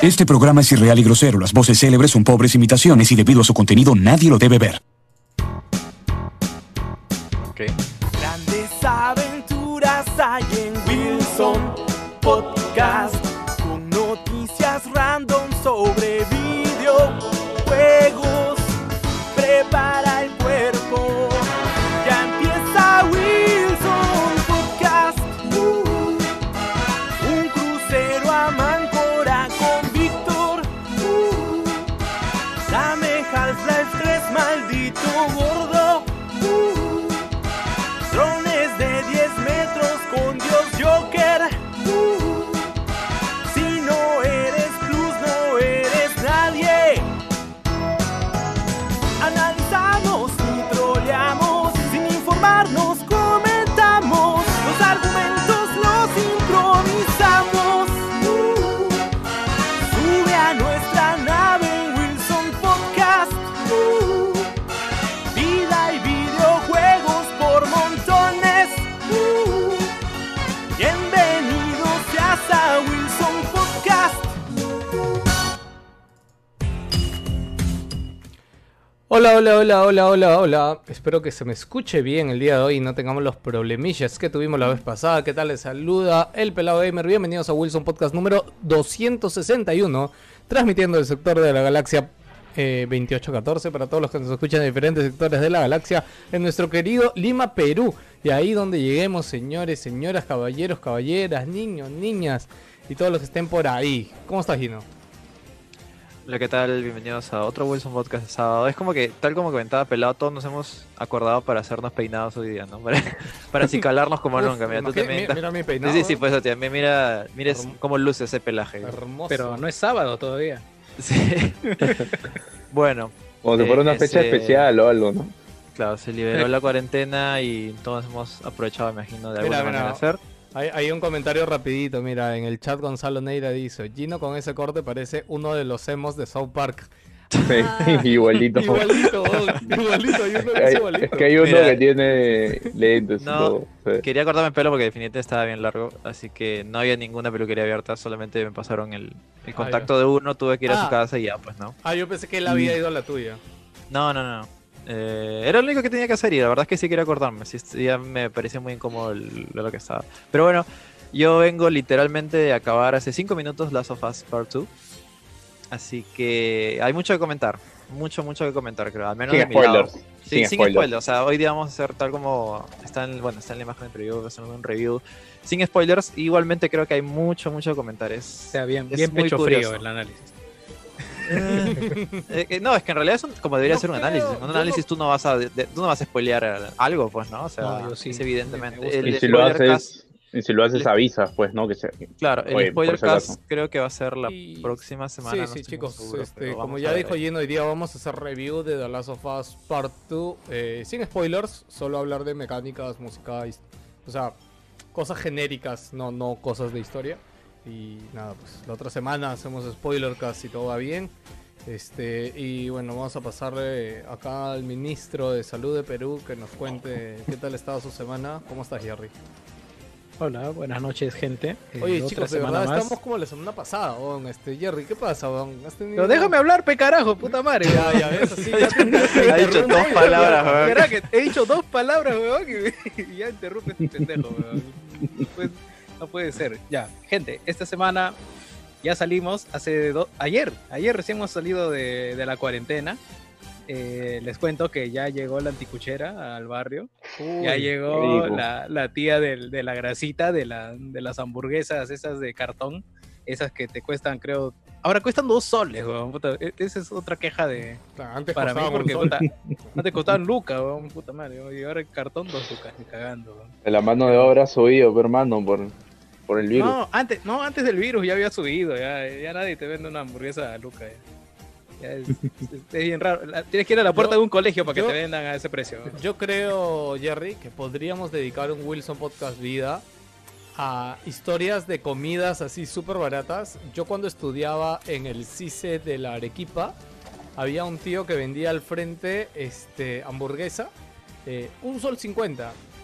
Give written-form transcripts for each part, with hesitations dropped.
Este programa es irreal y grosero. Las voces célebres son pobres imitaciones y debido a su contenido nadie lo debe ver. Okay. Grandes aventuras hay en Wilson Podcast, con noticias random sobre videojuegos. Prepara el cuerpo, ya empieza Wilson Podcast. Un crucero a Máncora con Víctor. Dame Half-Life 3, maldito gordo. Drones de 10 metros con Dios Joker. Si no eres plus, no eres nadie. Analizamos y troleamos, sin informarnos comentamos. Los argumentos los improvisamos. Sube a nuestra nave en Wilson Podcast. Vida y videojuegos por montones. Bienvenido seas a Wilson Podcast. Hola. Espero que se me escuche bien el día de hoy y no tengamos los problemillas que tuvimos la vez pasada. ¿Qué tal? Les saluda el Pelado Gamer. Bienvenidos a Wilson Podcast número 261, transmitiendo del sector de la galaxia 2814 para todos los que nos escuchan en diferentes sectores de la galaxia, en nuestro querido Lima, Perú. Y ahí donde lleguemos, señores, señoras, caballeros, caballeras, niños, niñas y todos los que estén por ahí. ¿Cómo estás, Gino? Hola, ¿qué tal? Bienvenidos a otro Wilson Podcast de sábado. Es como que, tal como comentaba Pelado, todos nos hemos acordado para hacernos peinados hoy día, ¿no? Para acicalarnos como nunca. Mira, tú también estás... Mira mi peinado. Sí, pues eso, también mira cómo luce ese pelaje. Hermoso. Pero no es sábado todavía. Sí. Bueno. Como si fuera una fecha especial o algo, ¿no? Claro, se liberó la cuarentena y todos hemos aprovechado, me imagino, de alguna manera de hacer. Hay un comentario rapidito, mira, en el chat Gonzalo Neira dice: Gino con ese corte parece uno de los emos de South Park. Sí, igualito. Igualito, hay uno que es igualito. Es que hay uno que tiene lentes y No, todo. Sí. quería cortarme el pelo porque definitivamente estaba bien largo, así que no había ninguna peluquería abierta, solamente me pasaron el contacto de uno, tuve que ir a su casa y ya, pues no. Yo pensé que él había ido a la tuya. No. Era lo único que tenía que hacer y la verdad es que sí quería cortarme, sí, ya me parecía muy incómodo lo que estaba. Pero bueno, yo vengo literalmente de acabar hace 5 minutos Last of Us Part 2. Así que hay mucho que comentar, mucho que comentar, creo, al menos Sin de mi lado. spoilers. Sí, sin spoilers. O sea, hoy día vamos a hacer tal como está en la imagen del preview, vamos a hacer un review sin spoilers. Igualmente creo que hay mucho que comentar. O sea, bien muy pecho curioso. frío el análisis. No, es que en realidad es como debería ser un análisis. En un análisis tú no vas a spoilear algo, pues, ¿no? O sea, No, yo sí. es evidentemente. Me El Y si lo spoiler haces, avisas, pues, ¿no? Claro, el Oye, spoiler por si acaso. cast creo que va a ser la Y- próxima semana. Sí, no estoy muy chicos, seguro, pero como vamos ya a dijo ver. Gino, hoy día vamos a hacer review de The Last of Us Part 2, sin spoilers, solo hablar de mecánicas, música, o sea, cosas genéricas, no cosas de historia. Y nada, pues la otra semana hacemos spoiler cast y todo va bien. Y bueno, vamos a pasarle acá al ministro de Salud de Perú que nos cuente qué tal ha estado su semana. ¿Cómo estás, Jerry? Hola, buenas noches, gente. Oye, Otra chicos, de semana verdad más. estamos como la semana pasada, Jerry, ¿qué pasa, ¿Has tenido... Pero déjame hablar, carajo, puta madre. Ya ves, así ya te Ha dicho 2 palabras, weón. Verá que he dicho 2 palabras, weón, y ya interrumpe este pendejo, weón. Pues, no puede ser. Ya, gente, esta semana ya salimos ayer recién hemos salido de la cuarentena. Les cuento que ya llegó la anticuchera al barrio. Ya llegó rico. la tía de la grasita, de las hamburguesas esas de cartón. Esas que te cuestan, creo... Ahora cuestan 2 soles, weón. Puta, esa es otra queja Antes para mí, costaban un porque sol. puta, antes costaban lucas, weón, puta madre. weón, Y ahora el cartón 2 lucas, ni cagando, weón. La mano de obra ha subido, pero, hermano, por el virus. Antes del virus ya había subido, ya nadie te vende una hamburguesa a lucas. Ya es bien raro. Tienes que ir a la puerta de un colegio para que te vendan a ese precio. Yo creo, Jerry, que podríamos dedicar un Wilson Podcast Vida a historias de comidas así súper baratas. Yo cuando estudiaba en el CICE de la Arequipa, había un tío que vendía al frente hamburguesa, $1.50.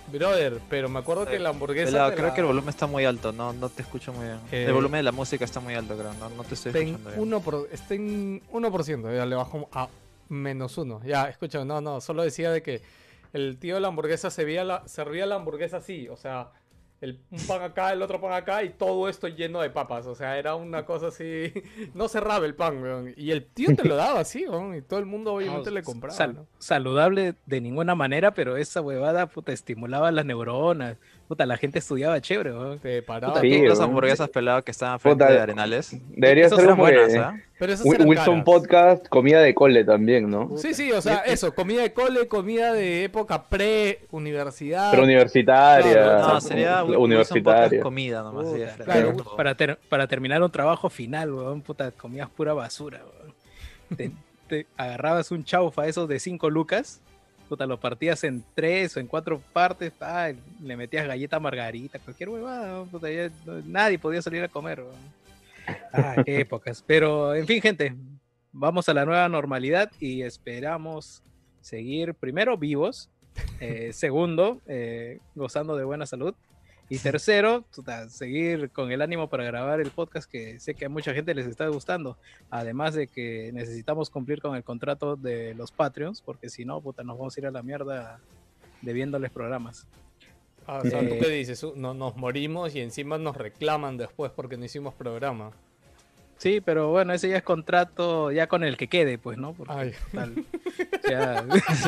Brother, pero me acuerdo que la hamburguesa. Creo que el volumen está muy alto, no te escucho muy bien. El volumen de la música está muy alto, creo, no te estoy escuchando bien. Está en 1%, ya le bajo a -1. Ya, escucha, no, solo decía de que el tío de la hamburguesa servía la hamburguesa así, o sea, un pan acá, el otro pan acá y todo esto lleno de papas, o sea, era una cosa así, no cerraba el pan, weón, y el tío te lo daba así, weón, y todo el mundo obviamente le compraba, ¿no? Saludable de ninguna manera, pero esa huevada, puta, estimulaba las neuronas, puta, la gente estudiaba chévere, weón. Te paraba. Puta, Sí, las weón. hamburguesas peladas que estaban frente Puta, de Arenales. Debería Esas ser eran como buenas, que ¿ah? Pero esas eran Wilson caras. Podcast, comida de cole también, ¿no? Sí, o sea, eso, comida de cole, comida de época pre-universidad. Pero universitaria. Claro, No, sería Wilson universitaria. Podcast comida nomás. así de frente. Claro, Todo. para terminar un trabajo final, weón, puta, comías pura basura, weón. Te agarrabas un chaufa esos de 5 lucas, puta, lo partías en 3 o en 4 partes, le metías galleta margarita, cualquier huevada, weón, puta, nadie podía salir a comer, weón. Qué épocas. Pero, en fin, gente, vamos a la nueva normalidad y esperamos seguir, primero, vivos, segundo, gozando de buena salud, y tercero, seguir con el ánimo para grabar el podcast que sé que a mucha gente les está gustando, además de que necesitamos cumplir con el contrato de los Patreons, porque si no, puta, nos vamos a ir a la mierda debiéndoles programas. O sea, ¿tú qué dices? No, nos morimos y encima nos reclaman después porque no hicimos programa. Sí, pero bueno, ese ya es contrato ya con el que quede, pues, ¿no? Porque, tal, ya,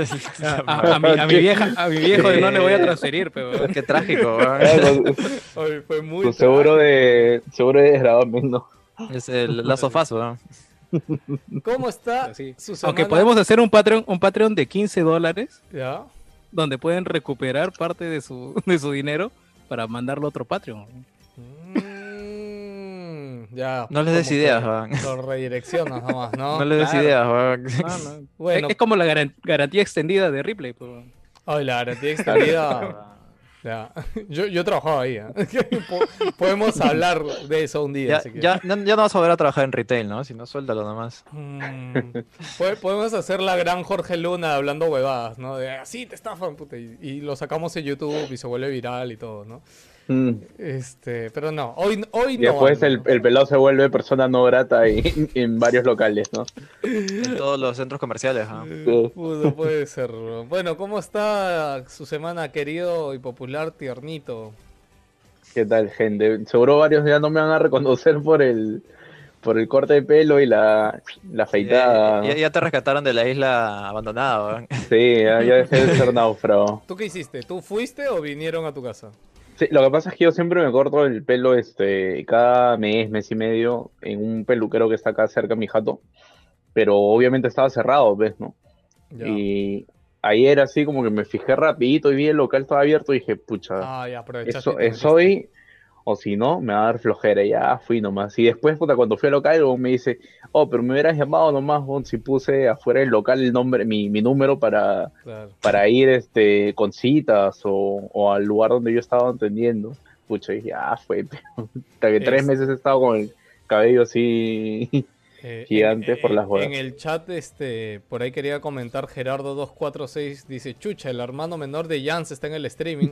a mi viejo no le voy a transferir, pero Qué trágico, weón. Ay, fue muy Tu seguro de gravamen, ¿no? Es el Last of Us, weón. ¿Cómo está sí. su semana? Aunque podemos hacer un Patreon de $15, ¿Ya? donde pueden recuperar parte de su dinero para mandarlo a otro Patreon. Ya. No les des como ideas, que weón. Lo redireccionas nomás, ¿no? No le des Claro. ideas, weón. No. Bueno. Es como la garantía extendida de Ripley. Pues. Ay, la garantía extendida. Ya. Yo trabajaba ahí, ¿eh? Podemos hablar de eso un día. si quieres. Ya no vas a volver a trabajar en retail, ¿no? Si no, suéltalo nomás. Podemos hacer la gran Jorge Luna hablando huevadas, ¿no? De así te estafan, puta, y lo sacamos en YouTube y se vuelve viral y todo, ¿no? Pero no, hoy Y no. después el pelado se vuelve persona no grata en varios locales, ¿no? En todos los centros comerciales, ¿ah? Pudo, puede ser. Bueno, ¿cómo está su semana, querido y popular tiernito? ¿Qué tal, gente? Seguro varios ya no me van a reconocer por el corte de pelo y la afeitada. Ya te rescataron de la isla abandonada, weón. Sí, ya dejé de ser náufrago. ¿Tú qué hiciste? ¿Tú fuiste o vinieron a tu casa? Sí, lo que pasa es que yo siempre me corto el pelo cada mes y medio, en un peluquero que está acá cerca de mi jato. Pero obviamente estaba cerrado, ¿ves, no? Ya. Y ayer así como que me fijé rapidito y vi el local estaba abierto y dije, pucha, Ya aprovechaste. es hoy, o si no, me va a dar flojera, y ya fui nomás. Y después, puta, cuando fui al local, luego me dice, pero me hubieras llamado nomás, bon, si puse afuera del local el nombre, mi número para ir con citas o al lugar donde yo estaba atendiendo. Pucha, y dije, fue, hasta que 3 meses he estado con el cabello así gigante por las huevas. En el chat, por ahí quería comentar, Gerardo246 dice, chucha, el hermano menor de Jans está en el streaming.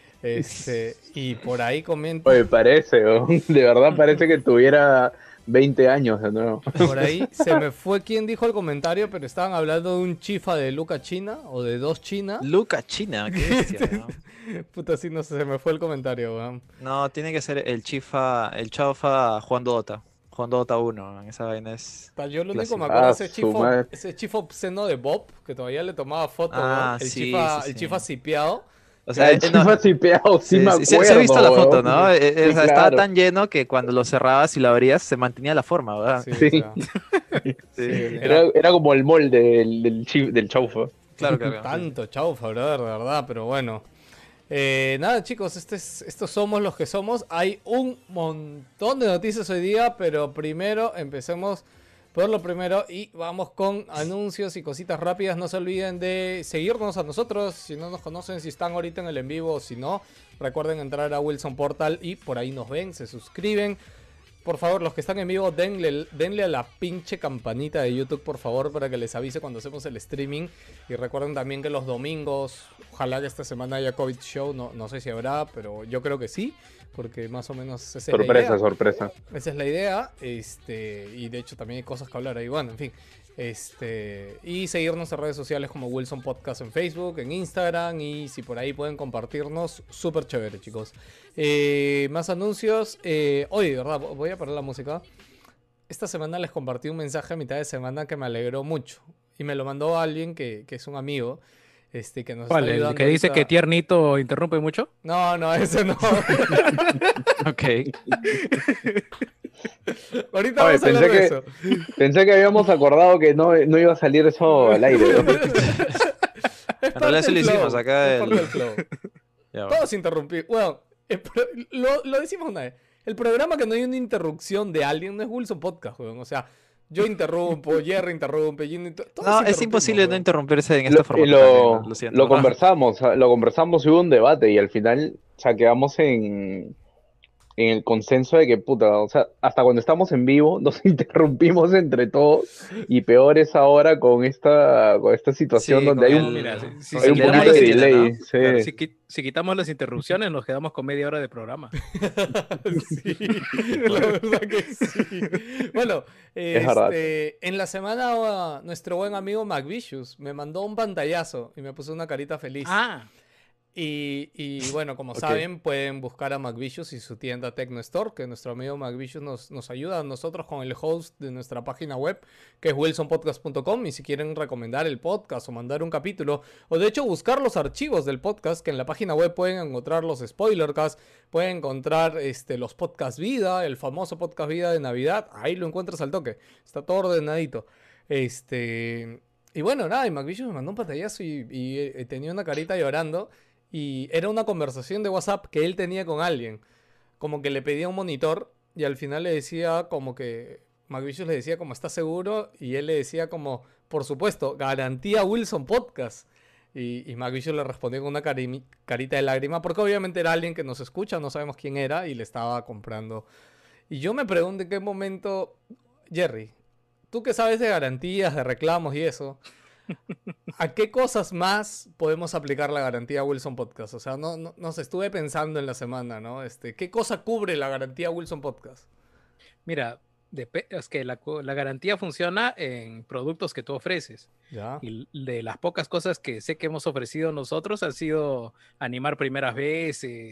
Y por ahí comenta. Oye, parece, de verdad parece que tuviera 20 años de nuevo. Por ahí se me fue quien dijo el comentario, pero estaban hablando de un chifa de Luca China o de 2 China. Luca China, qué bestia, ¿no? Puta, sí, no sé, se me fue el comentario, weón. No, tiene que ser el chaufa jugando Dota. Jugando Dota 1, esa vaina es... Yo lo único clásico. me acuerdo su ese chifa obsceno de Bob, que todavía le tomaba fotos, el sí, el chifa sipeado. O sea, el chifa cipeado, sí me acuerdo. Sí, he visto la foto, ¿no? Sí, Estaba claro. tan lleno que cuando lo cerrabas y lo abrías se mantenía la forma, ¿verdad? Sí, Sí. o sea, Era como el molde del chaufa. Claro. tanto chaufa, brother, de verdad, pero bueno. Nada, chicos, estos somos los que somos. Hay un montón de noticias hoy día, pero primero empecemos por lo primero y vamos con anuncios y cositas rápidas. No se olviden de seguirnos a nosotros, si no nos conocen, si están ahorita en el en vivo o si no, recuerden entrar a Wilson Portal y por ahí nos ven, se suscriben. por favor, los que están en vivo, denle a la pinche campanita de YouTube, por favor, para que les avise cuando hacemos el streaming. Y recuerden también que los domingos, ojalá que esta semana haya COVID Show, no sé si habrá, pero yo creo que sí, porque más o menos esa es la idea. Sorpresa. Esa es la idea, y de hecho también hay cosas que hablar ahí, bueno, en fin. Y seguirnos en redes sociales como Wilson Podcast en Facebook, en Instagram, y si por ahí pueden compartirnos, súper chévere, chicos. Más anuncios. Oye, de verdad, voy a parar la música. Esta semana les compartí un mensaje a mitad de semana que me alegró mucho, y me lo mandó alguien que es un amigo. Que nos ¿Cuál? está ¿El ayudando que dice ahorita. que Tiernito interrumpe mucho? No, ese no. Ok. Ahorita Oye, vamos a hablar de eso. Pensé que habíamos acordado que no iba a salir eso al aire, ¿no? Es En realidad sí lo hicimos acá. Es parte del flow. Ya, bueno. Todos interrumpir. Bueno, lo decimos una vez. El programa que no hay una interrupción de alguien no es Wilson Podcast, weón. O sea, yo interrumpo, Jerry interrumpe, Gino todos No, es interrumpimos, imposible no weón. interrumpirse en este formato. También, lo siento. Lo conversamos, hubo un debate y al final, o sea, quedamos en el consenso de que, puta, o sea, hasta cuando estamos en vivo nos interrumpimos entre todos y peor es ahora con esta situación Sí, donde con hay el- un, Mira, hay un delay poquito de que tiene, delay. ¿no? Sí. Claro, si quitamos las interrupciones, nos quedamos con media hora de programa. Sí, la verdad que sí. Bueno, Es verdad. en la semana nuestro buen amigo McVicious me mandó un pantallazo y me puso una carita feliz. Y bueno, como Ok. saben, pueden buscar a McVicious y su tienda Tecno Store, que nuestro amigo McVicious nos ayuda a nosotros con el host de nuestra página web, que es wilsonpodcast.com, y si quieren recomendar el podcast o mandar un capítulo, o de hecho buscar los archivos del podcast, que en la página web pueden encontrar los spoilercasts, pueden encontrar los podcast vida, el famoso podcast vida de Navidad, ahí lo encuentras al toque, está todo ordenadito. Y bueno, nada, y McVicious me mandó un pantallazo y tenía una carita llorando. Y era una conversación de WhatsApp que él tenía con alguien. Como que le pedía un monitor y al final le decía como que... McVicious le decía como, ¿estás seguro? Y él le decía como, por supuesto, garantía Wilson Podcast. Y McVicious le respondió con una carita de lágrima porque obviamente era alguien que nos escucha, no sabemos quién era y le estaba comprando. Y yo me pregunto en qué momento... Jerry, tú que sabes de garantías, de reclamos y eso... ¿A qué cosas más podemos aplicar la garantía Wilson Podcast? O sea, no sé, estuve pensando en la semana, ¿no? ¿Qué cosa cubre la garantía Wilson Podcast? Mira, es que la garantía funciona en productos que tú ofreces. Ya. Y de las pocas cosas que sé que hemos ofrecido nosotros han sido animar primeras veces.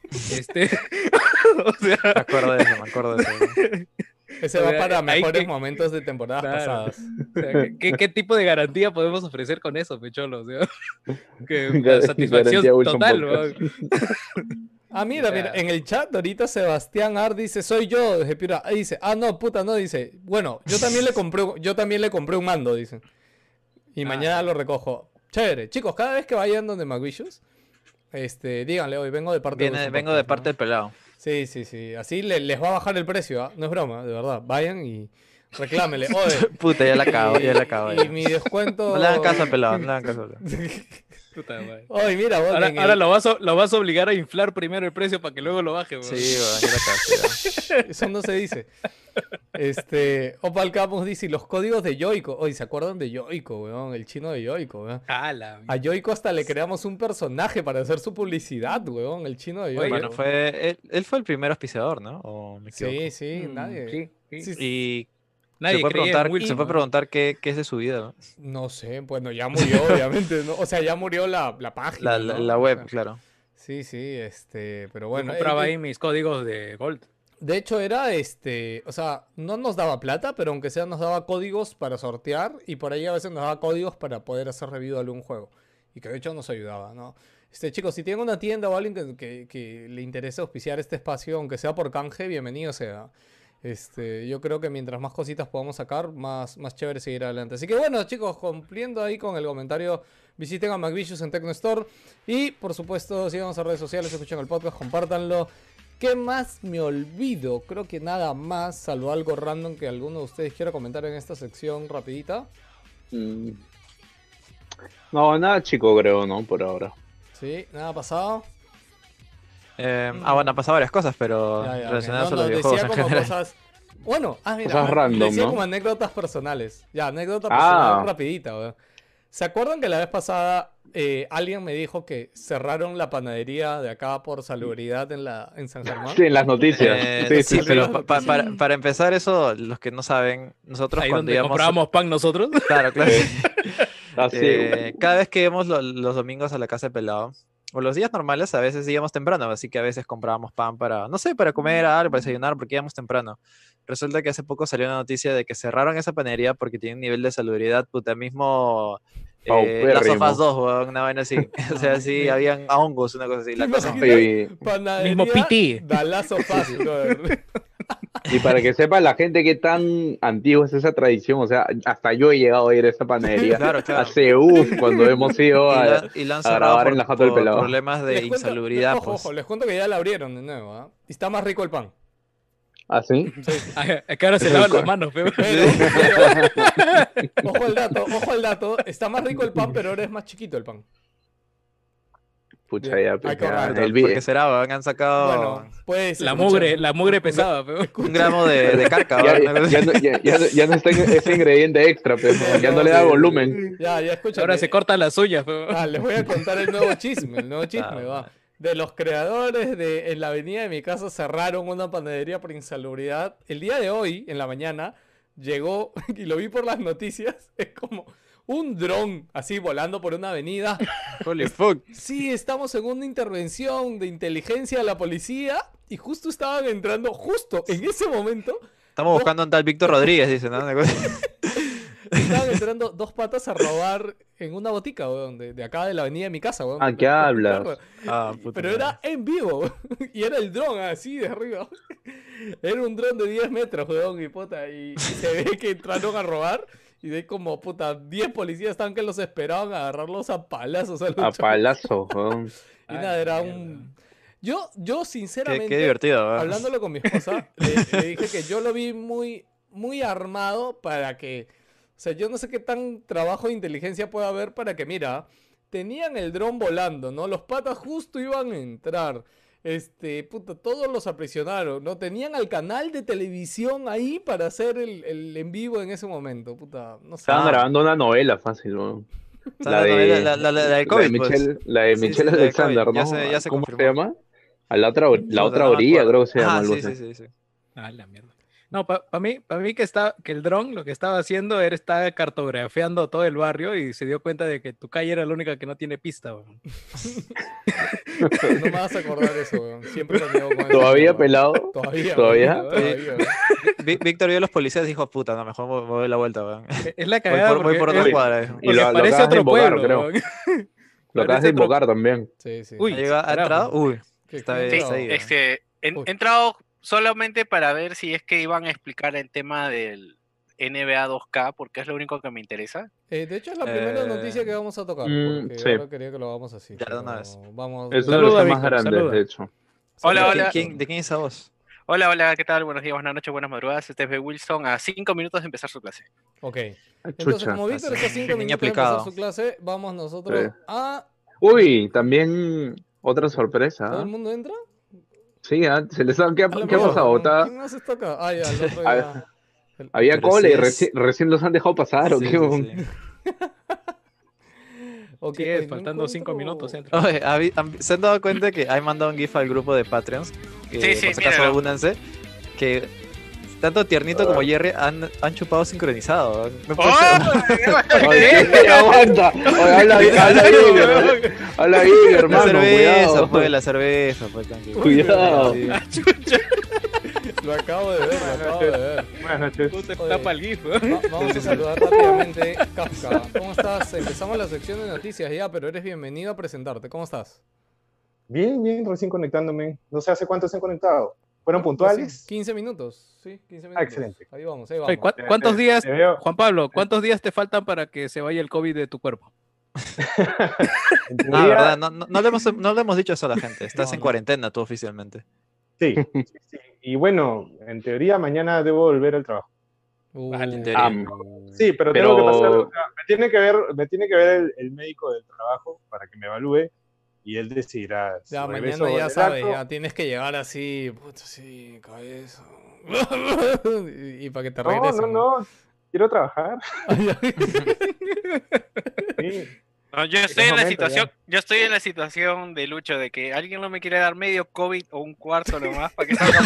O sea, Me acuerdo de eso. Ese o va sea, para ahí mejores que- momentos de temporadas Claro. pasadas. O sea, ¿qué tipo de garantía podemos ofrecer con eso, Pecholo? O sea, que Gar- satisfacción garantía Wilson total, Podcast. weón. Mira, O sea- en el chat ahorita Sebastián Ar dice, soy yo, desde Piura. Ahí dice, no, puta, no, dice, bueno, yo también le compré un mando, dice. Y mañana lo recojo. Chévere. Chicos, cada vez que vayan donde McVicious, díganle, hoy vengo de parte de Wilson Vengo de Podcast, parte ¿no? del pelado. Sí. Así les va a bajar el precio, ¿ah? No es broma, de verdad. Vayan y reclámele. Oye, Puta, ya la acabo, ya la acabo. y mi descuento... No le hagan caso al pelado, no le hagan caso al pelado. Puta madre. Oye, mira, vos, Ahora lo vas a obligar a inflar primero el precio para que luego lo baje, weón. Sí, weón, ya la cago. eso no se dice. Opal Camus dice, "Y los códigos de Yoico". Oye, ¿se acuerdan de Yoico, weón? El chino de Yoico, weón. A Yoico hasta le creamos un personaje para hacer su publicidad, weón. El chino de Yoico. Bueno, él fue el primer auspiciador, ¿no? ¿O me equivoco? Sí, nadie. Sí. Y Nadie se puede creía en preguntar, Wilson, se puede ¿no? preguntar qué es de su vida, ¿no? No sé, bueno, ya murió, obviamente, ¿no? O sea, ya murió la página, ¿no? La O web, sea, claro. Sí, pero Yo bueno. compraba ahí mis códigos de Gold. De hecho era o sea, no nos daba plata, pero aunque sea nos daba códigos para sortear y por ahí a veces nos daba códigos para poder hacer review de algún juego. Y que de hecho nos ayudaba, ¿no? Chicos, si tienen una tienda o alguien que le interese auspiciar este espacio, aunque sea por canje, bienvenido sea. Yo creo que mientras más cositas podamos sacar, más chévere seguir adelante. Así que bueno, chicos, cumpliendo ahí con el comentario, visiten a McVicious en Tecno Store. Y por supuesto, síganos en redes sociales, escuchen el podcast, compártanlo. ¿Qué más me olvido? Creo que nada más, salvo algo random que alguno de ustedes quiera comentar en esta sección rapidita. No, nada chico creo, ¿no? Por ahora. Sí, nada pasado. Bueno, han pasado varias cosas, pero Ya, ya, relacionadas ok. a los videojuegos decía en como general. cosas... Bueno, mira, Cosas random, decía ¿no? como anécdotas personales. Ya, anécdota personal Ah, rapidita, weón. ¿Se acuerdan que la vez pasada alguien me dijo que cerraron la panadería de acá por salubridad en San Germán? sí, en las noticias. Sí, Sí, sí, pero sí. para empezar eso, los que no saben, nosotros Ahí cuando donde íbamos... comprábamos pan nosotros. Claro, claro. Así. Cada vez que íbamos los domingos a la casa de pelado, o los días normales, a veces íbamos temprano, así que a veces comprábamos pan para, no sé, para comer algo, para desayunar, porque íbamos temprano. Resulta que hace poco salió una noticia de que cerraron esa panadería porque tiene un nivel de salubridad, puta, mismo Las Sofas Paupérrimo. 2, weón, una vaina así. O sea, sí, habían hongos, una cosa así. ¿Te La cosa imaginas? Oye, Panadería Mismo PT. Dalazo Fast, brother. y para que sepa la gente qué tan antigua es esa tradición, o sea, hasta yo he llegado a ir a esa panadería Claro, claro. hace cuando hemos ido Y la han a cerrado grabar en la Jato del por Pelado. problemas de Les cuento, insalubridad, ojo, pues. ojo, les cuento que ya la abrieron de nuevo, ¿ah? Y está más rico el pan. ¿Ah, sí? Es que ahora se lavan las manos, pero... Ojo al dato, está más rico el pan, pero ahora es más chiquito el pan. Pucha, Bien, ya, hay pues, que ya, ahorrar. el ¿Por qué será, weón? Han sacado Bueno, pues La mugre pesada, pero... un gramo de carca, ya, weón, una cosa ya, así. ya no está ese ingrediente extra, pues, ya no le da volumen. Ya, escúchame. Ahora se cortan las uñas, pero... Les voy a contar el nuevo chisme, Ah, va. De los creadores de En la avenida de mi casa cerraron una panadería por insalubridad. El día de hoy, en la mañana, llegó, y lo vi por las noticias, es como un dron así volando por una avenida. Holy fuck. Sí, estamos en una intervención de inteligencia de la policía y justo estaban entrando, justo en ese momento, Estamos buscando a un tal Víctor Rodríguez, dice, ¿no? Una cosa así. estaban entrando dos patas a robar en una botica, weón, de acá de la avenida de mi casa, weón. ¿A qué hablas? Ah, puta Pero madre. era en vivo, y era el dron así de arriba. Era un dron de 10 metros, weón, y puta, y se ve que entraron a robar, y de ahí como, puta, 10 policías estaban que los esperaban a agarrarlos a palazos a los A chavos. palazo, weón. Y nada, era un... Yo sinceramente, Qué divertido, weón. hablándolo con mi esposa, le dije que yo lo vi muy, muy armado para que... O sea, yo no sé qué tan trabajo de inteligencia puede haber para que, mira, tenían el dron volando, ¿no? Los patas justo iban a entrar. Puta, todos los aprisionaron, ¿no? Tenían al canal de televisión ahí para hacer el en vivo en ese momento, puta, no sé. Estaban Ah. grabando una novela fácil, weón. O sea, la del COVID, pues. La de Sí, sí, Michelle la de Alexander, COVID. ¿no? Ya se ¿Cómo se confirmó. llama? A la otra Puta, otra no me orilla, acuerdo. creo que se llama algo Sí, así. sí, sí. Ah, la mierda. No, para mí que el dron lo que estaba haciendo era estar cartografiando todo el barrio y se dio cuenta de que tu calle era la única que no tiene pista, weón. No me vas a acordar eso, weón. Siempre lo niego con esa ¿Todavía mierda. pelado? Todavía. ¿Todavía? weón, todavía, weón. Víctor vio a los policías y dijo, puta, no, mejor me doy la vuelta, weón. Es la Voy cagada voy por porque otra Oye, cuadra. Y porque lo parece acabas de otro invocar, pueblo, creo. weón. Lo acabas Parece de otro- invocar también. Sí, sí. Uy, ¿Ha entrado? Uy, está ¿Quién bien, entró? está ahí. Sí, he Uy. entrado solamente para ver si es que iban a explicar el tema del NBA 2K, porque es lo único que me interesa. De hecho, es la primera noticia que vamos a tocar, porque sí. ahora quería que lo hagamos así. Ya, de pero una vez. Vamos. Es una de Saluda, las más Víctor, grandes, saluda. de hecho. Hola, ¿De hola. quién es esa voz? Hola, hola, ¿qué tal? Buenos días, buenas noches, buenas madrugadas. Este es B. Wilson a 5 minutos de empezar su clase. Ok. Ah, Entonces, chucha. como Víctor está 5 Niño minutos de aplicado. empezar su clase, vamos nosotros Sí. a... Uy, también otra sorpresa. ¿Todo el ¿Ah? mundo entra? Sí, se les ¿qué ha A lo qué ha mejor, pasado? ¿quién más está acá? Ah, ya, el otro A ya... Había Pero cola y sí es- recién los han dejado pasar, ¿o Sí, qué? sí, weón? sí. Ok, Sí, es, no faltando 5 encuentro- minutos entra. Oye, ¿se han dado cuenta que hay mandado un GIF al grupo de Patreons? Que, Sí, sí, por si acaso, míralo. únanse. Que tanto Tiernito como Jerry han chupado sincronizado. No puede ser. Oye, ¿qué? Aguanta. Oye, habla bien, habla bien, La hermano, cerveza, cuidado. pues, la cerveza, pues, tranquilo. Cuidado. Sí. Lo acabo de ver, lo acabo de ver. Buenas noches. Puta, Oye. tapa el GIF, weón. Vamos a saludar rápidamente. Kafka, ¿cómo estás? Empezamos la sección de noticias ya, pero eres bienvenido a presentarte. ¿Cómo estás? Bien, bien, recién conectándome. No sé hace cuánto se han conectado. ¿Fueron puntuales? 15 minutos, sí, 15 minutos. Ah, excelente. Ahí vamos, ahí vamos. Oye, ¿cuántos días, Te veo. Juan Pablo, cuántos días te faltan para que se vaya el COVID de tu cuerpo? En teoría, Ah, verdad, no le hemos dicho eso a la gente. Estás No, en no. cuarentena tú oficialmente. sí, sí, sí. Y bueno, en teoría mañana debo volver al trabajo. Vale, en teoría. Sí, pero Pero- tengo que pasar, o sea, me tiene que ver el médico del trabajo para que me evalúe. y él decidirá si Ya regreso mañana ya del sabes, acto. ya tienes que llegar así, puta, sí, cabeza. Y para que te No, regresen. no, quiero trabajar. Sí, No, yo es estoy en la momento situación, ya. yo estoy en la situación de Lucho de que alguien no me quiere dar medio COVID o un cuarto nomás para que salga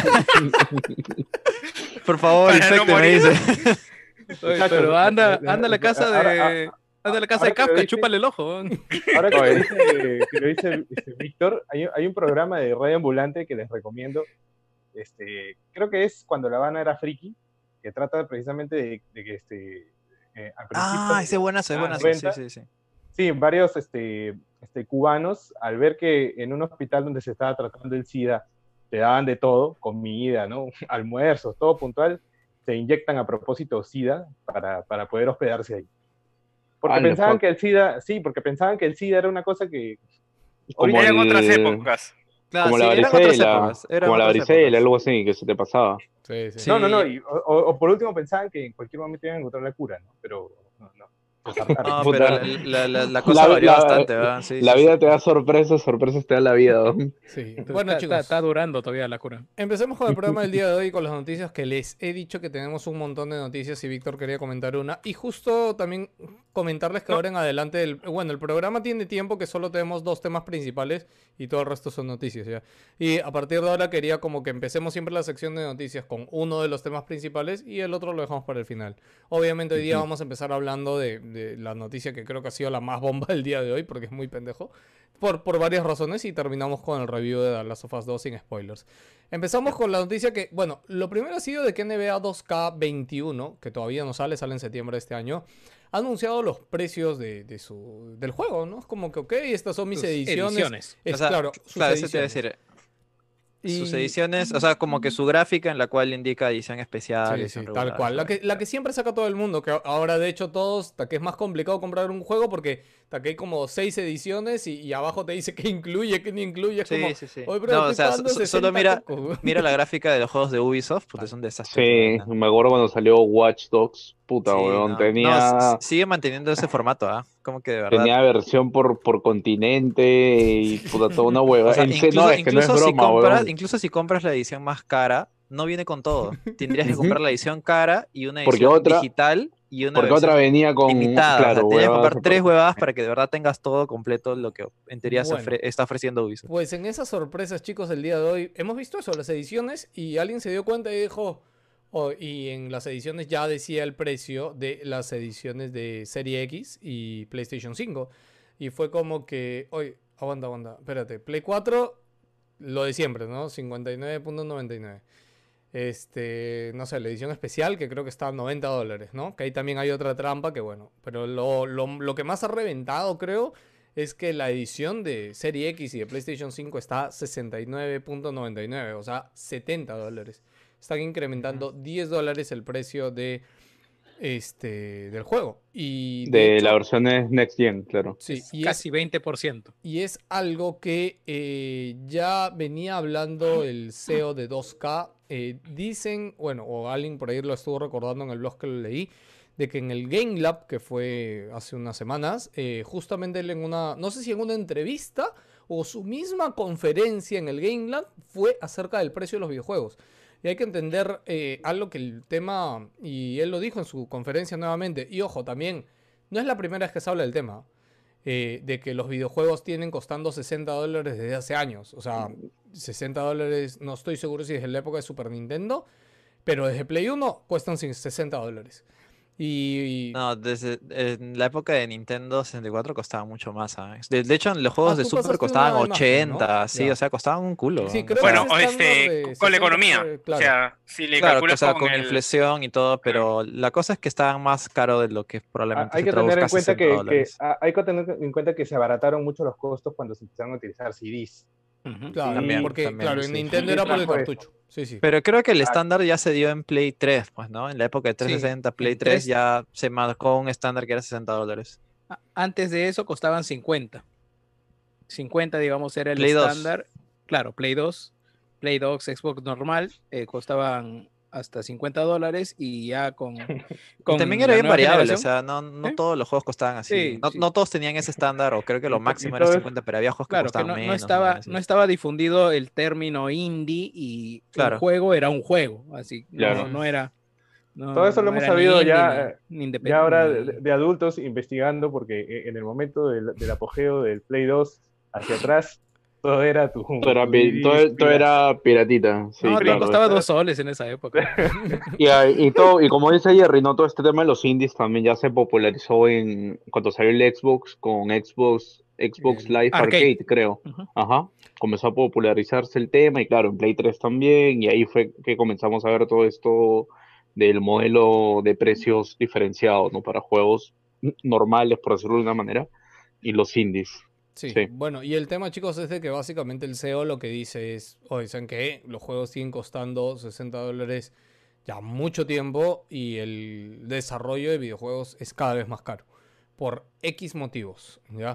Por favor, para no infecte, me morir. dice. Oye, Muchachos, pero anda a la casa ahora, de ahora que lo Kafka, dice- chúpale el ojo. weón. ahora Oye. que lo dice Víctor, hay un programa de radio ambulante que les recomiendo. Creo que es Cuando La Habana era friki, que trata precisamente de que a principios de Ese es buenazo, es los buenazo. Sí, 90, sí, sí. sí, varios cubanos, al ver que en un hospital donde se estaba tratando el SIDA, te daban de todo, comida, ¿no? Almuerzos, todo puntual, se inyectan a propósito SIDA para poder hospedarse ahí. Porque Ah, la pensaban fuck. que el SIDA, sí, porque pensaban que el SIDA era una cosa que Como Eran otras el, épocas. Claro, como sí, la eran otras varicela, épocas. Eran como la otras varicela, épocas. algo así, que se te pasaba. Sí, sí. Sí. No, o por último pensaban que en cualquier momento iban a encontrar la cura, ¿no? Pero no. Se zarparon. No, Puta. pero la cosa varió La- bastante, ¿verdad? Sí, La sí, vida sí. te da sorpresas, sorpresas te da la vida. Sí. Entonces, Bueno, chicos, está durando todavía la cura. empecemos con el programa del día de hoy con las noticias que les he dicho que tenemos un montón de noticias y Víctor quería comentar una. Y justo también comentarles que ahora en adelante, el programa tiene tiempo que solo tenemos 2 temas principales y todo el resto son noticias, ¿ya? Y a partir de ahora quería como que empecemos siempre la sección de noticias con uno de los temas principales y el otro lo dejamos para el final. Obviamente hoy día vamos a empezar hablando de la noticia que creo que ha sido la más bomba del día de hoy porque es muy pendejo. Por varias razones y terminamos con el review de The Last of Us 2 sin spoilers. Empezamos con la noticia que, bueno, lo primero ha sido de que NBA 2K21, que todavía no sale en septiembre de este año, ha anunciado los precios del juego, ¿no? Es como que, ok, estas son mis Sus ediciones. Es O sea, claro, sus claro, eso te iba a ediciones. decir. Sus Y- ediciones, o sea, como que su gráfica en la cual indica edición especial, Sí, edición sí, regular, tal cual. La que siempre saca todo el mundo, que ahora de hecho todos, que es más complicado comprar un juego porque que hay como 6 ediciones y abajo te dice qué incluye, qué no incluye. Es como, Sí. oye, bro, No, estoy o sea, pagando solo 60 mira, cocos, weón". mira la gráfica de los juegos de Ubisoft, porque es un desastre. Sí, esa vaina. me acuerdo cuando salió Watch Dogs, puta, Sí, weón, no, sigue manteniendo ese formato, ¿ah? Como que de verdad. tenía versión por continente y puta, toda una hueva. O sea, No, es que no es incluso si broma, compras, weón. incluso si compras la edición más cara, no viene con todo. Tendrías que Ujú. comprar la edición cara y una Porque edición otra- digital y una Porque otra versión venía con, limitada. claro, O sea, tendrías que huevadas comprar 3 aparte. huevadas para que de verdad tengas todo completo lo que en teoría Bueno. está ofreciendo Ubisoft. Pues en esas sorpresas, chicos, el día de hoy hemos visto eso, las ediciones, y alguien se dio cuenta y dijo, y en las ediciones ya decía el precio de las ediciones de Serie X y PlayStation 5. Y fue como que, oye, aguanta, espérate, Play 4, lo de siempre, ¿no? 59.99. No sé, la edición especial que creo que está a $90, ¿no? Que ahí también hay otra trampa que bueno, pero lo que más ha reventado creo es que la edición de Serie X y de PlayStation 5 está a 69.99, o sea, $70. Están incrementando $10 el precio del juego. Y De hecho, la versión es Next Gen, claro. sí, Es y casi 20%. y es algo que ya venía hablando el CEO de 2K. Dicen, bueno, o alguien por ahí lo estuvo recordando en el blog que lo leí, de que en el Game Lab, que fue hace unas semanas, justamente él en una, no sé si en una entrevista o su misma conferencia en el Game Lab fue acerca del precio de los videojuegos. Y hay que entender algo que el tema, y él lo dijo en su conferencia nuevamente, y ojo, también, no es la primera vez que se habla del tema. De que los videojuegos tienen costando $60 desde hace años. O sea, $60, no estoy seguro si es en la época de Super Nintendo, pero desde Play 1 cuestan $60. Y... No, desde en la época de Nintendo 64 costaba mucho más, ¿sabes? De hecho, los juegos de tú Super pasaste costaban una imagen, ¿no? 80, sí, Ya. o sea, costaban un culo. Sí, ¿no? creo O que sea, Bueno, ese estándar de con la 60 economía. fue- O claro. sea, si le claro, o calculas sea, con con el... inflación y todo, pero la cosa es que estaban más caros de lo que probablemente Hay se que tener traduzca en a cuenta 60 dólares. hay que tener en cuenta que se abarataron mucho los costos cuando se empezaron a utilizar CDs. Ujú. Claro, También, porque también, claro, en sí. Nintendo Sí, era por el trajo eso. cartucho. Sí, sí. Pero creo que el estándar ya se dio en Play 3, pues, ¿no? En la época de 360, Play en 3 3. ya se marcó un estándar que era 60 dólares. Antes de eso costaban 50. 50, digamos, era el Play 2. estándar. Claro, Play 2, Xbox normal, costaban hasta $50 y ya con También era la bien nueva variable, o generación. sea, no ¿Sí? todos los juegos costaban así. Sí, No, sí. no todos tenían ese estándar, o creo que lo Y máximo era todo es- 50, pero había juegos que Claro, que costaban no menos. una vaina así. estaba difundido el término indie y un Claro. juego era un juego, así, Claro. no era, Todo eso lo no hemos era ni sabido indie ya, ni ya ahora independiente. de adultos investigando, porque en el momento del apogeo del Play 2 hacia atrás, todo era tu DVD Todo era piratita, sí, No, todo claro. costaba $2 en esa época. Y como dice Jerry, ¿no? Todo este tema de los indies también ya se popularizó cuando salió el Xbox con Xbox El Live arcade. Arcade, creo. Ujú. Ajá. Comenzó a popularizarse el tema y claro, en Play 3 también, y ahí fue que comenzamos a ver todo esto del modelo de precios diferenciados, ¿no? Para juegos normales, por decirlo de una manera, y los indies. Sí, Sí. bueno, y el tema, chicos, es de que básicamente el CEO lo que dice es, oye, ¿saben qué? Los juegos siguen costando $60 ya mucho tiempo y el desarrollo de videojuegos es cada vez más caro, por X motivos, ¿ya?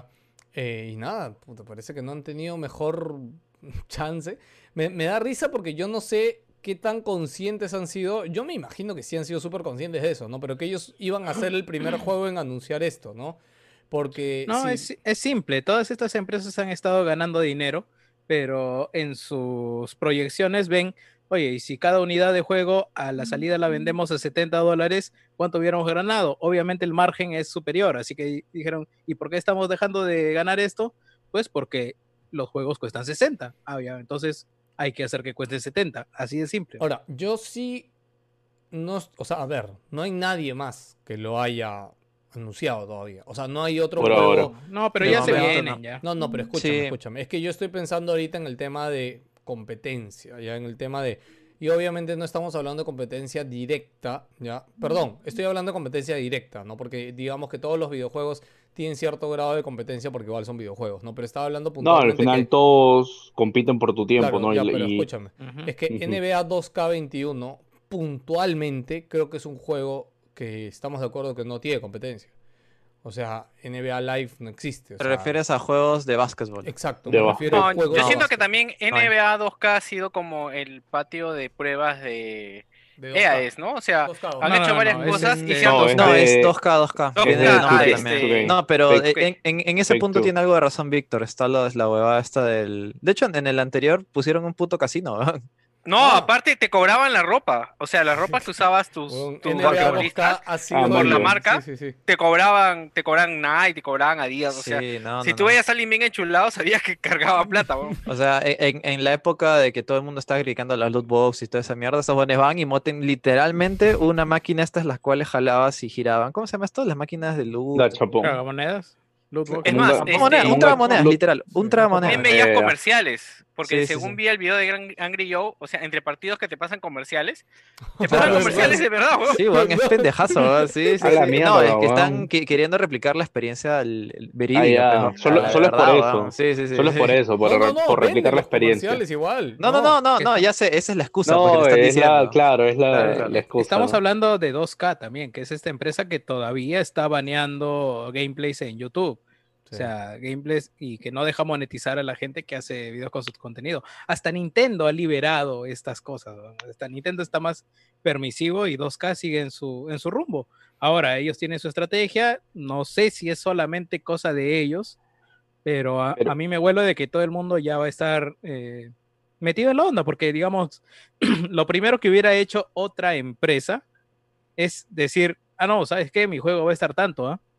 Y nada, puta, parece que no han tenido mejor chance. Me da risa porque yo no sé qué tan conscientes han sido. Yo me imagino que sí han sido súper conscientes de eso, ¿no? Pero que ellos iban a ser el primer juego en anunciar esto, ¿no? Porque No, si... es simple. Todas estas empresas han estado ganando dinero, pero en sus proyecciones ven, oye, y si cada unidad de juego a la salida la vendemos a $70, ¿cuánto hubiéramos ganado? Obviamente el margen es superior, así que dijeron, ¿y por qué estamos dejando de ganar esto? Pues porque los juegos cuestan 60. Ah, ya, entonces hay que hacer que cueste 70. Así de simple. Ahora, yo sí... No, o sea, a ver, no hay nadie más que lo haya anunciado todavía. O sea, no hay otro Por juego... ahora. No, pero De ya se momento, vienen, no. ya. No, pero escúchame, Sí. escúchame. Es que yo estoy pensando ahorita en el tema de competencia, ya en el tema de... Y obviamente no estamos hablando de competencia directa, ¿ya? Perdón, estoy hablando de competencia directa, ¿no? Porque digamos que todos los videojuegos tienen cierto grado de competencia porque igual son videojuegos, ¿no? Pero estaba hablando No, al puntualmente final que... todos compiten por tu tiempo, Claro, ¿no? ya, pero escúchame. Ujú. Es que Ujú. NBA 2K21 puntualmente creo que es un juego que estamos de acuerdo que no tiene competencia. O sea, NBA Live no existe. O ¿Te sea, refieres a juegos de básquetbol? exacto, De me básquet. refiero a No, juegos yo de siento que básquet. también No hay. NBA 2K ha sido como el patio de pruebas de De 2K. EAES, ¿no? O sea, 2K, han No, hecho no, varias no, es cosas y este- se han... No, es No, de- es 2K. 2K, Viene de nombre ah, también. No, pero Take- en ese punto Take-Two. tiene algo de razón Víctor. Está la huevada esta del... De hecho, en el anterior pusieron un puto casino, ¿verdad? No, Ah. aparte te cobraban la ropa. O sea, la ropa que usabas tus Weón, tus NBA 2K futbolistas, ha sido... por la marca, Sí, sí, sí. te cobraban Nike, te cobraban Adidas. O sea, Sí, no, si no, tú no. veías a alguien bien enchulado, sabías que cargaba plata, weón. O sea, en la época de que todo el mundo estaba criticando las loot box y toda esa mierda, esos buenos van y moten literalmente una máquina estas las cuales jalabas y giraban. ¿Cómo se llama esto? Las máquinas de loot. Gachapón. Tragamonedas. Loot box. Es más, Un tragamonedas, literal. Un tragamonedas. también veías ya. comerciales, porque Sí, sí, según sí. vi el video de Angry Joe, o sea, entre partidos que te pasan comerciales, te Claro, pasan sí, comerciales sí. de verdad, weón. Sí, weón, es pendejazo, weón. Sí, sí, A la sí. mierda, No, es que weón. están queriendo replicar la experiencia Ah, verídica, ya. pero Solo, la solo es por verdad, eso. weón. Sí, sí, sí. Solo es por eso, por, No, por replicar venden la los experiencia. comerciales igual. No, ya sé, esa es la excusa, porque No, te están es diciendo. claro, es Claro, claro. la excusa. Estamos hablando de 2K también, que es esta empresa que todavía está baneando gameplays en YouTube. O sea, gameplays y que no deja monetizar a la gente que hace videos con su contenido. Hasta Nintendo ha liberado estas cosas, ¿no? Hasta Nintendo está más permisivo y 2K sigue en su rumbo. Ahora, ellos tienen su estrategia. No sé si es solamente cosa de ellos, pero a mí me huele de que todo el mundo ya va a estar metido en la onda, porque digamos, lo primero que hubiera hecho otra empresa es decir, no, ¿sabes qué? Mi juego va a estar tanto, ¿ah?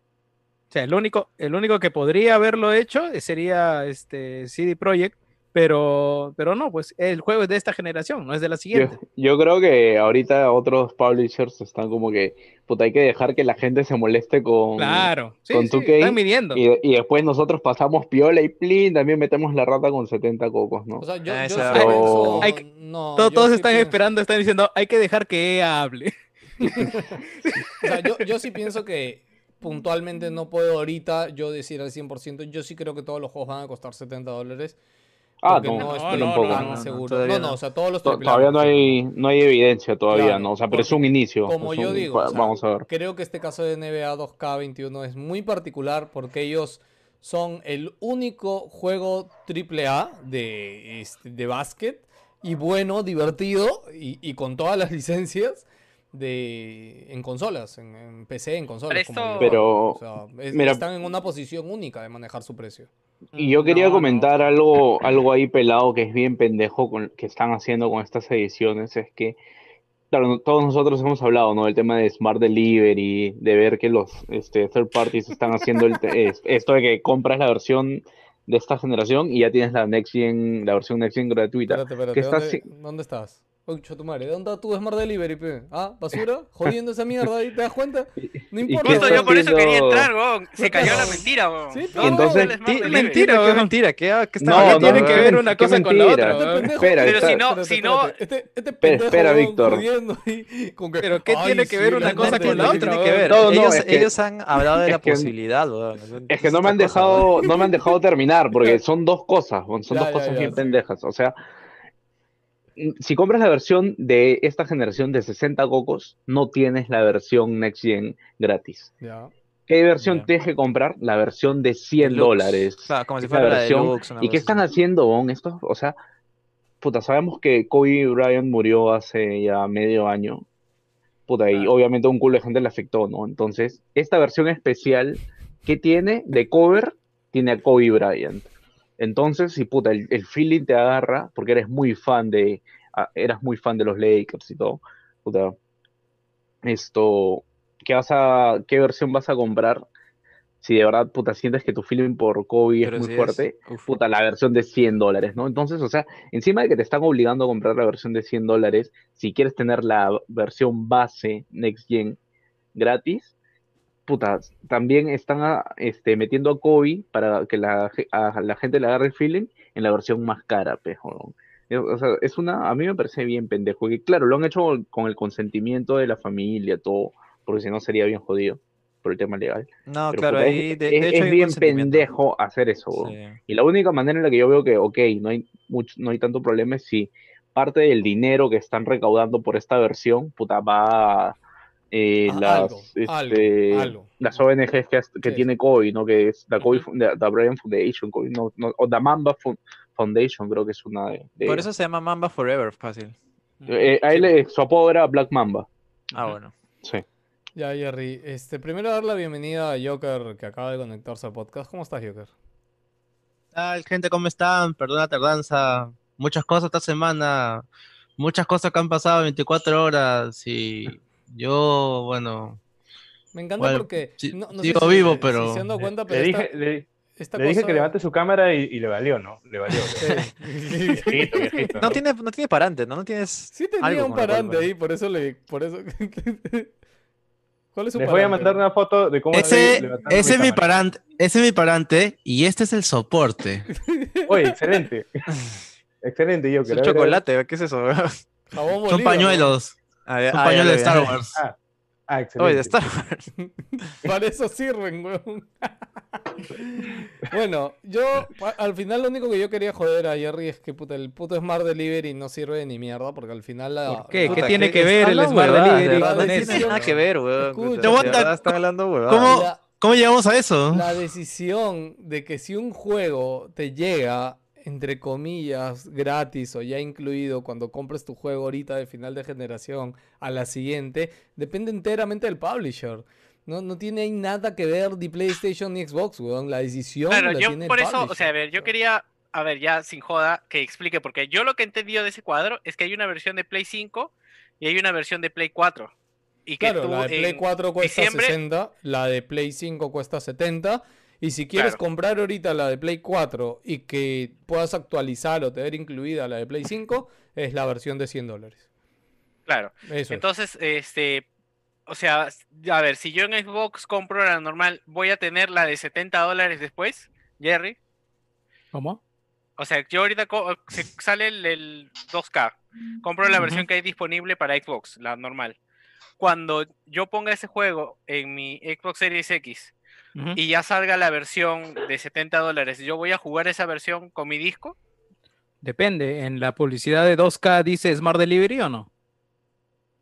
O sea, el único que podría haberlo hecho sería CD Projekt, pero no, pues el juego es de esta generación, no es de la siguiente. Yo creo que ahorita otros publishers están como que, puta, hay que dejar que la gente se moleste Claro, sí, con sí, 2K, están midiendo. y después nosotros pasamos piola y plin, también metemos la rata con 70 cocos, ¿no? O sea, yo Ese sí era pienso... Hay que- no, Todos, yo todos sí están pienso- esperando, están diciendo, hay que dejar que EA hable. O sea, yo sí pienso que puntualmente no puedo ahorita yo decir al 100%. Yo sí creo que todos los juegos van a costar $70. Porque No, no yo estoy tampoco. tan no, seguro. todavía No, no. o sea, todos los Todavía no hay evidencia todavía, Claro, ¿no? O sea, pero es porque un inicio. Como es yo un- digo, o sea, vamos a ver. creo que este caso de NBA 2K21 es muy particular porque ellos son el único juego AAA de básquet y bueno, divertido y con todas las licencias en consolas, en PC, en consolas. Pero, mira, están en una posición única de manejar su precio. y yo quería comentar algo ahí pelado que es bien pendejo que están haciendo con estas ediciones, es que, claro, todos nosotros hemos hablado, ¿no? Del tema de Smart Delivery, de ver que los third parties están haciendo esto de que compras la versión de esta generación y ya tienes la versión Next Gen gratuita. Espérate, ¿dónde estás? Uy, tu madre, ¿dónde está tu Smart Delivery, pe? ¿Ah? ¿Basura? ¿Jodiendo esa mierda ahí? ¿Te das cuenta? No importa. Justo yo por eso quería entrar, weón. Se cayó la mentira, weón. Sí, No, entonces, mentira, qué mentira. ¿Qué No, tiene que ver una cosa con la otra. Espera, pero si no... Este pendejo, espera, Víctor. jodiendo ahí con que, pero ¿qué tiene que ver una cosa con la otra? Tiene que ver. No, Ellos han hablado de la posibilidad, weón. Es que no me han dejado terminar, porque son dos cosas, son dos cosas bien pendejas. O sea, si compras la versión de esta generación de 60 cocos, no tienes la versión Next Gen gratis. Ya. ¿Qué versión tienes que comprar? La versión de $100. Claro, como si fuera la Deluxe. ¿Y qué están haciendo, Bon? Esto, o sea, puta, sabemos que Kobe Bryant murió hace ya medio año. Puta, y obviamente un culo de gente le afectó, ¿no? Entonces, esta versión especial, ¿qué tiene? De cover, tiene a Kobe Bryant. Entonces, si puta, el feeling te agarra, porque eras muy fan de los Lakers y todo, puta, ¿qué versión vas a comprar? Si de verdad, puta, sientes que tu feeling por Kobe es muy fuerte, puta, la versión de $100, ¿no? Entonces, o sea, encima de que te están obligando a comprar la versión de $100, si quieres tener la versión base Next Gen gratis, puta, también están metiendo a Kobe para que a la gente le agarre el feeling en la versión más cara, pejo. O sea, a mí me parece bien pendejo. Y claro, lo han hecho con el consentimiento de la familia, todo, porque si no sería bien jodido por el tema legal. No, pero, claro, puta, ahí de hecho es bien pendejo hacer eso. Sí. Y la única manera en la que yo veo que, ok, no hay tanto problema es si parte del dinero que están recaudando por esta versión, puta, va a las ONGs que tiene Kobe, ¿no? Que es la Bryant Foundation, Kobe, no, o la Mamba Foundation, creo que es una de por eso se llama Mamba Forever, fácil. A él su apodo era Black Mamba. Bueno. Sí. Ya, Jerry, primero dar la bienvenida a Joker, que acaba de conectarse al podcast. ¿Cómo estás, Joker? ¿Qué tal, gente? ¿Cómo están? Perdona la tardanza. Muchas cosas esta semana. Muchas cosas que han pasado en 24 horas. Y yo, bueno... Me encanta porque... No sigo vivo, pero... Si se han dado cuenta, pero le dije que levante su cámara y le valió, ¿no? Le valió. Viejito, no tiene parante, ¿no? No tienes... Sí tenía un parante ahí, por eso... ¿Cuál es su Les parante? voy a mandar una foto de cómo ese es mi parante y este es el soporte. Oye, excelente. Excelente, Joker. Es un chocolate, ¿qué es eso? Jabón Son pañuelos. Son pañuelos de Star Wars. Excelente. Oye, de Star Wars. Para eso sirven, weón. Bueno, yo al final lo único que yo quería joder a Jerry es que puta, el puto Smart Delivery no sirve de ni mierda, porque al final ¿Por qué? ¿Qué tiene que ver el Smart Delivery con eso? No tiene nada que ver, weón. Están hablando, weón. ¿Cómo llegamos a eso? La decisión de que si un juego te llega, entre comillas, gratis o ya incluido cuando compres tu juego ahorita de final de generación a la siguiente, depende enteramente del publisher. No tiene ahí nada que ver ni PlayStation ni Xbox, weón. La decisión claro, la yo tiene por el eso, publisher. o sea, a ver, yo quería, ya sin joda, que explique, porque yo lo que he entendido de ese cuadro es que hay una versión de Play 5 y hay una versión de Play 4. Y que claro, la de Play 4 cuesta 60, la de Play 5 cuesta 70, y si quieres comprar ahorita la de Play 4 y que puedas actualizar o tener incluida la de Play 5, es la versión de $100. Claro. Eso entonces, o sea, a ver, si yo en Xbox compro la normal, ¿voy a tener la de $70 después, Jerry? ¿Cómo? O sea, yo ahorita sale el 2K, compro la versión que hay disponible para Xbox, la normal. Cuando yo ponga ese juego en mi Xbox Series X y ya salga la versión de $70, ¿yo voy a jugar esa versión con mi disco? Depende, ¿en la publicidad de 2K dice Smart Delivery o no?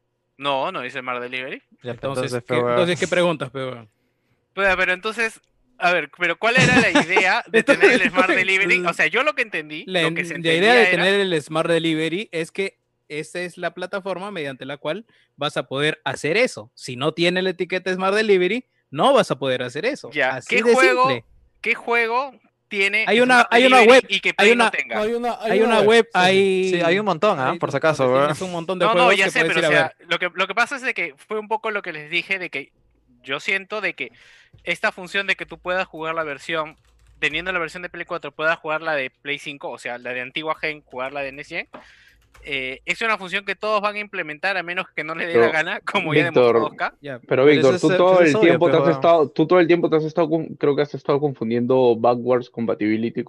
No dice Smart Delivery. Entonces, ¿qué preguntas, pero? Pero entonces, A ver, pero ¿cuál era la idea de tener el Smart Delivery? O sea, yo lo que entendí, La lo que se idea entendía de era... tener el Smart Delivery es que esa es la plataforma mediante la cual vas a poder hacer eso. Si no tiene la etiqueta Smart Delivery, no vas a poder hacer eso. Ya, Así de simple. ¿qué juego tiene Hay una Smart web, y que hay Play una- no tenga? Hay una web, hay... Sí, hay un montón, ¿ah? hay Por si acaso, donde ¿verdad? tienes un montón de No, juegos ya que sé, puedes pero ir o a sea, ver. lo que pasa es de que fue un poco lo que les dije de que yo siento de que esta función de que tú puedas jugar la versión, teniendo la versión de Play 4, puedas jugar la de Play 5, o sea, la de antigua gen, jugar la de Next Gen, es una función que todos van a implementar a menos que no le dé la Pero, gana, como ya Víctor, demostró Oscar. Ya. Pero Pero Víctor, eso tú es- todo eso el es obvio, tiempo te pues, has weón. estado, tú todo el tiempo te has estado, creo que has estado confundiendo backwards compatibility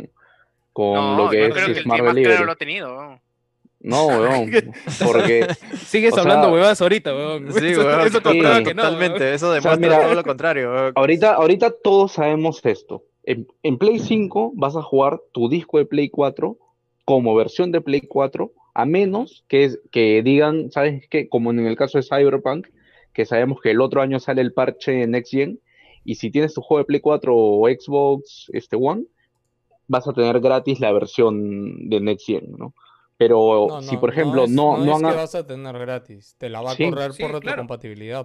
con lo No, que yo es creo que el Smart que más claro Delivery. lo ha tenido. ¿No? No, weón, porque, Sigues o sea, hablando huevadas ahorita, weón. Sí, Eso, weón, eso comprueba sí, que no, totalmente. weón. Eso o sea, demuestra mira, todo lo contrario, weón. ahorita todos sabemos esto. En Play 5 vas a jugar tu disco de Play 4 como versión de Play 4, a menos que digan, ¿sabes qué? Como en el caso de Cyberpunk, que sabemos que el otro año sale el parche en Next Gen, y si tienes tu juego de Play 4 o Xbox One, vas a tener gratis la versión de Next Gen, ¿no? Pero No, si, no, por ejemplo, no no es que han... vas a tener gratis. Te la va a Sí, correr Sí, por claro. retrocompatibilidad.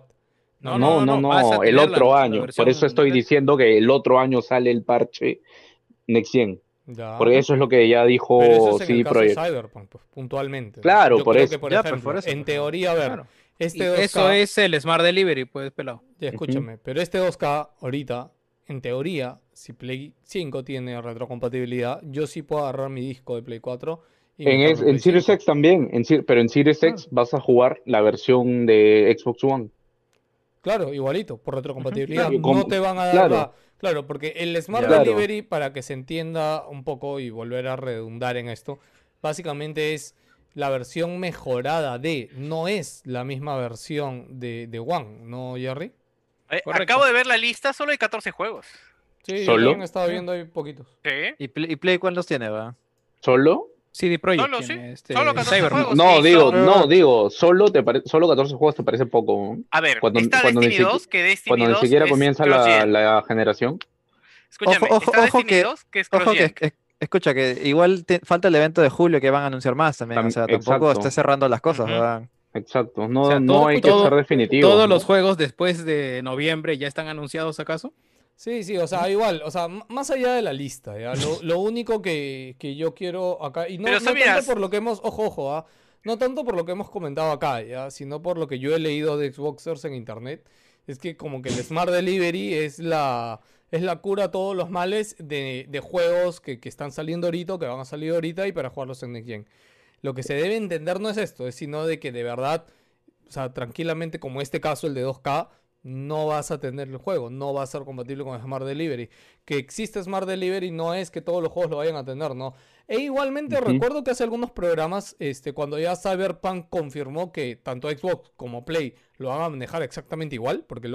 No, vas a el tener otro la año. Por versión eso estoy gratis. diciendo que el otro año sale el parche Next Gen. Ya. Porque eso es lo que ya Pero eso dijo es en CD el caso de Projekt. Cyberpunk, pues, puntualmente. Claro, Yo por creo eso. que, por Ya, pues, ejemplo, por eso, en pues, teoría, a ver, Claro. este Y 2K, eso es el Smart Delivery, pues, pelado. ya escúchame, pero este 2K ahorita, en teoría, si Play 5 tiene retrocompatibilidad, yo sí puedo agarrar mi disco de Play 4 y meterlo en En Play Series 5. X también, pero en Series Claro. X vas a jugar la versión de Xbox One. Claro, igualito, por retrocompatibilidad. Claro, No te van a dar claro. la... Claro, porque el Smart Ya. Claro. Delivery, para que se entienda un poco y volver a redundar en esto, básicamente es la versión mejorada de, no es la misma versión de One, ¿no, Jerry? Correcto. Acabo de ver la lista, solo hay 14 juegos. Sí, yo ¿Solo? también estaba viendo ahí poquitos. Sí. ¿Y Play cuántos tiene, va? ¿Solo? CD Projekt Solo, sí. tiene Solo 14 Cyberpunk. juegos. No, Y digo, solo 14 juegos te parece poco, ¿no? A ver, Cuando- está cuando ni Destiny siqui- 2, que Destiny Cuando ni 2 siquiera es comienza cross-gen. la generación. Escúchame, Ojo, está ojo Destiny que- 2, que es Ojo cross-gen. escucha que igual falta el evento de julio que van a anunciar más también. O sea, tampoco Exacto. esté cerrando las cosas, Ujú. ¿verdad? Exacto, no, O sea, no hay que todo- ser definitivo. ¿Todos ¿no? los juegos después de noviembre ya están anunciados acaso? Sí, sí, o sea, igual, o sea, más allá de la lista, ¿ya? Lo único que yo quiero acá, y no, Pero, no mira, tanto por lo que hemos, ojo, ¿ah? No tanto por lo que hemos comentado acá, ¿ya? Sino por lo que yo he leído de Xboxers en internet, es que como que el Smart Delivery es la cura a todos los males de juegos que están saliendo ahorita, que van a salir ahorita y para jugarlos en Next Gen. Lo que se debe entender no es esto, es sino de que de verdad, o sea, tranquilamente como este caso, el de 2K, no vas a tener el juego, no va a ser compatible con Smart Delivery. Que existe Smart Delivery no es que todos los juegos lo vayan a tener, ¿no? E igualmente recuerdo que hace algunos programas, cuando ya Cyberpunk confirmó que tanto Xbox como Play lo van a manejar exactamente igual, porque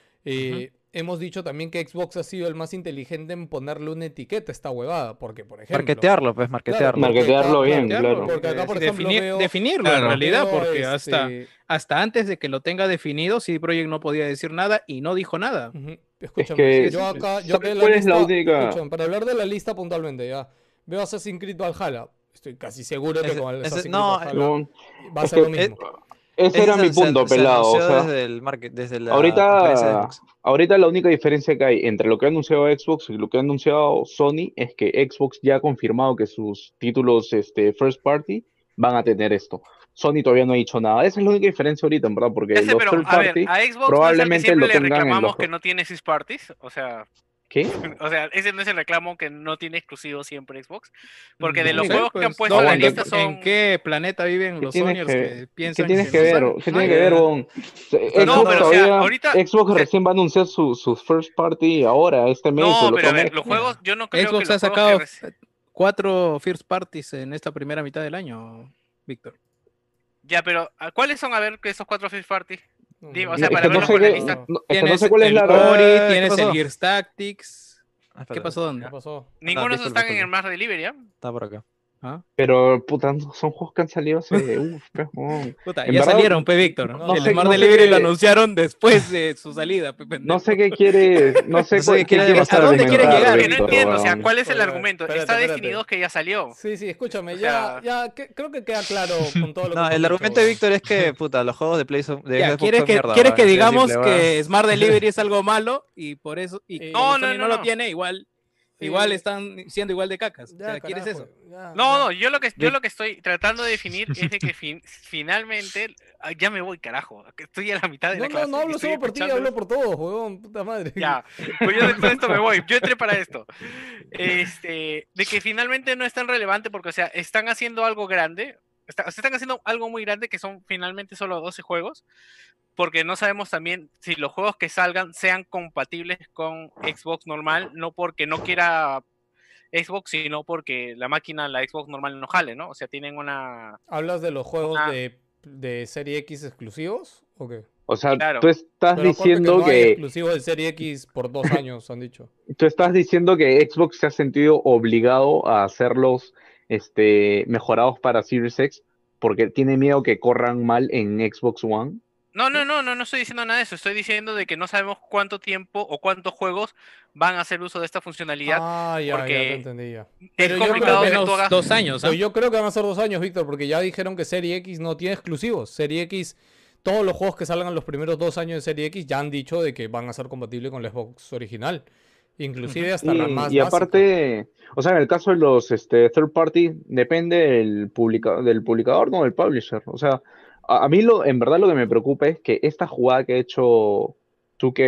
hemos dicho también que Xbox ha sido el más inteligente en ponerle una etiqueta a esta huevada, porque por ejemplo... Marketearlo, pues, marketearlo. Claro, Marketearlo bien, Marketearlo, claro. Porque acá, por Sí, ejemplo, veo- definirlo Claro. en realidad, veo, porque hasta antes de que lo tenga definido, CD Projekt no podía decir nada y no dijo nada. Ujú. Escúchame, que, yo acá en ¿sabes cuál es la única? escúchame, para hablar de la lista puntualmente, ya veo Assassin's Creed Valhalla. Estoy casi seguro que Ese- con el ese- Assassin's no, Creed Valhalla No, va a es ser lo que- mismo. ese era mi punto, pelado. O sea, desde la conferencia de ahorita, Xbox. ahorita la única diferencia que hay entre lo que ha anunciado Xbox y lo que ha anunciado Sony es que Xbox ya ha confirmado que sus títulos first party van a tener esto. Sony todavía no ha dicho nada. Esa es la única diferencia ahorita, en verdad, porque Ya sé, los pero third a ver, party a Xbox no es el que probablemente siempre lo le tengan en reclamamos los... que no tiene six parties, o sea, ¿Qué? ese no es el reclamo que no tiene exclusivo siempre Xbox, porque de No los sé, juegos que pues, han puesto no, en la aguanta, lista son... ¿En qué planeta viven ¿Qué los tienes Sonyers que ¿Qué piensan tienes que no ver? saben? ¿Qué tiene que ver, Bon? No, Xbox pero o sea, todavía- ahorita... Xbox o sea, recién va a anunciar sus first party ahora, este mes o no, el pero a otro ver, mes. los juegos, yo no creo Xbox que ha los juegos sacado que 4 first parties en esta primera mitad del año, Víctor. Ya, pero ¿cuáles son, a ver, que esos 4 first party? Dime, o sea, Es para que no verlos sé con la qué- lista. es que no Tienes sé cuál es el la Ori, ¿qué tienes pasó? el Gears Tactics. Ah, ¿Qué espera, pasó? ¿Dónde? ¿Qué pasó? Ninguno de esos disculpa, están en el disculpa. Mass Delivery, ¿ya? Está por acá. ¿Ah? Pero, puta, son juegos que han salido hace... Puta, En ya verdad, salieron, Víctor. no El sé- Smart no sé Delivery qué- lo anunciaron después de su salida, No sé qué quiere... No sé, No sé qué quiere quieres demostrar, ¿a dónde quieres argumentar, llegar? Que no Víctor, entiendo, o sea, weón. ¿cuál es el Oye, argumento? espérate, Está espérate. definido que ya salió. Sí, sí, escúchame, O sea- creo que queda claro con todo lo que No, hemos el dicho, argumento de weón. Víctor es que, puta, los juegos de Play son, de Ya, Xbox ¿quieres son que, mierda, ¿quieres weón, que así de digamos simple, weón. que Smart Delivery es algo malo y por eso y No, como no, Sony no, no lo no. tiene, igual están siendo igual de cacas? O Ya, sea, ¿quieres carajo, eso? ya, No, ya. no, yo lo que estoy tratando de definir es de que finalmente ya me voy, carajo, que estoy a la mitad de la clase. No y hablo estoy solo por ti, escuchando hablo esto. por todos, huevón, puta madre. Ya, pues yo después de esto me voy. Yo entré para esto. De que finalmente no es tan relevante porque, o sea, están haciendo algo grande. Están haciendo algo muy grande que son finalmente solo 12 juegos. Porque no sabemos también si los juegos que salgan sean compatibles con Xbox normal. No porque no quiera Xbox, sino porque la Xbox normal no jale, ¿no? O sea, tienen una... ¿Hablas de los juegos Ah. de Serie X exclusivos? ¿O qué? O sea, Claro. tú estás Pero acuérdate diciendo no hay que... exclusivos de Serie X por 2 años, han dicho. Tú estás diciendo que Xbox se ha sentido obligado a hacerlos mejorados para Series X porque tiene miedo que corran mal en Xbox One. No estoy diciendo nada de eso. Estoy diciendo de que no sabemos cuánto tiempo o cuántos juegos van a hacer uso de esta funcionalidad. Ah, ya, porque ya te entendí ya. es Pero yo complicado creo que que tú hagas... 2 años, ¿ah? Pero yo creo que van a ser 2 años, Víctor, porque ya dijeron que Serie X no tiene exclusivos. Serie X, todos los juegos que salgan los primeros 2 años de Serie X ya han dicho de que van a ser compatibles con la Xbox original. Inclusive hasta la más Y básica. aparte, o sea, en el caso de los third party, depende del publicador, no del publisher. O sea, a mí en verdad lo que me preocupa es que esta jugada que ha hecho 2K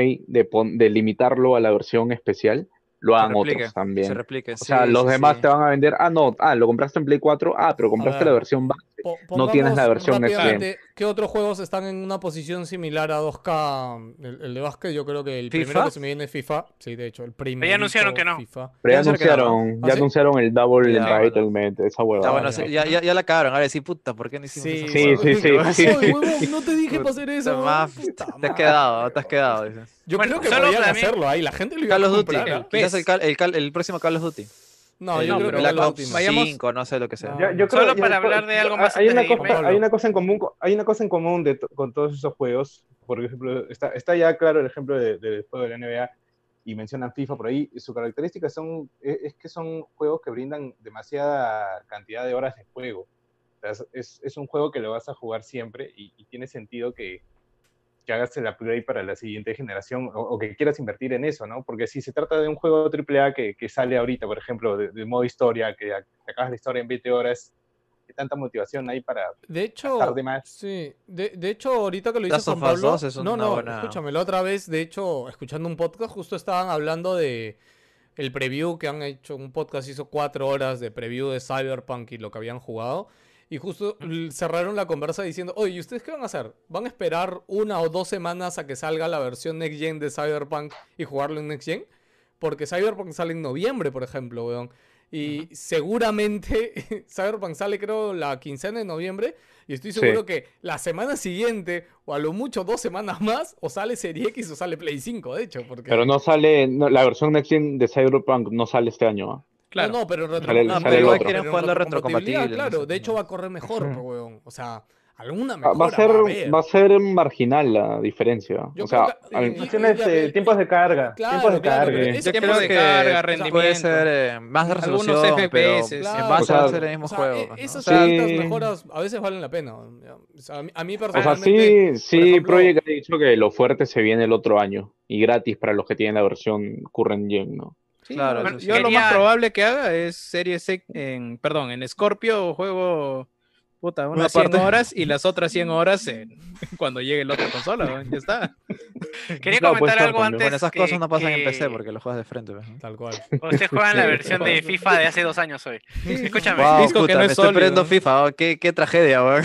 de limitarlo a la versión especial, lo hagan otros también. Se replique, O sea, los demás te van a vender, lo compraste en Play 4, pero compraste la ver. versión base. No Pongamos tienes la versión Next Gen. rápidamente, ¿qué otros juegos están en una posición similar a 2K? El de básquet, yo creo que el ¿FIFA? primero que se me viene es FIFA. Sí, de hecho, el primero. anunciaron que no. FIFA. Pero ya Ya anunciaron que no, anunciaron, ¿Ah, ya sí? anunciaron el Double Ya, bueno. Entitlement, esa huevada. Ah, bueno, ya. ya la cagaron. Ahora sí, puta, ¿por qué no hicimos Sí, eso? Sí, sí, sí. Oye, huevón, no te dije para hacer eso. Más, puta te has madre. quedado, dices. Yo Bueno, creo que solo podían para mí- hacerlo ahí. La gente lo iba Call a of Duty. comprar. ¿Ah? Quizás el próximo Call of Duty. No, El yo creo que Black Call of Ops Duty no. Vayamos- 5, no sé lo que sea. No. Yo creo- Solo yo- para hablar de algo más hay antes una, de irme. hay una cosa en común, hay una cosa en común con todos esos juegos. Por ejemplo, está ya claro el ejemplo del juego de la NBA y mencionan FIFA por ahí. Su característica es que son juegos que brindan demasiada cantidad de horas de juego. O sea, es un juego que lo vas a jugar siempre y tiene sentido que hagas el upgrade para la siguiente generación o que quieras invertir en eso, ¿no? Porque si se trata de un juego AAA que sale ahorita, por ejemplo, de modo historia, que acabas la historia en 20 horas, ¿qué tanta motivación hay para De hecho, gastar de más? sí, de hecho, ahorita que lo Last dices, of Juan Us Pablo, 2 es una no, buena- escúchame, la otra vez, de hecho, escuchando un podcast, justo estaban hablando de el preview que han hecho, un podcast hizo 4 horas de preview de Cyberpunk y lo que habían jugado, y justo cerraron la conversa diciendo, oye, ¿y ustedes qué van a hacer? ¿Van a esperar 1 o 2 semanas a que salga la versión Next Gen de Cyberpunk y jugarlo en Next Gen? Porque Cyberpunk sale en noviembre, por ejemplo, weón. Y seguramente Cyberpunk sale, creo, la quincena de noviembre. Y estoy seguro que la semana siguiente, o a lo mucho 2 semanas más, o sale Serie X o sale Play 5, de hecho. Porque... Pero la versión Next Gen de Cyberpunk no sale este año. ¿Ah? Claro. No, pero Sale el pero igual otro. quieren jugarlo retrocompatible. Claro, no sé. de hecho va a correr mejor, pues, weón. O sea, alguna Va mejora a ser, haber. va a ser marginal la diferencia. Yo O sea, creo que- Cuestiones de tiempos de carga. Claro, tiempos de claro, carga. pero ese Tiempo creo de que- carga, o sea, rendimiento. Puede ser más de Algunos resolución, pero FPS, en claro. base O sea, a ser el mismo o sea, juego. ¿no? esas O sea, pequeñitas sí. mejoras a veces valen la pena. O sea, a mí o sea, personalmente, sí, por ejemplo, Project ha dicho que lo fuerte se viene el otro año y gratis para los que tienen la versión current gen, ¿no? Sí, Claro, bueno, eso sí. yo lo Quería- más probable que haga es Series X en Scorpio juego unas Una 100 parte. horas y las otras 100 horas cuando llegue la otra consola, ¿no? Ya está. Quería No, puede comentar ser algo también. antes. Bueno, esas cosas no pasan en que- PC porque lo juegas de frente. ¿ves? tal cual. Ustedes juegan la versión de FIFA de hace 2 años hoy. Escúchame, Wow, disco que puta, no me es estoy sólido. perdiendo FIFA. Qué tragedia, weón.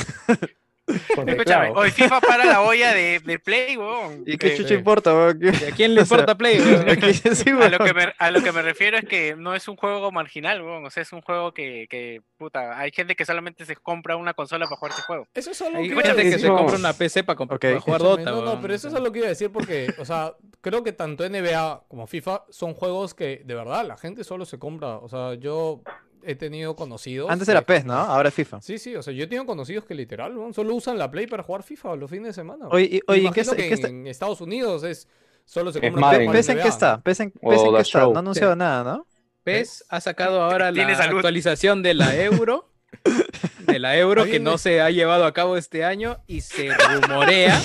Con escúchame. teclado. Hoy FIFA para la olla de Play, weón. ¿Y qué Que- chucha importa, weón? ¿Y a quién le O sea, importa Play? weón? Sí, A weón. lo que me refiero es que no es un juego marginal, weón. O sea, es un juego que puta, hay gente que solamente se compra una consola para jugar ese juego. Eso es algo Hay que iba a gente que decir. se compra una PC para Ok. jugar Escúchame, Dota. no, weón. pero eso es lo que iba a decir porque, o sea, creo que tanto NBA como FIFA son juegos que de verdad la gente solo se compra. O sea, yo he tenido conocidos. Antes era PES, ¿no? Ahora es FIFA. Sí, sí, o sea, yo he tenido conocidos que literal, ¿no? Solo usan la Play para jugar FIFA los fines de semana. Oye, Imagino ¿qué que está? en Estados Unidos solo se Es compra Madden. ¿PES en qué está? ¿PES en qué está? No ha anunciado nada, ¿no? PES ha sacado ahora la Tiene salud. actualización de la Euro. De la Euro que no se ha llevado a cabo este año y se rumorea.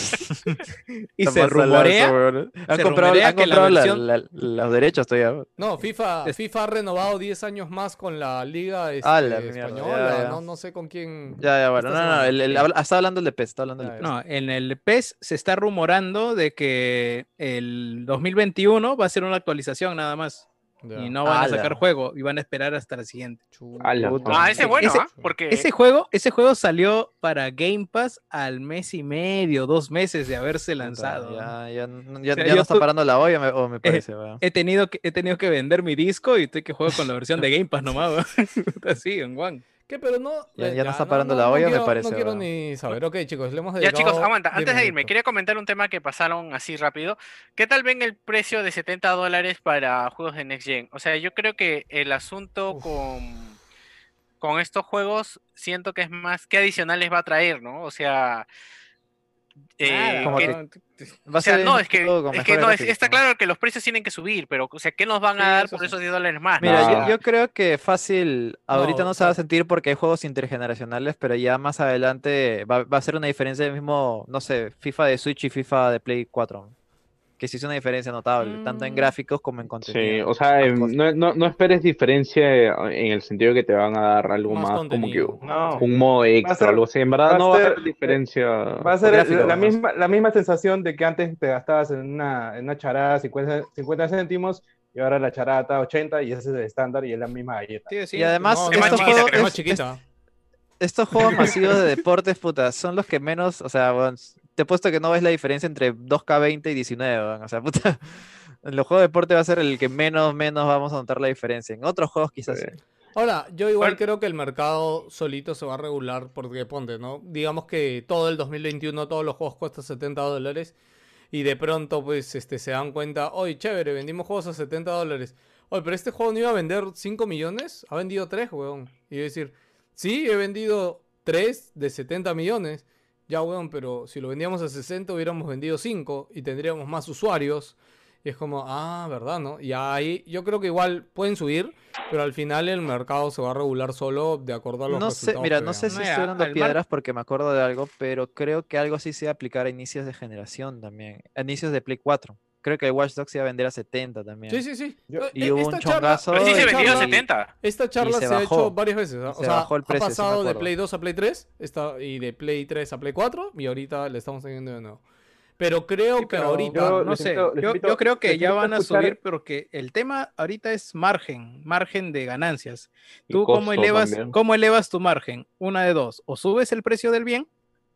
Han comprado que la versión- los derechos todavía. No, FIFA ha renovado 10 años más con la liga A la mierda, española. ya, ya. No sé con quién. Ya, bueno. esta No, semana. está hablando del PES, está hablando del Ya, PES. No, en el PES se está rumorando de que el 2021 va a ser una actualización nada más. Ya. Y no van a Ala. sacar juego y van a esperar hasta la siguiente. Ala, Puta. Ah, ese es bueno, Ese- ¿ah? Porque Ese juego salió para Game Pass al mes y medio, 2 meses de haberse lanzado. Ya O sea, no yo está parando la olla o me parece, weón. He tenido que vender mi disco y estoy que juego con la versión de Game Pass nomás, weón. Así, en One. ¿Qué? Pero no. Ya no está parando la olla, me parece, No quiero weón. ni saber. Ok, chicos, le hemos ya dedicado chicos, aguanta, 10 antes de irme, minutos. quería comentar un tema que pasaron así rápido. ¿Qué tal ven el precio de $70 para juegos de Next Gen? O sea, yo creo que el asunto con estos juegos, siento que es más, ¿qué adicionales va a traer, no? O sea, Nada, como ¿qué- que- weón. Va a o sea, ser no, un es que, juego con es que mejores no, gráficos, está ¿no? claro que los precios tienen que subir, pero, o sea, ¿qué nos van Sí, a dar eso por sí. esos $10 más? Mira, No. yo creo que fácil, ahorita No, no se va a sentir porque hay juegos intergeneracionales, pero ya más adelante va a ser una diferencia el mismo, no sé, FIFA de Switch y FIFA de Play 4. Que sí es una diferencia notable, tanto en gráficos como en Sí, contenido. o sea, Más cosas. no esperes diferencia en el sentido de que te van a dar algo Más más como que contenido. No. un modo extra ser- o algo así. En va verdad a no va a ser- haber diferencia. Va a ser gráfico, la nomás. misma sensación de que antes te gastabas en una charada 50 céntimos y ahora la charada está 80 y ese es el estándar y es la misma galleta. Sí, sí. Y además, No, es más estos chiquita, juegos, creo. más chiquita. estos juegos masivos de deportes, puta, son los que menos, o sea, weón, te he puesto que no ves la diferencia entre 2K20 y 19, weón, o sea, puta, en los juegos de deporte va a ser el que menos vamos a notar la diferencia. En otros juegos quizás sí. Ahora, yo igual Bueno. creo que el mercado solito se va a regular porque ponte, ¿no? Digamos que todo el 2021 todos los juegos cuestan $70 y de pronto pues se dan cuenta, oye, chévere, vendimos juegos a $70. Oye, pero este juego no iba a vender 5 millones, ha vendido 3, weón. Y yo decir, sí, he vendido 3 de 70 millones. Ya, weón, pero si lo vendíamos a 60 hubiéramos vendido 5 y tendríamos más usuarios. Y es como, ¿verdad, no? Y ahí yo creo que igual pueden subir, pero al final el mercado se va a regular solo de acuerdo a los No sé, resultados mira, que no sé vean. si Mira, estoy dando al mar- piedras porque me acuerdo de algo, pero creo que algo así se va a aplicar a inicios de generación también. A inicios de Play 4. Creo que el Watch Dogs se iba a vender a 70 también. Sí, sí, sí. Y hubo un Esta charla- chongazo Pero sí se y- vendió a charla- 70. Esta charla se se, ha bajó. hecho varias veces. ¿Ah? O Se sea, bajó el precio, ha sí me pasado de acuerdo. Play 2 a Play 3 y de Play 3 a Play 4 y ahorita le estamos teniendo de nuevo. Pero creo Sí, que pero ahorita... yo- no les sé, invito- les yo invito- creo que les ya invito a van a escuchar- subir, porque el tema ahorita es margen de ganancias. Y ¿Tú costo también. cómo elevas tu margen? Una de dos, o subes el precio del bien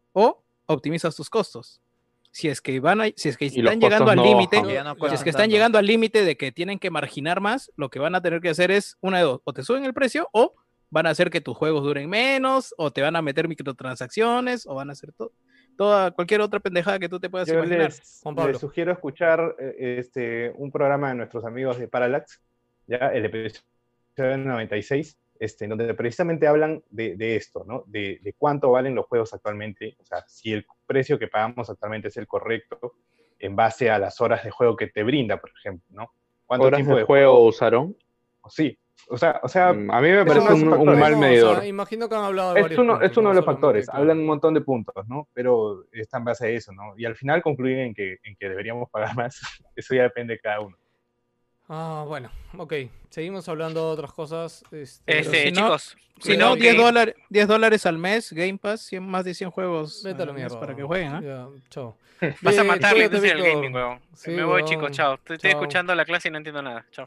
o optimizas tus costos. Si es que Y los están llegando costos al no límite, bajan. Que ya no si es cuestan que están tanto. llegando al límite de que tienen que marginar más, lo que van a tener que hacer es una de dos, o te suben el precio o van a hacer que tus juegos duren menos, o te van a meter microtransacciones, o van a hacer cualquier otra pendejada que tú te puedas Yo imaginar. Juan Pablo. les sugiero escuchar un programa de nuestros amigos de Parallax, ya el episodio 96, en donde precisamente hablan de esto, ¿no? De cuánto valen los juegos actualmente, o sea, si el precio que pagamos actualmente es el correcto en base a las horas de juego que te brinda, por ejemplo, ¿no? ¿Cuánto ¿Horas tiempo de juego usaron? Sí, o sea, A mí me eso parece no es un factor. mal No, o medidor. sea, imagino que han hablado de es varios uno, puntos, es uno no de los solamente, factores, claro. hablan un montón de puntos, ¿no? Pero está en base a eso, ¿no? Y al final concluyen en que deberíamos pagar más. Eso ya depende de cada uno. Bueno, ok. Seguimos hablando de otras cosas. Pero si no- Chicos, Si creo no, que- $10 al mes, Game Pass, más de 100 juegos Vete a la al mes mierda. para que jueguen, ¿ah? Ya, chao. Vas a Bien, matar la cuídate, industria del Víctor. gaming, weón. Sí, Me voy, weón. chicos, chao. Estoy Chao. escuchando la clase y no entiendo nada. Chao.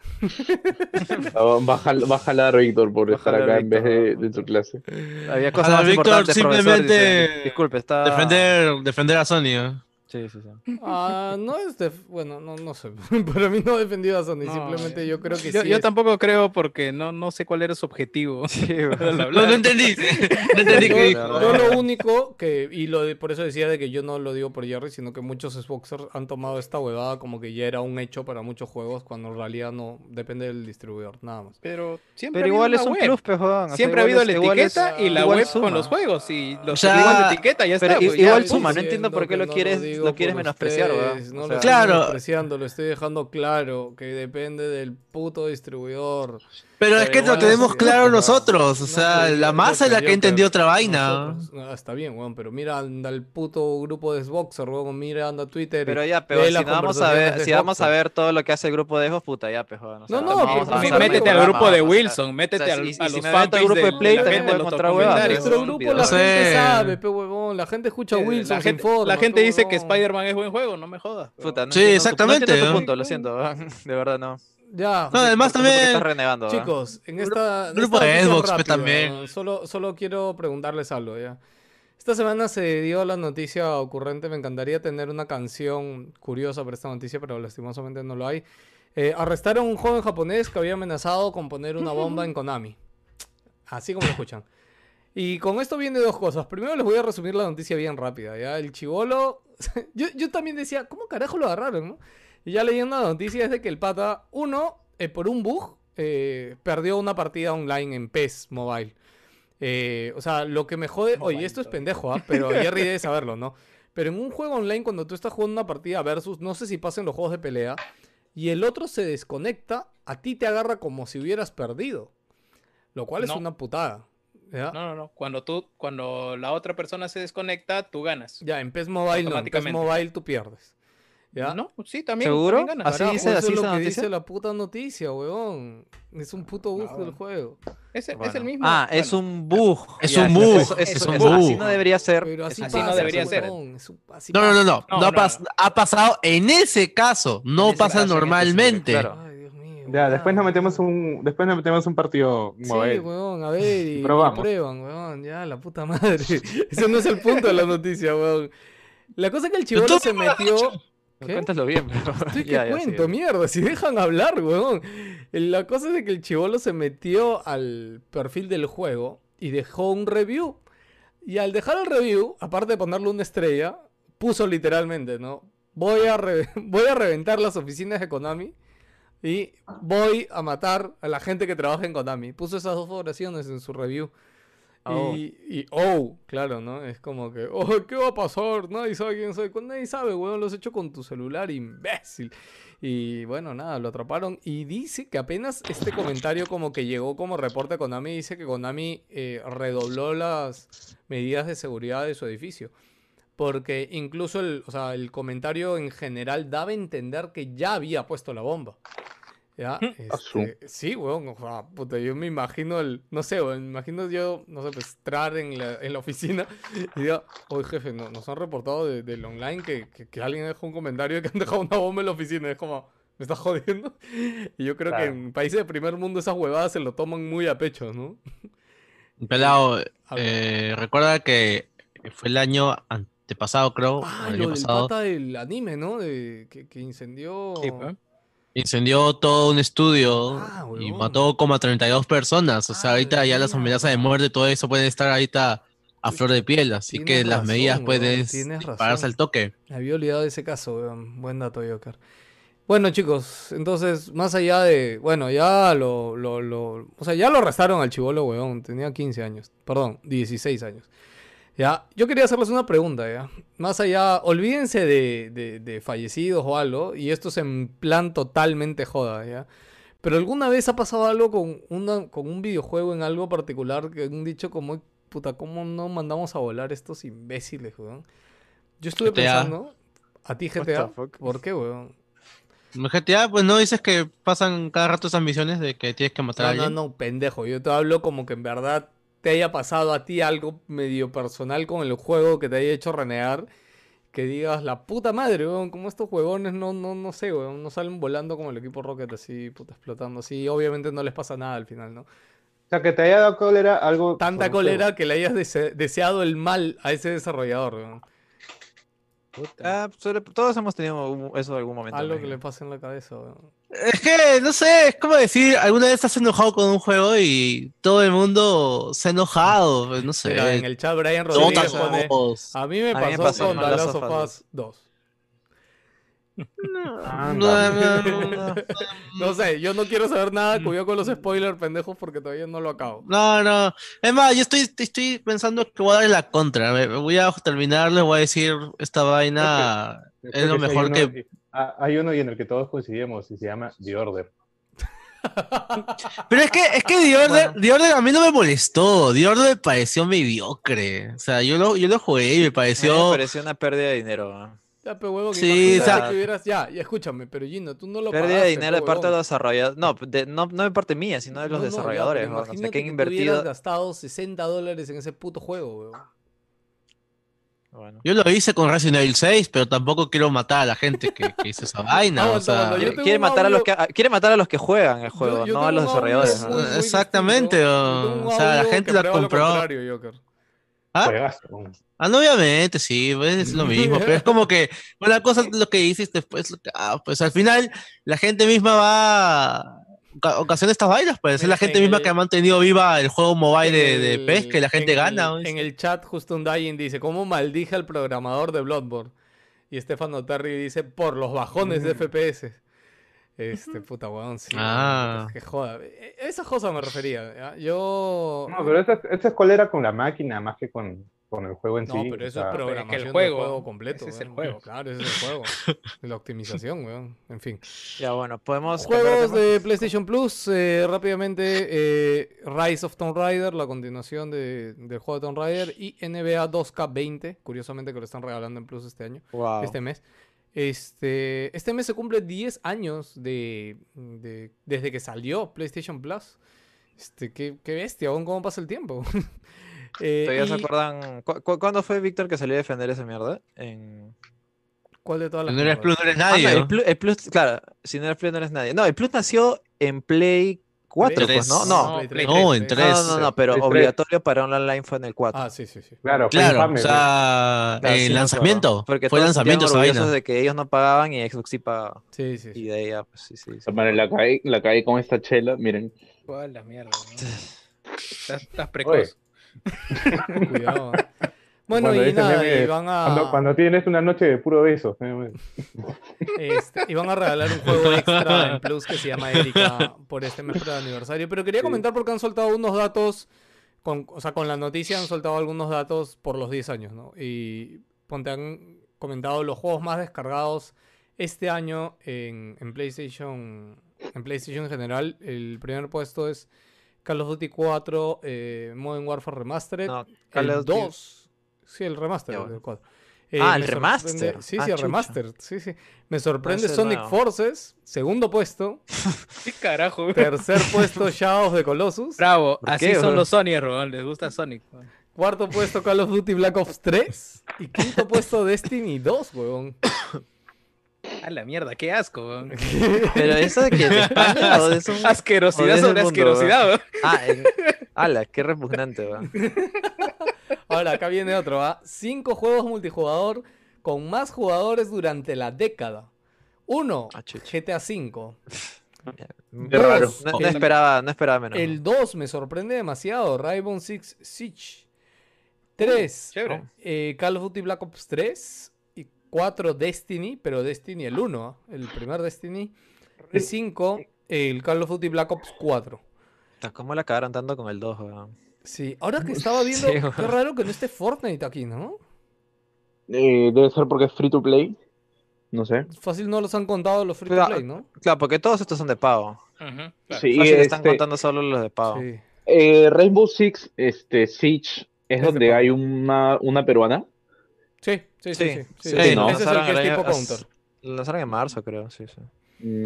Va a jalar Víctor por Va a estar jalar acá en vez Víctor, de tu clase. Había cosas Ojalá más Víctor importantes, profesor, simplemente dice. Disculpe, está... defender a Sony. ¿Eh? Sí, sí, sí. No es bueno, no sé. Para mí no he defendido a Sony, simplemente yo creo que sí. Yo tampoco creo porque no sé cuál era su objetivo. Sí, No entendí. No entendí qué dijo. Yo lo único que, por eso decía de que yo no lo digo por Jerry, sino que muchos Xboxers han tomado esta huevada como que ya era un hecho para muchos juegos, cuando en realidad no, depende del distribuidor, nada más. Pero siempre Pero ha igual habido es una un web. plus, pejón. Siempre ha habido la etiqueta y la igual web suma. con los juegos. Y los sea, igual la etiqueta ya Pero está. pues, igual ya, suma, pues. no entiendo por qué lo quieres menospreciar, weón. No O lo sea, estoy Claro. menospreciando, lo estoy dejando claro, que depende del puto distribuidor. Pero es que lo igual tenemos sí, claro ajá. nosotros. O No, sea, pero la masa es la que entendió otra vaina. Está bien, weón, pero mira, anda el puto grupo de Xboxer, weón, mira, anda Twitter. pero ya, lee pero si las no vamos a conversaciones ver, de si vamos a Xboxer. ver todo lo que hace el grupo de Ejos, puta, ya, pejón. O sea, No, vamos pero a sí, avanzar en el Métete al programa, grupo de vamos a- Wilson, métete o sea, a y si los me meto al fanpages grupo de Play, la también gente, voy a los encontrar top huevadas, comentarios. Nuestro weón. grupo, la No sé. gente sabe, pe huevón, la gente escucha a Wilson, La se gente, informa, la gente pe dice que huevón. Spider-Man es buen juego, no me jodas. Puta, no Sí, entiendo exactamente, no entiendo tu ¿no? punto, lo siento, de verdad no. Ya, No, además No sé por qué estás también. renegando, ¿verdad? chicos, en esta Grupo de noticia Xbox, pe, rápida, también. solo quiero preguntarles algo, ya. Esta semana se dio la noticia ocurrente, me encantaría tener una canción curiosa para esta noticia, pero lastimosamente no lo hay. Arrestaron a un joven japonés que había amenazado con poner una bomba en Konami. Así como lo escuchan. Y con esto viene dos cosas. Primero les voy a resumir la noticia bien rápida, ¿ya? El chibolo... yo también decía, ¿cómo carajo lo agarraron, no? Y ya leyendo la noticia es de que el pata, por un bug, perdió una partida online en PES Mobile. O sea, lo que me jode... Oye, esto es pendejo, ¿ah? Pero Jerry debe saberlo, ¿no? Pero en un juego online, cuando tú estás jugando una partida versus, no sé si pasa en los juegos de pelea, y el otro se desconecta, a ti te agarra como si hubieras perdido. Lo cual es No. una putada. ¿Ya? No. Cuando la otra persona se desconecta, tú ganas. Ya, en PES Mobile no, en PES Automáticamente. Mobile tú pierdes. ¿Ya? No, sí, también. ¿Seguro? también ganas. ¿Así Carajo, dice- eso así es lo la que noticia? dice la puta noticia, weón. Es un puto bug No. del juego. Es el Bueno. mismo. Es bueno, un bug. Es Ya, un bug, es un Así bug. no debería ser. Pero así, así no pasa, debería ser. weón, así No. pasa. No, Ha pasado en ese caso. No En ese pasa caso, en ese normalmente. claro. Ay, Dios mío. Ya, después nos metemos un partido Sí, mobile. weón, a ver, y Probamos. prueban, weón, ya, la puta madre. Ese no es el punto de la noticia, weón. La cosa es que el chibolo tú se me lo has metió... ¿Qué? Cuéntalo bien, pero... Estoy que Ya, cuento, sigue. mierda, si dejan hablar, weón. La cosa es de que el chibolo se metió al perfil del juego y dejó un review. Y al dejar el review, aparte de ponerle una estrella, puso literalmente, ¿no? Voy a reventar las oficinas de Konami y voy a matar a la gente que trabaja en Konami. Puso esas dos oraciones en su review. Oh. Claro, ¿no? Es como que, ¿qué va a pasar? Nadie sabe quién soy. Nadie sabe, weón, lo has hecho con tu celular, imbécil. Y bueno, nada, lo atraparon. Y dice que apenas este comentario como que llegó como reporte a Konami, dice que Konami redobló las medidas de seguridad de su edificio. Porque incluso el comentario en general daba a entender que ya había puesto la bomba. ¿Ya? Sí, weón, o sea, puta, yo me imagino no sé, weón, me imagino yo, no sé, pues, entrar en la oficina y digo, oye, jefe, nos han reportado del online que alguien dejó un comentario de que han dejado una bomba en la oficina, y es como, ¿me estás jodiendo? Y yo creo que en países de primer mundo esas huevadas se lo toman muy a pecho, ¿no? Pelado, A ver. recuerda que fue el año antepasado, creo. Ah, el lo año del pasado. pata del anime, ¿no? Que incendió... Sí, pues. Incendió todo un estudio y huevón. mató como a 32 personas. O sea, ahorita ya las mierda. amenazas de muerte, todo eso pueden estar ahorita a flor de piel. Así Tienes que las razón, medidas huevón, pueden tienes dispararse razón. al toque. Me había olvidado de ese caso, weón. Buen dato, Joker. Bueno, chicos, entonces, más allá de... Bueno, ya o sea, ya lo arrestaron al chibolo, weón. Tenía 15 años. Perdón, 16 años. Ya, yo quería hacerles una pregunta, ¿ya? Más allá, olvídense de fallecidos o algo, y esto es en plan totalmente joda, ¿ya? Pero ¿alguna vez ha pasado algo con un videojuego en algo particular que han dicho como, puta, ¿cómo no mandamos a volar estos imbéciles, weón? Yo estuve GTA. pensando, a ti What GTA, the fuck? ¿por qué, weón? En GTA, pues no dices que pasan cada rato esas misiones de que tienes que matar a alguien. No, pendejo, yo te hablo como que en verdad te haya pasado a ti algo medio personal con el juego que te haya hecho renegar, que digas, la puta madre, weón, como estos huevones no sé, weón, no salen volando como el equipo Rocket así, puta, explotando así, obviamente no les pasa nada al final, ¿no? O sea, que te haya dado cólera algo. Tanta por un cólera juego. que le hayas deseado el mal a ese desarrollador, weón. Todos hemos tenido eso en algún momento. Algo me que le imagino. pasa en la cabeza, weón. Es que, no sé, es como decir, alguna vez estás enojado con un juego y todo el mundo se ha enojado, pues, no sé. Mira, en el chat Brian Dota Rodríguez pone, dos. a mí me A mí me pasó pasó con con The The Last Last of of Us 2. No sé, yo no quiero saber nada, cuidado con los spoilers pendejos porque todavía no lo acabo. No. Es más, yo estoy pensando que voy a darle la contra. Me voy a terminarlo y voy a decir, esta vaina es Creo lo que sí mejor que... hay uno y en el que todos coincidimos y se llama The Order. Pero es que The Order a mí no me molestó. The Order me pareció mediocre. O sea, yo lo jugué y me A mí me pareció... pareció una pérdida de dinero. ¿no? Ya, pero huevón, Sí, imagínate o sea- que hubieras... Ya, escúchame, pero Gino, tú no lo Pérdida de pagaste, dinero de pe, parte de huevón. los desarrolladores. No de parte mía, sino de los No, ya, desarrolladores. pero weón. O sea, imagínate que han que tú hubieras invertido. gastado $60 en ese puto juego, weón. Bueno. Yo lo hice con Resident Evil 6, pero tampoco quiero matar a la gente que hizo esa vaina. O Aguanta, sea, aguanta, yo tengo Quiere un matar a los audio- quiere matar a los que juegan el juego, yo no a tengo los un audio desarrolladores. muy, ¿no? muy exactamente, distinto. Yo tengo un o sea, la audio gente que la prueba lo compró. contrario, Joker. ¿Ah? Juegazo. No, obviamente, sí, pues, es lo mismo, pero es como que una cosa es lo que dices después, pues al final la gente misma va ocasiona estas vainas, pues es Mira, la gente en misma el- que ha mantenido viva el juego mobile En de el- PES, que la gente en gana. el- ¿no? En el chat, justo un Dying dice, ¿cómo maldije al programador de Bloodborne? Y Stefano Terry dice, por los bajones de FPS. Puta weón, sí. Ah. Weón, que joda. Esas cosas me refería. ¿ya? Yo... No, pero esa es cólera con la máquina más que con el juego en No, sí. pero o eso sea, es programación del juego, juego completo. ese es el weón. juego. Claro, ese es el juego. De la optimización, weón. En fin. Ya bueno, podemos cambiar Juegos tema? de PlayStation Plus, rápidamente, Rise of Tomb Raider, la continuación del juego de Tomb Raider, y NBA 2K20, curiosamente que lo están regalando en Plus este año, Wow. este mes. Este mes se cumple 10 años desde que salió PlayStation Plus. Qué bestia, aún cómo pasa el tiempo. ¿Todavía se y- acuerdan? ¿Cuándo fue Víctor que salió a defender esa mierda? ¿Cuál de todas las No eres mierdas? Plus, no eres Ah, nadie. no, ¿no? el Plus, claro, si no eres Plus no eres nadie. No, el Plus nació en Play 4, pues, ¿no? No, Play 3, No, en Play tres. no, pero Play 3. obligatorio para un online fue en el 4. Ah, sí. claro, fue Claro, infame, o sea, Claro, sí el me lanzamiento. acuerdo. Porque Fue todos se sentían lanzamiento esa orgullosos vaina. de que ellos no pagaban y Xbox sí pagaba. Sí. Y de ahí ya, pues sí. Hermano, la caí con esta chela, miren. ¿Cuál la mierda? ¿no? Estás Oye, precoz. Cuidado. Bueno, y ese nada, meme, y van a... cuando tienes una noche de puro beso. Y van a regalar un juego extra en Plus que se llama Erika por este mes de aniversario. Pero quería comentar porque han soltado unos datos, con la noticia han soltado algunos datos por los 10 años, ¿no? Y han comentado los juegos más descargados este año en PlayStation en general. El primer puesto es Call of Duty 4 Modern Warfare Remastered. No, Call El of Duty- 2, sí, el remaster Ya, bueno. del 4. El me remaster. sorprende- Sí, Ah, el chucha. remaster. Sí. Me sorprende ese es Sonic nuevo. Forces, segundo puesto. ¿Qué carajo? Tercer puesto Shadow of the Colossus. Bravo, ¿Por así qué, son weón? los Sony, weón. Les gusta Sonic. weón. Cuarto puesto Call of Duty Black Ops 3. Y quinto puesto Destiny 2, weón. A la mierda, qué asco, weón. Pero eso de que de España o de eso. Asquerosidad Joder, sobre el mundo, asquerosidad, weón. Ala, qué repugnante, weón. Ahora, acá viene otro, ¿ah? 5 juegos multijugador con más jugadores durante la década. 1, Ah, chucha. GTA V. Qué raro. No esperaba menos. El 2 me sorprende demasiado, Rainbow Six Siege. 3, Chévere. Call of Duty Black Ops 3. Y 4, Destiny, pero Destiny el 1, el primer Destiny. Y 5, el Call of Duty Black Ops 4. ¿Cómo la cagaron tanto con el 2, weón? Sí, ahora que estaba viendo, Sí, qué weón. raro que no esté Fortnite aquí, ¿no? Debe ser porque es free to play. No sé. Fácil no los han contado los free to Claro, play, ¿no? Claro, porque todos estos son de pago. Ujú, claro. Sí, Fácil están contando solo los de pago. Sí. Rainbow Six, Siege, es de donde pago. hay una peruana. Sí. Sí, Sí, ¿no? Ese es el que es tipo Lanzaron counter. Lo lanzaron en marzo, creo, sí. Mm,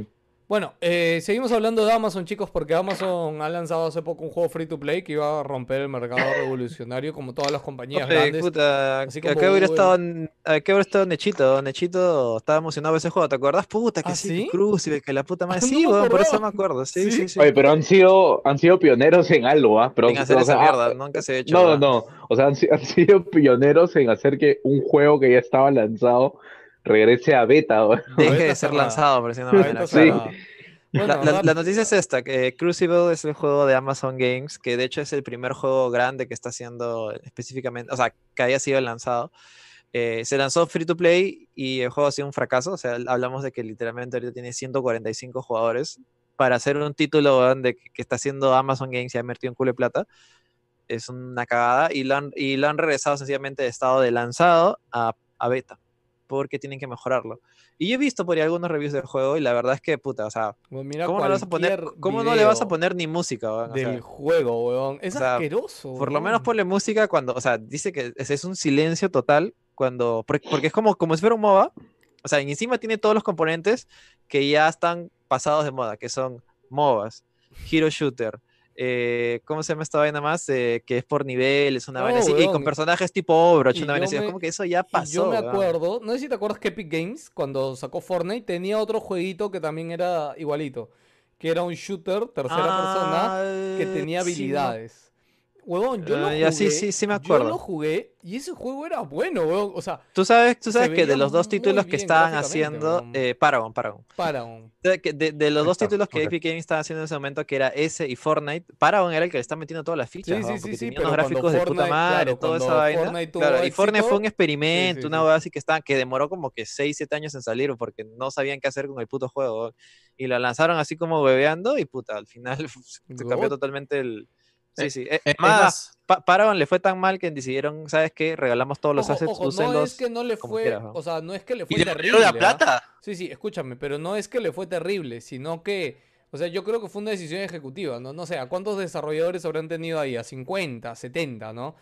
Bueno, seguimos hablando de Amazon, chicos, porque Amazon ha lanzado hace poco un juego free to play que iba a romper el mercado revolucionario como todas las compañías Oye, grandes. puta, así acá como hubiera Google. estado Nechito. Nechito estaba emocionado por ese juego, ¿te acuerdas? Puta, que ¿Ah, sí, sí? que Crucible, que la puta madre. No Sí, me weón, por eso acordaba. me acuerdo. Sí, ¿Sí? sí, sí. Oye, pero han sido pioneros en algo, ¿ah? Pero, En hacer o esa sea, mierda, nunca se ha hecho, no, ¿verdad? no. O sea, han sido pioneros en hacer que un juego que ya estaba lanzado regrese a beta, weón. A Deje beta de ser cerrada. lanzado, por decirlo de A una beta manera, Sí. claro. cerrada. Bueno, La noticia es esta, que Crucible es el juego de Amazon Games, que de hecho es el primer juego grande que está haciendo específicamente, o sea, que haya sido lanzado. Se lanzó free to play y el juego ha sido un fracaso, o sea, hablamos de que literalmente ahorita tiene 145 jugadores. Para hacer un título weón, que está haciendo Amazon Games y ha invertido un culo de plata, es una cagada y lo han regresado sencillamente de estado de lanzado a beta, porque tienen que mejorarlo. Y yo he visto por ahí algunos reviews del juego y la verdad es que, puta, o sea, Bueno, mira ¿cómo no le vas a poner, cualquier cómo no le vas a video poner ni música, weón? del juego, weón. Es O sea, asqueroso, por lo menos weón. ponle música cuando, o sea, dice que es un silencio total cuando, porque es como si fuera un MOBA, o sea, y encima tiene todos los componentes que ya están pasados de moda, que son MOBAs, Hero Shooter, ¿cómo se llama esta vaina más? Que es por nivel, es una No, vaina así, y con weón. personajes tipo Overwatch, Y una vaina yo así, es me, como que eso ya y yo pasó, me weón. acuerdo, no sé si te acuerdas que Epic Games, cuando sacó Fortnite, tenía otro jueguito que también era igualito, que era un shooter, tercera persona, que tenía Sí, no me habilidades. Huevón, ya sí, sí, sí me yo lo acuerdo. jugué y ese juego era bueno, huevón. O sea, Tú se sabes que de veía los dos muy títulos que bien estaban gráficamente, haciendo, huevón. Paragon. Paragon. De los dos Está, títulos que ok. Epic Games estaba haciendo en ese momento, que era ese y Fortnite, Paragon era el que le está metiendo todas las fichas, Sí, sí, weón, sí, porque sí, tenía unos pero cuando gráficos de puta Fortnite, madre, claro, toda esa cuando vaina. Fortnite tuvo Claro, y Fortnite fue un éxito, sí, experimento, sí, una sí. weá así que demoró como que 6 7 años en salir, porque no sabían qué hacer con el puto juego, weón. Y lo lanzaron así como hueveando, y puta, al final se cambió God. totalmente el. Sí, Eh, sí. Es Es más, más, Paragon le fue tan mal que decidieron, ¿sabes qué? Regalamos todos los Ojo, assets, ojo, no es úsenlos que no le como quieras, fue, ¿no? o sea, no es que le ¿y fue le devolvieron la terrible, ¿ah? plata? Sí, sí, escúchame, pero no es que le fue terrible, sino que, o sea, yo creo que fue una decisión ejecutiva, ¿no? No sé, ¿a cuántos desarrolladores habrán tenido ahí? A 50, 70, ¿no?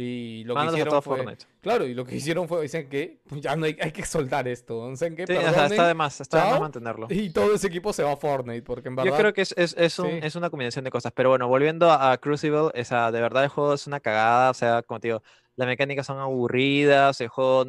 Y lo que Mándalos a hicieron todo fue, Fortnite. claro, y lo que hicieron fue, dicen que ya no hay que soltar esto, ¿no? ¿Saben qué? Sí, o sea, Perdonen, está de más chao, mantenerlo. y todo ese equipo se va a Fortnite, porque en Yo verdad, creo que sí. es una combinación de cosas. Pero bueno, volviendo a Crucible, esa, de verdad el juego es una cagada. O sea, como te digo, las mecánicas son aburridas, el juego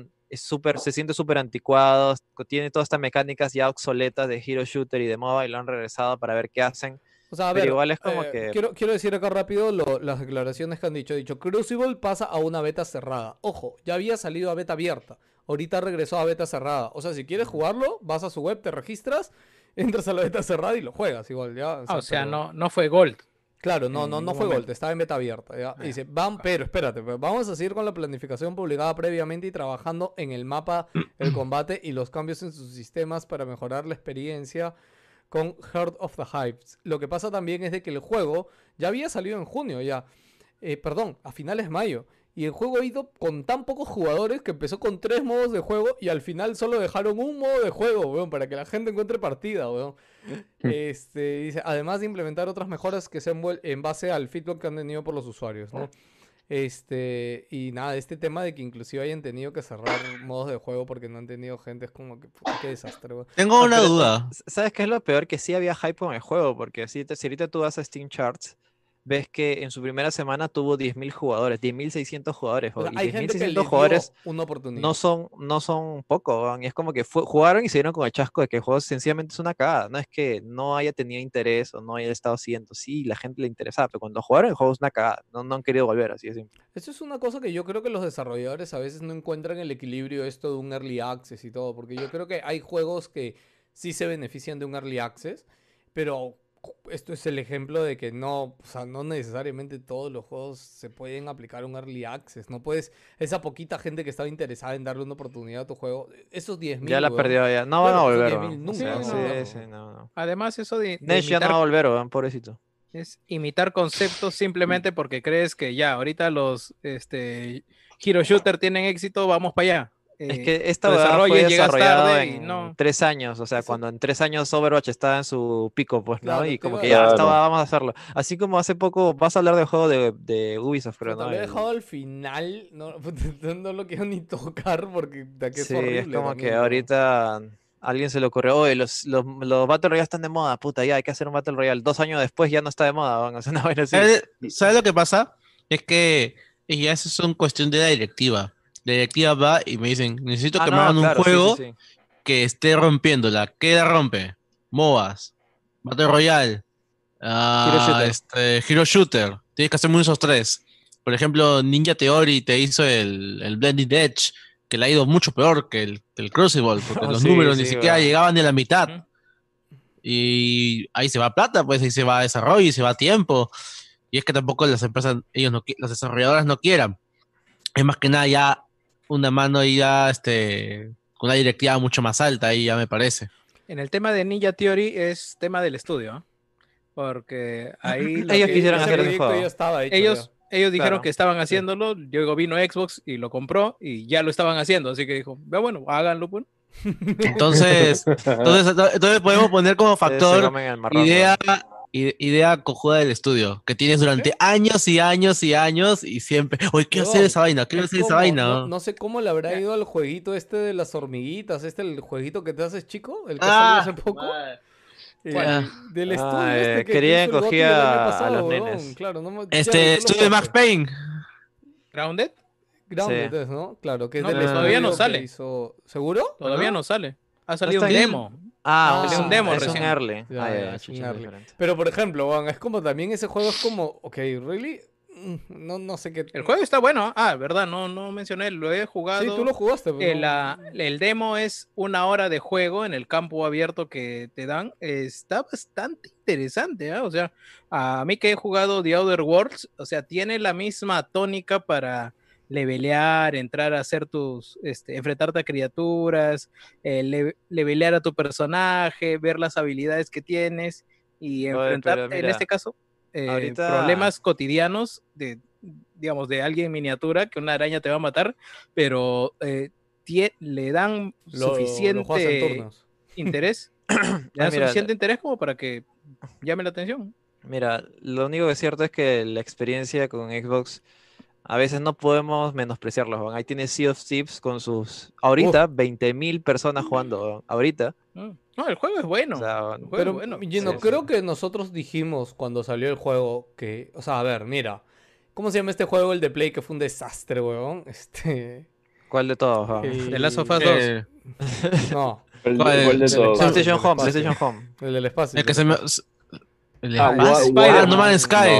se siente súper anticuado, tiene todas estas mecánicas ya obsoletas de Hero Shooter y de MOBA y lo han regresado para ver qué hacen. O sea, a Pero ver, igual es como que. quiero decir acá rápido las declaraciones que han dicho. Ha dicho, Crucible pasa a una beta cerrada. Ojo, ya había salido a beta abierta. Ahorita regresó a beta cerrada. O sea, si quieres jugarlo, vas a su web, te registras, entras a la beta cerrada y lo juegas igual, ya. O sea, pero- no fue Gold. Claro, en no ningún fue momento. Gold, estaba en beta abierta. ¿Ya? Ah, Dice, pero espérate, pues, vamos a seguir con la planificación publicada previamente y trabajando en el mapa, el combate y los cambios en sus sistemas para mejorar la experiencia con Heart of the Hives. Lo que pasa también es de que el juego ya había salido en junio, ya. Perdón, a finales de mayo. Y el juego ha ido con tan pocos jugadores que empezó con 3 modos de juego y al final solo dejaron un modo de juego, weón, para que la gente encuentre partida, weón. Dice, además de implementar otras mejoras que sean en base al feedback que han tenido por los usuarios, ¿no? Y nada, este tema de que inclusive hayan tenido que cerrar modos de juego porque no han tenido gente es como que, puta, qué desastre, weón. Tengo una Pero, duda. ¿sabes qué es lo peor? Que sí había hype con el juego, porque si ahorita tú vas a Steam Charts, ves que en su primera semana tuvo 10.000 jugadores, 10.600 jugadores, O sea, y hay gente que le 10.600 dio jugadores una oportunidad. no son pocos, weón, y es como que jugaron y se dieron con el chasco de que el juego sencillamente es una cagada, no es que no haya tenido interés o no haya estado siguiendo, sí, la gente le interesaba, pero cuando jugaron el juego es una cagada, no han querido volver, así de simple. Eso es una cosa que yo creo que los desarrolladores a veces no encuentran el equilibrio esto de un early access y todo, porque yo creo que hay juegos que sí se benefician de un early access, pero esto es el ejemplo de que no, o sea, no necesariamente todos los juegos se pueden aplicar un early access, no puedes, esa poquita gente que estaba interesada en darle una oportunidad a tu juego, esos 10.000, Ya la weón, perdió ya, no van a claro, esos volver, 10.000 weón. nunca Sí, van a no. volver, Sí, weón. no. Además, eso de Nesh ya no va a imitar, volver, weón, pobrecito. es imitar conceptos simplemente porque crees que ya, ahorita los Hero Shooter tienen éxito, vamos para allá. Es que esta Lo weá fue desarrollas, llegas desarrollado tarde y en no. 3 años, o sea, Eso- cuando en 3 años Overwatch estaba en su pico, pues, ¿no? Claro, Y te como iba a que ya decir. estaba, Claro. vamos a hacerlo. Así como hace poco, vas a hablar del juego de Ubisoft, creo, Puta, ¿no? lo he dejado al final, no, no lo quiero ni tocar porque de que es Sí, horrible es como también, que weón. ahorita a alguien se le ocurrió, oye, los Battle Royale están de moda, puta, ya hay que hacer un Battle Royale. 2 años después ya no está de moda, van a hacer una vaina así. ¿Sabes lo que pasa? Es que ya eso es una cuestión de la directiva. La directiva va y me dicen, necesito que me hagan un juego que esté rompiéndola. ¿Qué la rompe? MOBAs, Battle Royale, Hero Shooter. Tienes que hacerme esos 3. Por ejemplo, Ninja Theory te hizo el Blended Edge, que le ha ido mucho peor que el Crucible, porque los números ni siquiera llegaban ni a la mitad. Y ahí se va plata, pues ahí se va desarrollo y se va tiempo. Y es que tampoco las empresas, las desarrolladoras no quieran. Es más que nada ya una mano y ya con una directiva mucho más alta, ahí ya me parece. En el tema de Ninja Theory es tema del estudio, ¿eh? Porque ahí ellos quisieron hacer el juego. Ellos dijeron que estaban haciéndolo, luego vino Xbox y lo compró y ya lo estaban haciendo, así que dijo, bueno, háganlo, pues. Entonces podemos poner como factor idea cojuda del estudio, que tienes durante años y años y años y siempre, oye, quiero hacer esa vaina, No sé cómo le habrá ido al jueguito de las hormiguitas, el jueguito que te haces chico, el que salió hace poco. Del estudio querían coger a los nenes. Claro, estudio de Max Payne. ¿Grounded? Grounded, ¿no? Claro, que es del todavía no sale. ¿Seguro? Todavía no sale. Ha salido un demo. Es un demo recién. Early. Pero por ejemplo, es como también ese juego es como, ok, really, no sé qué. El juego está bueno. Verdad, no mencioné, lo he jugado. Sí, tú lo jugaste. El demo es 1 hora de juego en el campo abierto que te dan. Está bastante interesante, ¿eh? O sea, a mí que he jugado The Outer Worlds, o sea, tiene la misma tónica para levelear, entrar a hacer enfrentarte a criaturas, levelear a tu personaje, ver las habilidades que tienes y enfrentar, en este caso, problemas cotidianos de alguien en miniatura, que una araña te va a matar, pero le dan suficiente interés, suficiente interés como para que llame la atención. Mira, lo único que es cierto es que la experiencia con Xbox a veces no podemos menospreciarlos. Ahí tiene Sea of Thieves con sus... Ahorita, 20.000 personas jugando. Ahorita. No, el juego es bueno. Pero Gino, creo que nosotros dijimos cuando salió el juego que... O sea, a ver, mira. ¿Cómo se llama este juego, el de Play, que fue un desastre, weón? ¿Cuál de todos? The Last of Us 2. No. ¿Cuál de todos? PlayStation Home. El del espacio. El que se me... No Man's Sky.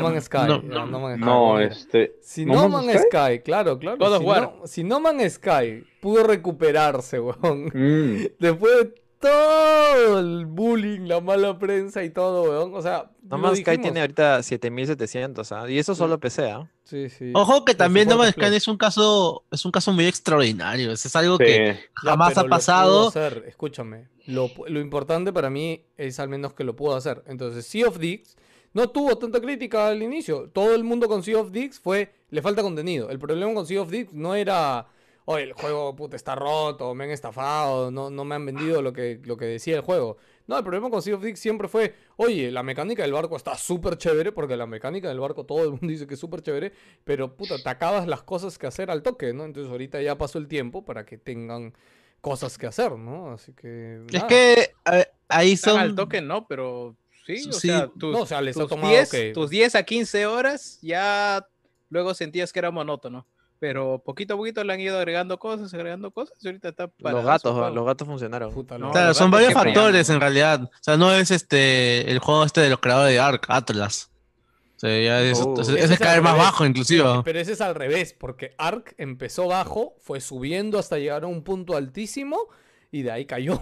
Si No Man's Sky, claro. Si No Man's Sky pudo recuperarse, weón. Después de todo el bullying, la mala prensa y todo, weón. O sea, No Man's Sky tiene ahorita 7.700, y eso solo PC, Sí. Ojo que también No Man's Sky es un caso muy extraordinario. Es algo que jamás ha pasado. Escúchame. Lo importante para mí es al menos que lo puedo hacer. Entonces, Sea of Thieves no tuvo tanta crítica al inicio. Todo el mundo con Sea of Thieves le falta contenido. El problema con Sea of Thieves no era, oye, el juego está roto, me han estafado, no me han vendido lo que decía el juego. No, el problema con Sea of Thieves siempre fue, oye, la mecánica del barco está súper chévere, porque la mecánica del barco todo el mundo dice que es súper chévere, pero te acabas las cosas que hacer al toque, ¿no? Entonces ahorita ya pasó el tiempo para que tengan cosas que hacer, ¿no? Así que... Es que ahí son... Al toque no, pero sí, o sea, les ha tomado tus 10 a 15 horas ya luego sentías que era monótono. Pero poquito a poquito le han ido agregando cosas, y ahorita está los gatos funcionaron. Claro, son varios factores en realidad. O sea, no es el juego de los creadores de Ark, Atlas. O sea, ya es caer más bajo, inclusive. Pero ese es al revés, porque Ark empezó bajo, fue subiendo hasta llegar a un punto altísimo y de ahí cayó.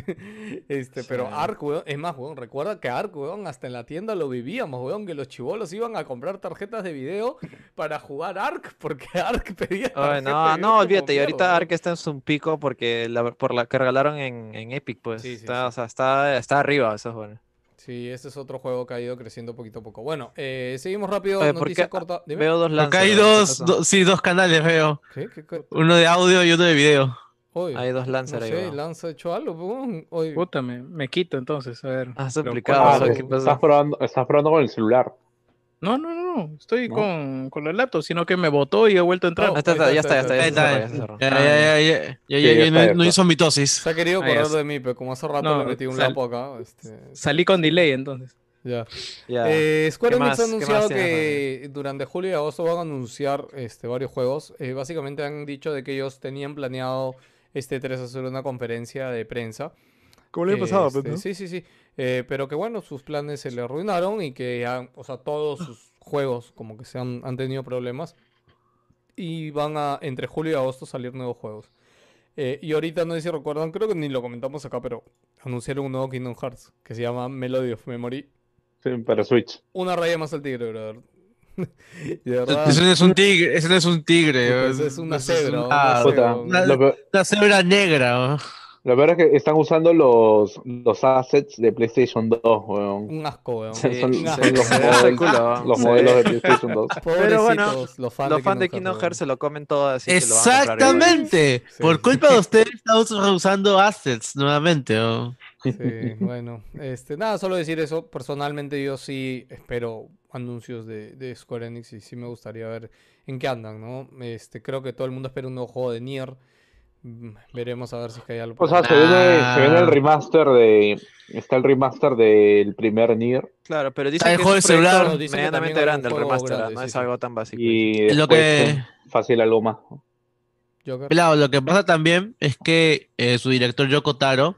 Pero Ark, weón, es más, weón, recuerda que Ark, weón, hasta en la tienda lo vivíamos, weón, que los chibolos iban a comprar tarjetas de video para jugar Ark, porque Ark pedía no, olvídate, y ahorita Ark está en su pico porque por la que regalaron en Epic, pues. O sea, está arriba, eso es bueno. Sí, este es otro juego que ha ido creciendo poquito a poco. Bueno, seguimos rápido. Noticia corta. Dime. Veo 2 lanzas. Porque hay dos canales veo. ¿Qué? Uno de audio y otro de video. Oye, hay 2 lanzas no ahí. sé, Lanza hecho algo. Puta, me quito entonces, a ver. Has aplicado. ¿Estás probando con el celular? No, no, estoy ¿No? con la laptop, sino que me botó y he vuelto a entrar. Ah, ya está, Ahí ya se está. cerró, ya se cerró. ya está, No ya hizo mitosis. Se ha querido Ah, ya acordar sé. de mí, pero como hace rato No, le metí un lapo acá. Salí con delay entonces. Ya. Ya. Square ¿Qué Enix más? ha ¿Qué anunciado más tienes, que durante julio y agosto van a anunciar varios juegos. Básicamente han dicho de que ellos tenían planeado este 3 hacer una conferencia de prensa. Como le pasado, Sí, sí, sí. Pero que bueno, sus planes se le arruinaron y que o sea, todos sus juegos como que han tenido problemas. Y van a, entre julio y agosto, salir nuevos juegos. Y ahorita no sé si recuerdan, creo que ni lo comentamos acá, pero anunciaron un nuevo Kingdom Hearts que se llama Melody of Memory. Sí, para Switch. Una raya más al tigre, brother. De verdad. Ese no es un tigre, ese no es un tigre. Puta, esa es una Ese es cebra, una- Puta, una- lo peor- una cebra negra. La verdad es que están usando los assets de PlayStation 2, weón. Un asco, weón. Son, Sí, son un los, asco. se ve hasta el culo. los Sí. modelos de PlayStation 2. Pero bueno, Pobrecitos, los fans Los fans de Kingdom Kingdom Hearts se lo comen todo, así que lo van a comprar igual. Exactamente. Sí, Por sí. culpa de ustedes estamos usando assets nuevamente. Sí, bueno. Nada, solo decir eso. Personalmente yo sí espero anuncios de Square Enix y sí me gustaría ver en qué andan, ¿no? Creo que todo el mundo espera un nuevo juego de Nier. Veremos a ver si es que hay algo. O sea, por se viene el remaster está el remaster del primer Nier Claro, pero Está dicen el que juego es de un proyecto celular. No, dicen que medianamente también hay grande un el juego remaster, grande, no sí, es sí. algo tan básico. y Lo después que- fácil algo más. Joker. Pelado, lo que pasa también es que su director Yoko Taro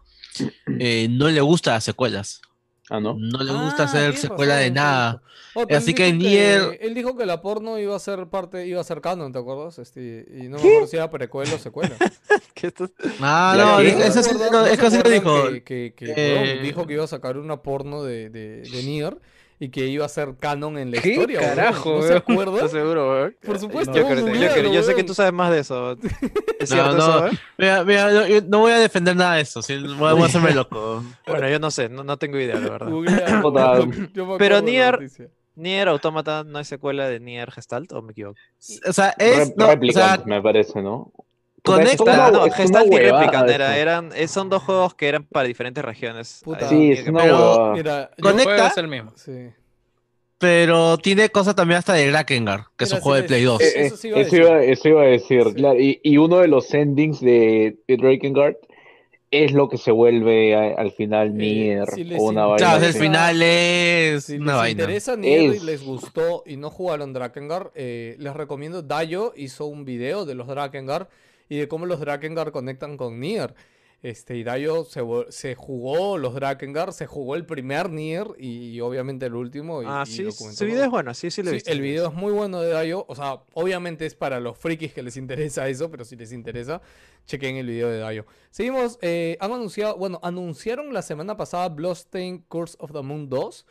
no le gusta las secuelas. Ah, ¿no? No le gusta Ah, hacer tienes secuela de razón, nada. cierto. Oh, pero Así él que dijo Nier. él dijo que la porno iba a ser canon, ¿te acuerdas? Y no me acuerdo si era precuela o secuela. ¿Qué estás- Ah, ¿Ya no, qué? eso sí, no, es que así lo dijo. Weón, dijo que iba a sacar una porno de Nier y que iba a ser canon en la ¿Qué historia, weón. carajo, ¿No se weón? acuerda? ¿Estás seguro, weón? Por supuesto, Joker, googlealo, yo sé que weón. tú sabes más de eso. ¿Es No, cierto no, eso, eh? mira, yo no voy a defender nada de eso. Sí, voy a hacerme loco. Bueno, yo no sé, no tengo idea, la verdad. Googlealo. Puta. Yo me acuerdo Pero de la Nier- noticia. ¿Nier Automata no es secuela de Nier Gestalt o me equivoco? O sea, es. No, o Replicant, sea, me parece, ¿no? conecta. No, es una Gestalt y huevada Replicant eso. son dos juegos que eran para diferentes regiones. Puta. Sí, es una Pero- huevada. Mira, El Conecta. juego es el mismo. sí. Pero tiene cosas también hasta de Drakengard, que es Mira, un juego sí de Play 2. Eso sí iba a Eso iba a decir, Sí. claro. Y uno de los endings de Drakengard es lo que se vuelve al final Nier si les o una vaina Claro, el interesa- así. final es Si una les vaina. interesa Nier y Es- les gustó y no jugaron Drakengard, les recomiendo. Dayo hizo un video de los Drakengard y de cómo los Drakengard conectan con Nier. Y Dayo se jugó los Drakengard, se jugó el primer Nier y obviamente el último. Y Sí, documentó su video todo. es bueno, sí lo he Sí, visto. el video es muy bueno de Dayo. O sea, obviamente es para los frikis que les interesa eso, pero si les interesa, chequen el video de Dayo. Seguimos, anunciaron la semana pasada Bloodstained Curse of the Moon 2.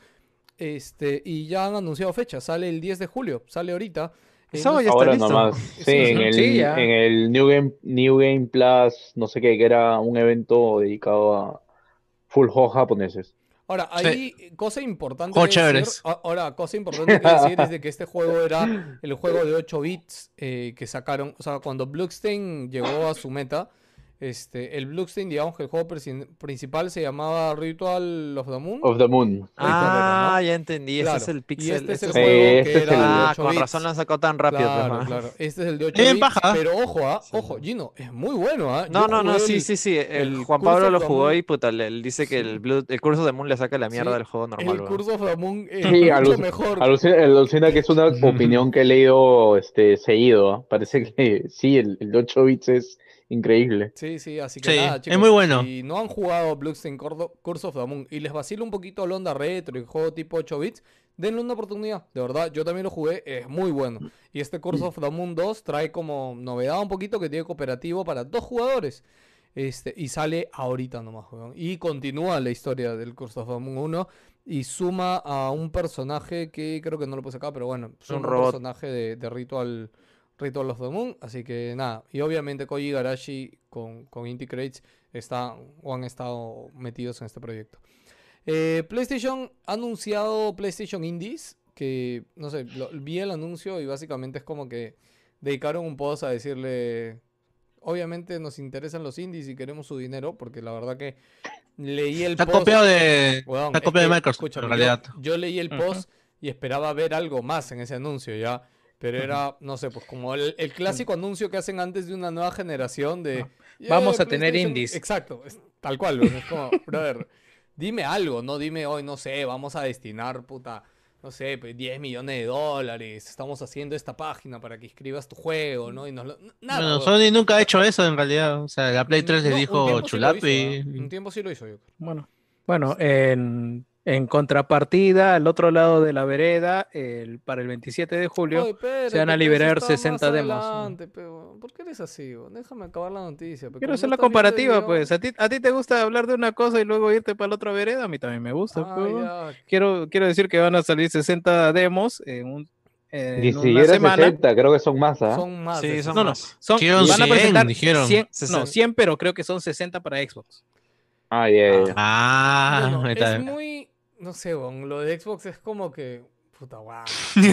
Y ya han anunciado fecha, sale el 10 de julio, sale ahorita. Eso ya está Ahora listo. nomás. Sí, Sí, ya. en el New Game Plus, no sé qué, que era un evento dedicado a full juegos japoneses. Ahora, ahí cosa importante Juegos que decir, chéveres. cosa importante que decir es de que este juego era el juego de 8 bits que sacaron, o sea, cuando Bloodstain llegó a su meta, el Bloodstain, digamos que el juego principal se llamaba Ritual of the Moon. Of the Moon. ¿no? Ya entendí, Claro, ese es el y pixel. este es el Sí, juego este que es era el- de 8 con bits. razón lo han sacado tan rápido. pues, Claro, ajá. claro. Este es el de 8 Bien bits, paja. pero ojo, Gino, es muy bueno, ¿ah? No, Yo jugué sí. el Juan Curse Pablo of lo the jugó Moon. y puta, él dice que el curso de Moon le saca la mierda Sí, del juego normal. El weón. Curse of the Moon es Sí, mucho mejor. alucina que es una opinión que he leído seguido. ¿Ah? Parece que sí, el de 8 bits es increíble. Sí, así que Sí, nada, es chicos. muy bueno. Si no han jugado Bloodstained Curse of the Moon y les vacila un poquito el onda retro y juego tipo 8 bits, denle una oportunidad. De verdad, yo también lo jugué, es muy bueno. Y este Curse of the Moon 2 trae como novedad un poquito que tiene cooperativo para 2 jugadores. Y sale ahorita nomás, weón. Y continúa la historia del Curse of the Moon 1 y suma a un personaje que creo que no lo puse acá, pero bueno, es Un un robot. personaje de Ritual of the Moon, así que nada, y obviamente Koji Igarashi con Inti Creates han estado metidos en este proyecto. PlayStation ha anunciado PlayStation Indies, que no sé, vi el anuncio y básicamente es como que dedicaron un post a decirle, obviamente nos interesan los indies y queremos su dinero, porque la verdad que leí el Está post. copiado de, Weón, está es copiado de que, Microsoft, escúchame, en realidad. yo leí el post y esperaba ver algo más en ese anuncio, ¿ya? Pero era, no sé, pues como el clásico anuncio que hacen antes de una nueva generación de... Vamos a tener PlayStation". indies. Exacto, tal cual, ¿no? Es como, brother, dime algo, no dime hoy, no sé, vamos a destinar, puta, no sé, pues, $10 millones, estamos haciendo esta página para que inscribas tu juego, ¿no? Y nada, Bueno, weón. Sony nunca ha hecho eso en realidad. O sea, la Play 3 le No, un dijo tiempo sí lo hizo, chulapi. Un tiempo sí lo hizo, yo creo. Bueno, en contrapartida, al otro lado de la vereda, para el 27 de julio, Oye, espérate, se van a pero eso liberar está 60 más demos. adelante, pero, ¿por qué eres así? Weón? Déjame acabar la noticia. Pero Quiero como hacer no la estás viendo el comparativa, video- pues. ¿A ti te gusta hablar de una cosa y luego irte para la otra vereda? A mí también me gusta. Ah, pues. ya. Quiero decir que van a salir 60 demos en Ni una siquiera semana. 60, creo que son más, ¿ah? Son más. Sí, de son esos. más. Dijeron Van a 100, presentar dijeron. 100, 60. 100, pero creo que son 60 para Xbox. Ah, ya, ya. Bueno, ahí es está. muy... No sé, weón, lo de Xbox es como que... Puta, guau.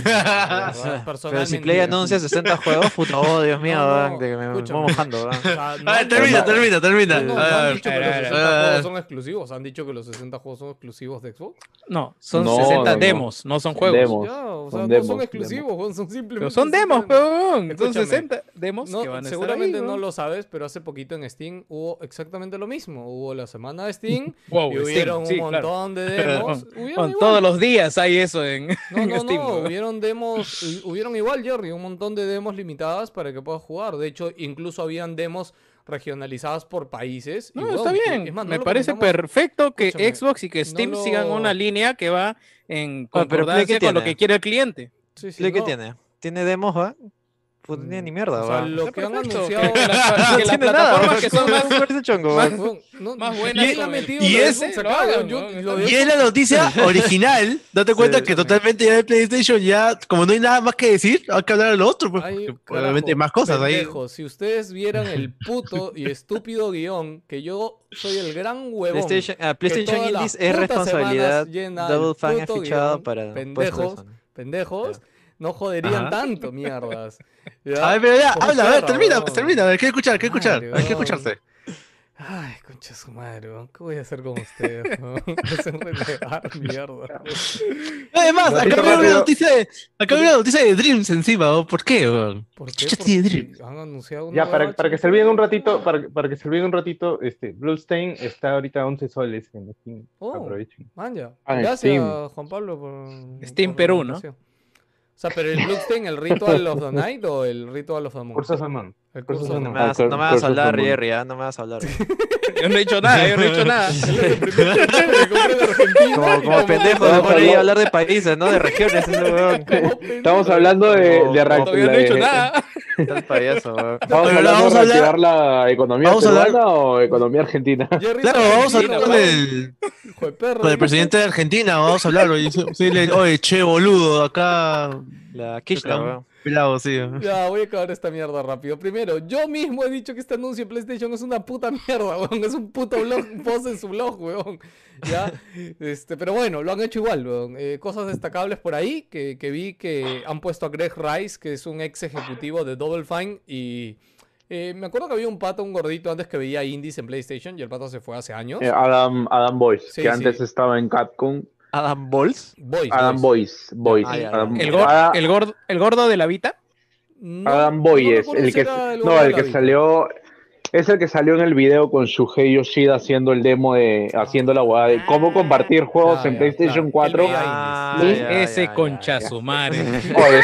Pero si Play anuncia 60 juegos, puta, oh, Dios mío, No, weón, no, de que me escúchame. voy mojando, weón. O sea, no A ver, han termina, dicho- termina. No, no A ver, han dicho que los a ver, 60 a ver. juegos son exclusivos. Han dicho que los 60 juegos son exclusivos de Xbox. No, son No, 60 no, no. demos, no son juegos. Demos. Ya, o Son sea, demos, no son demos. exclusivos, weón, son simplemente... Pero son 60 demos, peón. Son Escúchame, 60 demos No, que van a seguramente estar ahí, no lo sabes, pero hace poquito en Steam hubo exactamente lo mismo. Hubo la semana de Steam Wow, y Steam, hubieron sí, un claro. montón de demos. Hubieron Con igual. todos los días hay eso en, No, en no, Steam. no, ¿no? hubieron demos, hubieron igual, Jerry, un montón de demos limitadas para que puedas jugar. De hecho, incluso habían demos regionalizadas por países. y, No, weón, está bien. es más, no Me lo parece comentamos- perfecto que Escúchame, Xbox y que Steam no sigan lo- una línea que va en Ah, pero Play, concordancia ¿qué con lo tiene? que quiere el cliente. Sí, sí, Play, ¿qué no. tiene? ¿Tiene demos, va? Pues no tiene ni mierda, O sea, va. lo Está que han perfecto, anunciado... que las No tiene nada, plataformas que son más, ese chongo, más- va. Weón, no- más ¿quién buenas le ha con el- metido y lo de ese Xbox lo acá? hagan, Yo- ¿no? lo de Y es la noticia original. Date cuenta que totalmente ya de PlayStation ya, como no hay nada más que decir, hay que hablar de lo otro, pues. Ay, porque carajo, obviamente hay más cosas ahí. pendejo, si ustedes vieran el puto y estúpido guión, que yo soy el gran huevón. PlayStation todas las Indies es putas responsabilidad. semanas llena Double el Fine ha puto fichado guión, para pendejos, pendejos, no joderían Ajá. tanto, mierdas. ¿Ya? A ver, pero ya, Con habla, a ver, perra, termina, weón. pues termina. A ver, quiero escuchar, quiero escuchar. Madre, A ver, quiero weón. escucharte. Ay, concha su madre, weón. ¿Qué voy a hacer con ustedes? ¿No? Me hacen renegar, mierda. Además, Ratito acá veo una rápido. noticia de Dreams encima, ¿o? ¿Por qué, weón? ¿Por qué? Chucha, tiene Porque Dreams. han anunciado una Ya, nueva para que se olviden un ratito, para que se olviden un ratito, Bluestain está ahorita a 11 soles en Steam. Oh. Aprovechen. Manja. Ah, en Gracias, Steam. Juan Pablo, por. Steam por la Perú, ¿no? invitación. O sea, pero el Bluestain, ¿el Ritual of the Night o el Ritual of the Moon? Cursos Amon. El Cursos curso of the No Amon. me vas, no me vas a hablar, Jerry, ¿ah? No me vas a hablar. Yo no he hecho nada, yo no he hecho nada. Como pendejo, se pone ahí a hablar de países, ¿no? De regiones, ese weón. Estamos hablando de Todavía no he hecho nada. Está el payaso, weón. ¿Estamos Pero hablando vamos de a hablar- reactivar la economía vamos a hablar- peruana o economía argentina? Claro, vamos a hablar Hijo de perro. con el presidente de Argentina, vamos a hablar. Oye, che, boludo, acá. La Kirchner, weón. Pelado, sí. Ya, voy a acabar esta mierda rápido. Primero, yo mismo he dicho que este anuncio de PlayStation es una puta mierda, weón. Es un puto blog, post en su blog, weón. Ya, pero bueno, lo han hecho igual, weón. Cosas destacables por ahí, que vi que han puesto a Greg Rice, que es un ex ejecutivo de Double Fine, y me acuerdo que había un pato, un gordito antes que veía indies en PlayStation, y el pato se fue hace años. Adam Boyce, Sí, que sí. antes estaba en Capcom. Adam Balls. Adam Boyce. Ah, ya, Adam- ya. El gordo de la Vita. Adam Boyes, el que salió, es el que salió en el video con Shuhei Yoshida haciendo el demo haciendo la hueá de cómo compartir juegos en PlayStation 4. Ah, Sí. ya, Ese ya, conchazo, madre. Oye,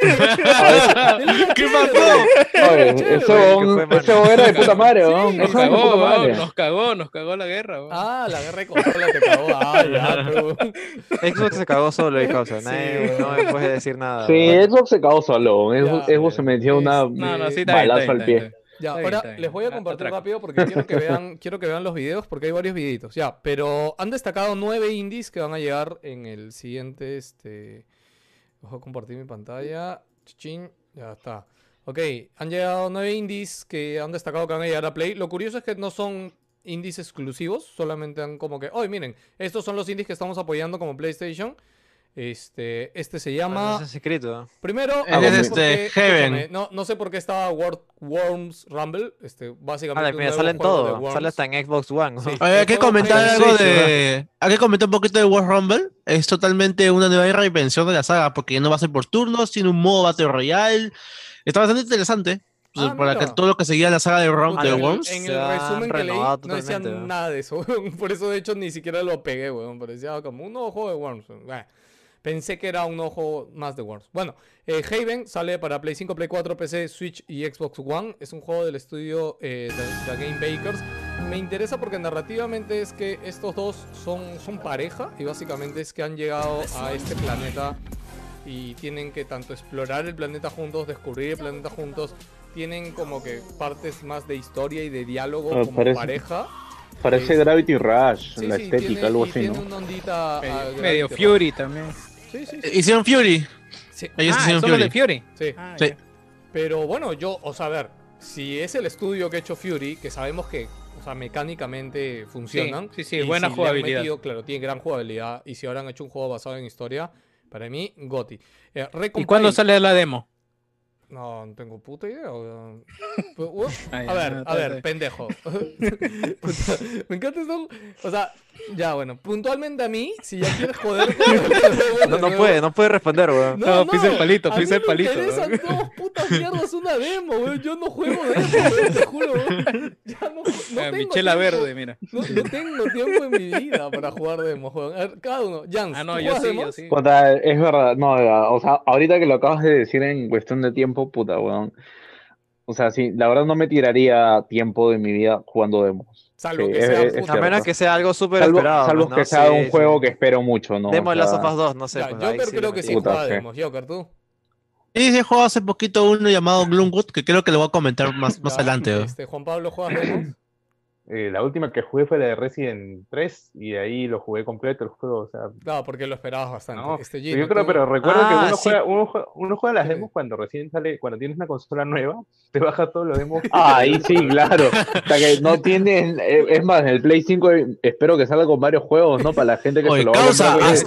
¿Qué pasó? ese huevón era de puta madre, weón. Nos Ese huevón de puta cagó, madre. nos cagó la guerra. weón. Ah, la guerra de consola te cagó. Ah, ya, pero... Xbox se cagó solo y causa. Nadie, no me puedes decir nada. Sí, weón. Xbox se cagó solo. Ya, Xbox se metió una No, no, sí, está bien, balazo está al bien, pie. está bien. Ya, Está bien, ahora está bien. les voy a compartir Atraco. rápido porque quiero que vean los videos porque hay varios videitos. Ya, pero han destacado 9 indies que van a llegar en el siguiente, Voy a compartir mi pantalla. Chichín, ya está. Ok, han llegado 9 indies que han destacado que van a llegar a Play. Lo curioso es que no son indies exclusivos, solamente han como que, oye, miren, estos son los indies que estamos apoyando como PlayStation. Este se llama... Es secreto. Primero, Es Heaven. No sé por qué estaba Worms Rumble. Básicamente. Mira, salen todo. Sale hasta en Xbox One. Sí. Hay que comentar algo de. Hay que comentar un poquito de War Rumble. Es totalmente una nueva reinvención de la saga, porque ya no va a ser por turnos, tiene un modo Battle Royale. Está bastante interesante. Para que todo lo que seguía la saga de Worms. En el resumen que leí, no decían nada de eso. Por eso, de hecho, ni siquiera lo pegué, weón. Parecía como un nuevo juego de Worms. Pensé que era un ojo más de Worms. Bueno, Haven sale para Play 5, Play 4, PC, Switch y Xbox One. Es un juego del estudio The Game Bakers. Me interesa porque narrativamente es que estos dos son pareja. Y básicamente es que han llegado a este planeta y tienen que tanto explorar el planeta juntos, descubrir el planeta juntos. Tienen como que partes más de historia y de diálogo como pareja. Parece Gravity Rush, sí, la estética, algo así, ¿no? Tiene una ondita medio Fury también. Sí. Hicieron Fury. Sí. Ellos hicieron ¿son Fury. de Fury? Sí. Sí. Pero bueno, a ver, si es el estudio que ha hecho Fury, que sabemos que, mecánicamente funcionan. Sí, buena jugabilidad. Claro, tiene gran jugabilidad. Y si ahora han hecho un juego basado en historia, para mí, GOTY. ¿Y cuándo sale la demo? No tengo puta idea. A ver, pendejo. Me encanta esto. O sea, ya bueno, puntualmente a mí, si ya quieres joder. No puede responder, weón. No, pisa el palito. Me interesan dos putas mierdas una demo, weón. Yo no juego demo, weón, te juro, weón. Ya no tengo Michela tiempo. Verde, mira. No tengo tiempo en mi vida para jugar demo, weón. A ver, cada uno. Jans, no, yo sí. Puta, es verdad, no, o sea, ahorita que lo acabas de decir en cuestión de tiempo, puta, weón. O sea, sí, la verdad no me tiraría tiempo de mi vida jugando demos. Salvo sí, que sea a menos que sea algo súper esperado. Salvo que sea un juego que espero mucho, ¿no? Demo de o sea, Last of Us 2, no sé. Ya, Pues, Joker creo que sí juega demos. Joker, ¿tú? Sí, he jugado hace poquito uno llamado Gloomwood, que creo que lo voy a comentar más adelante. Juan Pablo, ¿juegas demos? La última que jugué fue la de Resident 3 y de ahí lo jugué completo el juego, o sea... Claro, porque lo esperabas bastante. No, Gino, yo creo, pero recuerdo que sí. uno juega las demos cuando recién sale, cuando tienes una consola nueva, te baja todos los demos. Ahí sí, claro. O sea que no tienes, es más, en el Play 5 espero que salga con varios juegos, ¿no? Para la gente que se lo va a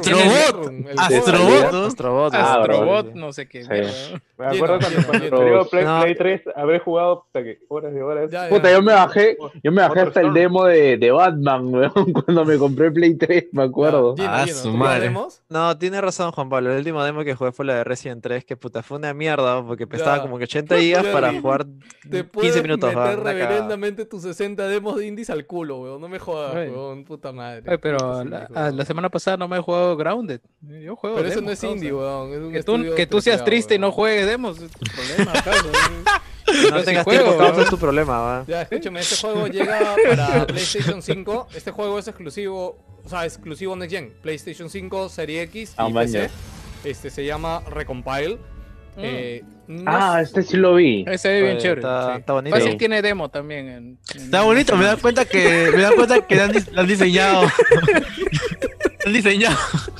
comprar. Astrobot, no sé qué. Sí. Me acuerdo cuando salió Play 3, habré jugado horas y horas. Puta, yo me bajé hasta el demo de Batman, weón, cuando me compré Play 3, me acuerdo. Su madre. No, tiene razón, Juan Pablo. El último demo que jugué fue la de Resident 3, que puta, fue una mierda, porque pesaba como que 80 gigas para jugar 15 minutos. Te puedes meter reverendamente tus 60 demos de indies al culo, weón. No me jodas, weón, puta madre. Pero la semana pasada no me he jugado Grounded. Yo juego pero demos, eso no es indie, weón. Es que tú seas triste y no juegues demos, es tu problema, No tengas tiempo, causa es tu problema, va. Ya, escúchame, este juego llega para PlayStation 5. Este juego es exclusivo, exclusivo Next Gen. PlayStation 5, Serie X y PC. Se llama Recompile. Este sí lo vi. Ese es bien chévere. Está bonito. Fácil tiene demo también. Está bonito, me da cuenta que lo han diseñado. Lo han diseñado.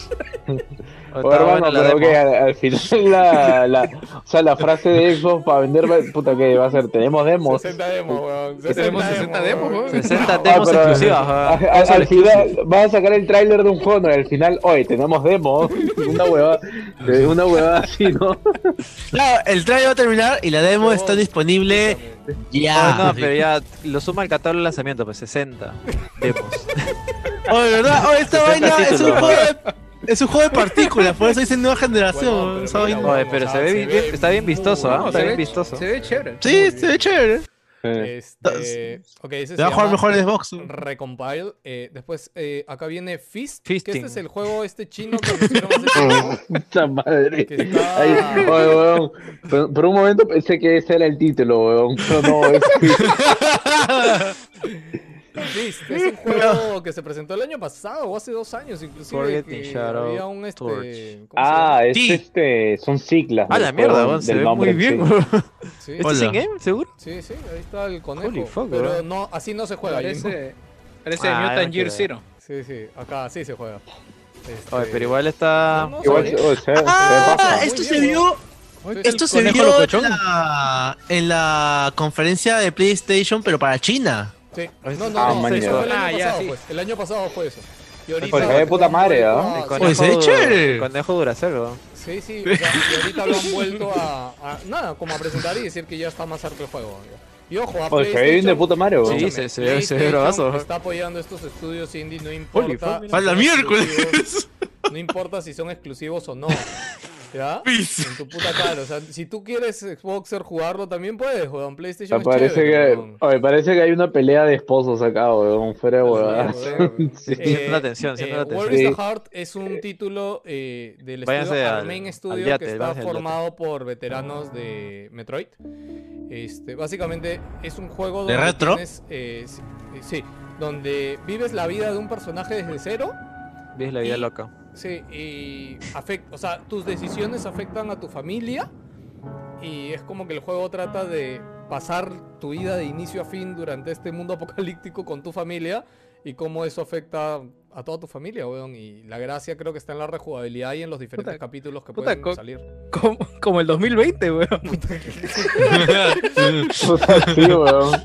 Hermano, pero que al final la frase de Xbox para vender, puta, que va a ser, tenemos demos. 60 demos, weón. Tenemos 60 demos, weón. 60 demos exclusivas. Al final vas a sacar el tráiler de un juego y al final, oye, tenemos demos. Una huevada así, ¿no? Claro, el tráiler va a terminar y la demo está disponible ya. No, pero ya lo suma el catálogo de lanzamiento, pues 60 demos. Oye, ¿verdad? Oye, esta vaina es un juego de partículas, por eso dicen nueva generación. Oye, pero se ve bien, está bien vistoso, ¿ah? Está bien vistoso. Se ve chévere. Sí, se ve chévere. Okay, ese te va a jugar mejor en Xbox. Recompile. Después acá viene Fist. Fisting. Que este es el juego chino que pusieron hace Puta madre. Está... Oye, weón. Por un momento pensé que ese era el título, weón. Pero no, es Fist. Es un juego que se presentó el año pasado o hace 2 años inclusive. Había un son siglas. La mierda, weón. Se ve muy bien, weón. Sí. ¿Este es in-game, seguro? Sí, ahí está el conejo. Holy fuck, pero no, así no se juega. Parece Mutant Year Zero. Sí, acá sí se juega. Oye, pero igual está... Esto se vio... Esto se vio en la conferencia de PlayStation, pero para China. Sí. El año pasado fue eso. Y ahorita Pues de puta madre, ¿ah? Oye, se ve chévere. El conejo Duracell, Sí, sí, o sea, y ahorita lo han vuelto nada, como a presentar y decir que ya está más cerca el juego. Y ojo, a Pues se ve bien de puta madre, weón. Sí, se ve bravazo. Está apoyando estos estudios indie, no importa. ¡A la miércoles! No importa si son exclusivos o no. ¿Ya? En tu puta cara. O sea, si tú quieres Xboxer jugarlo, también puedes, weón. PlayStation es chévere, weón. Parece que hay una pelea de esposos acá, weón. Fuera de huevadas. Siento la atención, Where is the Heart es un título del estudio Arcane Studio que está formado por veteranos de Metroid. Básicamente es un juego donde ¿De retro? tienes, sí, donde vives la vida de un personaje desde cero. Vives la vida loca. Sí, y o sea, tus decisiones afectan a tu familia y es como que el juego trata de pasar tu vida de inicio a fin durante este mundo apocalíptico con tu familia y cómo eso afecta a toda tu familia, weón. Y la gracia creo que está en la rejugabilidad y en los diferentes capítulos que pueden salir. Como el 2020, weón. Sí, weón.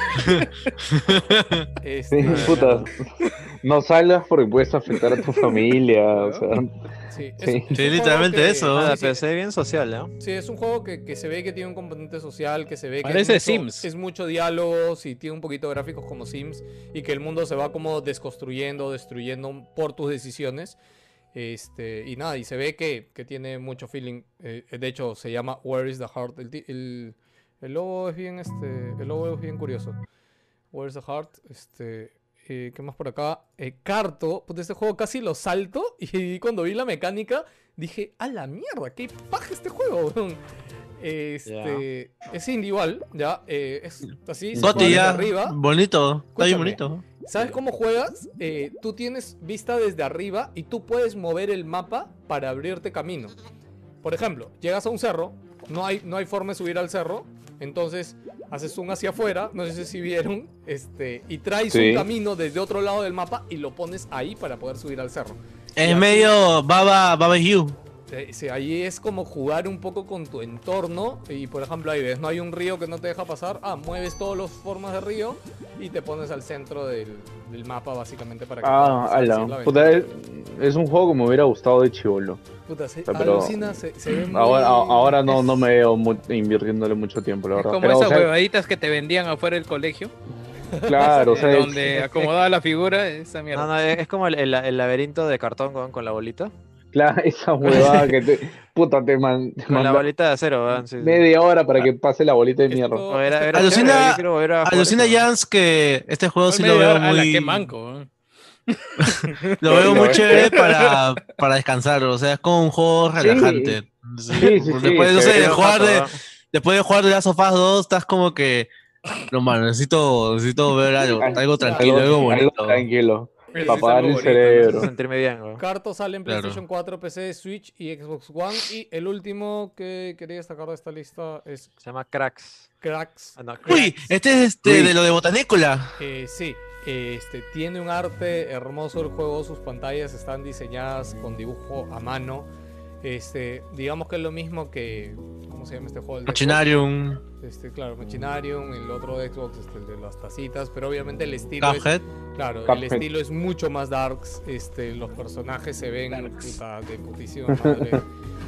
Puta. No salgas porque puedes afectar a tu familia, o sea. Sí, sí, literalmente eso. Pero se ve bien social, ¿no? Sí, es un juego que se ve que tiene un componente social, que se ve Parece que Sims. Es mucho diálogo, y tiene un poquito de gráficos como Sims, y que el mundo se va como destruyendo por tus decisiones. Y nada, y se ve que tiene mucho feeling. De hecho, se llama Where is the Heart. El logo es bien, el logo es bien curioso. Where is the Heart, ¿qué más por acá? Carto, pues este juego casi lo salto y cuando vi la mecánica dije, ¡a la mierda! ¡Qué paja este juego! Es indie igual, ya, es así, se juega desde arriba. Bonito, está bien bonito. ¿Sabes cómo juegas? Tú tienes vista desde arriba y tú puedes mover el mapa para abrirte camino. Por ejemplo, llegas a un cerro, no hay forma de subir al cerro, entonces haces zoom hacia afuera, no sé si vieron, y traes un camino desde otro lado del mapa y lo pones ahí para poder subir al cerro. Es medio Baba Hue. Sí, ahí es como jugar un poco con tu entorno y por ejemplo ahí ves, no hay un río que no te deja pasar, mueves todas las formas de río y te pones al centro del mapa básicamente para que puta, es un juego que me hubiera gustado de chibolo. Puta, alucina, se ve muy... ahora no me veo invirtiéndole mucho tiempo, la verdad. Como esas huevaditas que te vendían afuera del colegio. Claro, o sea, donde acomodaba la figura, esa mierda. No, es como el laberinto de cartón con la bolita. Claro, esa huevada que te con la bolita de acero, ¿verdad? Sí, media hora para que pase la bolita de mierda. Alucina Jans que este juego sí lo veo muy... ¡Qué manco! Lo veo muy chévere para descansar, o sea, es como un juego relajante. Después de jugar de Last of Us 2, estás como que... No, man, necesito ver algo tranquilo, algo bonito. Algo tranquilo. Para apagar el cerebro. Sentirme bien, ¿no? Carto sale en PlayStation 4, PC, Switch y Xbox One. Y el último que quería destacar de esta lista es... Se llama Cracks. Uy, este es de lo de Botanécula. Sí. Tiene un arte hermoso el juego. Sus pantallas están diseñadas con dibujo a mano. Digamos que es lo mismo que... ¿Cómo se llama este juego? Machinarium. Claro, Machinarium, el otro de Xbox, el de las tacitas, pero obviamente el estilo el estilo es mucho más darks, los personajes se ven de putísima madre.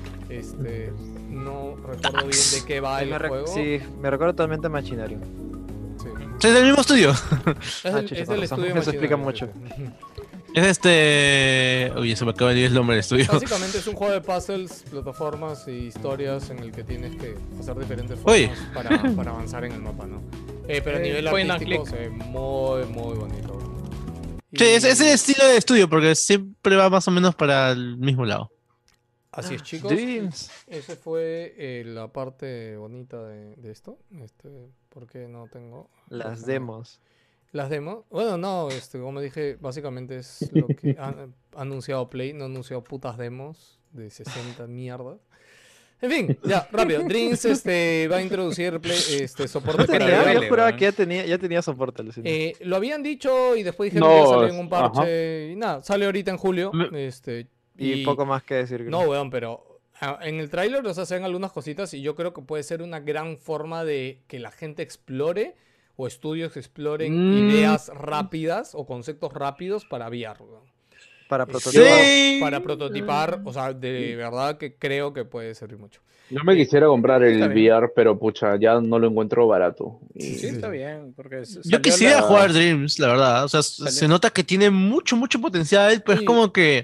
No recuerdo bien de qué va el juego. Sí, me recuerdo totalmente a Machinarium. Sí. Es del mismo estudio. Es del estudio. Eso explica mucho. Es Uy, se me acaba de ir el nombre del estudio. Básicamente es un juego de puzzles, plataformas y historias en el que tienes que hacer diferentes formas para avanzar en el mapa, ¿no? Pero a nivel artístico se ve muy, muy bonito. Sí, es el estilo de estudio porque siempre va más o menos para el mismo lado. Así es, chicos. Esa fue la parte bonita de esto. ¿Por qué no tengo? Las demos. Las demos, bueno, no, como dije, básicamente es lo que ha anunciado Play, no ha anunciado putas demos de 60 mierdas. En fin, ya, rápido. Dreams va a introducir soporte para yo juraba que ya tenía soporte. Lo habían dicho y después dijeron que iba a salir en un parche y nada, sale ahorita en julio. Y poco más que decir. No, weón, pero en el tráiler se hacen algunas cositas y yo creo que puede ser una gran forma de que la gente explore o estudios exploren ideas rápidas o conceptos rápidos para VR. Para prototipar. Sí. Para prototipar, o sea, de verdad que creo que puede servir mucho. Yo me quisiera comprar Está el bien. VR, pero pucha, ya no lo encuentro barato. Sí, está bien. Porque Yo quisiera jugar Dreams, la verdad. O sea, se nota que tiene mucho potencial, pero es como que,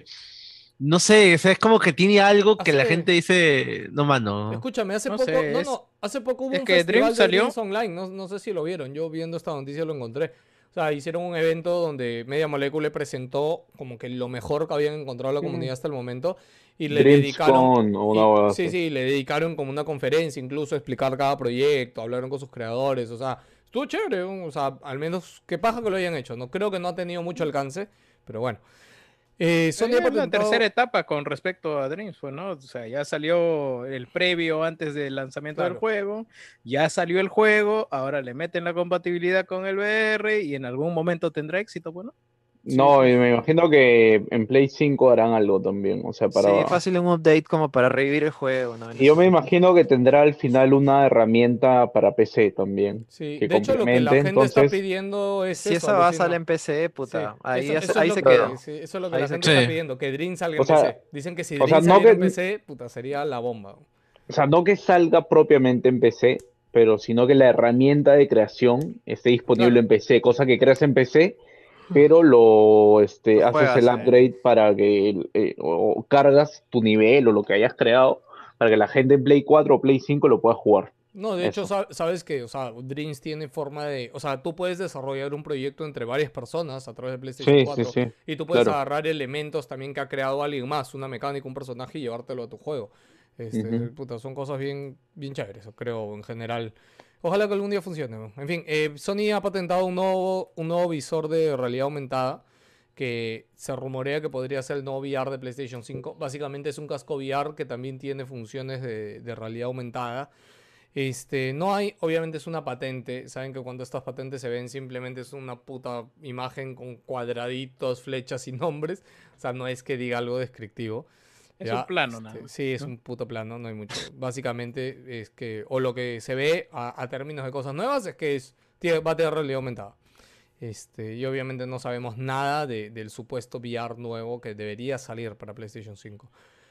no sé, o sea, es como que tiene algo que la gente dice, no, mano. Escúchame, hace No poco, sé, hace poco hubo es un que festival Dreams de salió. Dreams Online, no sé si lo vieron, yo viendo esta noticia lo encontré. O sea, hicieron un evento donde Media Molecule presentó como que lo mejor que habían encontrado la comunidad hasta el momento y le dedicaron... DreamsCon o una hueá Sí, así. sí, le dedicaron como una conferencia, incluso a explicar cada proyecto, hablaron con sus creadores, o sea, estuvo chévere, ¿no? O sea, al menos qué paja que lo hayan hecho, ¿no? Creo que no ha tenido mucho alcance, pero bueno. Sony ha Es la patentado- tercera etapa con respecto a Dreams, pues, ¿no? O sea, ya salió el previo antes del lanzamiento del Claro. juego, ya salió el juego, ahora le meten la compatibilidad con el VR y en algún momento tendrá éxito, bueno. No, y me imagino que en Play 5 harán algo también, o sea, para... Sí, fácil un update como para revivir el juego, ¿no? Y yo me imagino que tendrá al final una herramienta para PC también. Sí, que de hecho lo que la complemente, gente está entonces- pidiendo es Si eso, esa va a alucina. salir en PC, puta, Sí, ahí, eso ahí es se lo que- queda. sí, eso es lo que Ahí la se gente queda. está pidiendo, que Dream salga en O sea, PC. Dicen que si o Dream sea, no saliera en que- PC, puta, sería la bomba. O sea, no que salga propiamente en PC, pero sino que la herramienta de creación esté disponible Claro. en PC, cosa que creas en PC, pero lo haces juegas, el upgrade para que o cargas tu nivel o lo que hayas creado para que la gente en Play 4 o Play 5 lo pueda jugar. No, de hecho, Eso. sabes que, o sea, Dreams tiene forma de, o sea, tú puedes desarrollar un proyecto entre varias personas a través de PlayStation Sí, 4 sí, sí. y tú puedes Claro. agarrar elementos también que ha creado alguien más, una mecánica, un personaje y llevártelo a tu juego. Ujú. Puta, son cosas bien chéveres, creo, en general. Ojalá que algún día funcione, ¿no? En fin, Sony ha patentado un nuevo visor de realidad aumentada que se rumorea que podría ser el nuevo VR de PlayStation 5. Básicamente es un casco VR que también tiene funciones de realidad aumentada. No hay, obviamente es una patente. Saben que cuando estas patentes se ven simplemente es una puta imagen con cuadraditos, flechas y nombres. O sea, no es que diga algo descriptivo. Es Ya, un plano, nada más, Sí, es ¿no? un puto plano, no hay mucho. Básicamente es que, o lo que se ve a términos de cosas nuevas es que va a tener realidad aumentada. Y obviamente no sabemos nada del supuesto VR nuevo que debería salir para PlayStation 5.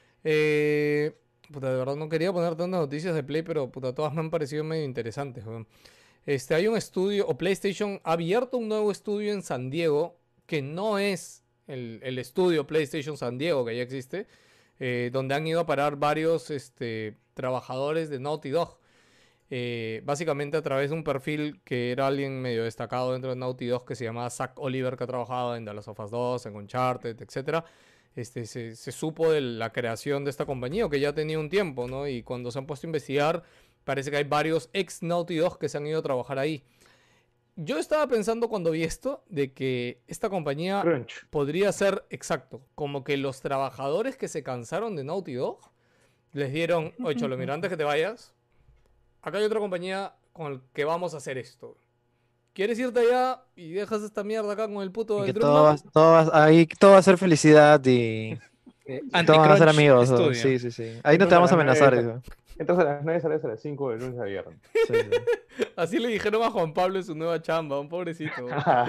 Puta, de verdad no quería poner tantas noticias de Play, pero puta, todas me han parecido medio interesantes, weón. Hay un estudio, o PlayStation ha abierto un nuevo estudio en San Diego, que no es el estudio PlayStation San Diego que ya existe, donde han ido a parar varios trabajadores de Naughty Dog. Básicamente a través de un perfil que era alguien medio destacado dentro de Naughty Dog que se llamaba Zach Oliver, que ha trabajado en The Last of Us 2, en Uncharted, etc. Se supo de la creación de esta compañía, que ya tenía un tiempo, ¿no? Y cuando se han puesto a investigar, parece que hay varios ex Naughty Dog que se han ido a trabajar ahí. Yo estaba pensando cuando vi esto de que esta compañía Crunch. podría ser, exacto, como que los trabajadores que se cansaron de Naughty Dog les dieron, oye, Cholo, mira, antes que te vayas, acá hay otra compañía con la que vamos a hacer esto. ¿Quieres irte allá y dejas esta mierda acá con el puto Que del todo ahí todo va a ser felicidad y todos van a ser Anti-Crunch amigos, ¿no? Studio. Sí, sí, sí. Ahí no te vamos a amenazar. dijo. Entonces a las 9 sales a las 5 de lunes a viernes. Sí, sí. Así le dijeron a Juan Pablo en su nueva chamba, un pobrecito.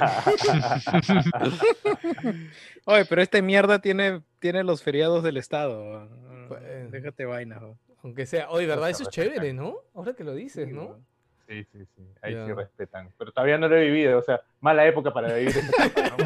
Oye, pero esta mierda tiene los feriados del Estado. Bueno. Déjate vaina. Aunque sea, oye, ¿verdad? Eso es chévere, ¿no? Ahora que lo dices, ¿no? Sí. Ahí Ya. sí respetan. Pero todavía no lo he vivido, o sea, mala época para vivir ese tema,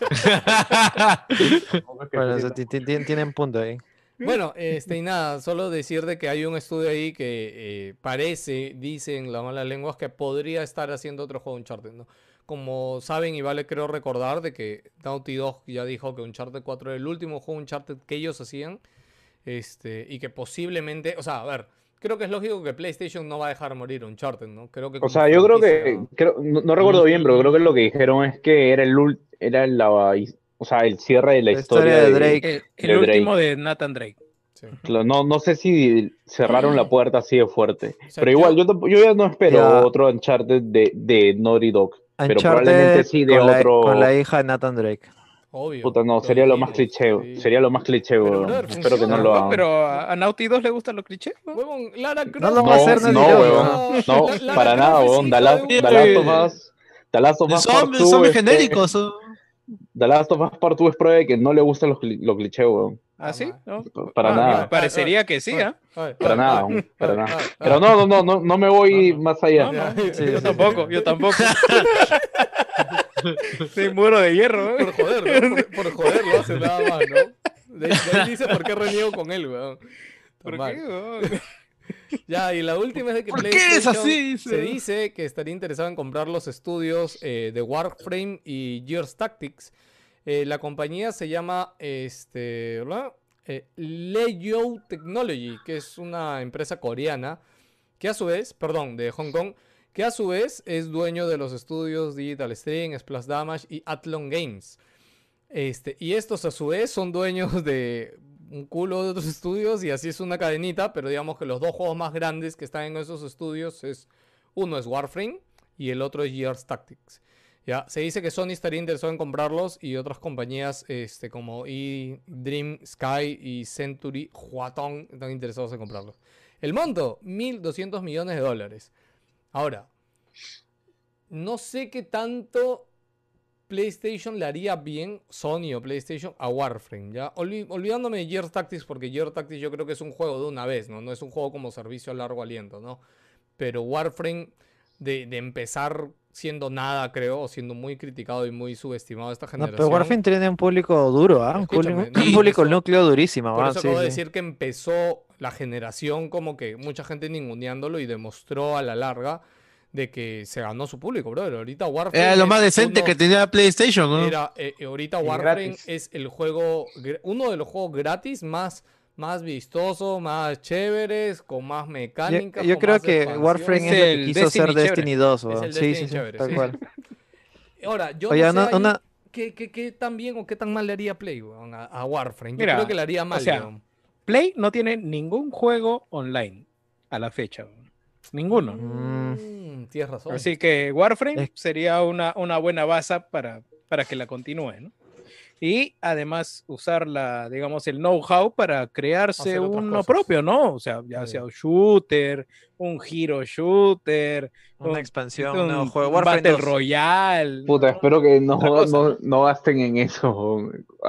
¿no? Tampoco es que Bueno, esté o sea, tienen punto ahí. Bueno, y nada, solo decir de que hay un estudio ahí que parece, dicen las malas lenguas, que podría estar haciendo otro juego Uncharted, ¿no? Como saben y vale creo recordar de que Naughty Dog ya dijo que Uncharted 4 era el último juego Uncharted que ellos hacían, y que posiblemente, o sea, a ver, creo que es lógico que PlayStation no va a dejar morir Uncharted, ¿no? Creo que O como sea, yo creo franquicia- no recuerdo bien, pero creo que lo que dijeron es que era o sea, el cierre de la La historia de Drake. El de último de Nathan Drake. Sí. No sé si cerraron la puerta así de fuerte. O sea, Pero igual, yo ya no espero Ya. otro Uncharted de Naughty Dog. Pero Uncharted probablemente sí de otro. con la hija de Nathan Drake. Obvio. Puta, no, sería lo más dijimos, cliché. sí. Sería lo más cliché, Pero, weón. brother, Espero que no funciona, lo No, hagan. pero a Naughty 2 le gustan los clichés, ¿no? Huevón, Lara Croft. No lo va a hacer No, nadie, weón. No, Lara para Croft nada, es weón. hija The de Last un- The Last of Us De Part zombies, 2, zombies genéricos. The Last of Us Part 2 es prueba de que no le gustan los clichés, weón. ¿Ah, sí? ¿No? Para nada. Me parecería que sí, ¿ah? Para nada, para nada. Pero no me voy más allá. Yo tampoco. Soy muro de hierro, Por joder, ¿no? Por joder lo hace nada más, ¿no? De ahí dice por qué reniego con él, weón. ¿Por Mal. qué, weón? Ya, y la última es de que ¿Por qué es así? se dice que estaría interesado en comprar los estudios de Warframe y Gears Tactics. La compañía se llama Leyou Technology, que es una empresa coreana, que a su vez, de Hong Kong, que a su vez es dueño de los estudios Digital String, Splash Damage y Athlon Games. Y estos a su vez son dueños de un culo de otros estudios y así es una cadenita, pero digamos que los dos juegos más grandes que están en esos estudios uno es Warframe y el otro es Gears Tactics. Ya, se dice que Sony estaría interesado en comprarlos y otras compañías como Dream, Sky y Century Huatong están interesados en comprarlos. El monto, $1.200 millones. Ahora, no sé qué tanto PlayStation le haría bien, Sony o PlayStation, a Warframe, ¿ya? Olvidándome de Gears Tactics, porque Gears Tactics yo creo que es un juego de una vez, ¿no? No es un juego como servicio a largo aliento, ¿no? Pero Warframe, de empezar siendo nada, creo, o siendo muy criticado y muy subestimado esta generación. No, pero Warframe tiene un público duro, ¿ah? Un público núcleo durísimo. Por eso acabo de decir que empezó la generación como que mucha gente ninguneándolo y demostró a la larga de que se ganó su público, brother. Ahorita Warframe era lo más decente que tenía PlayStation, ¿no? Ahorita Warframe es el juego, uno de los juegos gratis más vistoso, más chéveres, con más mecánicas. Yo creo que Warframe es el que quiso ser Destiny 2. Es el sí, Destiny chévere, tal cual. Ahora, yo Oye, no sé qué tan bien o qué tan mal le haría Play, weón, a Warframe. Yo creo que le haría mal, weón. Play no tiene ningún juego online a la fecha, weón. Ninguno. Tienes razón. Así que Warframe sería una buena base para que la continúe, ¿no? Y además usar digamos, el know-how para crearse uno propio, ¿no? O sea, ya sea un shooter, un hero shooter, una expansión, un nuevo juego, Warframe Battle 2. Royale. Puta, espero que no gasten en eso.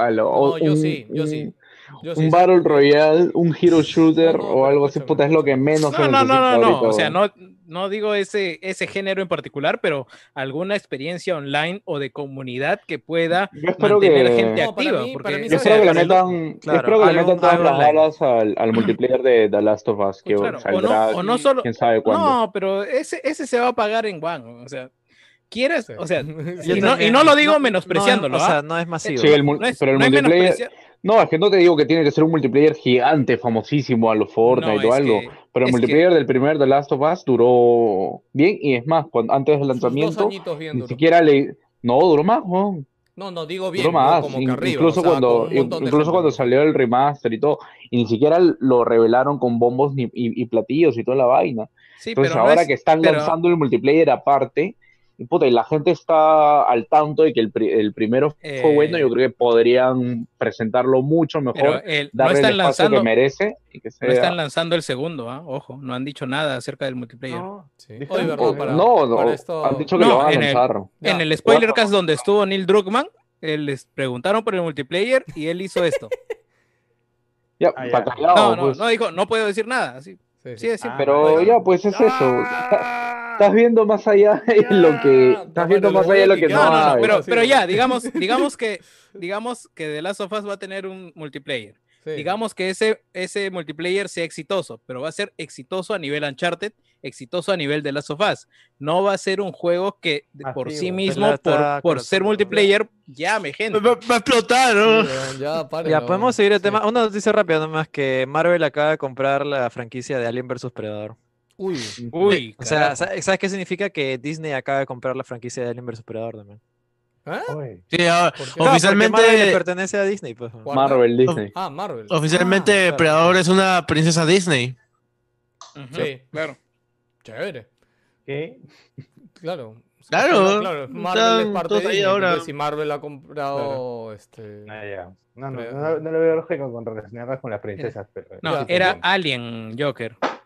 Yo sí. Un Battle Royale, un Hero Shooter o algo así, puta, es lo que menos se necesita ahorita. O sea, no digo ese género en particular, pero alguna experiencia online o de comunidad que pueda mantener gente activa. Yo espero que le metan todas las balas al multiplayer de The Last of Us, que saldrá quién sabe cuándo. No, pero ese se va a pagar en One, o sea... ¿Quieres? O sea, y no lo digo menospreciándolo. O sea, no es masivo. Sí, pero el multiplayer... No, es que no te digo que tiene que ser un multiplayer gigante, famosísimo a los Fortnite o algo. Pero el multiplayer del primer The Last of Us duró bien. Y es más, antes del lanzamiento, ni siquiera No, duró más, ¿no? No, digo bien, duró más. como que arriba. Incluso cuando salió el remaster y todo. Y ni siquiera lo revelaron con bombos y platillos y toda la vaina. Sí, entonces ahora que están lanzando el multiplayer aparte... Y la gente está al tanto de que el primero fue bueno. Yo creo que podrían presentarlo mucho mejor, darle el espacio que merece y que sea... No están lanzando el segundo, ojo, no han dicho nada acerca del multiplayer. Han dicho que lo van a lanzar. En el Spoilercast donde estuvo Neil Druckmann, les preguntaron por el multiplayer y él hizo esto. No puedo decir nada, así. Sí, pero pues es eso. Estás viendo más allá de lo que no. Pero ya, digamos que The Last of Us va a tener un multiplayer. Sí. Digamos que ese multiplayer sea exitoso, pero va a ser exitoso a nivel Uncharted, exitoso a nivel The Last of Us. No va a ser un juego que por sí mismo, por ser multiplayer, llame gente. Va a explotar, ¿no? Ya, podemos seguir el tema. Una noticia rápida nomás, que Marvel acaba de comprar la franquicia de Alien vs Predator. Uy. O sea, ¿sabes qué significa? Que Disney acaba de comprar la franquicia de Alien vs Predator también. Sí, oficialmente Marvel le pertenece a Disney, pues. Disney. Marvel. Oficialmente Predador es una princesa Disney. Sí, claro. Chévere. ¿Qué? Claro. Claro. Marvel es parte de Disney. Ahora. Si Marvel ha comprado No le veo lógica con relacionarlas con las princesas. Pero... No, era Alien Joker.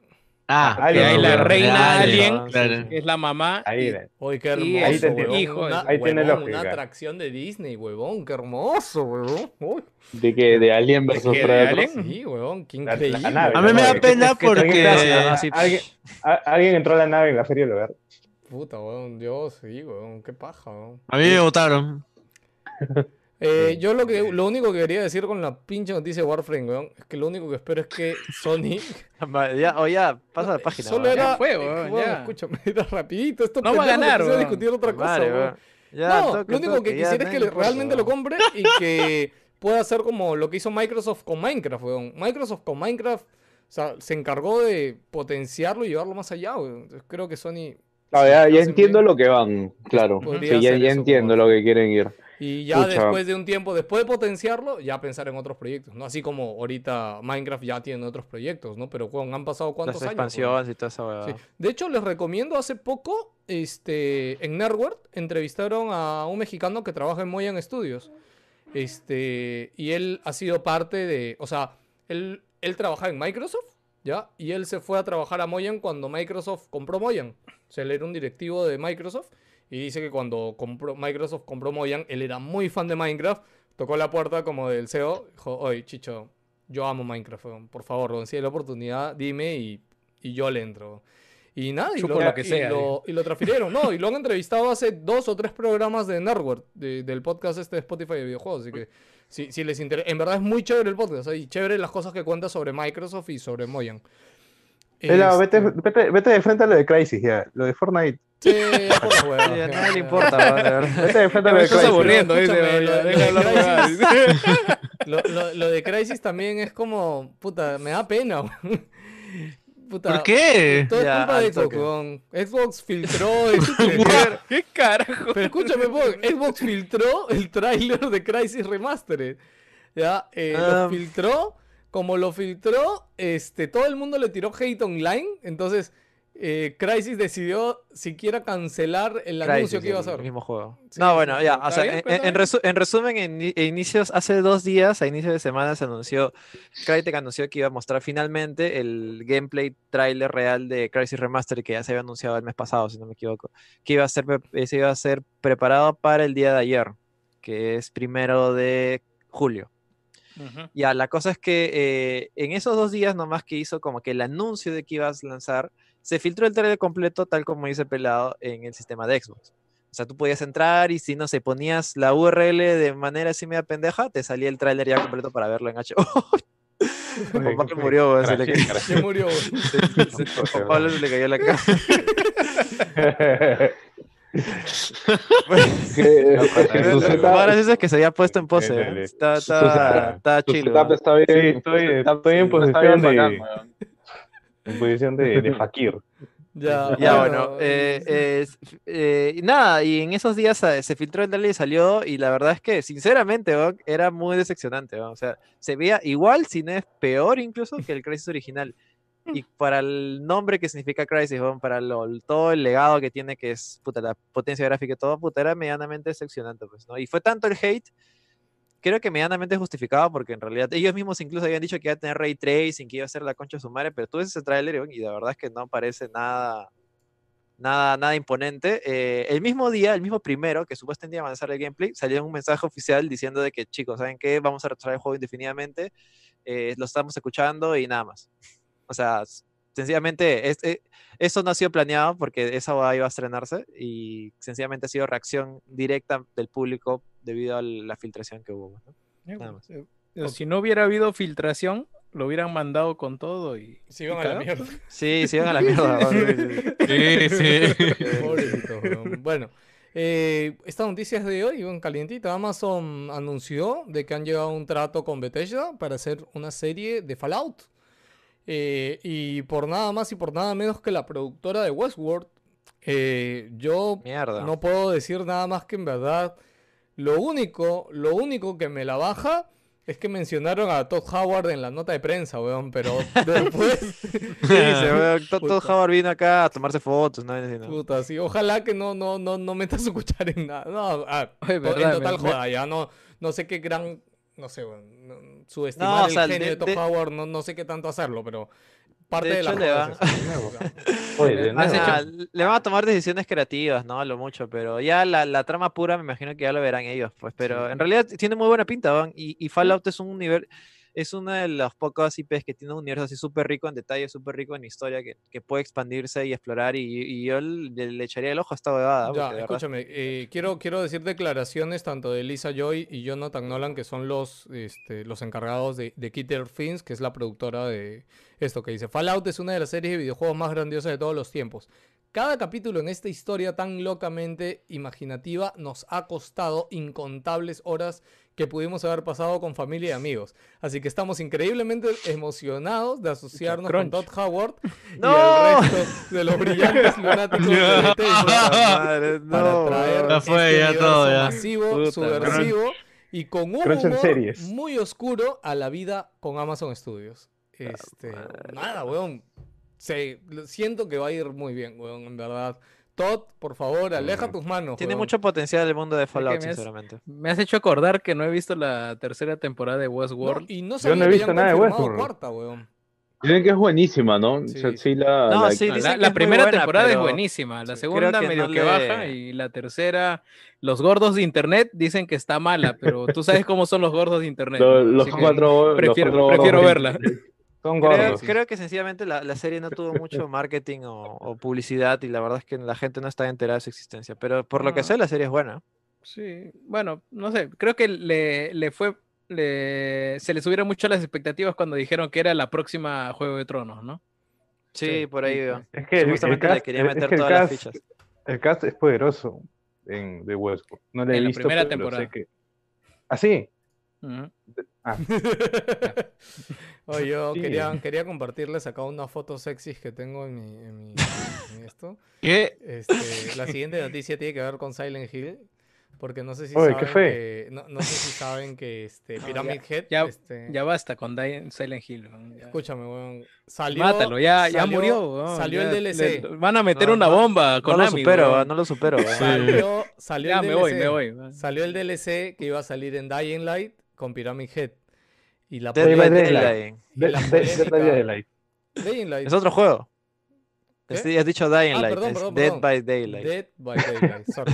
Que hay la reina Alien, claro. que es la mamá. Ahí, Oye, qué Y hermoso, el huevón. hijo, ahí tiene Huevón, lógica. una atracción de Disney, huevón. Qué hermoso, huevón. Uy, De que de Alien vs que de Predator. Alien. sí, huevón. Qué La increíble. nave, A mí me da ¿no? pena que te Alguien, porque así, alguien entró a la nave en la Feria del Hogar. Puta, weón, Dios, sí, weón, qué paja, weón. a mí me votaron. Yo lo único que quería decir con la pinche noticia de Warframe, weón, es que lo único que espero es que Sony... Ya, pasa la página. Solo weón. era... Ya fue, weón, weón, ya. escúchame, era rapidito, esto No va a ganar, a weón. discutir otra cosa, Madre, weón. weón. Ya, No, toque, lo único toque, que ya, quisiera es que no importa, realmente lo weón. compre y que pueda hacer como lo que hizo Microsoft con Minecraft, weón. Microsoft con Minecraft, o sea, se encargó de potenciarlo y llevarlo más allá, weón. Entonces creo que Sony... No, si ya lo hacen entiendo bien, lo que van, claro. podría Sí, ya hacer eso entiendo como- lo que quieren ir. Y ya Pucha. después de un tiempo, después de potenciarlo, ya pensar en otros proyectos, ¿no? Así como ahorita Minecraft ya tiene otros proyectos, ¿no? Pero, weón, han pasado cuántos Las años, expansiones y toda esa weón? huevada. Sí. De hecho, les recomiendo, hace poco, en Nerdward, entrevistaron a un mexicano que trabaja en Moyan Studios. Y él ha sido parte de, o sea, él trabajaba en Microsoft, ¿ya? Y él se fue a trabajar a Moyan cuando Microsoft compró Moyan. O sea, él era un directivo de Microsoft y dice que cuando Microsoft compró Moyan, él era muy fan de Minecraft, tocó la puerta como del CEO, dijo, oye, Chicho, yo amo Minecraft, weón, por favor, weón, si hay la oportunidad, dime y yo le entro. Y nada, Chupo lo que sea, y lo transfirieron, ¿no? Y lo han entrevistado hace 2 o 3 programas de Nerdward, del podcast de Spotify de videojuegos, así que si les interesa, en verdad es muy chévere el podcast, y chévere las cosas que cuenta sobre Microsoft y sobre Moyan. Vete de frente a lo de Crysis ya. Lo de Fortnite. Sí, ya por las huevas, Sí, a ya, nadie le ya. importa, weón, de verdad. Vete de frente a lo Me de estás Crysis. aburriendo, Escúchame, dice. lo Deja de hablar Crysis- huevadas. Lo de Crysis también es como, puta, me da pena, weón. Puta, ¿Por qué? todo es Ya, culpa de al Xbox, toque. weón. Xbox filtró ¿Qué carajo? pero escúchame, weón, Xbox filtró el tráiler de Crysis Remastered. Ya, lo filtró, como lo filtró, todo el mundo le tiró hate online, entonces Crysis decidió siquiera cancelar el anuncio Crysis, que iba a el hacer. mismo juego. Sí, No, sí, bueno, sí. ya, ¿Está o sea, bien? en resumen, inicios, hace 2 días, a inicios de semana, se anunció, Crytek anunció que iba a mostrar finalmente el gameplay trailer real de Crysis Remastered, que ya se había anunciado el mes pasado, si no me equivoco, que se iba a ser preparado para el día de ayer, que es 1 de julio. Ya, la cosa es que en esos 2 días nomás que hizo como que el anuncio de que ibas a lanzar, se filtró el trailer completo tal como dice Pelado en el sistema de Xbox. O sea, tú podías entrar y si no se ponías la URL de manera así media pendeja, te salía el trailer ya completo para verlo en HD. Pablo murió, weón, se le cayó. Ya murió, weón. A Pablo se le cayó la cara. Su Lo setup- más gracioso es que se había puesto en pose. Dale. Está su chill. setup está bien. Sí, estoy en Está posición bien de- bacán, weón. En posición de Fakir. Ya, bueno, y nada, y en esos días se filtró el trailer y salió, y la verdad es que, sinceramente, weón, era muy decepcionante, weón. O sea, se veía igual, si no es peor incluso, que el Crysis original. Y para el nombre que significa Crysis, weón, para todo el legado que tiene, que es, puta, la potencia gráfica y todo, puta, era medianamente decepcionante, pues, ¿no? Y fue tanto el hate, creo que medianamente justificado, porque en realidad ellos mismos incluso habían dicho que iba a tener ray tracing, que iba a ser la concha de su madre, pero tú ves ese tráiler y la verdad es que no parece nada imponente. El mismo día, el mismo primero, que supuestamente iba a avanzar el gameplay, salió un mensaje oficial diciendo de que, chicos, ¿saben qué? Vamos a retrasar el juego indefinidamente, lo estamos escuchando y nada más. O sea, sencillamente, eso no ha sido planeado porque esa boda iba a estrenarse y sencillamente ha sido reacción directa del público debido a la filtración que hubo, ¿no? Nada más. Si no hubiera habido filtración, lo hubieran mandado con todo y... Se iban y a la cagó. mierda. Sí, se iban a la mierda. ¿no? Sí. Pobrecito, weón. Bueno, esta noticia es de hoy, weón, calientita. Amazon anunció de que han llegado a un trato con Bethesda para hacer una serie de Fallout. Y por nada más y por nada menos que la productora de Westworld. Yo Mierda. no puedo decir nada más que en verdad lo único que me la baja es que mencionaron a Todd Howard en la nota de prensa, weón, pero después... Sí, Todd Puta. Howard vino acá a tomarse fotos, ¿no? Así, ¿no? Puta, sí, ojalá que no metas su cuchara en nada. No, Oye, en verdad, total me- joda, ya no sé qué gran, no sé, weón, subestimar No, o sea, el genio de Todd de- Howard, no sé qué tanto hacerlo, pero parte De de la hecho, le van- Oye, de nuevo. Le van a tomar decisiones creativas, ¿no? A lo mucho, pero ya la trama pura me imagino que ya lo verán ellos, pues. Pero en realidad tiene muy buena pinta, ¿van? Y Fallout es un universo, es una de las pocas IPs que tiene un universo así súper rico en detalles, súper rico en historia, que puede expandirse y explorar. Y yo le echaría el ojo a esta huevada. Ya, porque de verdad- escúchame, quiero decir declaraciones tanto de Lisa Joy y Jonathan Nolan, que son los encargados de Killer Fins, que es la productora de esto que dice: Fallout es una de las series de videojuegos más grandiosas de todos los tiempos. Cada capítulo en esta historia tan locamente imaginativa nos ha costado incontables horas que pudimos haber pasado con familia y amigos. Así que estamos increíblemente emocionados de asociarnos con Todd Howard ¡No! y el resto de los brillantes lunáticos de Bethesda Madre, para no, traer weón. Ya fue, este ya universo todo, ya. masivo, Puta, subversivo y con un Crunch en humor series. muy oscuro a la vida con Amazon Studios. Nada, weón. Siento que va a ir muy bien, weón, en verdad. Todd, por favor, aleja tus manos. Tiene weón. mucho potencial el mundo de Fallout, me has- sinceramente. Me has hecho acordar que no he visto la tercera temporada de No, Westworld. y no Yo no sabía he que visto ya han nada de confirmado Westworld. cuarta, weón. Dicen que es buenísima, ¿no? Sí, O sea, sí. sí, la, No, la- sí, No, dicen que la es muy primera buena, temporada es pero buenísima, la sí, segunda creo que medio no que le- baja y la tercera, los gordos de internet dicen que está mala, pero tú sabes cómo son los gordos de internet, ¿no? los Así que cuatro, prefiero los cuatro prefiero gordos verla. Son Creo, gordos. creo que sencillamente la serie no tuvo mucho marketing o publicidad y la verdad es que la gente no está enterada de su existencia. Pero por lo que sé, la serie es buena. Sí, bueno, no sé, creo que se le subieron mucho las expectativas cuando dijeron que era la próxima Juego de Tronos, ¿no? Sí, por ahí veo. Es que Supuestamente le quería meter es que todas las fichas. el cast es poderoso de Westworld. No le he En la visto, primera pero temporada. sé que... ¿Ah, sí? Ujú. Oye, yo Sí. quería compartirles acá unas fotos sexys que tengo en mi esto. ¿Qué? La siguiente noticia tiene que ver con Silent Hill, porque no sé si Oye, saben ¿qué fue? que no sé si saben que Pyramid Head, Ya basta con Silent Hill. ¿no? Ya. escúchame, weón, salió, Mátalo, ya salió- murió. weón, salió ya el DLC. van a meter No, una no, bomba con No lo supero, no lo supero. Salió Ya el me DLC. voy. Salió el DLC que iba a salir en Dying Light con Pyramid Head. Y la Dead by Dead by Daylight. y la Dead by polémica- Daylight. Dying Light. Es otro juego. ¿Qué? Sí, has dicho Dying Ah, Light. perdón, es perdón, Dead perdón. by Daylight. Dead by Daylight, sorry.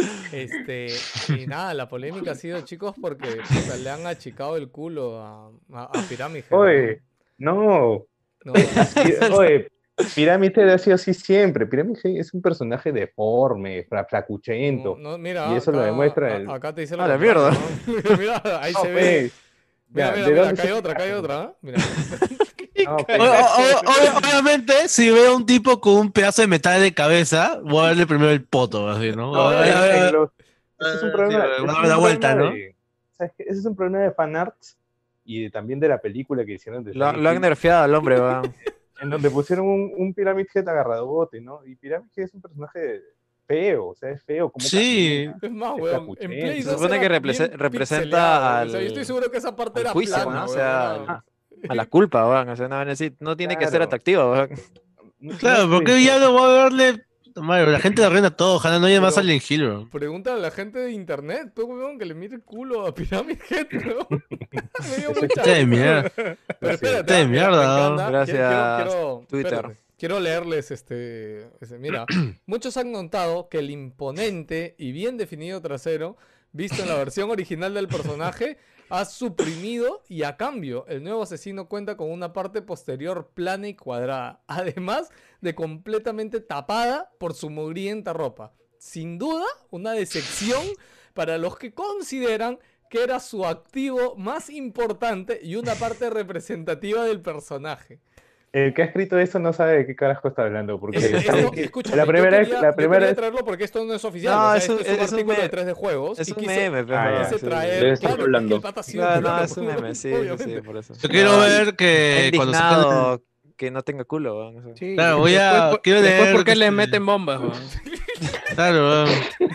Y nada, la polémica ha sido, chicos, porque puta, le han achicado el culo a Pyramid Head. Oye, no. ¿no? Oye, Pyramid Head ha sido así siempre. Pyramid Head es un personaje deforme, flacuchento. No, mira, Y eso lo acá- demuestra el- acá te dice A la contrario, ¿no? Mira, ahí No, se ve. Ya, Mira, ¿de dónde acá hay se- otra, ¿ah? Mira. No, Obviamente, si veo a un tipo con un pedazo de metal de cabeza, voy a darle primero el poto, así, ¿no? No, A ver, a ver, a ver. ese es un problema. Sí, ese es dar un la vuelta, problema ¿no? ¿Sabes qué? Ese es un problema de fanarts y también de la película que hicieron de Lo Silent han Hill, nerfeado al hombre, weón. en donde pusieron un Pyramid Head agarradote, ¿no? Y Pyramid Head es un personaje feo, o sea, es feo. Como Sí. camina. Es más, Es weón, en flacuchento. Play Se 2 supone era que bien representa pixeleado, o sea, yo al- estoy seguro que esa parte al era juicio, plana, ¿no? O weón, sea, era- A la culpa, weón. O sea, no tiene que ser Claro. atractivo, weón. Claro, No, porque pues, ya no voy a darle. Mario, la gente le arruina todo, ojalá no haya más Pero- Silent Hill, bro. Pregúntale a la gente de internet, pues, weón, que le mire el culo a Pyramid Head, weón. Me dio mucha Gente de risa. mierda. Pero Gente espérate, de mira, me mierda. encanta. Gracias, Twitter. Espérate, quiero leerles mira, muchos han notado que el imponente y bien definido trasero, visto en la versión original del personaje, ha suprimido y a cambio el nuevo asesino cuenta con una parte posterior plana y cuadrada, además de completamente tapada por su mugrienta ropa. Sin duda, una decepción para los que consideran que era su activo más importante y una parte representativa del personaje. El que ha escrito eso no sabe de qué carajo está hablando, porque Escúchame, la primera yo vez quería vez traerlo porque esto no es oficial. No, o sea, es un- esto es un es un artículo de meme. 3 de juegos. Es y un quise- meme, pero. Ah, ya, quise sí. traer, Debe estar claro, hablando. porque el pata ha sido No, plano, es un meme, sí, obviamente. sí, por eso. Yo quiero ver que Está cuando saquen indignado que no tenga culo, weón. O sea. Sí, Claro, voy a- después, quiero después leer, ¿por qué le este- meten bombas? weón? Claro, weón.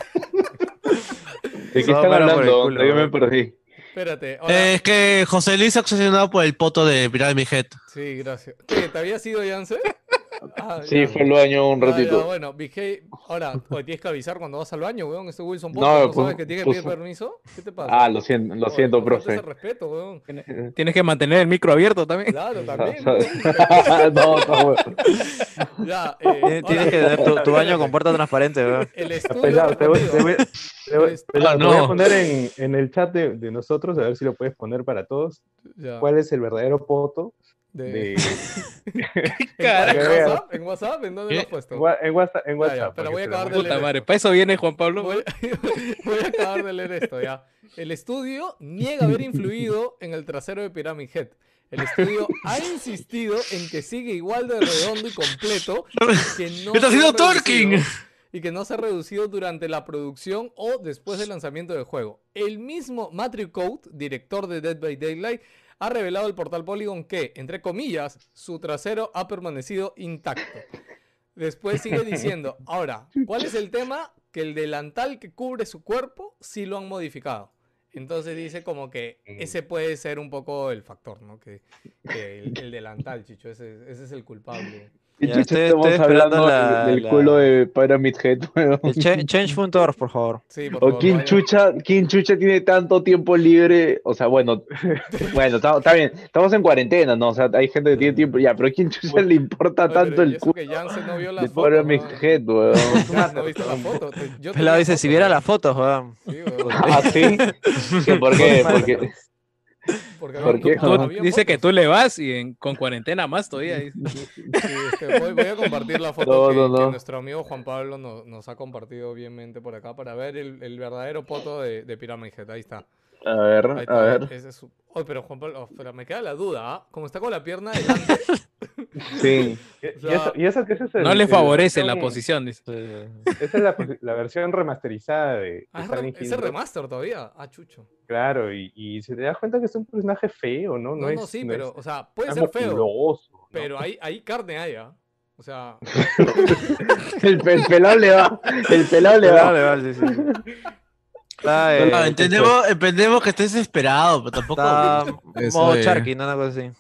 ¿De qué Solo están para por el hablando? culo, Yo me weón. perdí. Espérate, ahora... Es que José Luis se ha obsesionado por el poto de Pyramid Head. Sí, gracias. ¿Qué, ¿te había sido Yance? Sí, ya. fue al baño un Ya, ratito. bueno, ahora, tienes que avisar cuando vas al baño, weón. Este Wilson No, Podcast, ¿no pues, sabes que tiene que pues, pedir permiso? ¿Qué te pasa? Ah, lo siento, Oye, falta ese profe. respeto, weón. Tienes que mantener el micro abierto también. Claro, también. No, bueno. Ya, Tienes que tener tu baño con puerta transparente, weón. el estudio Pelado, te voy respondido. a poner en el chat de nosotros, a ver si lo puedes poner para todos. Ya. ¿Cuál es el verdadero poto de... ¿En WhatsApp? ¿En dónde lo has puesto? En WhatsApp. Ya, pero para voy a que se lo acabar de muestre. Puta madre, para eso viene Juan Pablo. Voy a acabar de leer esto, ya. El estudio niega haber influido en el trasero de Pyramid Head. El estudio ha insistido en que sigue igual de redondo y completo y que no ¡Está se ha haciendo twerking! reducido- y que no se ha reducido durante la producción o después del lanzamiento del juego. El mismo Matthew Code, director de Dead by Daylight, ha revelado al portal Polygon que, entre comillas, su trasero ha permanecido intacto. Después sigue diciendo, ahora, ¿cuál es el tema? Que el delantal que cubre su cuerpo sí lo han modificado. Entonces dice como que ese puede ser un poco el factor, ¿no? Que el delantal, Chicho, ese es el culpable. Y Ya, chucha, estoy estamos esperando hablando del culo de Pyramid Head, weón. El change.org, por favor. Sí, por O favor, quién chucha tiene tanto tiempo libre, o sea, bueno, está bien, estamos en cuarentena, ¿no? O sea, hay gente que tiene tiempo, ya, pero ¿quién chucha le importa Oye, tanto pero ¿y el eso culo que Jansen no vio la de foto? Pyramid ¿No? Head, weón? ¿No viste la foto? Yo Pelado tenía dice, foto, si viera ¿no? las fotos, weón. Sí, weón. ¿Ah, sí? ¿Que ¿Por qué? Porque Porque ¿Por qué? había Dice fotos. que tú le vas y con cuarentena más todavía. Sí, voy a compartir la foto No, que, no, no. que nuestro amigo Juan Pablo nos ha compartido bienmente por acá para ver el verdadero poto de Pyramid Head. Ahí está. a Ahí ver, está. a ver. Ese es Oye, pero Juan Pablo, pero me queda la duda, ¿ah? Como está con la pierna adelante. Sí. Y eso que ese es No le favorece la posición, dice. Esa es la versión remasterizada de Ah, Silent es Hill el 2. remaster todavía. Ah, chucho. Claro, y se te das cuenta que es un personaje feo, ¿no? No, es, sí, no pero, es- o sea, puede es ser feo, musculoso, ¿no? pero hay carne ahí, ¿ah? O sea, El pelado le va. El pelado le va. Vale, vale, sí, sí. Está, No, entendemos que estés desesperado, pero tampoco. está Eso modo de- Sharky, ¿no? Una cosa así.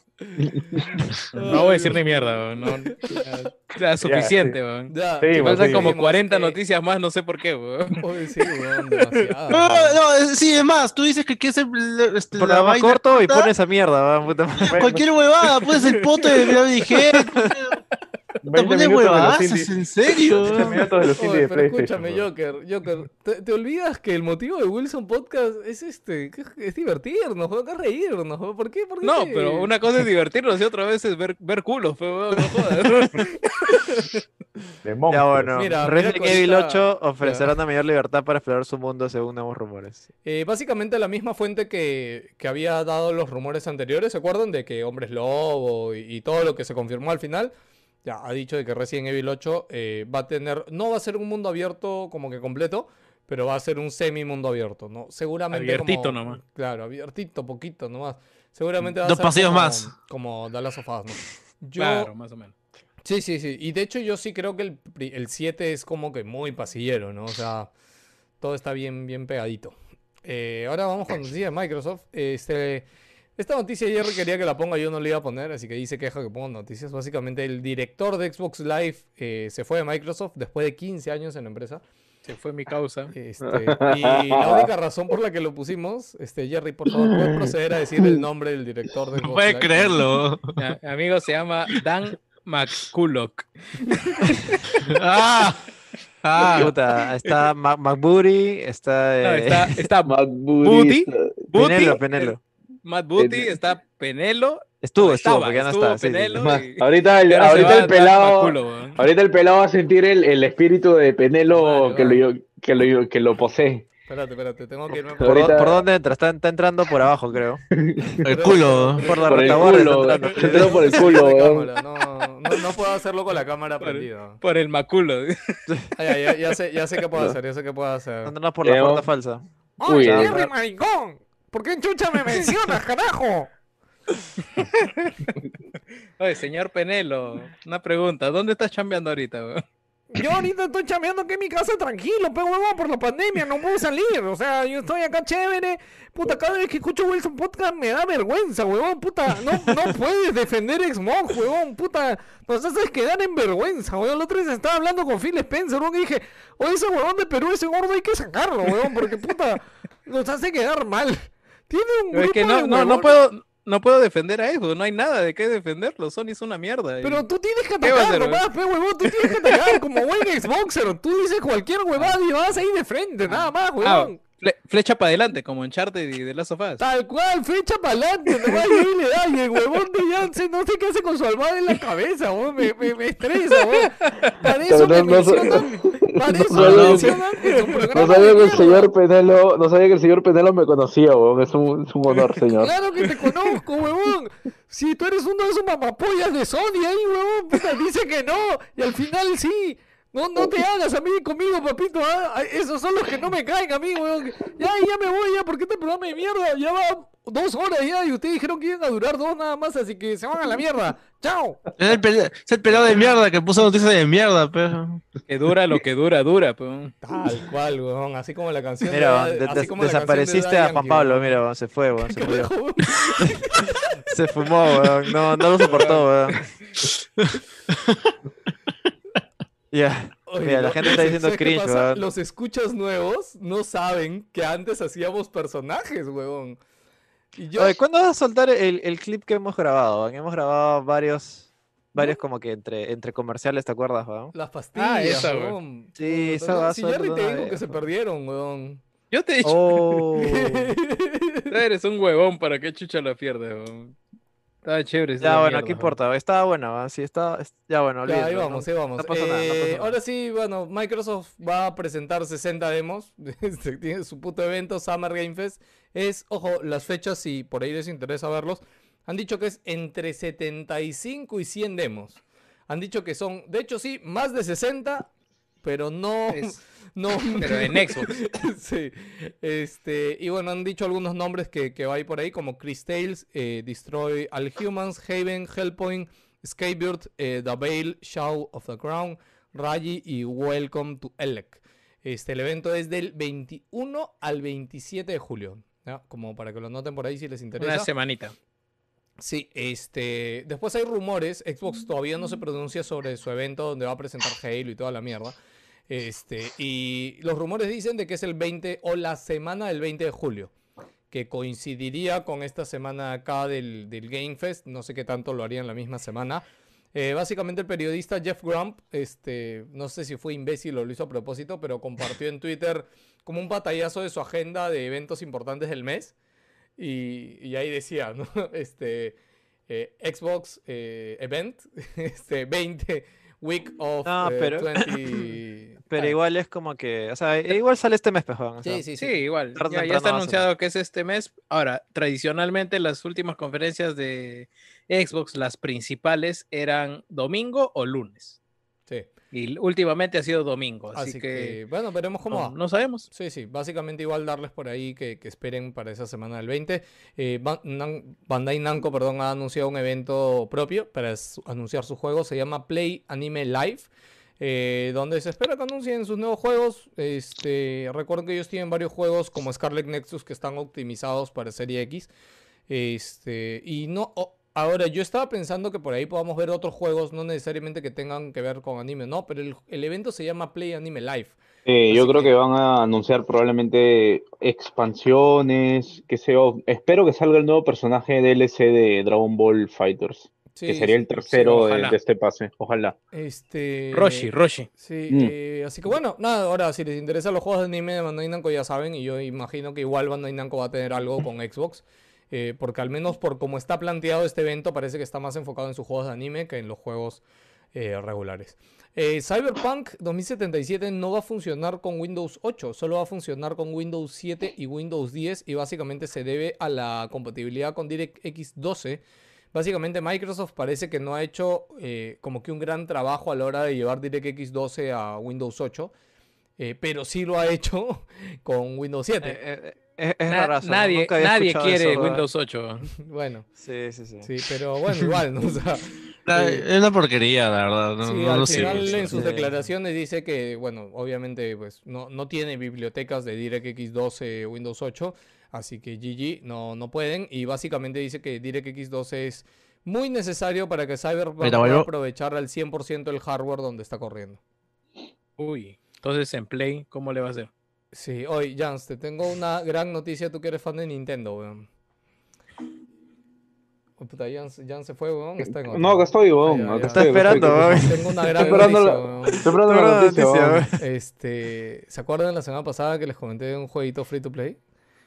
No voy a decir ni mierda, weón. No, ya, suficiente, weón. ya. Sí, Me bueno, faltan sí. como seguimos, 40 noticias más, no sé por qué, weón. Oye, sí, weón, demasiado. Sí, es más, tú dices que quieres la Programa vaina corto y corta, pon esa mierda, weón. Puta madre. cualquier huevada, puedes el poto de Pyramid Head. ¿Te 20 pones minutos de los huevadas? indies. ¿En serio? 20 minutos de los Oye, indies de pero PlayStation. escúchame, ¿no? Joker, ¿te olvidas que el motivo de Wilson Podcast es que es divertirnos, weón, que es reírnos, weón? ¿Por qué? ¿Por qué No, te- pero una cosa es divertirnos y otra vez es ver culos, pero weón, no jodas. De Ya monstruos. bueno, Mira, Resident mira que Evil ahorita- 8 ofrecerá una mayor libertad para explorar su mundo según nuevos rumores. Básicamente la misma fuente que había dado los rumores anteriores, ¿se acuerdan? De que Hombres Lobo y todo lo que se confirmó al final, ya ha dicho de que Resident Evil 8 va a tener, no va a ser un mundo abierto como que completo, pero va a ser un semi mundo abierto, ¿no? Seguramente Abiertito como, nomás. Claro, abiertito, poquito nomás. Seguramente va a Dos ser pasillos como, más. como The Last of Us, ¿no? Yo, Claro, más o menos. Sí, sí, sí. Y de hecho yo sí creo que el 7 es como que muy pasillero, ¿no? O sea, todo está bien, bien pegadito. Ahora vamos con noticias de Microsoft. Esta noticia Jerry quería que la ponga, yo no la iba a poner, así que dice queja que pongo noticias. Básicamente el director de Xbox Live se fue de Microsoft después de 15 años en la empresa. Se fue mi causa. Y la única razón por la que lo pusimos, Jerry, por favor, ¿puedes proceder a decir el nombre del director de Xbox No puede Live? creerlo. Amigo, se llama Dan McCulloch. Puta, está McBooty, está... No, está McBooty. Penelo, Booty, Penelo. Matt Booty, está Penelo. Estuvo, Estaba, porque ya no estuvo está. Sí, sí, Penelo. sí. y- Ahorita y ahora se va el Dan pelado. McCulloch, weón. Ahorita el pelado va a sentir el espíritu de Penelo Vale, que lo posee. Espérate, tengo que irme ¿Por, Ahorita- por dónde entra? Está entrando por abajo, creo. El culo. Por la Por el retaguardia culo. está entrando. Entró por el culo, de weón. cámara, no puedo hacerlo con la cámara prendida. Por el maculo. Ya sé qué puedo hacer, ya sé qué puedo hacer. Está entrando por la puerta falsa. Uy, ¡Ay, Jerry, maricón! ¿Por qué en chucha me mencionas, carajo? Oye, señor Penelo, una pregunta. ¿Dónde estás chambeando ahorita, weón? yo ahorita estoy chameando aquí en mi casa tranquilo, pero huevón, por la pandemia no puedo salir. O sea, yo estoy acá chévere. Puta, cada vez que escucho Wilson Podcast me da vergüenza, huevón. Puta, no puedes defender Xbox, huevón. Puta, nos haces quedar en vergüenza, huevón. El otro día estaba hablando con Phil Spencer, huevón, y dije, oye, ese huevón de Perú, ese gordo hay que sacarlo, huevón, porque puta, nos hace quedar mal. Tiene un Pero es que grupo de no puedo defender a eso, no hay nada de qué defenderlo, Sony es una mierda. Pero tú tienes que ¿Qué va a atacar hacer, nomás, pe huevón, tú tienes que atacar como buen Xboxer. Tú dices cualquier huevada y vas ahí de frente, nada más, huevón. Flecha para adelante, como Uncharted y The Last of Us. Tal cual, flecha para adelante, nomás y ahí le da, y el huevón de Janssen no sé qué hace con su almohada en la cabeza, huevón, me estresa, huevón. Para eso me mencionan, para eso me mencionan en su programa No sabía de que el mierda. señor Penelo, no sabía que el señor Penelo me conocía, weón. Es un honor, señor. Claro que te conozco, huevón. Si tú eres uno de esos mamapollas de Sony ahí, huevón, puta, dice que no, y al final sí. No te hagas a mí conmigo, papito. ¿Ah? Esos son los que no me caen a mí, weón. Ya me voy, ya, porque este programa de mierda ya va 2 horas ya y ustedes dijeron que iban a durar 2 nada más, así que se van a la mierda. ¡Chao! Es el pelado de mierda que puso noticias de mierda, pero. Que dura lo que dura, pues. Tal cual, weón. Así como la canción Mira, así como la canción desapareciste de a Daddy Juan Yankee, Pablo, weón. mira, weón, se fue, weón, se murió. Se fumó, weón, no lo soportó, weón. Ya. Oye, Mira, la no, gente está diciendo ¿sabes qué cringe, pasa? weón. Los escuchas nuevos no saben que antes hacíamos personajes, weón. Y yo... Oye, ¿cuándo vas a soltar el clip que hemos grabado, weón? Hemos grabado varios como que entre comerciales, ¿te acuerdas, weón? Las pastillas, esa, weón. Sí, esa va a Si ser Jerry te una dijo vez, que se weón. perdieron, weón. Yo te he dicho, Oh. eres un huevón, ¿para qué chucha la pierdes, weón? Estaba chévere. esa Ya, bueno, mierda, ¿qué weón. importa? Estaba buena, weón. Sí, ya, bueno, Ya, olvídalo, ahí ¿no? vamos, ahí vamos. No pasa nada, no pasa nada. Ahora sí, bueno, Microsoft va a presentar 60 demos. Tiene su puto evento, Summer Game Fest. Ojo, las fechas, si por ahí les interesa verlos, han dicho que es entre 75 y 100 demos. Han dicho que son, de hecho sí, más de 60, pero no... No, Pero en Xbox. sí. Y bueno, han dicho algunos nombres que va a ir por ahí, como Chris Tales, Destroy All Humans, Haven, Hellpoint, Skatebird, The Veil, Shadow of the Crown, Raji y Welcome to Elec. El evento es del 21 al 27 de julio. ¿Ya? Como para que lo noten por ahí si les interesa. Una semanita. Sí, después hay rumores. Xbox todavía no se pronuncia sobre su evento donde va a presentar Halo y toda la mierda. Y los rumores dicen de que es el 20 o la semana del 20 de julio, que coincidiría con esta semana acá del Game Fest. No sé qué tanto lo harían la misma semana. Básicamente el periodista Jeff Grump, no sé si fue imbécil o lo hizo a propósito, pero compartió en Twitter como un patallazo de su agenda de eventos importantes del mes. Y ahí decía, ¿no? Xbox Event, 20 Week of No, pero 20... Pero igual es como que, o sea, igual sale este mes, pejón. Sí, igual. tarde o Ya temprano está va a anunciado que es este mes. Ahora, tradicionalmente las últimas conferencias de Xbox, las principales, eran domingo o lunes. Sí. Y últimamente ha sido domingo. Así, Así que, que, bueno, veremos cómo va. no sabemos. Sí, básicamente igual darles por ahí que esperen para esa semana del 20. Bandai Namco, perdón, ha anunciado un evento propio para anunciar su juego. Se llama Play Anime Live, donde se espera que anuncien sus nuevos juegos. Recuerden que ellos tienen varios juegos como Scarlet Nexus que están optimizados para Serie X. Y no... Ahora, yo estaba pensando que por ahí podamos ver otros juegos, no necesariamente que tengan que ver con anime, no, pero el evento se llama Play Anime Live. Yo creo que van a anunciar probablemente expansiones, qué sé yo. Espero que salga el nuevo personaje DLC de Dragon Ball Fighters, Sí, que sería el tercero ojalá. de este pase. Ojalá. Roshi. Sí, así que bueno, nada, ahora si les interesan los juegos de anime de Bandai Namco ya saben, y yo imagino que igual Bandai Namco va a tener algo con Xbox. Porque al menos por cómo está planteado este evento parece que está más enfocado en sus juegos de anime que en los juegos regulares. Cyberpunk 2077 no va a funcionar con Windows 8, solo va a funcionar con Windows 7 y Windows 10 y básicamente se debe a la compatibilidad con DirectX 12. Básicamente Microsoft parece que no ha hecho como que un gran trabajo a la hora de llevar DirectX 12 a Windows 8, pero sí lo ha hecho con Windows 7. Es rarazo, ¿no? Nadie Nunca había escuchado quiere eso, Windows 8. Bueno. Sí. Sí, pero bueno, igual, ¿no? O sea, Es una porquería, la verdad. No, Sí, no, al no final sirve. en sus Sí. declaraciones dice que, bueno, obviamente pues no tiene bibliotecas de DirectX 12 o Windows 8, así que GG no pueden, y básicamente dice que DirectX 12 es muy necesario para que Cyberpunk Mira, pueda bueno. aprovechar al 100% el hardware donde está corriendo. Uy, entonces en Play, ¿cómo le va a hacer? Sí, oye, Jans, te tengo una gran noticia, tú que eres fan de Nintendo, weón. Oh, puta, Jans se fue, weón, está en No, otra. acá estoy, Ah, weón. ya, Acá ya. Está estoy, acá estoy. esperando, weón. Tengo una Estoy gran esperando noticia, la, weón. estoy esperando la Buena noticia, noticia, weón. ¿Se acuerdan la semana pasada que les comenté de un jueguito free to play?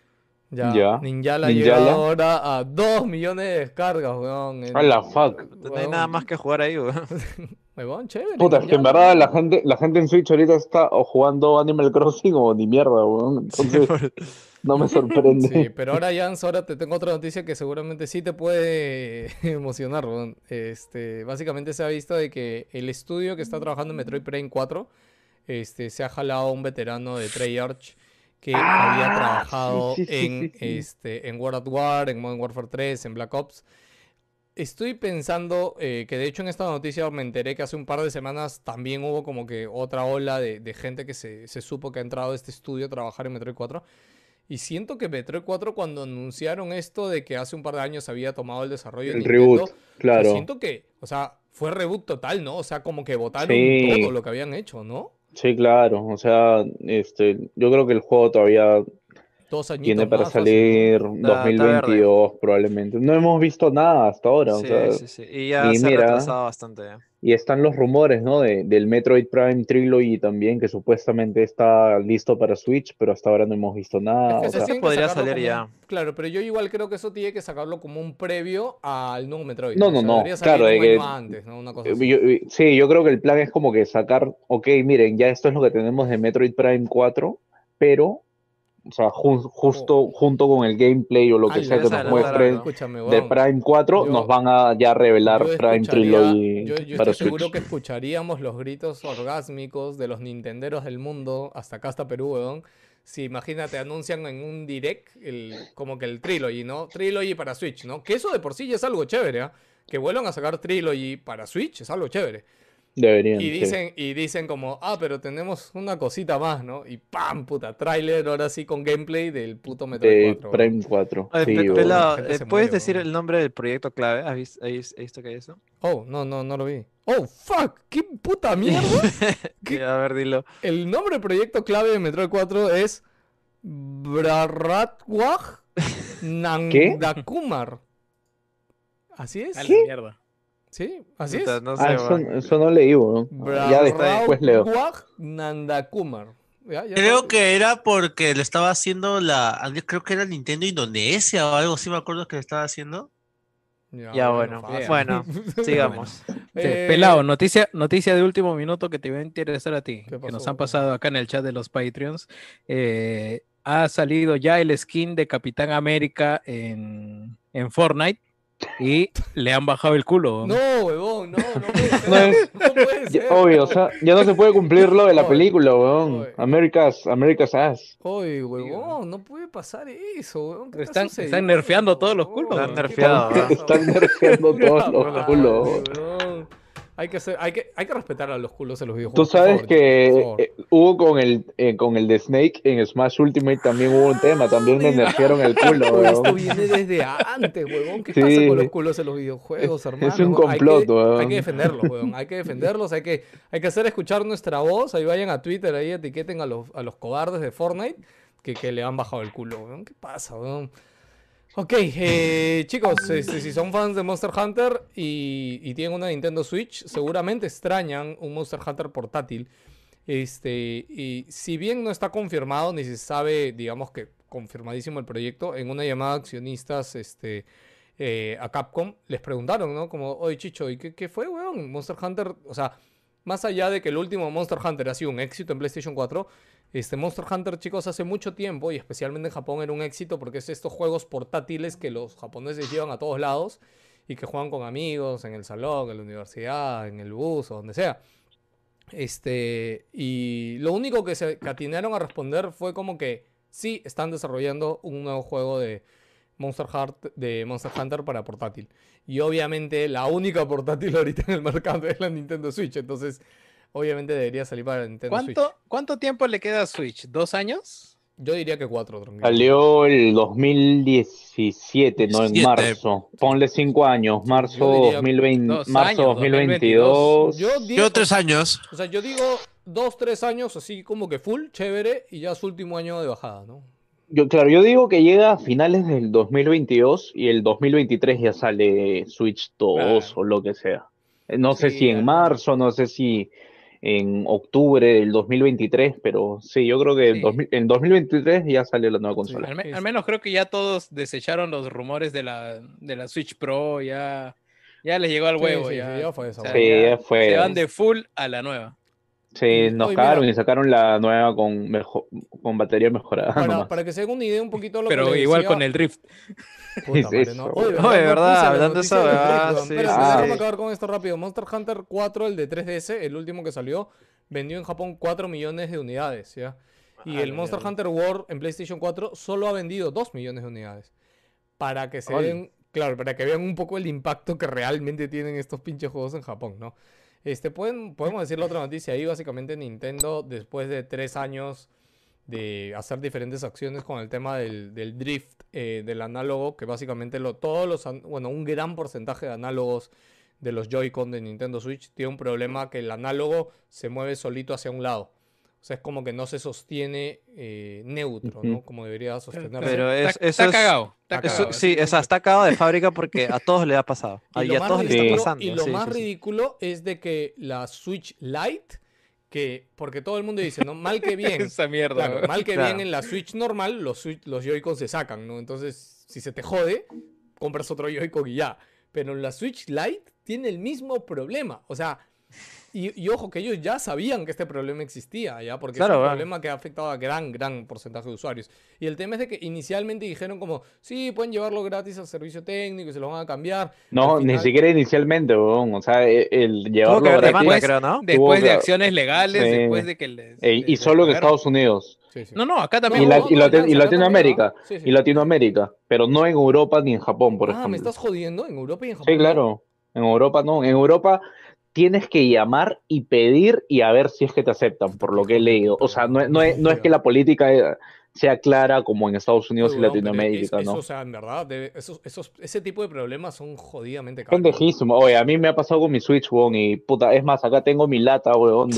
Ya, Ya. Ninjala ha Ninjala. llegado ahora a 2 millones de descargas, weón. A la fuck. No hay nada más que jugar ahí, weón. Weón, chévere. Puta, es que en Ninjala, verdad weón. la gente en Switch ahorita está o jugando Animal Crossing o ni mierda, weón. Sí, Entonces, no me sorprende. Sí, pero ahora, Jans, ahora te tengo otra noticia que seguramente sí te puede emocionar, weón. Básicamente se ha visto de que el estudio que está trabajando en Metroid Prime 4, se ha jalado a un veterano de Treyarch que había trabajado sí, sí, en World at War, en Modern Warfare 3, en Black Ops. Estoy pensando que de hecho en esta noticia me enteré que hace un par de semanas también hubo como que otra ola de gente que se supo que ha entrado a este estudio a trabajar en Metroid 4. Y siento que Metroid 4 cuando anunciaron esto de que hace un par de años había tomado el desarrollo de El Nintendo, reboot, claro. o sea, siento que, o sea, fue reboot total, ¿no? O sea, como que botaron Sí. todo lo que habían hecho, ¿no? Sí, claro. O sea, yo creo que el juego todavía 2 añitos tiene para más fácil, salir Está verde. 2022 probablemente. No hemos visto nada hasta ahora. O Sí, sea, sí, sí. Y ya y se ha mira, retrasado bastante. y están los rumores, ¿no? Del Metroid Prime Trilogy también, que supuestamente está listo para Switch, pero hasta ahora no hemos visto nada. Es que O eso sea, tienen que podría sacarlo salir como ya. Claro, pero yo igual creo que eso tiene que sacarlo como un previo al nuevo Metroid. no, O sea, no. debería salir Claro, un de que año antes, ¿no? Una cosa así. sí, yo creo que el plan es como que sacar, ok, miren, ya esto es lo que tenemos de Metroid Prime 4, pero, o sea, justo junto con el gameplay o lo que Ala, sea que nos adelantar muestren algo. escúchame, de weón. Prime 4, Yo- nos van a ya revelar Yo Prime escucharía, Trilogy yo para estoy seguro Switch. que escucharíamos los gritos orgásmicos de los nintenderos del mundo, hasta acá hasta Perú, weón. Si imagínate, anuncian en un direct como que el Trilogy, ¿no? Trilogy para Switch, ¿no? Que eso de por sí ya es algo chévere, ¿ah? Que vuelvan a sacar Trilogy para Switch es algo chévere. Deberían, Y sí. dicen como, pero tenemos una cosita más, ¿no? Y ¡pam! Puta, tráiler ahora sí con gameplay del puto Metroid De 4, weón. Prime 4. Oye, Sí, weón. pelado, La gente se ¿puedes muere, decir weón. el nombre del proyecto clave? ¿Has visto qué es eso? Oh, no lo vi. Oh, fuck, qué puta mierda. ¿Qué? A ver, dilo. El nombre del proyecto clave de Metroid 4 es Braratwag Nandakumar. ¿Así es? A la mierda. Sí, así Puta, es. no sé, weón. Eso no leí, weón. Ya después leo. Braratwag Nandakumar. Ya Creo está. que era porque le estaba haciendo creo que era Nintendo Indonesia o algo así, me acuerdo que le estaba haciendo. Ya, bueno. fácil. Bueno, sigamos. Pelado, noticia de último minuto que te va a interesar a ti, ¿Qué que nos pasó? han pasado acá en el chat de los Patreons. Ha salido ya el skin de Capitán América en Fortnite y le han bajado el culo. No, huevón, no puede ser. No es- No puede ser. Obvio, o sea, ya no se puede cumplir lo de la Oye, película, weón. oye. America's Ass. Oye, huevón, no puede pasar eso, huevón. ¿Qué Están- está sucediendo, están nerfeando todos los culos, huevón? Están ¿Qué nerfeados, pasa, Están huevón? nerfeando todos Puta los madre, culos. huevón. Hay que respetar a los culos en los Tú videojuegos. por sabes favor, chicos, por que favor. hubo con el de Snake en Smash Ultimate también hubo un tema, también le nerfearon el culo, Oye, esto weón. viene desde antes, huevón. ¿Qué Sí. pasa con los culos en los videojuegos, hermano? Es un complot, weón. Hay que defenderlos, huevón. Hay que defenderlos, hay que hacer escuchar nuestra voz. Ahí vayan a Twitter, ahí etiqueten a los cobardes de Fortnite que le han bajado el culo, weón. ¿Qué pasa, weón? Ok, chicos, si son fans de Monster Hunter y tienen una Nintendo Switch, seguramente extrañan un Monster Hunter portátil. Y si bien no está confirmado, ni se sabe, digamos que confirmadísimo el proyecto, en una llamada de accionistas a Capcom les preguntaron, ¿no? Como, oye, Chicho, ¿y qué fue, weón? Monster Hunter, o sea, más allá de que el último Monster Hunter ha sido un éxito en PlayStation 4, Monster Hunter, chicos, hace mucho tiempo, y especialmente en Japón, era un éxito porque es estos juegos portátiles que los japoneses llevan a todos lados y que juegan con amigos, en el salón, en la universidad, en el bus o donde sea. Y lo único que atinaron a responder fue como que sí, están desarrollando un nuevo juego de de Monster Hunter para portátil. Y obviamente la única portátil ahorita en el mercado es la Nintendo Switch. Entonces, obviamente debería salir para la Nintendo Switch. ¿Cuánto tiempo le queda a Switch? ¿2 años? Yo diría que 4, tranquilo. Salió el 2017, no en marzo. Ponle 5 años, marzo 2020, marzo 2022. Yo 3 años. O sea, yo digo 2, 3 años, así como que full, chévere, y ya su último año de bajada, ¿no? Yo digo que llega a finales del 2022 y el 2023 ya sale Switch 2 o lo que sea. No sé si en marzo, no sé si en octubre del 2023, pero sí, yo creo que en 2023 ya sale la nueva consola. Al menos creo que ya todos desecharon los rumores de la Switch Pro, ya les llegó al huevo. Ya fue eso. Ya fue. Se van de full a la nueva. Sí, nos cagaron y sacaron la nueva con batería mejorada. Para que se hagan una idea un poquito lo pero que igual decía... con el Drift. Puta madre, ¿no? Oye, ¿verdad? Hablando de eso, déjame acabar con esto rápido. Monster Hunter 4, el de 3DS, el último que salió, vendió en Japón 4 millones de unidades, ¿ya? Y el Monster Hunter World en PlayStation 4 solo ha vendido 2 millones de unidades. Para que se den, claro, para que vean un poco el impacto que realmente tienen estos pinches juegos en Japón, ¿no? Podemos decir la otra noticia ahí, básicamente Nintendo, después de 3 años de hacer diferentes acciones con el tema del drift del análogo, que básicamente un gran porcentaje de análogos de los Joy-Con de Nintendo Switch tiene un problema que el análogo se mueve solito hacia un lado. O sea, es como que no se sostiene neutro, ¿no? Como debería sostenerse. Pero está cagado. Sí, está cagado de fábrica porque a todos le ha pasado. A todos le está pasando. Y lo más ridículo es de que la Switch Lite, porque todo el mundo dice, ¿no? Mal que bien. Esa mierda. Claro, mal que bien en la Switch normal, los Joy-Con se sacan, ¿no? Entonces, si se te jode, compras otro Joy-Con y ya. Pero en la Switch Lite tiene el mismo problema. O sea... Y ojo que ellos ya sabían que este problema existía, ¿ya? Porque es un problema que ha afectado a gran porcentaje de usuarios. Y el tema es de que inicialmente dijeron como, sí, pueden llevarlo gratis al servicio técnico y se lo van a cambiar. No, ni siquiera inicialmente, weón. O sea, el llevarlo gratis... Después de acciones legales, después de que... y solo en Estados Unidos. No, acá también. Y Latinoamérica. Y Latinoamérica. Pero no en Europa ni en Japón, por ejemplo. ¿Me estás jodiendo? ¿En Europa y en Japón? Sí, claro. En Europa no. En Europa... tienes que llamar y pedir y a ver si es que te aceptan, por lo que he leído. O sea, no es que la política sea clara como en Estados Unidos y Latinoamérica, ¿no? O sea, en verdad, ese tipo de problemas son jodidamente caros. Pendejísimo. Oye, a mí me ha pasado con mi Switch, weón, y puta, es más, acá tengo mi lata, weón,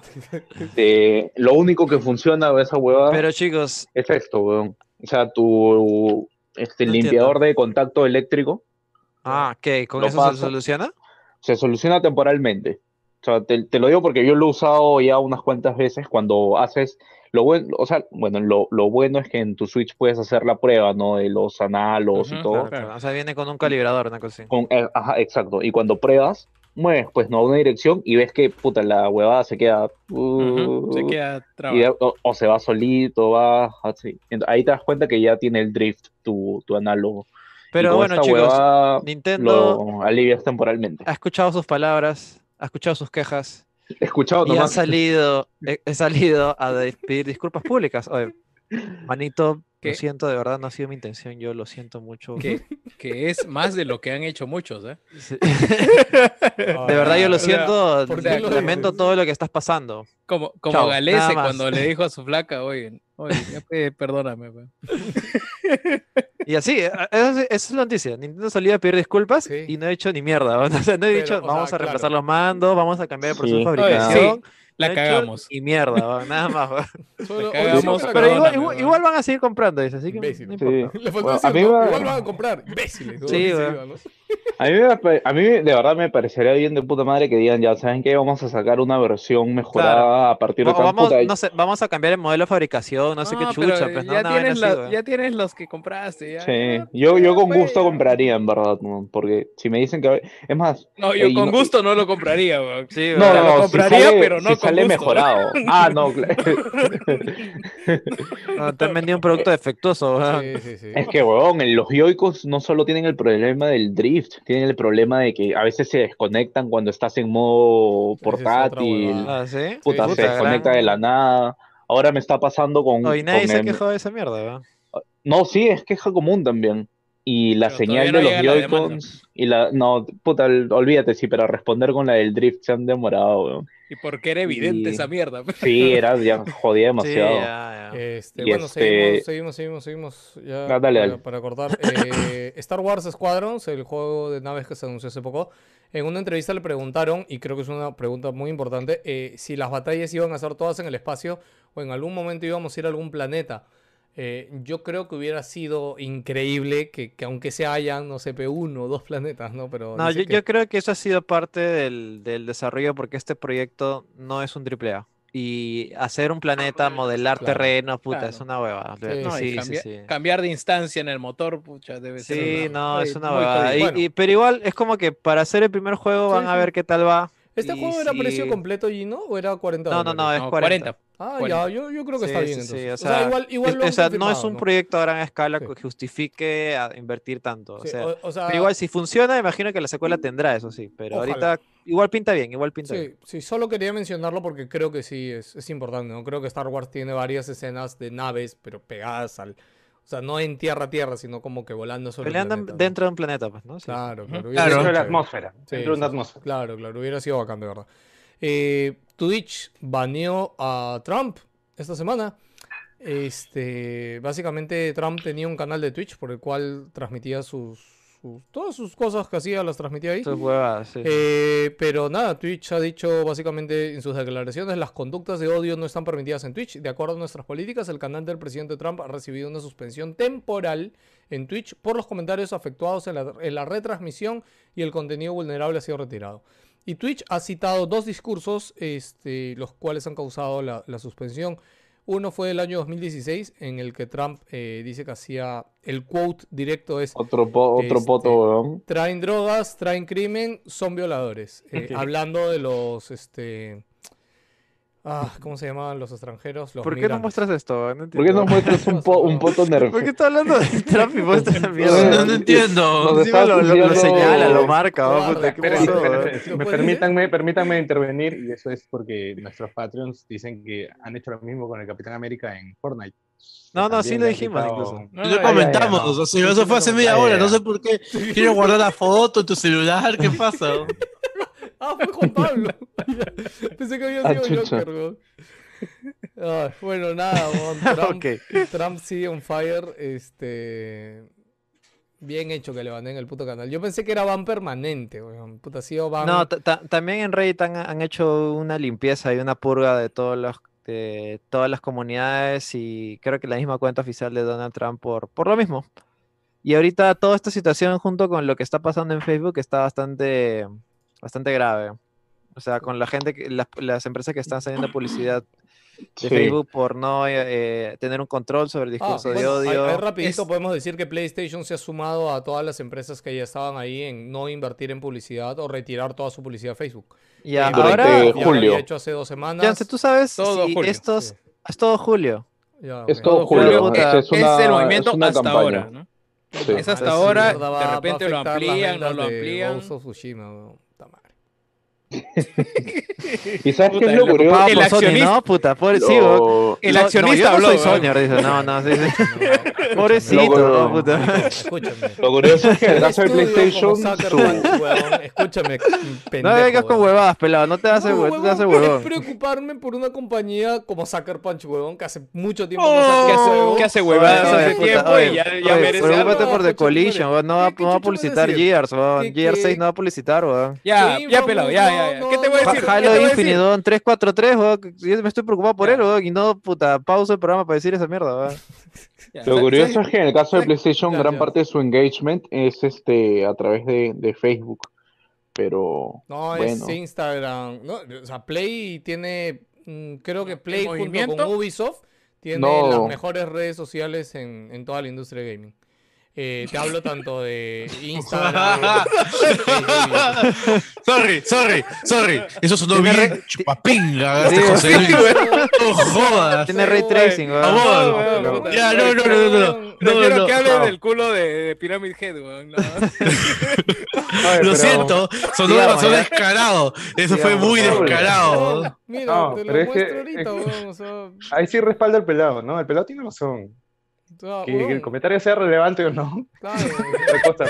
de lo único que funciona de esa huevada. Pero chicos... es esto, weón. O sea, tu limpiador de contacto eléctrico. ¿Qué? ¿Con eso se soluciona? Se soluciona temporalmente. O sea, te lo digo porque yo lo he usado ya unas cuantas veces cuando haces lo bueno, lo bueno es que en tu Switch puedes hacer la prueba, ¿no? De los análogos y todo. Claro. O sea, viene con un calibrador, una cosa así. Exacto. Y cuando pruebas, mueves pues no a una dirección y ves que puta la huevada se queda se queda trabado. o se va solito, va así. Ahí te das cuenta que ya tiene el drift tu análogo. Pero bueno, chicos, Nintendo lo alivias temporalmente. Ha escuchado sus palabras, ha escuchado sus quejas. He escuchado y nomás. he salido a pedir disculpas públicas. Oye, manito, lo siento, de verdad no ha sido mi intención, yo lo siento mucho. Que es más de lo que han hecho muchos, ¿eh? Sí. De verdad yo lo siento, lamento todo lo que estás pasando. Como Galese cuando le dijo a su flaca, oye, perdóname. Y así, esa es la noticia. Nintendo salió a pedir disculpas y no he hecho ni mierda. O sea, no he dicho, vamos a reemplazar los mandos, vamos a cambiar el proceso de fabricación. La cagamos. Y mierda, nada más. Pero igual van a seguir comprando eso, así que no importa. Igual van a comprar, imbéciles. Sí, a mí de verdad me parecería bien de puta madre que digan, ya saben que vamos a sacar una versión mejorada a partir de vamos a cambiar el modelo de fabricación, no sé qué chucha, pues ya tienes los que compraste. Ya, sí, yo con gusto compraría, en verdad, porque si me dicen que es más. No, yo con gusto no lo compraría, sí, lo compraría, pero no con sale gusto. Mejorado. No, claro. Te han vendido un producto defectuoso. Sí. Es que, huevón, los Joy-Cons no solo tienen el problema del drift, tienen el problema de que a veces se desconectan cuando estás en modo portátil. ¿Sí? Puta, se desconecta de la nada. Ahora me está pasando con... Y nadie se ha quejado de esa mierda, ¿verdad? No, sí, es queja común también. Y la Pero señal todavía no de los llega la demanda. Joy-Cons y la... No, puta, olvídate, sí, pero responder con la del drift se han demorado, weón. Y porque era evidente Y... esa mierda. Sí, ya jodía Sí, demasiado. ya. Y Bueno, seguimos. Ya dale. para cortar. Star Wars Squadrons, el juego de naves que se anunció hace poco. En una entrevista le preguntaron, y creo que es una pregunta muy importante, si las batallas iban a ser todas en el espacio o en algún momento íbamos a ir a algún planeta. Yo creo que hubiera sido increíble que aunque se hayan, no sé, uno o dos planetas, ¿no? Pero No, dice yo creo que eso ha sido parte del desarrollo porque este proyecto no es un AAA. Y hacer un planeta, modelar Claro, terrenos, puta, claro. es una hueva. Sí, Sí. Cambiar de instancia en el motor, pucha, debe ser Sí, no, es una muy huevada. jodido. Bueno. Pero igual es como que para hacer el primer juego Sí, van a sí. ver qué tal va. ¿Este Y juego era si- precio completo, Gino, o era 40 No, dólares? es 40. Ah, 40. ya, yo creo que Sí, está bien sí, entonces. sí, O sea, igual lo han no es confirmado, un proyecto a gran escala Sí. que justifique a invertir tanto. Sí, O sea, o sea, pero igual si funciona, imagino que la secuela tendrá eso sí. Pero Ojalá. ahorita igual pinta bien, igual pinta bien. sí, solo quería mencionarlo porque creo que sí es importante, ¿no? Creo que Star Wars tiene varias escenas de naves, pero pegadas al... O sea, no en tierra a tierra, sino como que volando sobre el Peleando planeta, ¿no? dentro de un planeta, pues, ¿no? Sí. Claro, Ujú. hubiera Claro. sido Dentro de la chévere. atmósfera. Sí, Dentro de una sí, atmósfera. Claro, hubiera sido bacán, de verdad. Twitch baneó a Trump esta semana. Básicamente Trump tenía un canal de Twitch por el cual transmitía todas sus cosas que hacía, las transmitía ahí. Sus huevadas, sí. Pero nada, Twitch ha dicho básicamente en sus declaraciones: las conductas de odio no están permitidas en Twitch. De acuerdo a nuestras políticas, el canal del presidente Trump ha recibido una suspensión temporal en Twitch por los comentarios afectuados en la retransmisión y el contenido vulnerable ha sido retirado. Y Twitch ha citado dos discursos, los cuales han causado la suspensión. Uno fue del año 2016, en el que Trump dice que hacía, el quote directo es: Otro poto, weón. traen drogas, traen crimen, son violadores. Hablando de los, ¿cómo se llamaban los extranjeros? Los ¿Por qué no migrantes. muestras esto? No ¿Por qué no entiendo. muestras un poto nerf? ¿Por qué está hablando de Trump y muestra mierda? No entiendo. Nos Encima estás lo haciendo- señala, lo marca, Cobarde, puta, ¿qué espérense, pasó? Espérense, ¿Lo puedes decir? permítanme intervenir, y eso es porque nuestros Patreons dicen que han hecho lo mismo con el Capitán América en Fortnite. No, Que sí también lo le han dijimos quitado- incluso. No, Lo no, comentamos, no. o sea, eso fue hace media hora, no sé por qué. Quiero guardar la foto en tu celular, ¿qué pasa? Fue Juan Pablo. Pensé que había sido chucha. Joker, weón. Bueno, nada, weón, Trump, Ok. Trump sigue on fire. Bien hecho que le baneen el puto canal. Yo pensé que era ban permanente, weón. Puta, ha sido ban. No, también en Reddit han hecho una limpieza y una purga de todas las comunidades y creo que la misma cuenta oficial de Donald Trump por lo mismo. Y ahorita toda esta situación junto con lo que está pasando en Facebook está bastante grave. O sea, con la gente, las empresas que están saliendo publicidad de Sí. Facebook por no tener un control sobre el discurso de odio. Ahí rapidito Es- podemos decir que PlayStation se ha sumado a todas las empresas que ya estaban ahí en no invertir en publicidad o retirar toda su publicidad de Facebook. Ya, Durante ahora, Ya lo julio. había hecho hace 2 semanas. Janse, tú sabes Todo si julio, estos... sí. Es todo julio. Ya, Es ok. todo julio. puta. Es una- es el movimiento es una hasta campaña. ahora, ¿no? Sí. Es hasta Sí, ahora, Mierda, de repente lo afectar las amplían, no ventas lo de amplían. Ghost of Tsushima, weón. Puta madre. ¿Y sabes qué Puta, es lo el curioso? Ocupado El por Sony, accionista- ¿no? Puta, pobre, sí, Lo- weón. El No, accionista yo no habló, soy weón. Sony, dice. No, sí, sí. No, Pobrecito, Lo- no, puta. Escúchame. Lo curioso es que en el caso de Estudio PlayStation, como Sucker su- Punch, weón. Escúchame, pendejo. No vengas con weón. huevadas, pelado. No te haces No, huevón, te haces huevón, huevón. es preocuparme por una compañía como Sucker Punch, huevón, que hace mucho tiempo Que no saca un hace- juego. que hace huevadas Oye, hace puta, tiempo oye, y ya oye, merece preocúpate algo. por The escúchame, Collision, weón. No va ¿qué a chucha vas a publicitar decir? Gears, weón. ¿Qué- Gears qué? 6 no va a publicitar, weón. Ya, Sí, ya pelado, ya. no, ¿Qué te voy a no, decir? ¿Qué te Halo voy a decir? Infinite, weón. 343, weón. Yo me estoy preocupado por Ya. él, weón. Y no, puta, pausa el programa para decir esa mierda, weón. Ya, lo ¿sabes? curioso es que en el caso de PlayStation, Ya, gran ya. parte de su engagement es a través de Facebook. Pero No, bueno, es Instagram. No, o sea, Play tiene. Creo que Play junto movimiento? con Ubisoft tiene No. las mejores redes sociales en toda la industria de gaming. Te hablo tanto de Instagram. Sorry. Eso sonó Tiene bien re- chupapinga. Sí, José sí, Luis. No jodas. Tiene ray tracing, weón. Amor. weón. Ya, no. Prefiero que hable no. del culo de Pyramid Head, weón. No. Lo siento, sonó Digamos, demasiado ya. descarado. Eso fue Digamos, muy por favor. descarado. Mira, No, te lo pero es que- muestro ahorita, weón. O sea, ahí sí respalda el pelado, ¿no? El pelado tiene razón. sea, Que el comentario sea relevante o no, claro, otra cosa,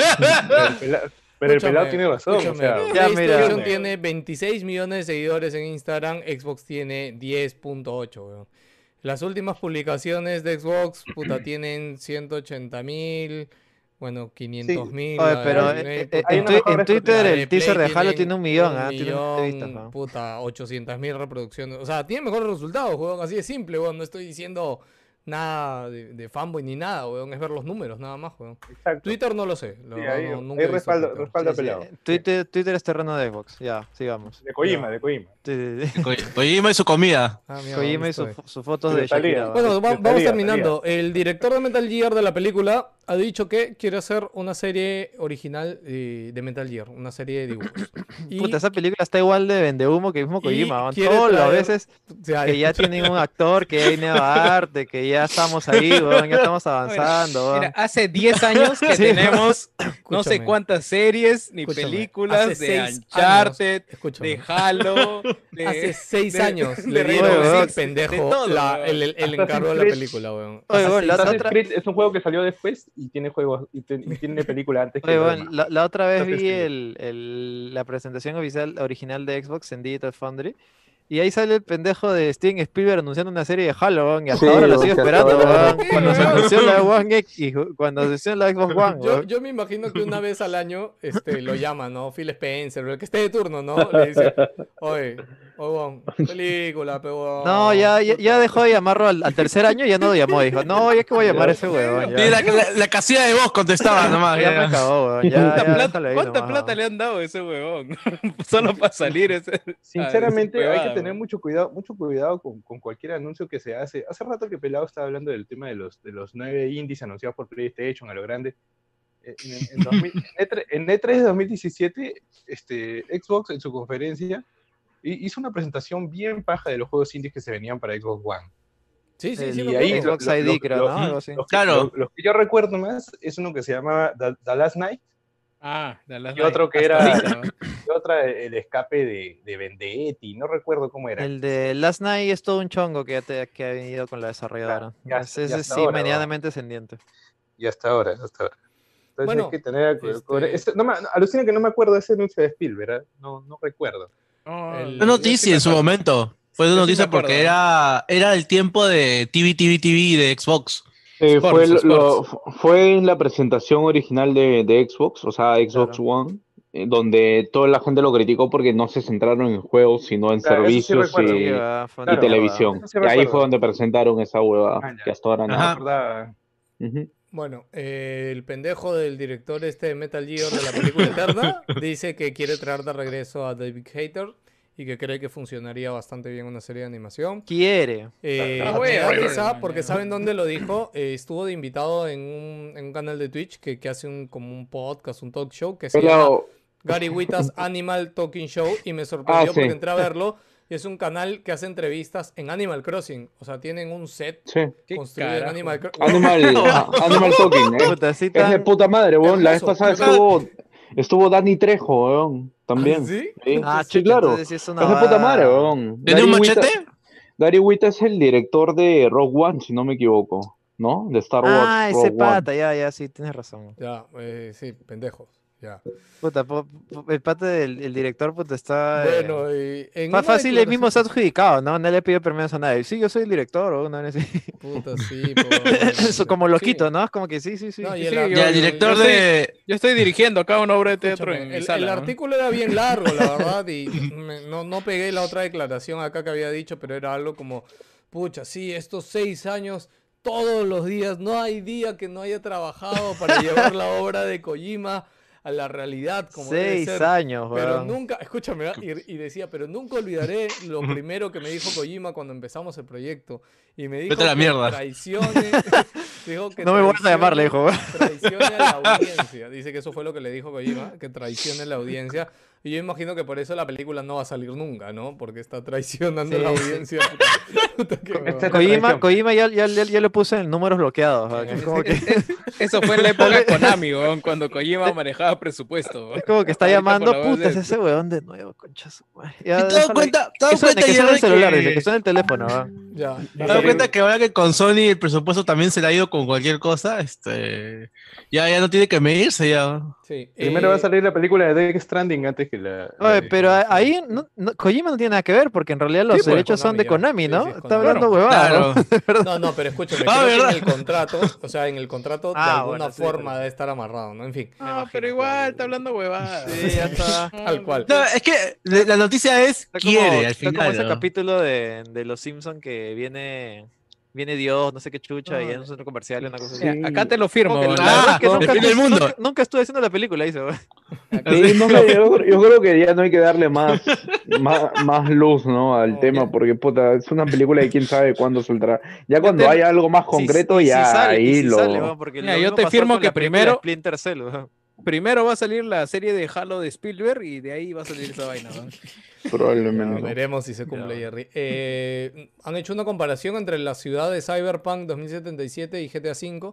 pero el pelado tiene razón. O sea, PlayStation tiene 26 millones de seguidores en Instagram, Xbox tiene 10.8, weón. Las últimas publicaciones de Xbox, puta, tienen 180.000, bueno, 500.000. Oye, pero en Twitter el teaser de Halo tiene 1 millón, tiene un millón de vistas, ¿no? Puta, 800.000 reproducciones. O sea, tiene mejores resultados, weón, así de simple, weón. No estoy diciendo nada de fanboy ni nada, weón. Es ver los números, nada más, weón. Exacto. Twitter no lo sé. Sí, hay respaldo pelado. Twitter es terreno de Xbox, ya, sigamos. De Kojima. Kojima y su comida. Kojima y sus fotos de Shakira. Bueno, vamos terminando. El director de Metal Gear de la película ha dicho que quiere hacer una serie original de Metal Gear, una serie de dibujos. Puta, esa película está igual de vendehumo que el mismo Kojima. Todas las veces que ya tienen un actor, que hay nueva arte, que ya estamos ahí, weón, ya estamos avanzando. Mira, hace 10 años que tenemos no sé cuántas series ni películas de Uncharted, de Halo. Hace 6 años le de dieron Rainbow ese Six, pendejo el encargo de la película, weón. Assassin's Creed es un juego que salió después y tiene juegos y tiene película antes que la otra vez vi la presentación original de Xbox en Digital Foundry y ahí sale el pendejo de Steven Spielberg anunciando una serie de Halo, weón, y hasta ahora lo sigo esperando, weón, cuando se anunció la One X y cuando se anunció la Xbox One. Yo me imagino que una vez al año lo llama, ¿no? Phil Spencer, el que esté de turno, ¿no? Le dice, oye, película, pero... No, ya dejó de llamarlo al tercer año, ya no lo llamó, dijo, no, ya que voy a llamar a ese weón. Y la casilla de voz contestaba nomás. Ya me acabó, weón. ¿Cuánta plata le han dado a ese weón? Solo para salir. Sinceramente, hay que tener mucho cuidado con cualquier anuncio que se hace. Hace rato que Pelado estaba hablando del tema de los 9 indies anunciados por PlayStation a lo grande. En E3 de 2017, Xbox en su conferencia hizo una presentación bien paja de los juegos indies que se venían para Xbox One. Sí, y ahí Xbox ID, creo, ¿no? Algo así. Los que yo recuerdo más es uno que se llamaba The Last Night. The Last y otro que era el escape de Vendetti, no recuerdo cómo era. El de Last Night es todo un chongo que ha venido con la desarrolladora. Ese sí, medianamente ascendiente. Y hasta ahora. Entonces bueno, hay que tener... alucina que no me acuerdo de ese anuncio de Spielberg, no recuerdo. Fue noticia en su momento. Fue noticia porque era el tiempo de TV de Xbox. Fue en la presentación original de Xbox, o sea, Xbox One, donde toda la gente lo criticó porque no se centraron en juegos, sino en servicios y televisión. Y ahí fue donde presentaron esa huevada, que hasta ahora no. Bueno, el pendejo del director de Metal Gear de la película Eterna dice que quiere traer de regreso a David Hayter y que cree que funcionaría bastante bien una serie de animación. Quiere. Quizá, porque ¿saben dónde lo dijo? Estuvo de invitado en un canal de Twitch que hace como un podcast, un talk show que se llama Gary Whitta's Animal Talking Show y me sorprendió porque entré a verlo. Y es un canal que hace entrevistas en Animal Crossing. O sea, tienen un set construido en Animal Crossing. Animal Talking, es de puta madre, weón. La vez pasada estuvo Dani Trejo, weón. También. ¿Sí? Sí, claro. Es de puta madre, weón. ¿Tiene un machete? Gary Whitta es el director de Rogue One, si no me equivoco. ¿No? De Star Wars. Ese pata, ya, sí, tienes razón. Ya, sí, pendejos. Ya. Puta, el pata del director, puta, está... Bueno, fácil, él mismo se ha adjudicado, ¿no? No le pidió permiso a nadie. Sí, yo soy el director, o una vez así. Puta, sí, eso como loquito, ¿no? Es como que sí. No, el director yo estoy dirigiendo acá una obra de teatro en mi sala, el artículo era bien largo, la verdad, y no pegué la otra declaración acá que había dicho, pero era algo como, pucha, sí, estos 6 años... Todos los días, no hay día que no haya trabajado para llevar la obra de Kojima a la realidad como 6 años, pero nunca, escúchame, y decía, pero nunca olvidaré lo primero que me dijo Kojima cuando empezamos el proyecto. Y me dijo que traicione, dijo que no me vuelvas a llamar, le dijo. Traicione a la audiencia. Dice que eso fue lo que le dijo Kojima, que traicione a la audiencia. Y yo imagino que por eso la película no va a salir nunca, ¿no? Porque está traicionando a la audiencia. Kojima ya le puse en números bloqueados. ¿No? Es como que... Eso fue en la época de Konami, weón, cuando Kojima manejaba presupuesto. Es como que está llamando, puta, es ese weón de nuevo, concha su madre. ¿Te das cuenta? ¿Te Que suena el celular, dice, que suena el teléfono. Ya. ¿Te das cuenta que ahora que con Sony el presupuesto también se le ha ido con cualquier cosa? Ya no tiene que medirse ya. Sí. Primero va a salir la película de Death Stranding antes que la... Oye, pero ahí Kojima no tiene nada que ver, porque en realidad los derechos son de Konami, ¿no? Está hablando huevada, ¿no? No, pero escúchame, creo que en el contrato, o sea, en el contrato de alguna forma debe estar amarrado, ¿no? En fin. Pero igual está hablando huevada. Sí, ya está. Tal cual. No, es que la noticia es quiere al final. Como ese capítulo de Los Simpsons que viene Dios, no sé qué chucha, y en un centro comercial, una cosa así. Acá te lo firmo. Nunca estuve haciendo la película, dice. Sí, yo creo que ya no hay que darle más luz, ¿no? al tema, porque puta, es una película de quién sabe cuándo soltará. Ya cuando hay algo más concreto, yo te firmo que primero va a salir la serie de Halo de Spielberg y de ahí va a salir esa vaina, ¿no? Probablemente. Veremos si se cumple, Jerry. Han hecho una comparación entre la ciudad de Cyberpunk 2077 y GTA V.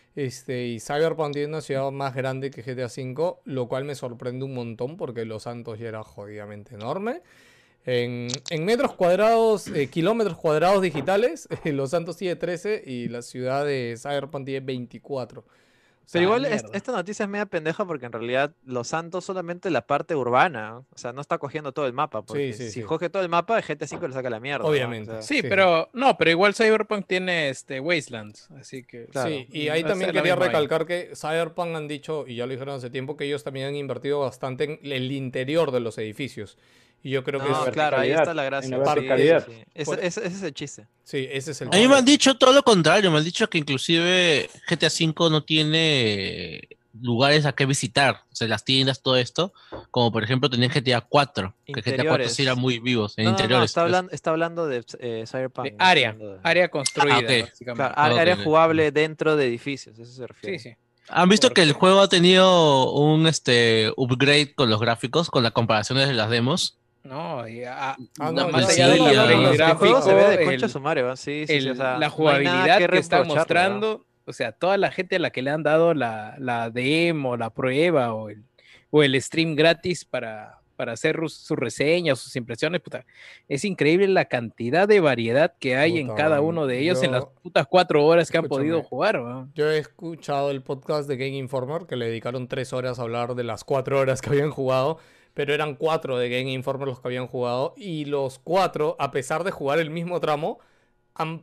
Y Cyberpunk tiene una ciudad más grande que GTA V, lo cual me sorprende un montón porque Los Santos ya era jodidamente enorme. En metros cuadrados, kilómetros cuadrados digitales, Los Santos tiene 13 y la ciudad de Cyberpunk tiene 24. Pero igual esta noticia es media pendeja porque en realidad Los Santos solamente la parte urbana, o sea, no está cogiendo todo el mapa, porque si coge todo el mapa, GTA V le saca la mierda. Obviamente. ¿no? O sea, pero igual Cyberpunk tiene Wastelands, así que... Claro. Sí, y ahí también quería recalcar que Cyberpunk han dicho, y ya lo dijeron hace tiempo, que ellos también han invertido bastante en el interior de los edificios. Y yo creo que claro, ahí está la gracia. En la verticalidad. Sí. Ese es el chiste. Sí, ese es el A mí me han dicho todo lo contrario, me han dicho que inclusive GTA V no tiene lugares a que visitar, o sea, las tiendas, todo esto, como por ejemplo tenía GTA 4, que GTA 4 sí era muy vivos en interiores. Está hablando de Cyberpunk. De área construida, básicamente. Claro, área jugable dentro de edificios, eso se refiere. Sí. ¿Han visto que el juego ha tenido un upgrade con los gráficos, con las comparaciones de las demos? No, más allá del gráfico, se ve de concha sumario, o sea, la jugabilidad que están mostrando, o sea, toda la gente a la que le han dado la demo, la prueba o el stream gratis para hacer sus reseñas, sus impresiones, puta, es increíble la cantidad de variedad que hay en cada uno de ellos en las putas 4 horas que han podido jugar, ¿no? Yo he escuchado el podcast de Game Informer que le dedicaron 3 horas a hablar de las 4 horas que habían jugado. Pero eran 4 de Game Informer los que habían jugado. Y los 4, a pesar de jugar el mismo tramo, han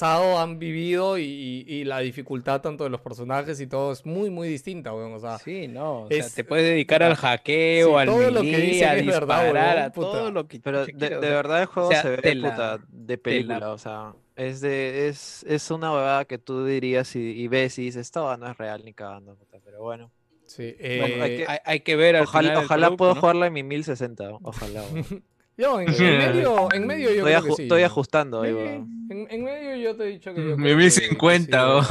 vivido y la dificultad tanto de los personajes y todo es muy, muy distinta, weón. O sea, te puedes dedicar al hackeo, al melee, a disparar, a todo lo que... Pero de verdad el juego se ve de película, o sea... Es una huevada que tú dirías y ves y dices, esta no es real ni cagando, pero bueno. Sí, hay que ver al final ojalá puedo jugarla en mi 1060, ojalá. Yo en medio yo creo que sí. Estoy ajustando ahí, en medio yo te he dicho que yo mi 1050,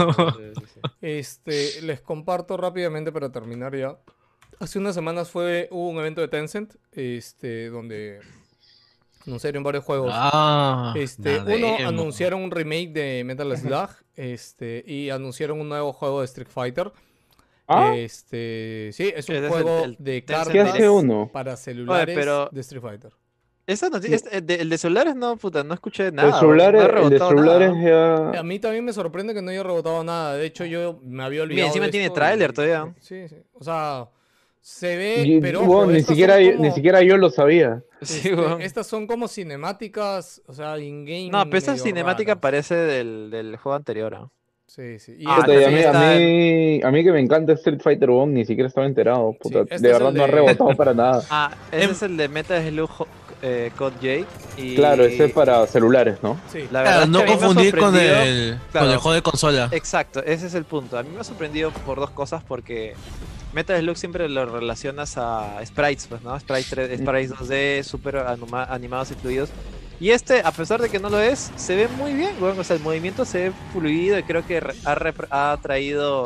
les comparto rápidamente para terminar ya. Hace unas semanas hubo un evento de Tencent, donde anunciaron varios juegos. Anunciaron un remake de Metal Slug, y anunciaron un nuevo juego de Street Fighter. Sí, es un juego de cartas para celulares de Street Fighter. El de celulares no escuché nada. El de celulares ya... A mí también me sorprende que no haya rebotado nada. De hecho, yo me había olvidado. Y encima tiene tráiler todavía. Sí. O sea, se ve, pero ni siquiera yo lo sabía. Estas son como cinemáticas, o sea, in-game. No, pero esta cinemática parece del juego anterior, ¿no? Sí. Y a mí que me encanta Street Fighter 1, ni siquiera estaba enterado. Puta, de verdad no ha rebotado para nada. Ese es el de Metal Slug Code J. Claro, ese es para celulares, ¿no? Sí. La verdad no confundir con el juego de consola. Exacto, ese es el punto. A mí me ha sorprendido por 2 cosas, porque Metal Slug siempre lo relacionas a sprites, pues, ¿no? Sprites 2D, súper animados y fluidos. Y a pesar de que no lo es, se ve muy bien, güey. O sea, el movimiento se ve fluido y creo que ha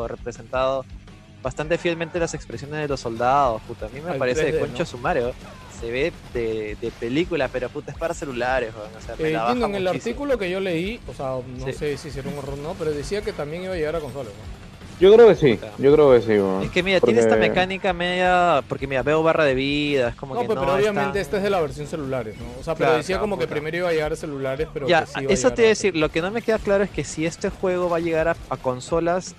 representado bastante fielmente las expresiones de los soldados, puta. A mí me parece de concha sumario. se ve de película, pero puta, es para celulares, weón. O sea, me la baja Gino, en el muchísimo. artículo que yo leí, o sea, no Sí. sé si hicieron un error o no, pero decía que también iba a llegar a consolas, ¿no? Yo creo que sí, weón. Es que mira, Porque- tiene esta mecánica media, porque mira, veo barra de vida, es como No, que pero no obviamente es esta es de la versión celulares, ¿no? O sea, pero Claro, decía claro, como que puta. primero iba a llegar a celulares, pero Ya, que sí iba a eso llegar te iba a a- decir, lo que no me queda claro es que si este juego va a llegar a consolas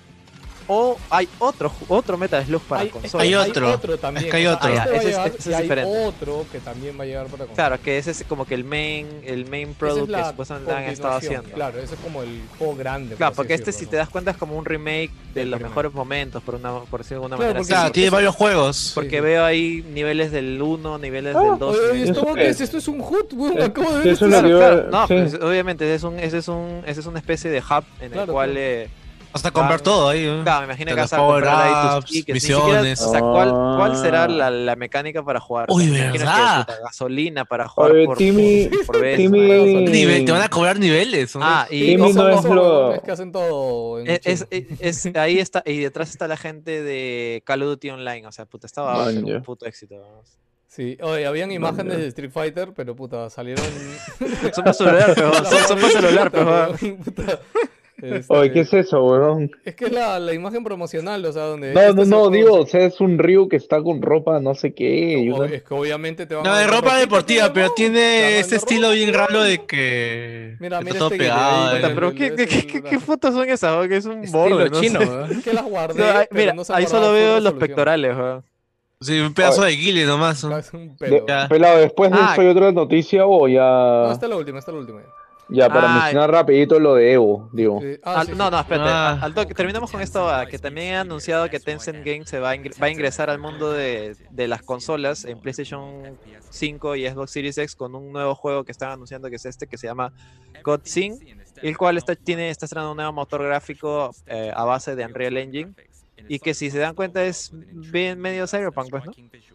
o hay otro Metal Slug para Hay, consolas. Hay otro. también. Es que hay o sea, otro. este va a Ese es- llegar ese y es hay diferente. otro que también va a llegar para consolas. Claro, que ese es como que el main Esa product es la que supuestamente han estado continuación, haciendo. Claro, ese es como el juego grande. Claro, por porque así este, si decirlo, te ¿no? das cuenta, es como un remake de Del los primero. mejores momentos, por decirlo de alguna Claro, manera. porque Sí, Claro, tiene porque- varios juegos. Porque Sí, sí. veo ahí niveles del 1, niveles Ah, del 2. Oye, ¿esto ¿Eso qué qué es? Esto es un HUD, weón. Sí, Acabo de sí, ver eso esto. es lo que iba- Claro, no, sí. pues, obviamente ese es una especie de hub en el Claro, cual claro. Hasta comprar todo ahí. ¿no? claro, me imagino De que los vas a comprar ahí tus power-ups, tickets. Ni siquiera- misiones. o sea, ¿cuál será la mecánica para jugar? Uy, O sea, me imagino ¿verdad? que, puta, gasolina para jugar Oye, por Timmy, vez. Nivel, te van a cobrar niveles. ¿no? Ah, y Timmy ojo, no es ojo, lo- Es que hacen todo en ahí está, y detrás está la gente de Call of Duty Online, o sea, puta, estaba a ser Maña. un puto éxito. vamos. Sí, oye, habían imágenes Manda. de Street Fighter, pero puta, salieron... Son para celular, pero son para celular, pero Puta, Oye, ¿qué es eso, weón? Es que es la imagen promocional, o sea, donde... No, este no, es el no, juego- digo, o sea, es un Ryu que está con ropa, no sé qué. y O- una- Es que obviamente te van No, a de vender ropa ropita, deportiva, pero ¿no? Te tiene van a este vender estilo ropa. bien raro de que Mira, está mira todo este guille pegado. ahí, Puta, el- pero el- ¿qué, ese qué, es qué, el- qué fotos son esas? ¿O? Que es un Estilo borde, no chino, sé. ¿no? Es que las guardé, No, pero mira, no se han ahí guardado solo full veo los resolución. pectorales, weón. Sí, un pedazo de guile nomás. ¿no? Es un pelo. Ya. Pelado, después de Ah. eso hay otra noticia o No, ya. esta es la última, esta es la última. Ya, para Ah. mencionar rapidito lo de Evo, digo. Sí, No, no, espérate. Ah. Al toque, terminamos con esto, que también he anunciado que Tencent Games va a ingresar al mundo de las consolas en PlayStation 5 y Xbox Series X con un nuevo juego que están anunciando, que es este, que se llama God Sing, el cual está estrenando un nuevo motor gráfico a base de Unreal Engine, y que si se dan cuenta es bien medio cyberpunk, pues, ¿no?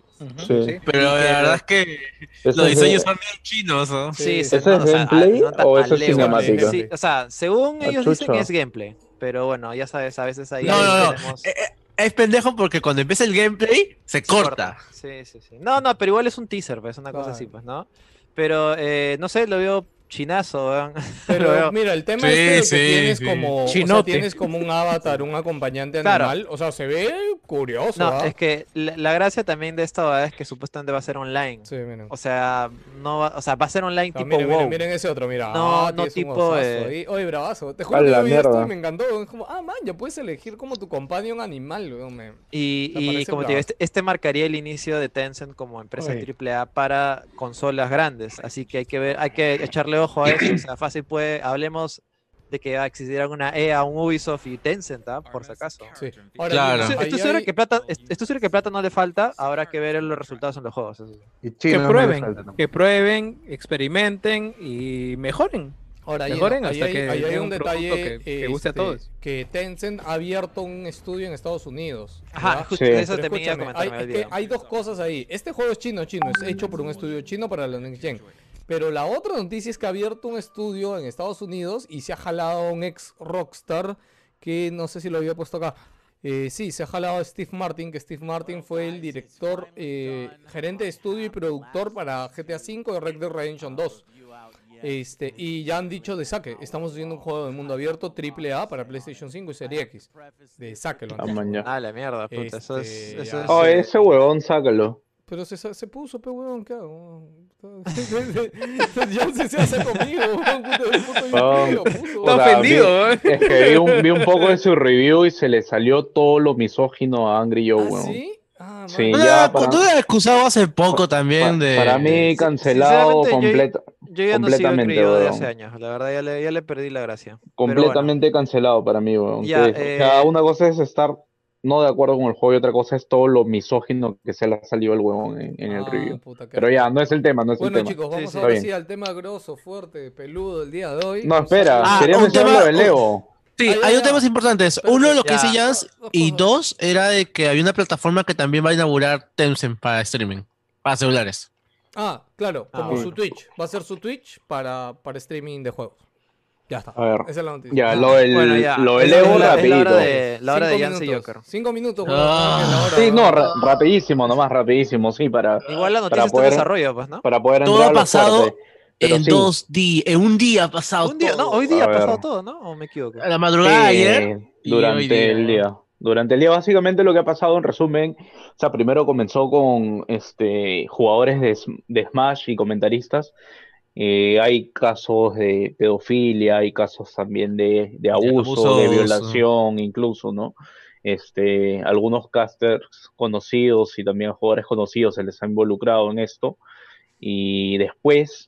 Sí. Pero la verdad es que ¿Eso los es diseños de- son medio chinos, ¿no? Sí, ¿Ese no, es o sea, gameplay no tan o a eso es lego, cinemática? sí, o sea, según Ah, ellos dicen chucha. es gameplay, pero bueno, ya sabes, a veces ahí No. tenemos... Es pendejo porque cuando empieza el gameplay se corta. Sí, sí, sí. No, pero igual es un teaser, pues, una cosa Claro. así, pues, ¿no? Pero, no sé, lo veo chinazo, weón. Lo Pero veo- mira, el tema Sí, es que sí, tienes sí. como, o sea, Chinote. tienes como un avatar, un acompañante Claro. animal, o sea, se ve curioso, No, ¿ah? es que la gracia también de esta ¿verdad? Es que supuestamente va a ser online. Sí, miren. O sea, no va, o sea, va a ser online Ah, tipo miren, WoW. miren, miren ese otro, mira. No, no tienes un tipo, osazo eh, ahí. Oye, bravazo. Te juro A que la yo vi esto mierda. y me encantó. Es como, man, ya puedes elegir como tu companion animal, weón. Me Y parece como te digo, bravazo. este marcaría el inicio de Tencent como empresa Oye. AAA para consolas grandes. Así que hay que echarle ojo a eso. O sea, fácil puede, hablemos de que va a existir alguna EA, un Ubisoft y Tencent, ¿ah? Por si acaso. Sí. Ahora, Claro. mira, Estoy ahí seguro hay- que plata no le falta, habrá que ver los resultados en los juegos. Eso sí. Y Que China no le prueben, falta tampoco. que prueben, experimenten y mejoren. Ahora, Mejoren ahí hasta hay- que ahí hay tenga un un producto detalle que guste a todos. que Tencent ha abierto un estudio en Estados Unidos. Ajá, ¿ya? justo Sí. eso Pero también iba a escúchame, comentar, me es que olvidé. hay dos cosas ahí. Este juego es chino, es hecho por un estudio chino para la Next Gen. Pero la otra noticia es que ha abierto un estudio en Estados Unidos y se ha jalado a un ex Rockstar que no sé si lo había puesto acá. Sí, se ha jalado a Steve Martin, que Steve Martin fue el director, gerente de estudio y productor para GTA V y Red Dead Redemption 2. Y ya han dicho de saque, estamos haciendo un juego de mundo abierto AAA para PlayStation 5 y Serie X. De saque lo han Ah, dicho. man, ya. Ah, la mierda, puta. Eso es. Este, Eso ya. es Oh, ese huevón, sácalo. Pero se puso, pe weón, ¿qué hago? Ya se hace conmigo, weón, puta, el puto Oh, video, puto. Está O sea, ofendido, ¿eh? Es que vi un poco de su review y se le salió todo lo misógino a Angry Joe, ¿Ah, weón. sí? Ah, Sí, man. ya para- Tú lo has excusado hace poco también de... Para mí, cancelado sinceramente, completo. Yo ya no sigo completamente, escribiendo de weón. hace años. La verdad, ya le perdí la gracia. Pero Completamente cancelado para mí, weón. Ya, O sea, una cosa es estar no de acuerdo con el juego y otra cosa es todo lo misógino que se le ha salido al huevón en el Ah, review. puta, qué Pero ya, rico. no es el tema, no es Bueno, el tema. chicos, vamos Sí, sí. ahora Está sí bien. al tema grosso, fuerte, peludo del día de hoy. No, Un espera, saludo. quería un mencionar tema- lo de Leo. Sí, Ah, ya, hay dos ya. temas importantes. Pero- Uno, lo que ya. dice Jans, Dos y cosas. dos, era de que había una plataforma que también va a inaugurar Tencent para streaming, para celulares. Ah, claro, Ah, como bueno. su Twitch. Va a ser su Twitch para streaming de juegos. Ya está. A ver. Esa es la noticia. Ya, Ah. lo del, Bueno, ya. lo del Es Evo la rapidito. hora de Cinco Yance minutos. Joker. 5 minutos. Sí, no, rapidísimo, nomás rapidísimo, sí, Igual la noticia para está en poder, desarrollo, pues, ¿no? para poder Todo entrar ha a lo pasado fuerte. Pero en sí, 2 días. En un día ha pasado Un día, no, todo. hoy día A ha pasado ver. todo, ¿no? ¿O me equivoco? A la madrugada de ayer y hoy durante día. el día. Durante el día, básicamente lo que ha pasado en resumen, o sea, primero comenzó con jugadores de Smash y comentaristas. Hay casos de pedofilia, hay casos también de abuso, de abusos. violación, incluso, ¿no? Algunos casters conocidos y también jugadores conocidos se les ha involucrado en esto. Y después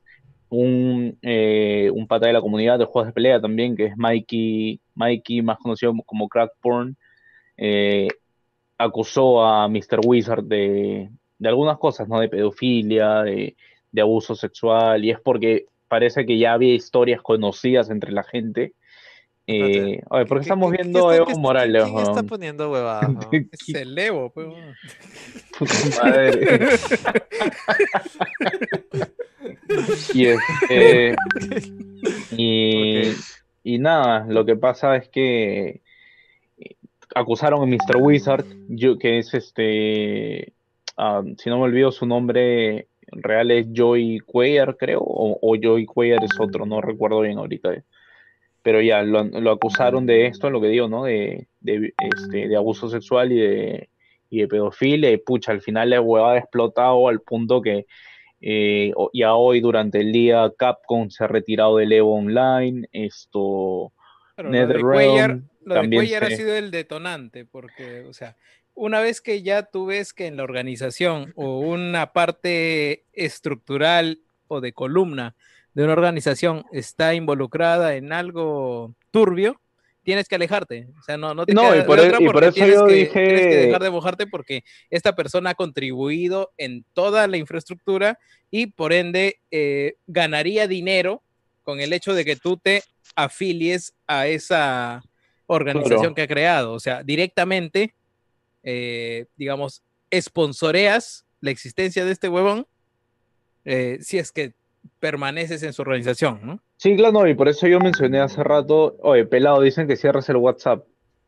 un pata de la comunidad de juegos de pelea también, que es Mikey, más conocido como Crackporn, eh, acusó a Mr. Wizard de algunas cosas, ¿no? De pedofilia, de abuso sexual, y es porque parece que ya había historias conocidas entre la gente. Espérate. Oye, ¿por qué estamos viendo a Evo Morales? ¿Quién está weón? poniendo huevadas, weón? Es el Evo, pues. Bueno. Puta madre. Y y, Ok. y nada, lo que pasa es que acusaron a Mr. Wizard, que es si no me olvido su nombre real es Joy Cuellar, creo, o Joy Cuellar es otro, no recuerdo bien ahorita. Pero ya, lo acusaron de esto, lo que digo, ¿no? De abuso sexual y de pedofilia, y pucha, al final la huevada ha explotado al punto que ya hoy durante el día Capcom se ha retirado del Evo Online, Pero NetherRealm lo de también Cuellar ha sido el detonante, porque, o sea, una vez que ya tú ves que en la organización o una parte estructural o de columna de una organización está involucrada en algo turbio, tienes que alejarte. O sea, no te No, queda de otra y por porque eso yo tienes que dejar dije, de mojarte porque esta persona ha contribuido en toda la infraestructura y por ende ganaría dinero con el hecho de que tú te afilies a esa organización claro, que ha creado. O sea, directamente, digamos, sponsoreas la existencia de este huevón si es que permaneces en su organización, ¿no? sí, claro, no, y por eso yo mencioné hace rato, oye, pelado, dicen que cierres el WhatsApp.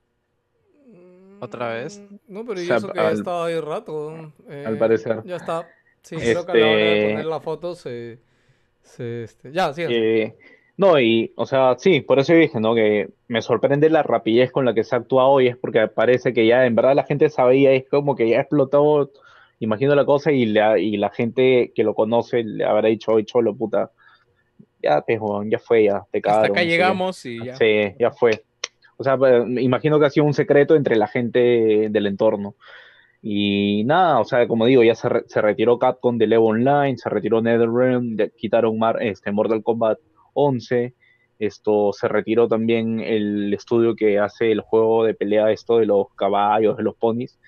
¿Otra vez? No, O pero yo sea, eso que ya estaba ahí rato. al parecer. Ya está. Sí, creo que a la hora de poner la foto ya, sí. No, y, o sea, sí, por eso yo dije, ¿no? Que me sorprende la rapidez con la que se ha actuado y es porque parece que ya en verdad la gente sabía, es como que ya explotó, imagino la cosa, y la gente que lo conoce le habrá dicho, oye, cholo, puta, ya, pues, weón, ya fue, ya, te Hasta cagaron, acá no sé qué. llegamos y ya. Sí, ya fue. O sea, pues, me imagino que ha sido un secreto entre la gente del entorno. Y nada, o sea, como digo, ya se retiró Capcom del Evo Online, se retiró NetherRealm, quitaron Mortal Kombat 11, se retiró también el estudio que hace el juego de pelea esto de los caballos, de los ponis.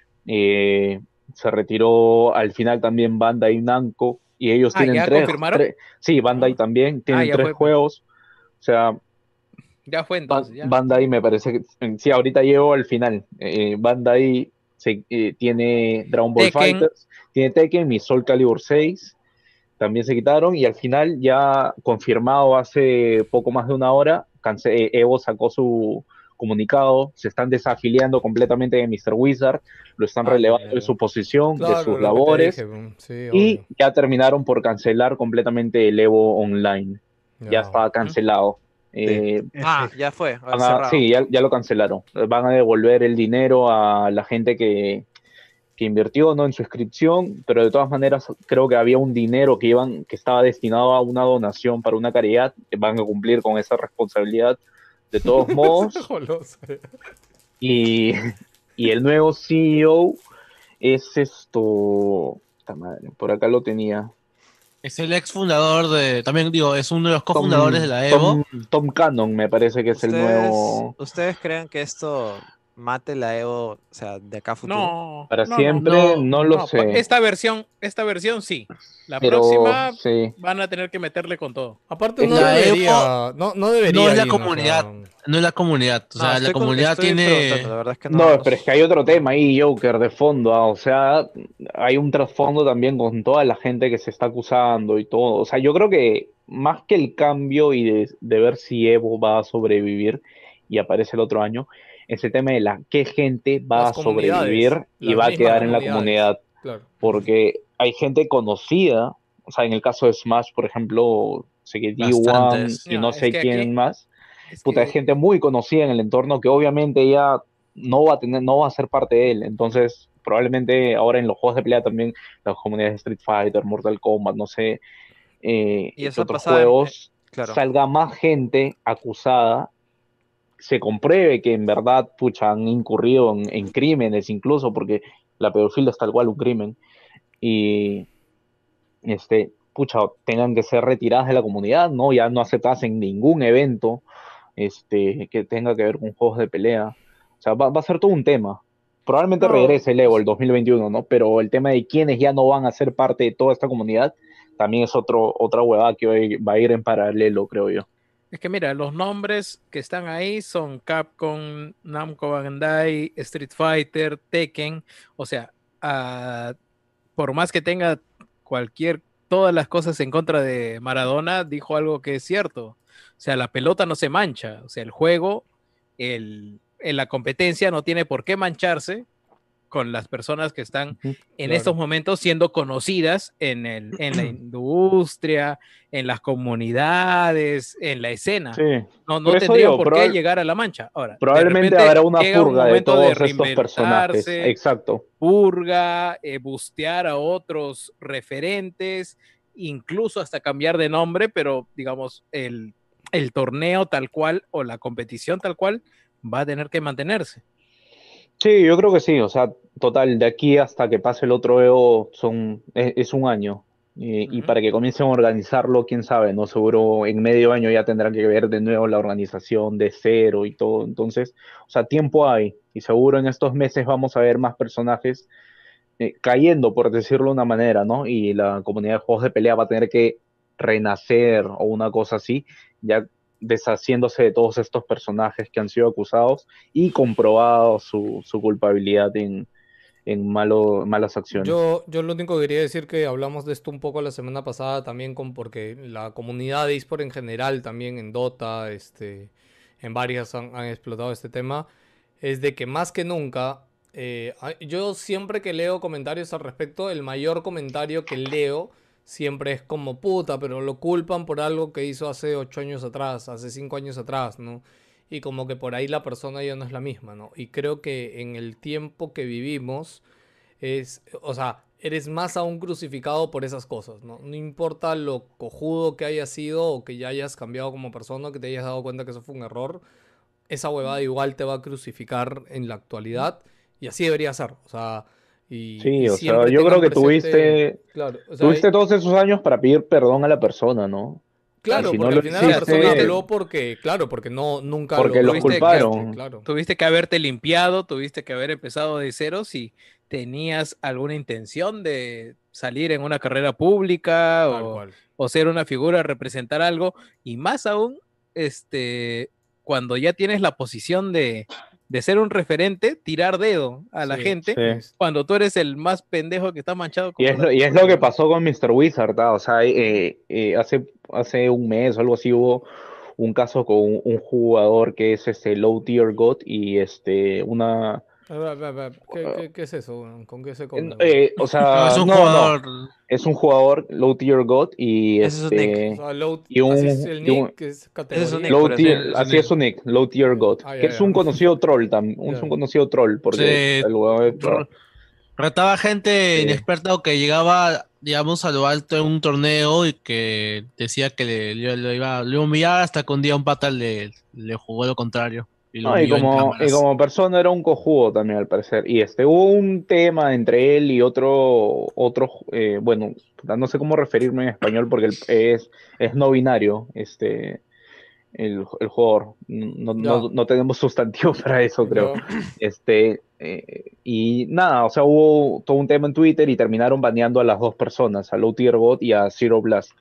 Se retiró al final también Bandai Namco, y ellos tienen ¿ya confirmaron? Sí, Bandai también, tienen ya 3 fue, pues. juegos. O sea, Ya fue entonces, ya. Bandai me parece que sí, ahorita llego al final. Bandai tiene Dragon Ball Tekken. Fighters, tiene Tekken y Soul Calibur 6, también se quitaron, y al final ya confirmado hace poco más de una hora, Evo sacó su comunicado, se están desafiliando completamente de Mr. Wizard, lo están relevando de su posición, de Claro, sus lo que te labores, dije, sí, y obvio. ya terminaron por cancelar completamente el Evo Online. Ya estaba cancelado. Ya fue, cerrado. Sí, ya lo cancelaron. Van a devolver el dinero a la gente que invirtió, ¿no? En su inscripción, pero de todas maneras creo que había un dinero que estaba destinado a una donación para una caridad, que van a cumplir con esa responsabilidad de todos modos. y el nuevo CEO es puta madre, por acá lo tenía. Es el ex fundador también digo, es uno de los cofundadores de la Evo. Tom Cannon me parece que es el nuevo. ¿Ustedes creen que esto mate la Evo, o sea, de acá a futuro? No. Para no, siempre no lo sé. Esta versión sí. La Pero próxima sí. van a tener que meterle con todo. Aparte no La debería, no debería. No es la Jin, o sea, comunidad, no es la comunidad. O sea, la estoy comunidad estoy preguntando, la tiene. verdad es que No, pero es que hay otro tema ahí, Joker, de fondo. O sea, hay un trasfondo también con toda la gente que se está acusando y todo. O sea, yo creo que más que el cambio y de ver si Evo va a sobrevivir y aparece el otro año, ese tema de qué gente va las a sobrevivir y las va a mismas quedar en la comunidades. comunidad. Claro. Porque hay gente conocida, o sea, en el caso de Smash, por ejemplo, sé que D1 Bastantes. y no Es sé que quién aquí- más. es Puta, hay que- gente muy conocida en el entorno que obviamente ya no va a ser parte de él. Entonces, probablemente ahora en los juegos de pelea también, las comunidades de Street Fighter, Mortal Kombat, no sé, Y qué eso otros pasaba juegos, claro. salga más gente acusada, se compruebe que en verdad, pucha, han incurrido en crímenes incluso, porque la pedofilia es tal cual un crimen, y pucha, tengan que ser retiradas de la comunidad, ¿no? Ya no aceptadas en ningún evento que tenga que ver con juegos de pelea. O sea, va a ser todo un tema. Probablemente No, regrese el Evo el 2021, ¿no? Pero el tema de quiénes ya no van a ser parte de toda esta comunidad también es otra huevada que va a ir en paralelo, creo yo. es que mira, los nombres que están ahí son Capcom, Namco Bandai, Street Fighter, Tekken. O sea, por más que tenga todas las cosas en contra de Maradona, dijo algo que es cierto. O sea, la pelota no se mancha. O sea, el juego, en la competencia no tiene por qué mancharse con las personas que están en estos momentos siendo conocidas en la industria, en las comunidades, en la escena. Sí, No por eso tendrían digo, por qué llegar a la mancha. Ahora, de probablemente repente habrá una llega un purga de momento de todos estos personajes. reinventarse, Exacto. purga, bustear a otros referentes, incluso hasta cambiar de nombre, pero digamos, el torneo tal cual o la competición tal cual va a tener que mantenerse. Sí, yo creo que sí, o sea, total, de aquí hasta que pase el otro Evo es un año. Y para que comiencen a organizarlo, quién sabe, ¿no? Seguro en medio año ya tendrán que ver de nuevo la organización de cero y todo. Entonces, o sea, tiempo hay. Y seguro en estos meses vamos a ver más personajes cayendo, por decirlo de una manera, ¿no? Y la comunidad de juegos de pelea va a tener que renacer o una cosa así, ya deshaciéndose de todos estos personajes que han sido acusados y comprobado su culpabilidad en malas acciones. Yo lo único que quería decir que hablamos de esto un poco la semana pasada también porque la comunidad de eSport en general, también en Dota, en varias han explotado este tema, es de que más que nunca, yo siempre que leo comentarios al respecto, el mayor comentario que leo siempre es como puta, pero lo culpan por algo que hizo hace 8 años atrás, hace 5 años atrás, ¿no? Y como que por ahí la persona ya no es la misma, ¿no? Y creo que en el tiempo que vivimos o sea, eres más aún crucificado por esas cosas, ¿no? No importa lo cojudo que hayas sido o que ya hayas cambiado como persona, que te hayas dado cuenta que eso fue un error, esa huevada igual te va a crucificar en la actualidad y así debería ser, o sea, Sí, y o sea, siempre yo creo tengan que presente, claro, o sea, tuviste todos esos años para pedir perdón a la persona, ¿no? Y claro, si no porque lo al final la persona hiciste, habló porque, claro, porque nunca porque los lo culparon. claro. Tuviste que haberte limpiado, tuviste que haber empezado de cero si tenías alguna intención de salir en una carrera pública Tal cual. o ser una figura, representar algo, y más aún, cuando ya tienes la posición de ser un referente, tirar dedo a la Sí, gente, Sí. cuando tú eres el más pendejo que está manchado Y como y es lo que pasó con Mr. Wizard, ¿tá? O sea, hace un mes o algo así hubo un caso con un jugador que es Low Tier God y una ¿Qué es eso, weón? ¿Con qué se come, weón? o No, es sea, un no, jugador. es un jugador Low Tier God y Ese es un nick. O sea, low, y así es el y un nick, que es Ese es un categoría. nick, Low por eso. Tier, Es un así es su nick, Low Tier God, que es Ya. un conocido troll también, Ya. un conocido troll porque Se el huevón retaba gente sí. inexperta o que llegaba, digamos, a lo alto en un torneo y que decía que le humillaba hasta que un día un pata le jugó lo contrario y lo No, humilló en y cámaras. como persona era un cojudo también al parecer. Y hubo un tema entre él y bueno, puta, no sé cómo referirme en español porque él es no binario, el jugador. No tenemos sustantivo para eso, creo. Y nada, o sea, hubo todo un tema en Twitter y terminaron baneando a las dos personas, a Low Tier Bot y a Zero Blast.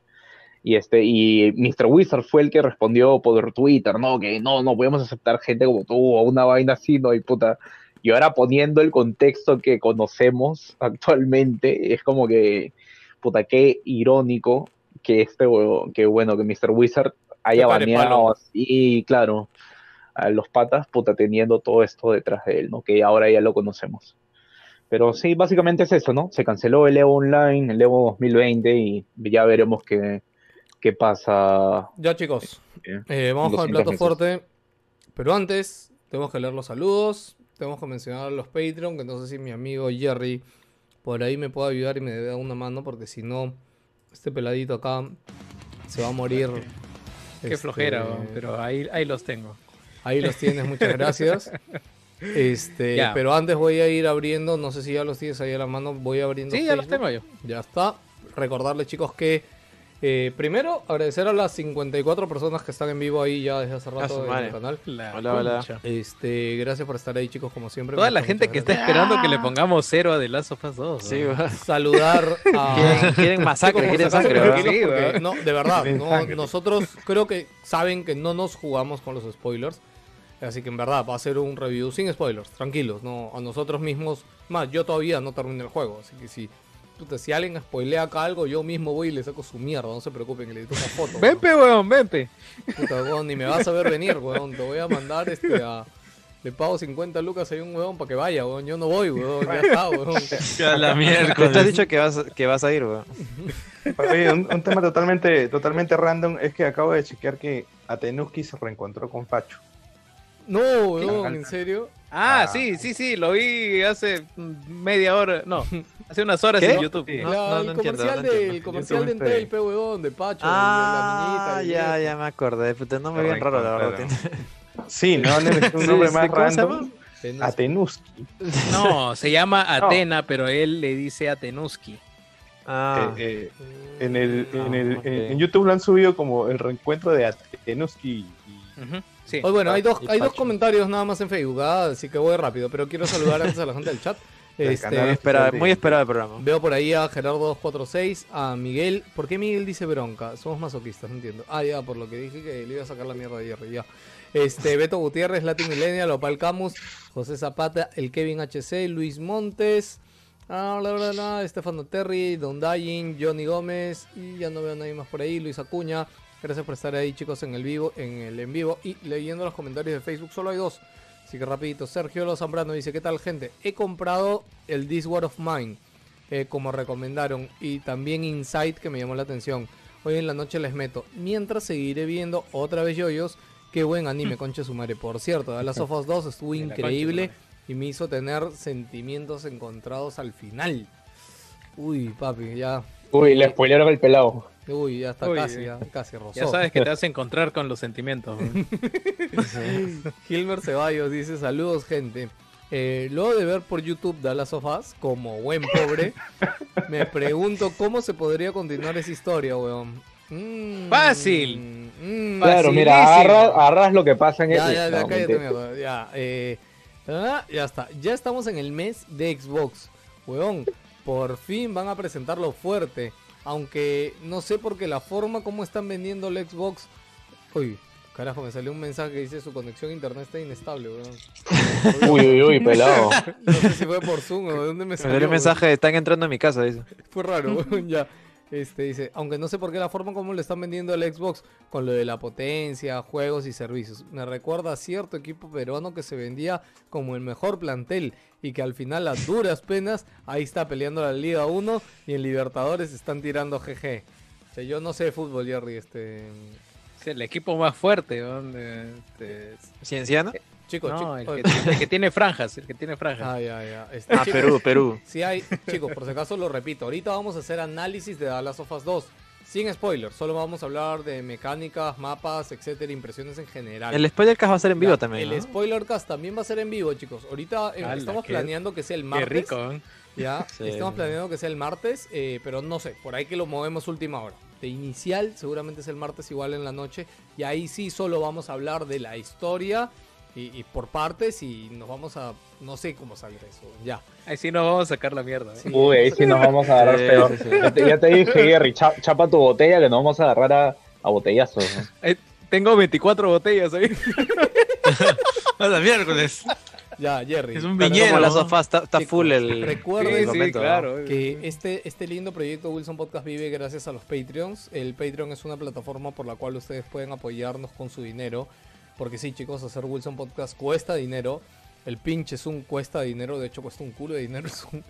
Y Mr. Wizard fue el que respondió por Twitter, ¿no? Que no podemos aceptar gente como tú o una vaina así, ¿no? Y puta. Y ahora poniendo el contexto que conocemos actualmente, es como que, puta, qué irónico que que Mr. Wizard haya baneado así, claro, a los patas, puta, teniendo todo esto detrás de él, ¿no? Que ahora ya lo conocemos. Pero sí, básicamente es eso, ¿no? Se canceló el EVO Online, el EVO 2020 y ya veremos qué pasa. Ya, chicos, vamos con el plato fuerte. Pero antes, tenemos que leer los saludos. Tenemos que mencionar a los Patreon, que no sé si mi amigo Jerry por ahí me puede ayudar y me dé una mano, porque si no, este peladito acá se va a morir. Qué flojera, pero ahí los tengo. Ahí los tienes, muchas gracias. Pero antes voy a ir abriendo, no sé si ya los tienes ahí a la mano, voy abriendo. Sí, Facebook. ya los tengo yo. Ya está. Recordarles, chicos, que primero agradecer a las 54 personas que están en vivo ahí ya desde hace rato en el canal. Hola. Gracias por estar ahí, chicos, como siempre. Toda la gente que está esperando que le pongamos 0 a The Last of Us 2. Sí, saludar a... Quieren masacre, quieren sangre, porque, no, de verdad, nosotros creo que saben que no nos jugamos con los spoilers. Así que en verdad va a ser un review sin spoilers, tranquilos, no a nosotros mismos. Más, yo todavía no terminé el juego, así que si alguien spoilea acá algo, yo mismo voy y le saco su mierda, no se preocupen, que le edito una foto. Vente, weón, vente. Puta, weón, ni me vas a ver venir, weón, te voy a mandar le pago 50 lucas a un weón para que vaya, weón, yo no voy, weón, ya está, weón. Ya la miércoles. Te has dicho que vas a ir, weón. Oye, un tema totalmente random es que acabo de chequear que Atenuski se reencontró con Facho. No, weón, ¿en serio? Sí, lo vi hace media hora, no, hace unas horas en YouTube. Sí. El comercial de Entel, weón, de Pacho, de la niñita. Ya me acordé, puta, no me bien raro, la verdad. Sí, no, es un nombre más random. Atenuski. No, se llama Atena, pero él le dice Atenuski. En YouTube lo han subido como el reencuentro de Atenuski. Sí. Hoy, bueno, hay dos comentarios nada más en Facebook, así que voy rápido, pero quiero saludar antes a la gente del chat. Muy esperado el programa. Veo por ahí a Gerardo246, a Miguel. ¿Por qué Miguel dice bronca? Somos masoquistas, no entiendo. Ya, por lo que dije que le iba a sacar la mierda de Jerry, ya. Beto Gutiérrez, Latin Millennial, Opal Camus, José Zapata, el Kevin HC, Luis Montes, Estefano Terry, Don Dayin, Johnny Gómez, y ya no veo a nadie más por ahí, Luis Acuña. Gracias por estar ahí, chicos, en el en vivo y leyendo los comentarios de Facebook. Solo hay dos, así que rapidito. Sergio Lo Zambrano dice: ¿qué tal, gente? He comprado el This War of Mine, como recomendaron, y también Insight, que me llamó la atención. Hoy en la noche les meto, mientras seguiré viendo otra vez Yoyos. Qué buen anime, concha su madre. Por cierto, The Last of Us 2 estuvo increíble y me hizo tener sentimientos encontrados al final. Uy, papi, ya. Uy, le spoilearon el pelado. Uy, ya está casi rozó. Ya sabes que te vas a encontrar con los sentimientos. Gilmer Ceballos dice: saludos, gente. Luego de ver por YouTube The Last of Us, como buen pobre, me pregunto cómo se podría continuar esa historia, weón. Fácil. Claro, mira, agarras lo que pasa en ya está. Ya estamos en el mes de Xbox, weón. Por fin van a presentarlo fuerte. Aunque no sé por qué la forma como están vendiendo el Xbox. Uy, carajo, me salió un mensaje que dice: su conexión a internet está inestable, weón. Uy, pelado. No sé si fue por Zoom o de dónde me salió. Me salió un mensaje: están entrando en mi casa, dice. Fue raro, weón, ya. Dice: aunque no sé por qué la forma como le están vendiendo el Xbox, con lo de la potencia, juegos y servicios, me recuerda a cierto equipo peruano que se vendía como el mejor plantel y que al final, a duras penas, ahí está peleando la Liga 1 y en Libertadores están tirando GG. O sea, yo no sé de fútbol, Jerry. Es el equipo más fuerte, ¿Cienciano? Chicos, no, el que tiene franjas, Chicos, Perú. Sí hay, chicos, por si acaso lo repito. Ahorita vamos a hacer análisis de The Last of Us 2. Sin spoilers, solo vamos a hablar de mecánicas, mapas, etcétera, impresiones en general. El Spoilercast va a ser en vivo también, El Spoilercast también va a ser en vivo, chicos. Ahorita estamos planeando que sea el martes. Qué rico, Ya, Sí. estamos planeando que sea el martes, pero no sé, por ahí que lo movemos última hora. De inicial seguramente es el martes igual en la noche, y ahí sí solo vamos a hablar de la historia y por partes, y nos vamos a, no sé cómo salga eso, ya. Ahí sí nos vamos a sacar la mierda. Sí. Uy, ahí sí nos vamos a agarrar Sí, peor. sí, sí. Ya te dije, Jerry, chapa tu botella que nos vamos a agarrar a botellazos. ¿No? Tengo 24 botellas ahí. Hasta miércoles. Ya, Jerry. Es un Pero viñero. como la sofá está Chicos, full el recuerden momento, ¿no? claro. que este lindo proyecto Wilson Podcast vive gracias a los Patreons. El Patreon es una plataforma por la cual ustedes pueden apoyarnos con su dinero. Porque sí, chicos, hacer Wilson Podcast cuesta dinero. El pinche Zoom cuesta dinero. De hecho, cuesta un culo de dinero Zoom.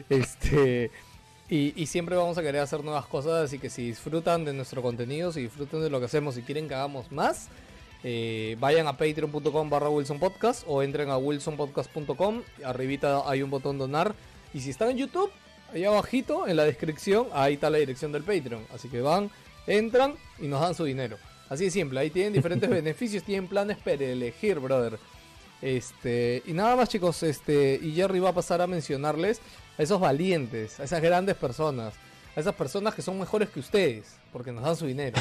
Y siempre vamos a querer hacer nuevas cosas. Así que si disfrutan de nuestro contenido, si disfrutan de lo que hacemos, si quieren que hagamos más, vayan a patreon.com/Wilson Podcast o entren a wilsonpodcast.com. Arribita hay un botón donar. Y si están en YouTube, ahí abajito en la descripción, ahí está la dirección del Patreon. Así que van, entran y nos dan su dinero. Así de simple, ahí tienen diferentes beneficios, tienen planes para elegir, brother. Y nada más, chicos, y Jerry va a pasar a mencionarles a esos valientes, a esas grandes personas, a esas personas que son mejores que ustedes, porque nos dan su dinero.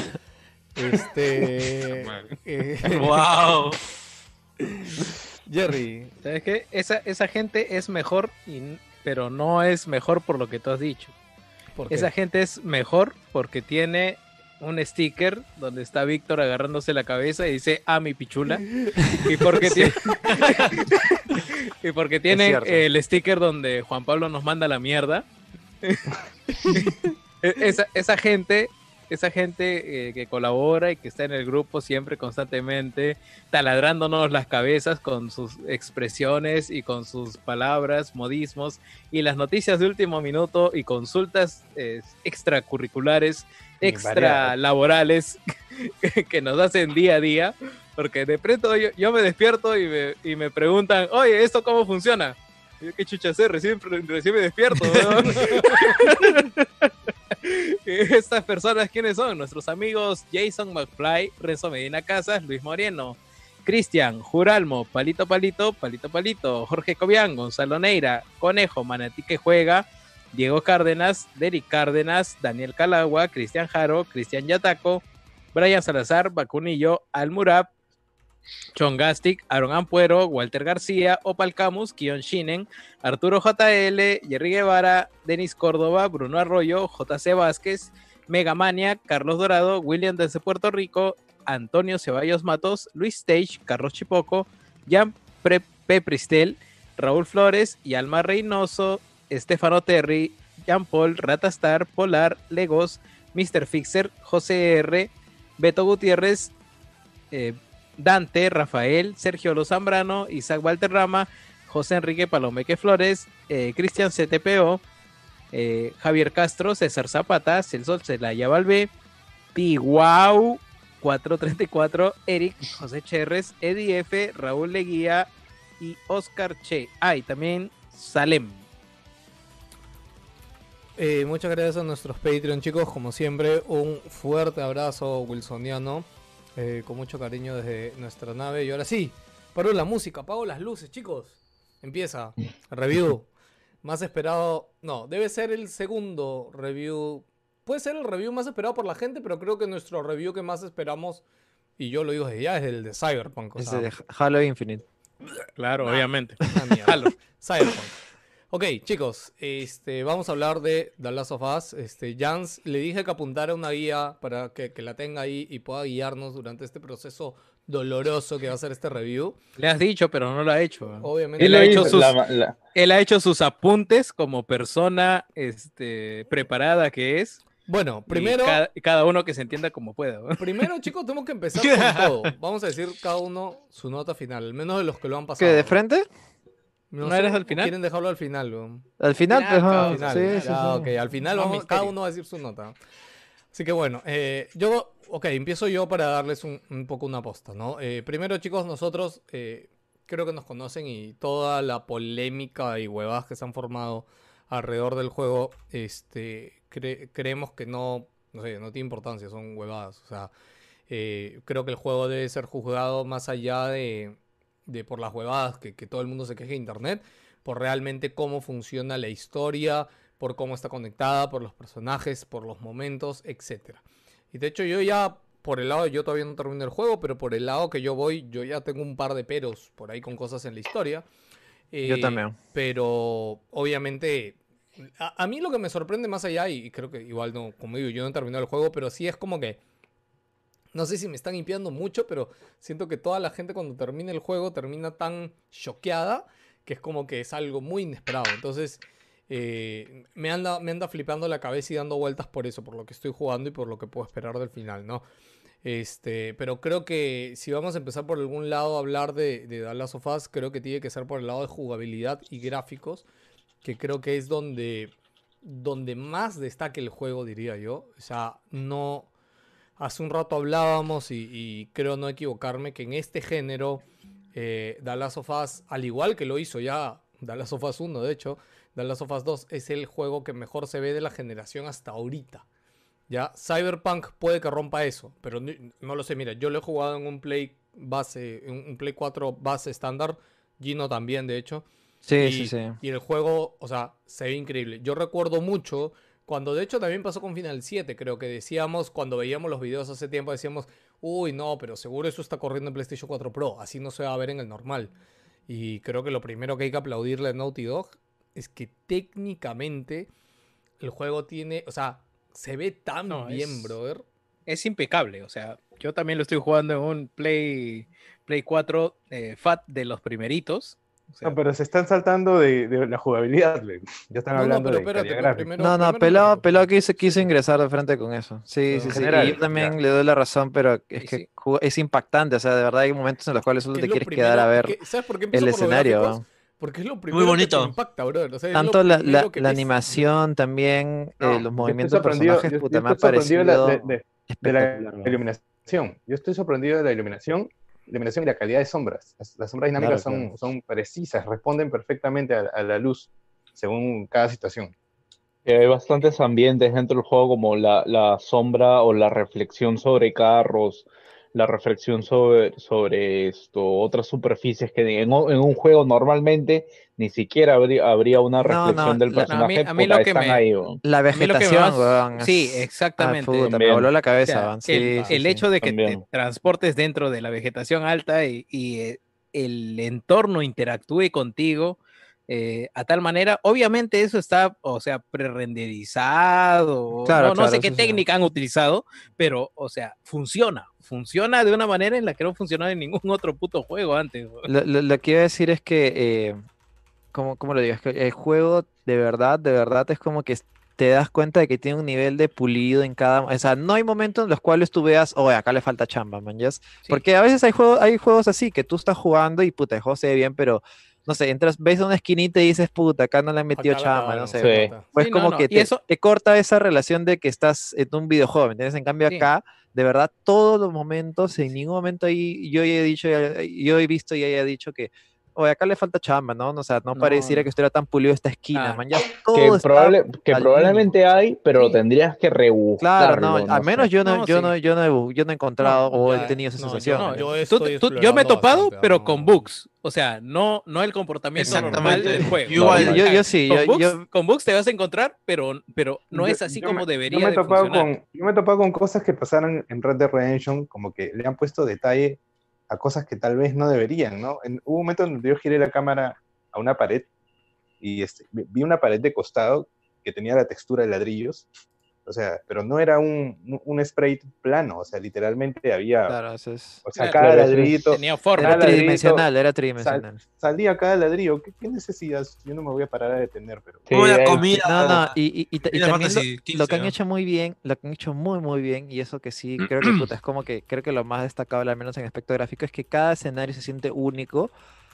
Wow. Jerry, ¿Sabes qué? Esa gente es mejor, pero no es mejor por lo que tú has dicho. ¿por qué? Esa gente es mejor porque tiene un sticker donde está Víctor agarrándose la cabeza y dice mi pichula. Y porque tiene, y porque tiene cierto. el sticker donde Juan Pablo nos manda la mierda. Esa gente que colabora y que está en el grupo siempre constantemente taladrándonos las cabezas con sus expresiones y con sus palabras, modismos y las noticias de último minuto y consultas extracurriculares, extra laborales que nos hacen día a día, porque de pronto yo me despierto y me preguntan, oye, ¿esto cómo funciona? Y yo, ¿qué chucha sé? Recién me despierto, ¿no? Estas personas, ¿quiénes son? Nuestros amigos Jason McFly, Renzo Medina Casas, Luis Moreno, Cristian, Juralmo, Palito Palito, Palito Palito, Jorge Cobian, Gonzalo Neira, Conejo, Manatí que juega, Diego Cárdenas, Derek Cárdenas, Daniel Calagua, Cristian Jaro, Cristian Yataco, Brian Salazar, Bacunillo, Almurab, Chongastic, Aaron Ampuero, Walter García, Opal Camus, Kion Shinen, Arturo JL, Jerry Guevara, Denis Córdoba, Bruno Arroyo, JC Vázquez, Megamania, Carlos Dorado, William desde Puerto Rico, Antonio Ceballos Matos, Luis Stage, Carlos Chipoco, Jan Pristel, Raúl Flores y Alma Reynoso, Estefano Terry, Jean Paul, Ratastar, Polar, Legos, Mr. Fixer, José R, Beto Gutiérrez, Dante, Rafael, Sergio Lozambrano, Isaac Valterrama, José Enrique Palomeque Flores, Cristian CTPO, Javier Castro, César Zapata, Celso Celaya Valvé, Piguau 434, Eric, José Cherres, Eddie F, Raúl Leguía y Oscar Che. Y también Salem. Muchas gracias a nuestros Patreon, chicos. Como siempre, un fuerte abrazo wilsoniano. Con mucho cariño desde nuestra nave. Y ahora sí, paro la música, apago las luces, chicos. Empieza. Review. Más esperado. No, debe ser el segundo review. Puede ser el review más esperado por la gente, pero creo que nuestro review que más esperamos, y yo lo digo desde ya, es el de Cyberpunk. Es de Halo Infinite. Claro, obviamente. Mierda. Halo. Cyberpunk. Ok, chicos, vamos a hablar de The Last of Us. Jans, le dije que apuntara una guía para que la tenga ahí y pueda guiarnos durante este proceso doloroso que va a ser este review. Le has dicho, pero no lo ha hecho. Obviamente. Él ha hecho sus apuntes como persona preparada que es. Bueno, primero... Cada uno que se entienda como pueda, ¿no? Primero, chicos, tenemos que empezar con todo. Vamos a decir cada uno su nota final, al menos de los que lo han pasado. ¿Qué, de frente? ¿No eres al final? ¿Quieren dejarlo al final? ¿No? Al final, pues, Al final. sí, sí. Ok, al final cada uno va a decir su nota. Así que bueno, empiezo yo para darles un poco una posta, ¿no? Primero, chicos, nosotros creo que nos conocen y toda la polémica y huevadas que se han formado alrededor del juego, creemos que no tiene importancia, son huevadas. O sea, creo que el juego debe ser juzgado más allá de por las huevadas que todo el mundo se queje de internet. por realmente cómo funciona la historia, por cómo está conectada, por los personajes, por los momentos, etc. Y de hecho yo ya, por el lado, yo todavía no termino el juego, pero por el lado que yo voy, yo ya tengo un par de peros por ahí con cosas en la historia. Yo también. Pero obviamente, a mí lo que me sorprende más allá, y creo que igual no, como digo, yo no he terminado el juego, pero sí es como que, no sé si me están limpiando mucho, pero siento que toda la gente cuando termina el juego termina tan choqueada que es como que es algo muy inesperado. Entonces, me anda flipando la cabeza y dando vueltas por eso, por lo que estoy jugando y por lo que puedo esperar del final, ¿no? Pero creo que si vamos a empezar por algún lado a hablar de The Last of Us, creo que tiene que ser por el lado de jugabilidad y gráficos, que creo que es donde más destaca el juego, diría yo. O sea, no... Hace un rato hablábamos y creo no equivocarme que en este género The Last of Us, al igual que lo hizo ya The Last of Us 1, de hecho, The Last of Us 2 es el juego que mejor se ve de la generación hasta ahorita. Ya, Cyberpunk puede que rompa eso, pero no lo sé. Mira, yo lo he jugado en un Play base, en un Play 4 base estándar, Gino también, de hecho. Sí. Y el juego, o sea, se ve increíble. Yo recuerdo mucho, cuando de hecho también pasó con Final 7, creo que decíamos, cuando veíamos los videos hace tiempo, decíamos, uy, no, pero seguro eso está corriendo en PlayStation 4 Pro, así no se va a ver en el normal. Y creo que lo primero que hay que aplaudirle a Naughty Dog es que técnicamente el juego tiene, o sea, se ve tan bien, brother. Es impecable, o sea, yo también lo estoy jugando en un Play 4 FAT de los primeritos. O sea, No, pero se están saltando de la jugabilidad, güey. Ya están hablando de calidad gráfica. Pelado quiso ingresar de frente con eso. Sí. general, Y yo también ya. le doy la razón, pero es que es impactante. O sea, de verdad hay momentos en los cuales solo te quieres quedar a ver ¿sabes por qué empiezo el por los escenario. gráficos? Porque es lo primero bonito. que te impacta, brother. O sea, Tanto es lo primero que la ves. animación, también los movimientos de sorprendido, personajes, yo puta, me ha estoy sorprendido parecido de la espectacular, ¿no? iluminación. Yo estoy sorprendido de la iluminación y la calidad de sombras. Las sombras dinámicas Claro. son precisas, responden perfectamente a la luz según cada situación. Hay bastantes ambientes dentro del juego, como la sombra o la reflexión sobre carros, la reflexión sobre otras superficies que en un juego normalmente ni siquiera habría una reflexión del personaje. a mí lo que están me- ahí, weón. La vegetación, weón. Sí, exactamente. Puta, me También. voló la O cabeza, sea, weón. Sí, el hecho de que te También. transportes dentro de la vegetación alta y el entorno interactúe contigo a tal manera, obviamente eso está, o sea, prerenderizado, Claro, no sé claro, qué eso sí. técnica han utilizado, pero, o sea, funciona de una manera en la que no funcionaba en ningún otro puto juego antes. Lo que iba a decir es que, ¿cómo lo digo? Es que el juego de verdad es como que te das cuenta de que tiene un nivel de pulido en cada... O sea, no hay momentos en los cuales tú veas, oye, acá le falta chamba, man, ¿yes? Sí. Porque a veces hay juegos así, que tú estás jugando y puta, el juego se ve bien, pero... No sé, ves a una esquinita y dices, puta, acá no le han metido Acá la chamba, cagaron, no sé. Sí. puta. Pues Sí, como no, que y eso- te corta esa relación de que estás en un videojuego, ¿me entiendes? En cambio Sí. acá, de verdad, todos los momentos, en ningún momento ahí yo he visto y haya dicho que, oye, acá le falta chamba, ¿no? O sea, no pareciera que estuviera tan pulido esta esquina, Ah, man. Ya Que, todo está que al probablemente hay, pero Sí. tendrías que rebuscarlo. Claro, no, al menos sé. yo no he encontrado No, o ya, he tenido esa no, sensación. yo- ¿me yo entiendes? estoy yo me he explorando topado, bastante, pero ¿no? con bugs. O sea, no el comportamiento normal del juego. Igual, O sea, yo sí, con bugs te vas a encontrar, pero no es así como debería de funcionar. Yo me he topado con cosas que pasaron en Red Dead Redemption, como que le han puesto detalle a cosas que tal vez no deberían, ¿no? Hubo un momento donde yo giré la cámara a una pared y vi una pared de costado que tenía la textura de ladrillos, o sea, pero no era un spray plano, o sea, literalmente había, Claro, eso es... o sea, Claro, cada eso es- ladrillito, Tenía forma. Era cada ladrillito tridimensional. salía cada ladrillo. ¿Qué necesidad? Yo no me voy a parar a detener, pero... Sí, Como la hay- comida. No, y Final también Fantasy lo que han 15, hecho muy bien, lo que han hecho muy bien, y eso que sí, creo que puta, es como que creo que lo más destacable, al menos en aspecto gráfico, es que cada escenario se siente único.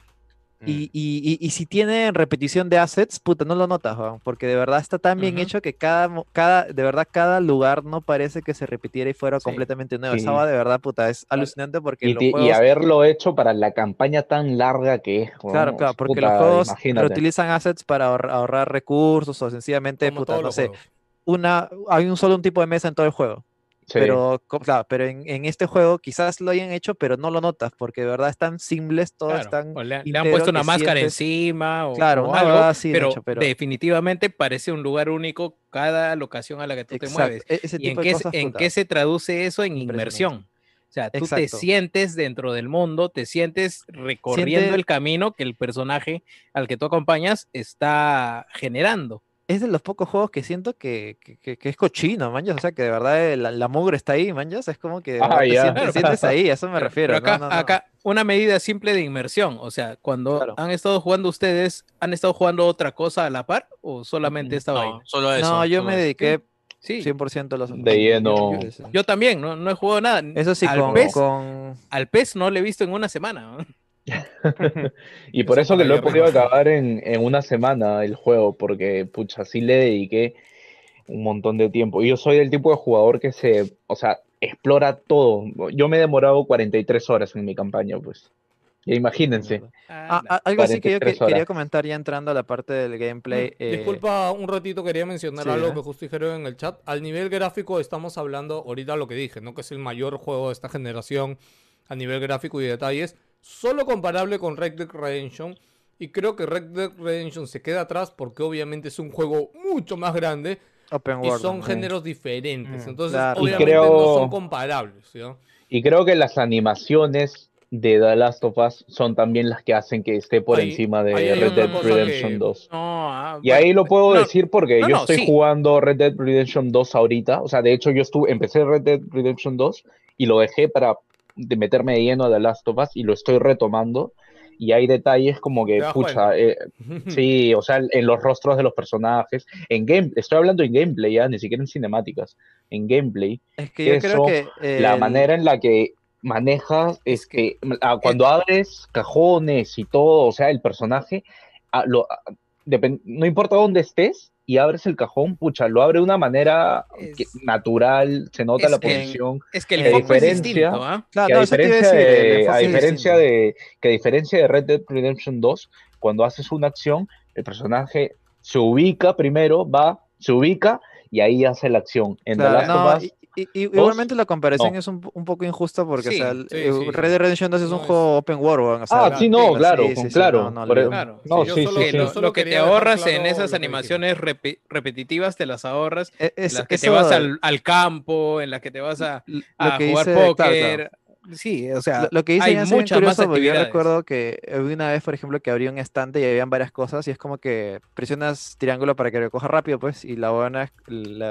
Y si tiene repetición de assets, puta, no lo notas, weón, porque de verdad está tan bien Ujú. hecho que de verdad, cada lugar no parece que se repitiera y fuera Sí. completamente nuevo. Sí. Esa va de verdad, puta, es alucinante porque los y juegos, haberlo hecho para la campaña tan larga que es, claro, weón. porque Puta, los juegos imagínate. reutilizan assets para ahorrar recursos o sencillamente, Como puta, todos no los sé, juegos. hay un solo tipo de mesa en todo el juego. Sí. Pero, claro, pero en este juego quizás lo hayan hecho, pero no lo notas, porque de verdad están simples, todo Claro, están o le han puesto una máscara encima claro, o una algo, huevada así, pero Nacho, pero definitivamente parece un lugar único cada locación a la que tú te mueves. ese ¿Y tipo de cosas, en puta, qué se traduce eso? En impresionante. inmersión. O sea, tú te Exacto. sientes dentro del mundo, te sientes recorriendo Siente- el camino que el personaje al que tú acompañas está generando. Es de los pocos juegos que siento que es cochino, manjas, o sea, que de verdad la mugre está ahí, manjas, es como que de verdad te ya. sientes, Claro, sientes ahí, a eso me Pero refiero, acá, no, no, no. acá una medida simple de inmersión, o sea, cuando Claro. han estado jugando ustedes, ¿han estado jugando otra cosa a la par o solamente esta vaina? No, solo eso. No, yo solo me eso. dediqué Sí, 100% a los De lleno. Sí, sí. yo también, no he jugado nada. Eso sí, Al con, PES, con... al PES no le he visto en una semana, ¿no? Y por Eso eso para que lo he Jerry podido Rosa. acabar en una semana el juego, porque pucha, sí le dediqué un montón de tiempo. Y yo soy del tipo de jugador que o sea, explora todo. Yo me he demorado 43 horas en mi campaña, pues. Ya imagínense, Algo así que yo 43 quería horas. comentar ya entrando a la parte del gameplay. Disculpa, un ratito quería mencionar sí, algo ¿eh? que justo dijeron en el chat. Al nivel gráfico estamos hablando ahorita lo que dije, ¿no? Que es el mayor juego de esta generación a nivel gráfico y detalles, solo comparable con Red Dead Redemption. Y creo que Red Dead Redemption se queda atrás porque obviamente es un juego mucho más grande Open y World. son ¿no? géneros diferentes. Entonces, claro. Y obviamente no creo, son comparables, ¿sí? y creo que las animaciones de The Last of Us son también las que hacen que esté por Ahí encima de hay Red otra Dead cosa Redemption que... 2. No, Y ahí lo puedo no, decir porque yo estoy sí. jugando Red Dead Redemption 2 ahorita. O sea, de hecho, empecé Red Dead Redemption 2 y lo dejé para meterme de lleno a The Last of Us y lo estoy retomando. Y hay detalles como Te que, das pucha, cuenta. sí, o sea, en los rostros de los personajes, estoy hablando en gameplay ya, ni siquiera en cinemáticas, en gameplay. Es que yo creo Eso, que la manera en la que manejas, Es que- cuando abres cajones y todo, o sea, el personaje, ah, lo, ah, no importa dónde estés y abres el cajón, pucha, lo abre de una manera natural, se nota la posición. Es que el que a foco es diferencia, distinto, ¿ah? Claro, que a no, eso te iba a diferencia decir, el de, enfoque es distinto. que a diferencia de Red Dead Redemption 2, cuando haces una acción, el personaje se ubica primero, se ubica y ahí hace la acción. En The Claro, Last of no, Us 2, igualmente la comparación no. es un poco injusta porque, o sea, Sí, Red Dead Redemption 2 es un No juego open world, weón, o sea, Ah, sí, no, claro, sí, claro. no, Por- olvídalo. Claro, no, yo sí, solo- sí, sí. yo solo Lo que te quería dejar ahorras claro en esas lo que animaciones repetitivas te las ahorras, Es- en las que eso, te vas al campo, en las que te vas lo a que jugar dice, claro, claro. póker. Sí, o sea, Lo que dice hay Jansen es bien muchas más curioso porque yo actividades. recuerdo que vi una vez, por ejemplo, que abrí un estante y habían varias cosas y es como que presionas triángulo para que recoja rápido, pues, y la buena es,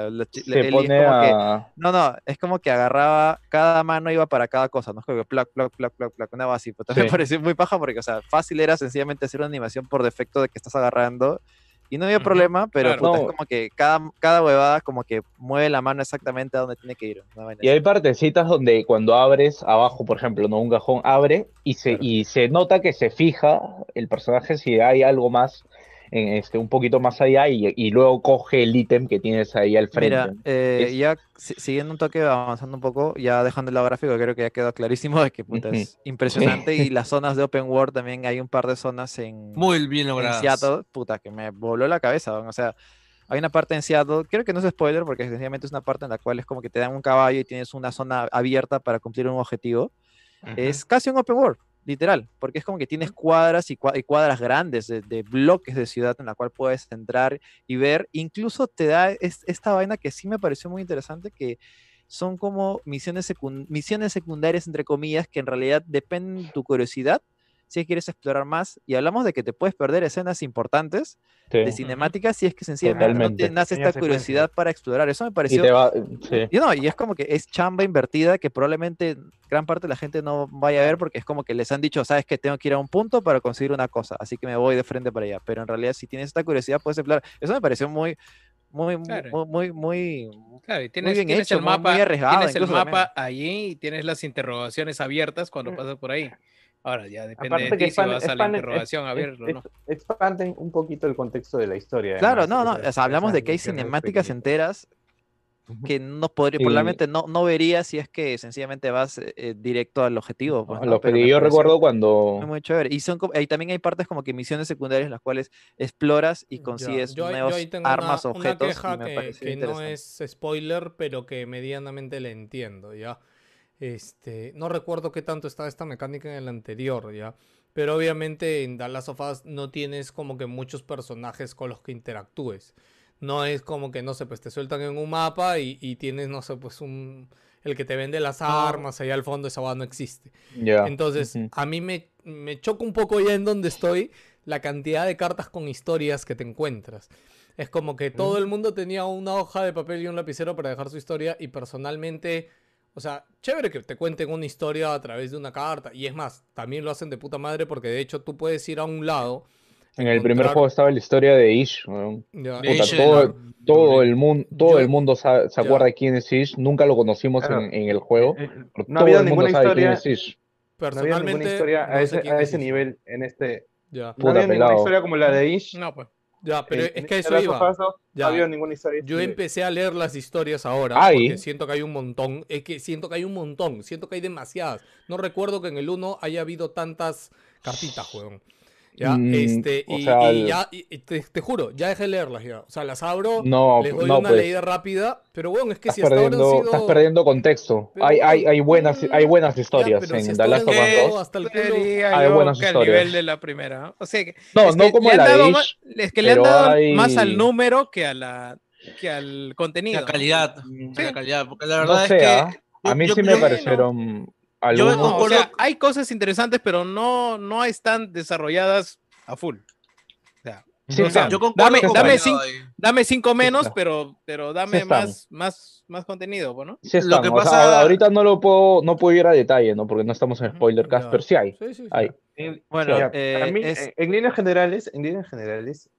Se Ellie es pone como que, a... no, es como que agarraba, cada mano iba para cada cosa, ¿no? Es como que plac, plac, plac, plac, plac, una así, pues también Sí. me pareció muy paja porque, o sea, fácil era sencillamente hacer una animación por defecto de que estás agarrando y no había Ujú, problema, pero claro. puta, es No. como que cada huevada como que mueve la mano exactamente a donde tiene que ir, una vaina Y así. hay partecitas donde cuando abres abajo, por ejemplo, no un cajón, abre Claro. y se nota que se fija el personaje si hay algo más, un poquito más allá y luego coge el ítem que tienes ahí al frente. Mira, Es- ya siguiendo un toque, avanzando un poco, ya dejando el lado gráfico, creo que ya quedó clarísimo de que puta, Ujú. es impresionante. Y las zonas de open world también hay un par de zonas Muy bien en logradas. Seattle, puta, que me voló la cabeza. ¿no? O sea, hay una parte en Seattle, creo que no es spoiler, porque sencillamente es una parte en la cual es como que te dan un caballo y tienes una zona abierta para cumplir un objetivo. Es casi un open world, literal, porque es como que tienes cuadras y cuadras grandes de bloques de ciudad en la cual puedes entrar y ver. Incluso te da esta vaina que sí me pareció muy interesante, que son como misiones secundarias, entre comillas, que en realidad dependen de tu curiosidad si quieres explorar más. Y hablamos de que te puedes perder escenas importantes Sí, de cinemáticas si es que sencillamente no totalmente. te nace esta Pequeñas curiosidad secuencias. para explorar. Eso me Y pareció te va, sí. y no, y es como que es chamba invertida que probablemente gran parte de la gente no vaya a ver porque es como que les han dicho, sabes que tengo que ir a un punto para conseguir una cosa, así que me voy de frente para allá. Pero en realidad, si tienes esta curiosidad, puedes explorar. Eso me pareció muy, muy, Claro. muy Claro, y muy tienes, bien tienes hecho, el mapa, muy arriesgado. tienes el Incluso también. mapa allí y tienes las interrogaciones abiertas cuando pasas por ahí. Ahora ya depende Aparte de que ti si vas a la expanden- interrogación a verlo o no. expanden un poquito el contexto de la historia. Claro, además, no, esas- o sea, hablamos esas de que hay misiones cinemáticas pequeñitas. enteras que no podría, Y probablemente no vería si es que sencillamente vas directo al objetivo, pues, ¿no? lo Pero que me yo pareció recuerdo muy, cuando... muy chévere. Y ahí también hay partes como que misiones secundarias en las cuales exploras y Ya, consigues yo ahí nuevos tengo armas, una objetos, y queja me pareció que no interesante. es spoiler, pero que medianamente le entiendo, ¿ya? No recuerdo qué tanto está esta mecánica en el anterior, ¿ya? Pero obviamente en The Last of Us no tienes como que muchos personajes con los que interactúes. No es como que, no sé, pues te sueltan en un mapa y tienes, no sé, pues el que te vende las armas allá al fondo, esa va no existe. Ya. Entonces, a mí me choca un poco ya en donde estoy la cantidad de cartas con historias que te encuentras. Es como que todo el mundo tenía una hoja de papel y un lapicero para dejar su historia y personalmente, o sea, chévere que te cuenten una historia a través de una carta. Y es más, también lo hacen de puta madre porque de hecho tú puedes ir a un lado, En el primer juego encontrar... estaba la historia de Ish, weón. Ya, De Puta, hecho, todo el mundo, todo yo, el mundo se ya, acuerda de quién es Ish. Nunca lo conocimos Claro, en el juego, pero no ha todo habido el mundo ninguna sabe quién es historia, Ish. no ha habido ninguna personalmente historia no sé quién a es ese Ish. nivel en este. Ya, No ha Puta habido ninguna pelado. historia como la de Ish. No, pues. ya, pero es En que a este eso Last of iba. Us no ha Ya, habido ninguna historia de ese yo nivel. empecé a leer las historias ahora porque Ay, siento que hay un montón. Es que siento que hay un montón. Siento que hay demasiadas. No recuerdo que en el uno haya habido tantas cartitas, weón. Ya, o sea, y ya, y te juro, ya dejé de leerlas ya. O sea, las abro, no, les doy no, una leída pues rápida, pero bueno, es que si hasta ahora han estás sido. perdiendo contexto. Pero bueno, Hay buenas ya, historias pero si en hasta The ahora Last han of Us sido 2. hasta el culo. Sería Hay yo buenas que al nivel de historias. la primera. O sea, No, es no que como le han la de dado Ish, es que le han pero dado más al hay, número que al la contenido, ¿no? calidad, Sí. la calidad, porque la no verdad es sé, que a mí sí me Bueno, parecieron yo no, o algunos. sea, concuerdo, hay cosas interesantes, pero no están desarrolladas a full. O sea, Sí o sea, yo están, concuerdo sí con están, Pelado ahí. dame cinco sí menos, están, pero sí dame están. más contenido, pues, ¿no? Sí Lo están, que o sea, pasa, ahorita no puedo ir a detalle, ¿no? Porque no estamos en spoiler cast, Ya. pero sí hay, Sí, sí, sí. hay, sí Bueno, hay. Ya, a mí, en líneas generales,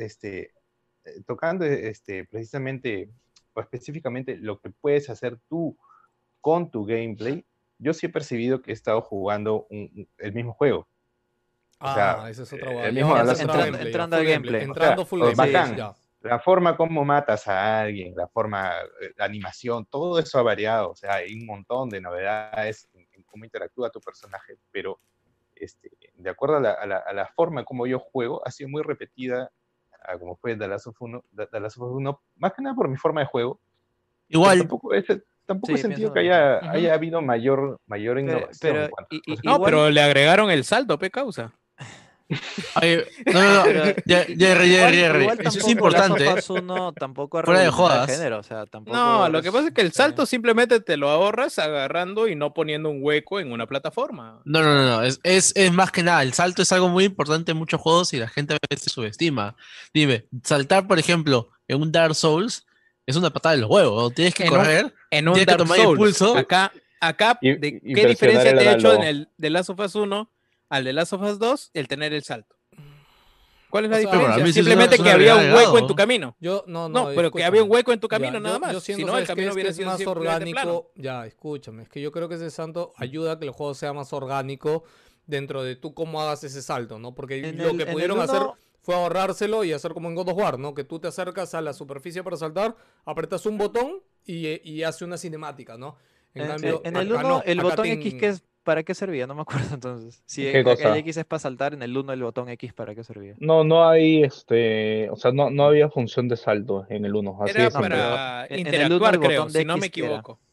tocando precisamente o específicamente lo que puedes hacer tú con tu gameplay, yo sí he percibido que he estado jugando el mismo juego. O sea, Esa es otra guada. el Ya mismo vamos The a Last of entrar a Us. gameplay, ya, entrando full al gameplay. gameplay. O sea, Entrando full gameplay. Sí, bacán. sí. Ya. La forma como matas a alguien, la forma, la animación, todo eso ha variado. O sea, hay un montón de novedades en cómo interactúa tu personaje, pero de acuerdo a la forma como yo juego, ha sido muy repetida, como fue The Last of Us 1, The Last of Us 1, más que nada por mi forma de juego, pero igual, tampoco he Sí, pienso sentido lo que mismo. haya habido mayor innovación en Pero cuanto a cosas que No, igual, pero le agregaron el salto, pe causa. no, pero Jerry, igual eso es tampoco Last of importante, Us 1 tampoco ha fuera de revolucionado el jodas. género, o sea, No, tampoco lo que pasa es que el sí. salto simplemente te lo ahorras agarrando y no poniendo un hueco en una plataforma. No, es más que nada, el salto es algo muy importante en muchos juegos y la gente a veces subestima. Dime, saltar, por ejemplo, en un Dark Souls es una patada de los huevos, ¿no? Tienes que correr, En un tienes que Dark tomar Souls. impulso. Acá, y, ¿de y qué presionar diferencia el te ha hecho en heraldo. el de Last of Us 1 al de Last of Us 2 el tener el salto? ¿Cuál es la O sea, Pero para diferencia? mí sí es Simplemente un que había un agregado. hueco en tu camino. No, pero que había un hueco en tu camino Ya, nada más. Yo siento, Si no, el ¿sabes qué? camino Es que hubiera es sido más simplemente plano. orgánico. Ya, escúchame, es que yo creo que ese salto ayuda a que el juego sea más orgánico dentro de tú cómo hagas ese salto, ¿no? Porque lo que en el pudieron hacer 1 fue ahorrárselo y hacer como en God of War, ¿no? Que tú te acercas a la superficie para saltar, apretas un botón y hace una cinemática, ¿no? En cambio, en el acá 1 no, el acá botón te X, ¿para qué servía? No me acuerdo entonces. Si ¿Qué el cosa? X es para saltar, en el 1 el botón X, ¿para qué servía? No hay, o sea, no había función de salto en el 1, así de Era No, simple. pero para en el 1 el interactuar, creo, botón de si no me X, ¿qué era? equivoco.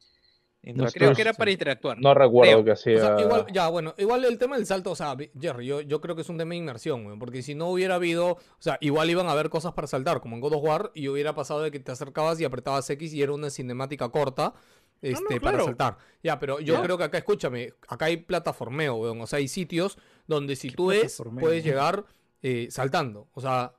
No Creo estoy, que era para interactuar. no recuerdo Creo. que O sea, igual, hacía. ya, bueno, igual el tema del salto, o sea, Jerry, yo creo que es un tema de inmersión, weón, porque si no hubiera habido, o sea, igual iban a haber cosas para saltar, como en God of War, y hubiera pasado de que te acercabas y apretabas X y era una cinemática corta, para claro. saltar. Ya, pero yo Ya. creo que acá, escúchame, acá hay plataformeo, weón, o sea, hay sitios donde si tú ves, plataformeo? puedes llegar saltando, o sea,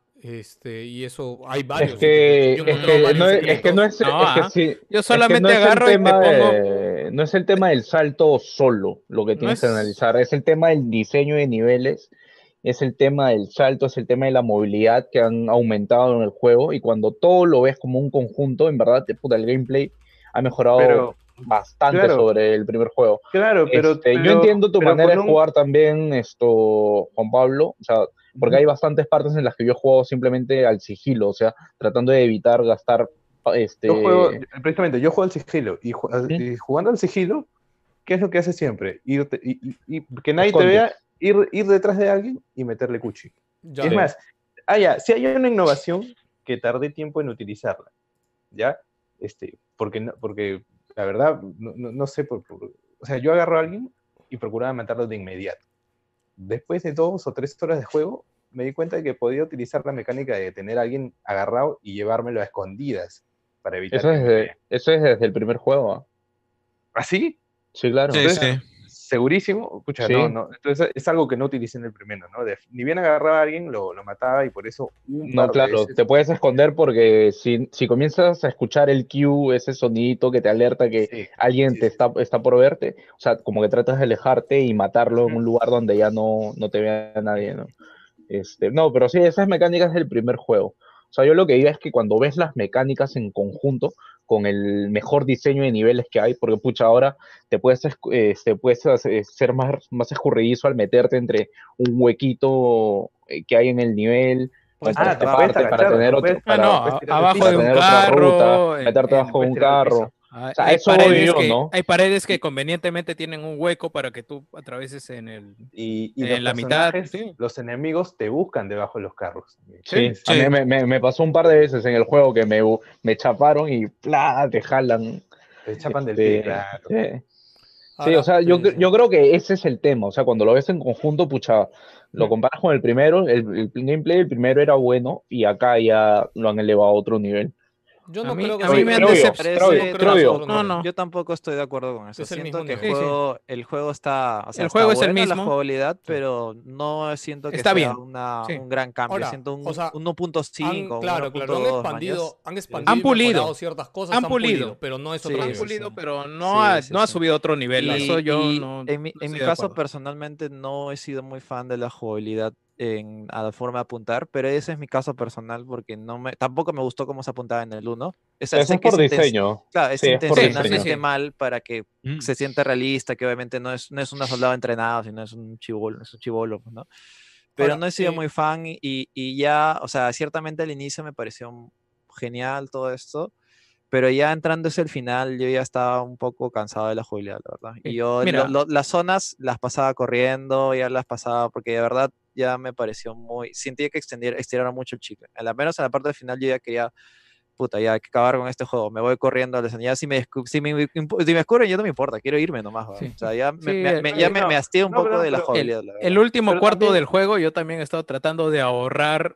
y eso, hay Es varios que, sitios. Yo he es encontrado que varios no es, secretos. No, es que sí, yo es que solamente no es el agarro y te tema pongo. no es el tema del salto solo lo que No tienes que es. analizar, es el tema del diseño de niveles, es el tema del salto, es el tema de la movilidad que han aumentado en el juego, y cuando todo lo ves como un conjunto, en verdad, puta, el gameplay ha mejorado Pero, bastante claro, sobre el primer juego. claro, Yo entiendo tu manera de con un. jugar también, Juan Pablo, o sea, porque hay bastantes partes en las que yo he jugado simplemente al sigilo, o sea, tratando de evitar gastar Precisamente, yo juego al sigilo, y jugando al sigilo, ¿qué es lo que hace siempre? Y que nadie te vea, ir detrás de alguien y meterle cuchi. Ya. Es más, si hay una innovación que tardé tiempo en utilizarla, ¿ya? Porque la verdad, no sé, o sea, yo agarro a alguien y procuraba matarlo de inmediato. Después de 2 o 3 horas de juego, me di cuenta de que podía utilizar la mecánica de tener a alguien agarrado y llevármelo a escondidas para evitar Eso es desde el primer juego. ¿Ah? ¿Ah, sí? Sí, claro. Entonces, ¿segurísimo? Escucha, Sí. no. Entonces, es algo que no utilicé en el primero, ¿no? Ni bien agarraba a alguien, lo mataba y por eso No, claro, te puedes esconder porque si comienzas a escuchar el cue, ese sonidito que te alerta que alguien está por verte, o sea, como que tratas de alejarte y matarlo en un lugar donde ya no te vea nadie, ¿no? No, pero sí, esas mecánicas del primer juego. O sea, yo lo que digo es que cuando ves las mecánicas en conjunto, con el mejor diseño de niveles que hay, porque pucha, ahora te puedes ser más escurridizo al meterte entre un huequito que hay en el nivel, para tener abajo de un carro, meterte abajo de un carro. O sea, hay eso paredes obvio, ¿no? hay paredes que convenientemente tienen un hueco para que tú atravieses en la mitad. Sí. Los enemigos te buscan debajo de los carros. Sí. A mí me pasó un par de veces en el juego que me chaparon y ¡plá! Te jalan. Te chapan del pie, claro. Sí, o sea, yo creo que ese es el tema. O sea, cuando lo ves en conjunto, pucha, lo comparas con el primero, el gameplay del primero era bueno y acá ya lo han elevado a otro nivel. Yo no a mí creo me han decepcionado. No. Yo tampoco estoy de acuerdo con eso. Siento que el juego está, o sea, el juego está es el buena mismo. la jugabilidad, pero no siento que está sea bien. un gran cambio. Ahora, siento un o sea, 1.5. Claro, han expandido han y pulido mejorado ciertas cosas, han pulido, pero no es otro nivel. Han pulido, pero no ha subido a otro nivel. Eso yo no. En mi caso, personalmente, no he sido muy fan de la jugabilidad a la forma de apuntar, pero ese es mi caso personal porque tampoco me gustó cómo se apuntaba en el 1. O sea, eso es por diseño. Claro, es Sí, intencionalmente mal para que se sienta realista, que obviamente no es un soldado entrenado, sino es un chibolo, ¿no? Pero no he sido muy fan y ya, o sea, ciertamente al inicio me pareció genial todo esto, pero ya entrando hacia el final yo ya estaba un poco cansado de la jugabilidad, la verdad. Y yo las zonas las pasaba corriendo, ya las pasaba porque de verdad ya me pareció sentía que estiraron mucho el chicle. Al menos en la parte del final yo ya quería, ya hay que acabar con este juego, me voy corriendo a la escena. Ya si me descubren, ya no me importa, quiero irme nomás. O sea, ya me hastié un poco de la jugabilidad. El último cuarto del juego yo también he estado tratando de ahorrar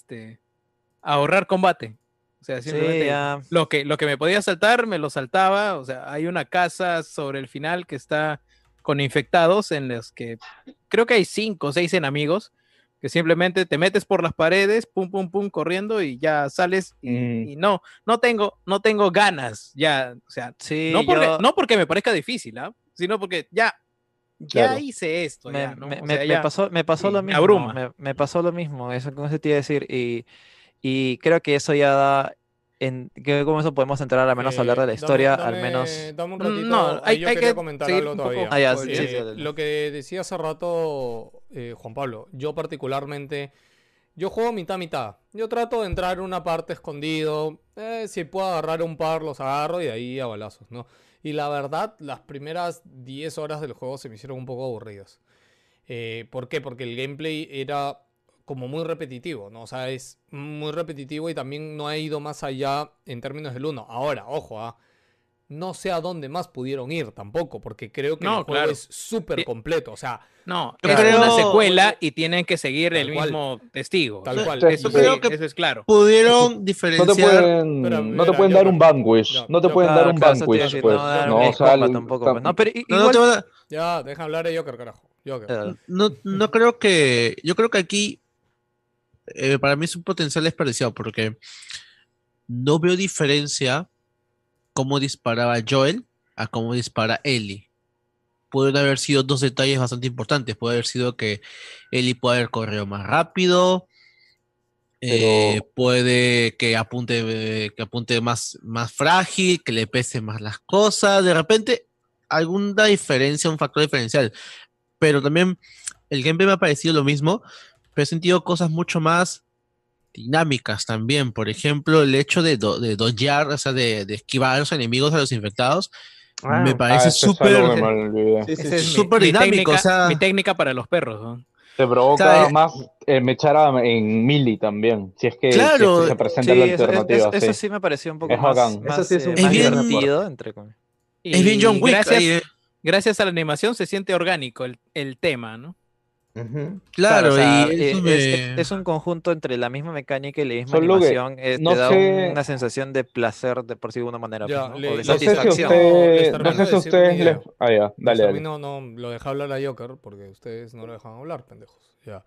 combate. O sea, simplemente lo que me podía saltar, me lo saltaba. O sea, hay una casa sobre el final que está con infectados en los que creo que hay 5 o 6 enemigos que simplemente te metes por las paredes, pum, pum, pum, corriendo y ya sales y no tengo ganas ya, o sea, no porque me parezca difícil, sino porque ya hice esto. Me pasó lo mismo. Abruma. Me pasó lo mismo, eso con eso te iba a decir y creo que eso ya da que con eso podemos entrar al menos a hablar de la historia, al menos. Dame un ratito. No, hay que comentar algo todavía. Lo que decía hace rato Juan Pablo, yo particularmente, yo juego mitad. Yo trato de entrar en una parte escondido. Si puedo agarrar un par, los agarro y de ahí a balazos, ¿no? Y la verdad, las primeras 10 horas del juego se me hicieron un poco aburridas. ¿Por qué? Porque el gameplay era como muy repetitivo, ¿no? O sea, es muy repetitivo y también no ha ido más allá en términos del 1. Ahora, ojo, no sé a dónde más pudieron ir tampoco, porque creo que el juego es súper completo, o sea... No, es una secuela y tienen que seguir el mismo testigo. Tal cual. Eso es claro. Pudieron diferenciar... No te pueden dar un vanquish. No te pueden dar un vanquish, pues. No, o sea, tampoco. No, pero igual... Ya, deja hablar de Joker, carajo. No creo que... Yo creo que aquí... para mí su potencial es parecido porque no veo diferencia cómo disparaba Joel a cómo dispara Ellie. Pueden haber sido 2 detalles bastante importantes. Puede haber sido que Ellie puede haber corrido más rápido, puede que apunte más frágil, que le pese más las cosas. De repente, alguna diferencia, un factor diferencial. Pero también el gameplay me ha parecido lo mismo, pero he sentido cosas mucho más dinámicas también. Por ejemplo, el hecho de dodgear, o sea, de esquivar a los enemigos, a los infectados, me parece eso es algo que me súper olvidé. Esa es súper mi dinámico. técnica, O sea, mi técnica para los perros, ¿no? Te provoca O sea, más mechar en melee también, si es que claro, se presenta Sí, la eso, alternativa. eso sí. sí me pareció un poco Es más, bacán. Eso sí es un Es más bien- divertido, entre comillas. es bien John Y Wick. gracias, ahí, gracias a la animación se siente orgánico el tema, ¿no? Ujú. Claro, o claro, y sea, eso me... es un conjunto entre la misma mecánica y la misma Solo que animación. no Te da sé, una sensación de placer, de por sí de una manera, Ya, pues, ¿no? le- O de no sé si satisfacción. les no termino sé de si decir ustedes mi les, idea. ah ya, dale, dale. No, lo dejé hablar a Joker porque ustedes no lo dejan hablar, pendejos. Ya.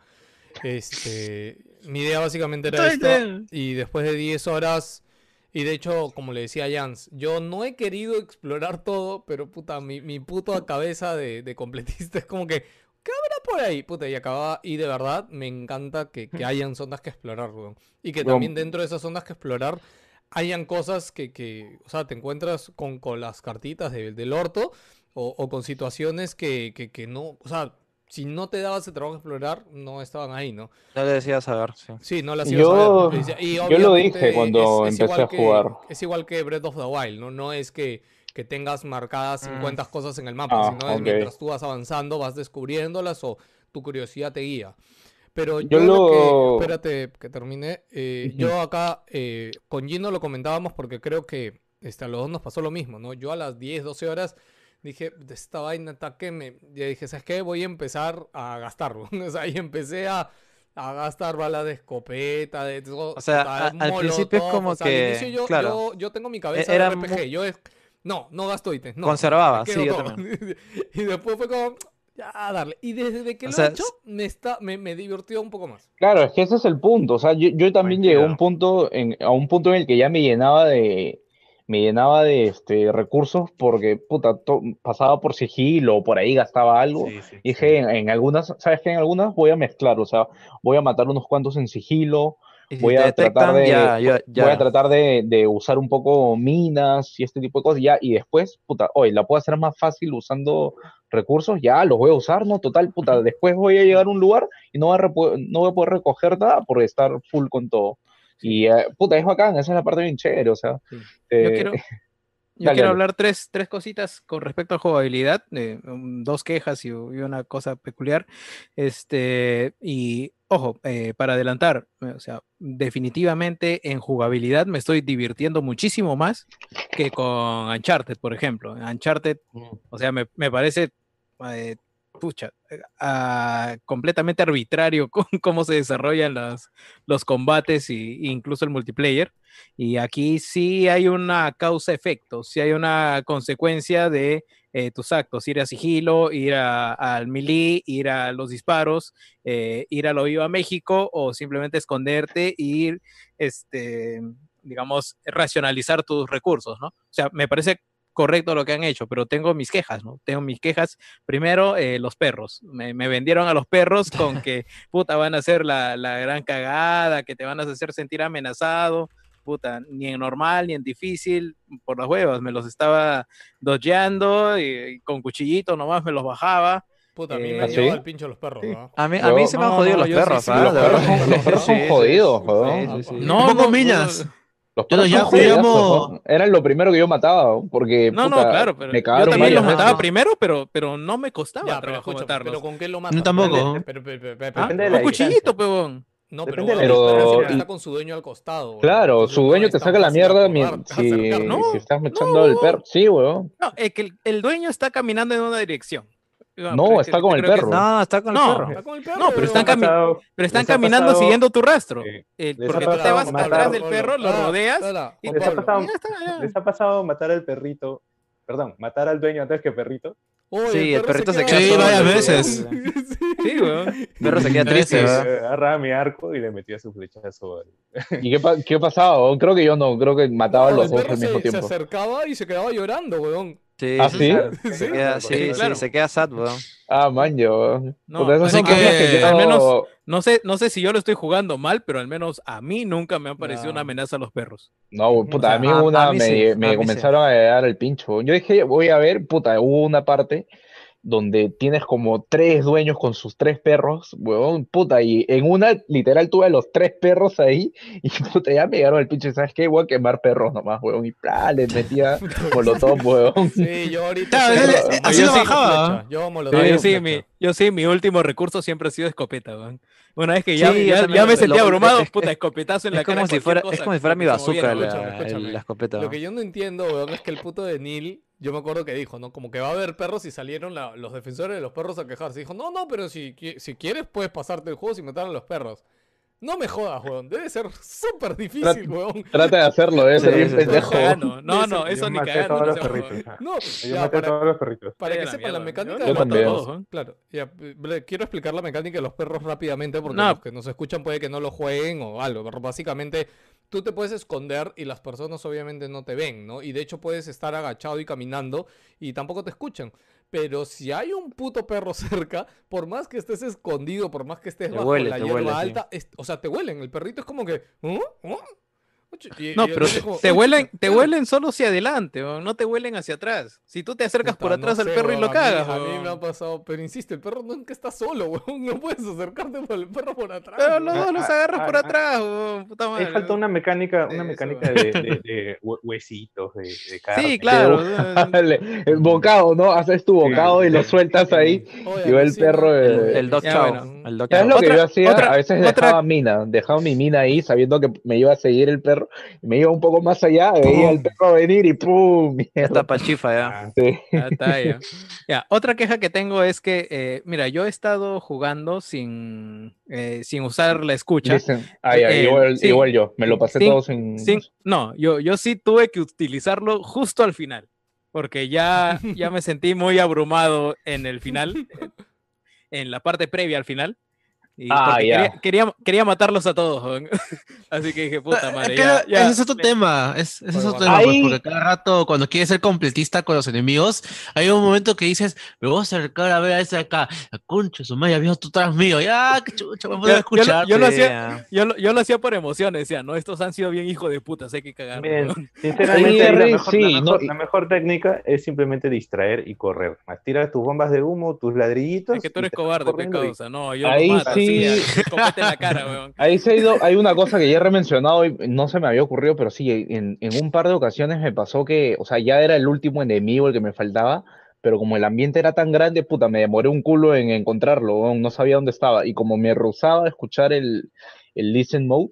Mi idea básicamente era esta. Y después de 10 horas, y de hecho, como le decía a Jans, yo no he querido explorar todo, pero puta, mi puta cabeza de completista es como que, ¿qué habrá por ahí? Puta, y acababa, y de verdad me encanta que hayan zonas que explorar, weón. Y que también dentro de esas zonas que explorar hayan cosas o sea, te encuentras con las cartitas del orto o con situaciones que no, o sea, si no te dabas el trabajo de explorar, no estaban ahí, ¿no? No le decías saber, sí. Sí, no las ibas a ver. Y Yo lo dije obviamente cuando es empecé a igual jugar. es igual que Breath of the Wild, ¿no? No es que tengas marcadas 50 cosas en el mapa, Ah, sino es ok. mientras tú vas avanzando, vas descubriéndolas o tu curiosidad te guía. Pero Yo yo lo- espérate que termine. Yo acá con Gino lo comentábamos porque creo que a los dos nos pasó lo mismo, ¿no? Yo a las 10, 12 horas dije, de esta vaina está que ya dije, ¿sabes qué? Voy a empezar a gastarlo. O sea, y empecé a gastar balas de escopeta, de todo. O sea, puta, al principio es molotov, como o sea, al que, inicio claro, yo tengo mi cabeza era de RPG. No gasto ítems. No, Conservaba, me quedo sí, yo todo. Y después fue como, ya, a darle. Y desde que O lo sea, he hecho, me divirtió un poco más. Claro, es que ese es el punto. O sea, yo también llegué a un punto a un punto en el que ya me llenaba de recursos porque puta, pasaba por sigilo o por ahí gastaba algo. Sí, sí, Y sí. dije, en algunas, ¿sabes qué? En algunas voy a mezclar, o sea, voy a matar unos cuantos en sigilo, y si voy te a tratar detectan, voy a tratar de usar un poco minas y este tipo de cosas, ya, y después, puta, hoy la puedo hacer más fácil usando recursos, ya, los voy a usar, ¿no? Total, puta, después voy a llegar a un lugar y no voy a poder recoger nada por estar full con todo. Y, puta, es bacán, esa es la parte bien chévere, o sea. Sí. Yo eh, quiero, dale, dale. hablar tres cositas con respecto a jugabilidad, dos quejas y una cosa peculiar. Y ojo, para adelantar, o sea, definitivamente en jugabilidad me estoy divirtiendo muchísimo más que con Uncharted, por ejemplo. Uncharted, o sea, me parece, pucha, completamente arbitrario cómo se desarrollan los combates e incluso el multiplayer. Y aquí sí hay una causa-efecto, sí hay una consecuencia de tus actos, ir a sigilo, ir al melee, ir a los disparos, ir a lo vivo a México o simplemente esconderte e ir, digamos, racionalizar tus recursos, ¿no? O sea, me parece correcto lo que han hecho, pero tengo mis quejas, ¿no? Tengo mis quejas. Primero, los perros. Me vendieron a los perros con que, puta, van a ser la gran cagada, que te van a hacer sentir amenazado. Puta, ni en normal, ni en difícil, por las huevas. Me los estaba dodgeando y con cuchillito nomás me los bajaba. Puta, a mí me han ¿sí? llevado el pincho los perros, ¿no? A mí se me han jodido los perros, sí, ¿ah? los De perros verdad. son- los perros son jodidos, weón. Sí, sí, sí. No, Tampoco no, minas. Los Yo los perros son llamo- jodidazos, ¿no? Eran lo primero que yo mataba, porque No, puta, claro, pero me yo cagaron también los varias mataba veces. primero, pero no me costaba Ya, pero trabajo escucha, matarlos. pero ¿con qué lo matas? Yo tampoco. Pero, ¿Ah? Depende de Con la cuchillito, peón. no, Depende pero, de la el perro distancia. siempre está con su dueño al costado, weón. Claro, Entonces su no dueño es te tan saca la fácil mierda acercar, No, si estás echando al perro. Sí, weón. No, es que el dueño está caminando en una dirección. No, está con el creo que es- perro. No, está con el No, perro. Está con el perro, No, pero weón. están les ha caminando pasado- siguiendo tu rastro. les Porque ha tú te vas pasado atrás matar- del perro, lo rodeas. Y Les ha pasado, Ya está, ya. les ha pasado matar al perrito, perdón, matar al dueño antes que perrito. Sí, el perrito se queda queda Sí, solo, varias sí, veces. sí, sí. Sí, weón. El perro se queda triste, Veces. ¿verdad? Agarraba mi arco y le metía su flechazo. ¿Y qué pasaba? Creo que yo no, creo que mataba a No, los el dos perro al mismo se tiempo. acercaba y se quedaba llorando, weón. Sí, ¿Ah, sí, sí? Se queda, sí, claro. sí, se queda sad, weón. Ah, man, yo. No, Puta, esas así son que, cosas que yo... al menos- No sé si yo lo estoy jugando mal, pero al menos a mí nunca me han parecido una amenaza a los perros. No, puta, O sea, a mí a mí sí, a me mí comenzaron a dar el pincho. Yo dije, voy a ver, puta, hubo una parte donde tienes como 3 dueños con sus 3 perros, huevón, puta, y en una, literal, tuve a los 3 perros ahí, y puta, ya me llegaron el pinche, ¿sabes qué? Voy a quemar perros nomás, huevón, y les metía molotov, huevón. Sí, yo ahorita... Claro, así lo bajaba. Yo No, yo sí, mi último recurso siempre ha sido escopeta, weón. Una vez que ya, Sí, ya me sentía abrumado, es puta, escopetazo en la Es cara. como si fuera, cualquier es cosa, como si fuera mi que se moviera, bazooka escúchame. la escopeta. Lo que yo no entiendo, weón, es que el puto de Neil, yo me acuerdo que dijo, ¿no? Como que va a haber perros y salieron los defensores de los perros a quejarse. Dijo, no, pero si quieres puedes pasarte el juego sin matar a los perros. No me jodas, weón. Debe ser súper difícil, weón. Trata de hacerlo, ser bien sí, pendejo. No, eso ni cagando. Todos No los sea, perritos. weón. ah. No, Yo ya, maté a todos los perritos. para que la sepan la mierda. mecánica Yo de también. matarlos, claro, ya, quiero explicar la mecánica de los perros rápidamente porque No. los que nos escuchan puede que no lo jueguen o algo, pero básicamente tú te puedes esconder y las personas obviamente no te ven, ¿no? Y de hecho puedes estar agachado y caminando y tampoco te escuchan. Pero si hay un puto perro cerca, por más que estés escondido, por más que estés Te bajo huele, la te hierba huele, sí. alta, o sea, te huelen. El perrito es como que... No, pero te huelen solo hacia adelante, weón, no te huelen hacia atrás. Si tú te acercas por atrás al perro y lo cagas, A mí weón. me ha pasado, pero insisto, el perro nunca está solo, weón. No puedes acercarte por el perro por atrás. Pero weón. los dos los agarras por atrás, weón, puta madre. Ahí falta una mecánica Eso. de huesitos, de carne. Sí, claro. El bocado, ¿no? Haces tu bocado y lo sueltas ahí, Oye, y va el alucina. perro... El Dog Ya, Chow. bueno. El Dog ¿Sabes Chow. lo que yo hacía? otra- A veces dejaba mi mina ahí, sabiendo que me iba a seguir el perro, y me iba un poco más allá, veía al perro venir y ¡pum! Ya Mierda. está pachifa ya. Ah, Sí. Ya está, ya. Ya, otra queja que tengo es que, mira, yo he estado jugando sin usar la escucha. Dicen, ya, Sí. igual yo, me lo pasé Sin- todo sin... No, yo sí tuve que utilizarlo justo al final, porque ya me sentí muy abrumado en el final, en la parte previa al final. Y porque ya. quería matarlos a todos, weón. Así que dije, puta madre. Es que ese es otro tema. Ese es otro tema, pues, Ahí- porque cada rato, cuando quieres ser completista con los enemigos, hay un momento que dices, me voy a acercar a ver a ese de acá. La concha, su madre, viejo, tú atrás mío. Ya, qué chucha, me puedo escuchar. Yo lo Sí, hacía, yo lo hacía por emociones, decía, no, estos han sido bien hijos de puta, hay que cagar. Miren, sinceramente, Ahí, la sí, mejor, no, la mejor técnica es simplemente distraer y correr. Más tira tus bombas de humo, tus ladrillitos. Es que tú y eres te vas cobarde, corriendo y- pecado. No, yo Ahí lo mato, sí. escopete en la cara, weón. Ahí se ha ido, hay una cosa que ya he mencionado y no se me había ocurrido, pero sí, en un par de ocasiones me pasó que, o sea, ya era el último enemigo el que me faltaba, pero como el ambiente era tan grande, puta, me demoré un culo en encontrarlo, no sabía dónde estaba, y como me rehusaba escuchar el Listen Mode,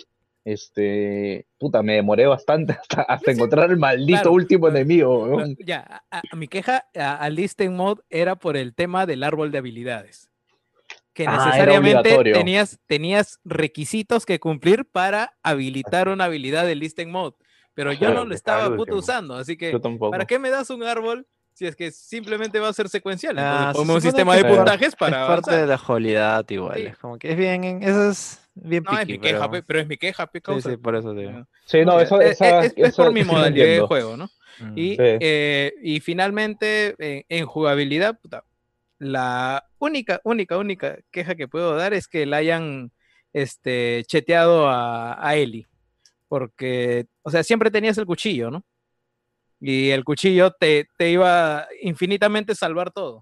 puta, me demoré bastante hasta encontrar el maldito Claro, último claro. enemigo, weón. Ya, mi queja al Listen Mode era por el tema del árbol de habilidades. Que Era necesariamente obligatorio. tenías requisitos que cumplir para habilitar una habilidad del Listen Mode. Pero yo Claro, no lo que estaba estaba al puto último. usando, así que Yo tampoco. ¿para qué me das un árbol si es que simplemente va a ser secuencial? Ah, Entonces se ponme un supone sistema que de es puntajes para Es parte avanzar. de la jolidad igual. Sí. Es como que es bien, eso es bien No, es picky, mi queja, pero... pero es mi queja, Sí, causa. sí, por eso te digo. Sí, no, eso, es eso por mi sí lo modalidad de entiendo. juego, ¿no? Y, Sí. y finalmente, en jugabilidad, puta, la única queja que puedo dar es que la hayan cheteado a Ellie. Porque, o sea, siempre tenías el cuchillo, ¿no? Y el cuchillo te iba infinitamente a salvar todo.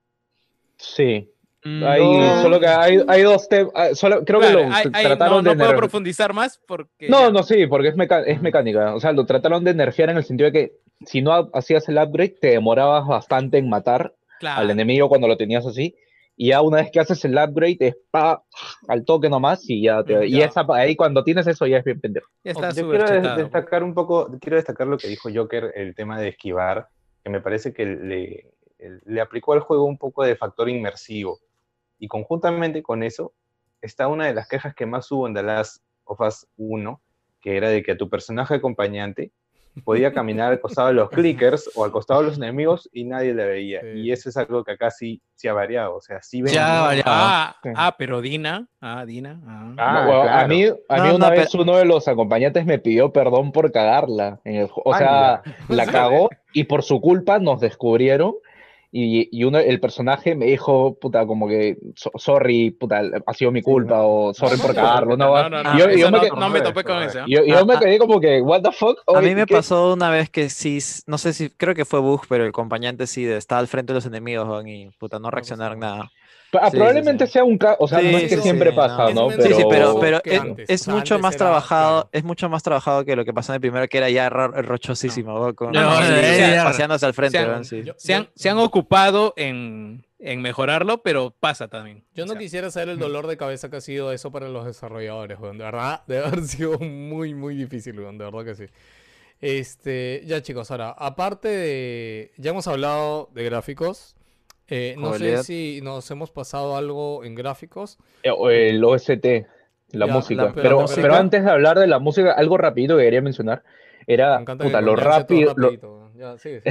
Sí. No. Solo que hay dos temas. Creo Claro, que lo trataron no de puedo nerfear. profundizar más porque... No, ya. no, sí, porque es mecánica. O sea, lo trataron de nerfear en el sentido de que si no hacías el upgrade, te demorabas bastante en matar Claro. al enemigo cuando lo tenías así. Y ya una vez que haces el upgrade, es al toque nomás y ya te. Y Ya. ahí cuando tienes eso ya es bien pendejo. Ya está Yo súper quiero chetado. destacar un poco, quiero destacar lo que dijo Joker, el tema de esquivar, que me parece que le aplicó al juego un poco de factor inmersivo. Y conjuntamente con eso, está una de las quejas que más hubo en The Last of Us 1, que era de que a tu personaje acompañante podía caminar al costado de los clickers o al costado de los enemigos y nadie le veía. Sí. Y eso es algo que acá sí ha variado. O sea, sí ven. Sí ha variado. Pero Dina. Dina. No, bueno, claro. a mí No, una no, vez uno de los acompañantes me pidió perdón por cagarla en el juego. O sea, Anda. la cagó y por su culpa nos descubrieron y el personaje me dijo, puta, como que, sorry, puta, ha sido mi culpa, o sorry por cagarlo, no, no me topé con eso. Yo me quedé como que, what the fuck. A mí me pasó una vez que sí, no sé si, creo que fue bug, pero el acompañante sí estaba al frente de los enemigos, weón, y puta, no reaccionaron nada. Probablemente sea un caso, o sea, no es que siempre pasa, ¿no? Pero es Antes mucho más era, trabajado, claro. es mucho más trabajado que lo que pasó en el primero, que era ya rochosísimo, weón, con No, paseándose al frente, weón, sí. Se han ocupado en mejorarlo, pero pasa también. Yo no quisiera saber el dolor de cabeza que ha sido eso para los desarrolladores, weón. De verdad, debe haber sido muy, muy difícil, weón. De verdad que sí. Ya chicos, ahora, aparte de... Ya hemos hablado de gráficos. No sé si nos hemos pasado algo en gráficos. El OST, la música. pero Pero antes de hablar de la música, algo rapidito que quería mencionar era, puta, lo rápido... Ya, sigue.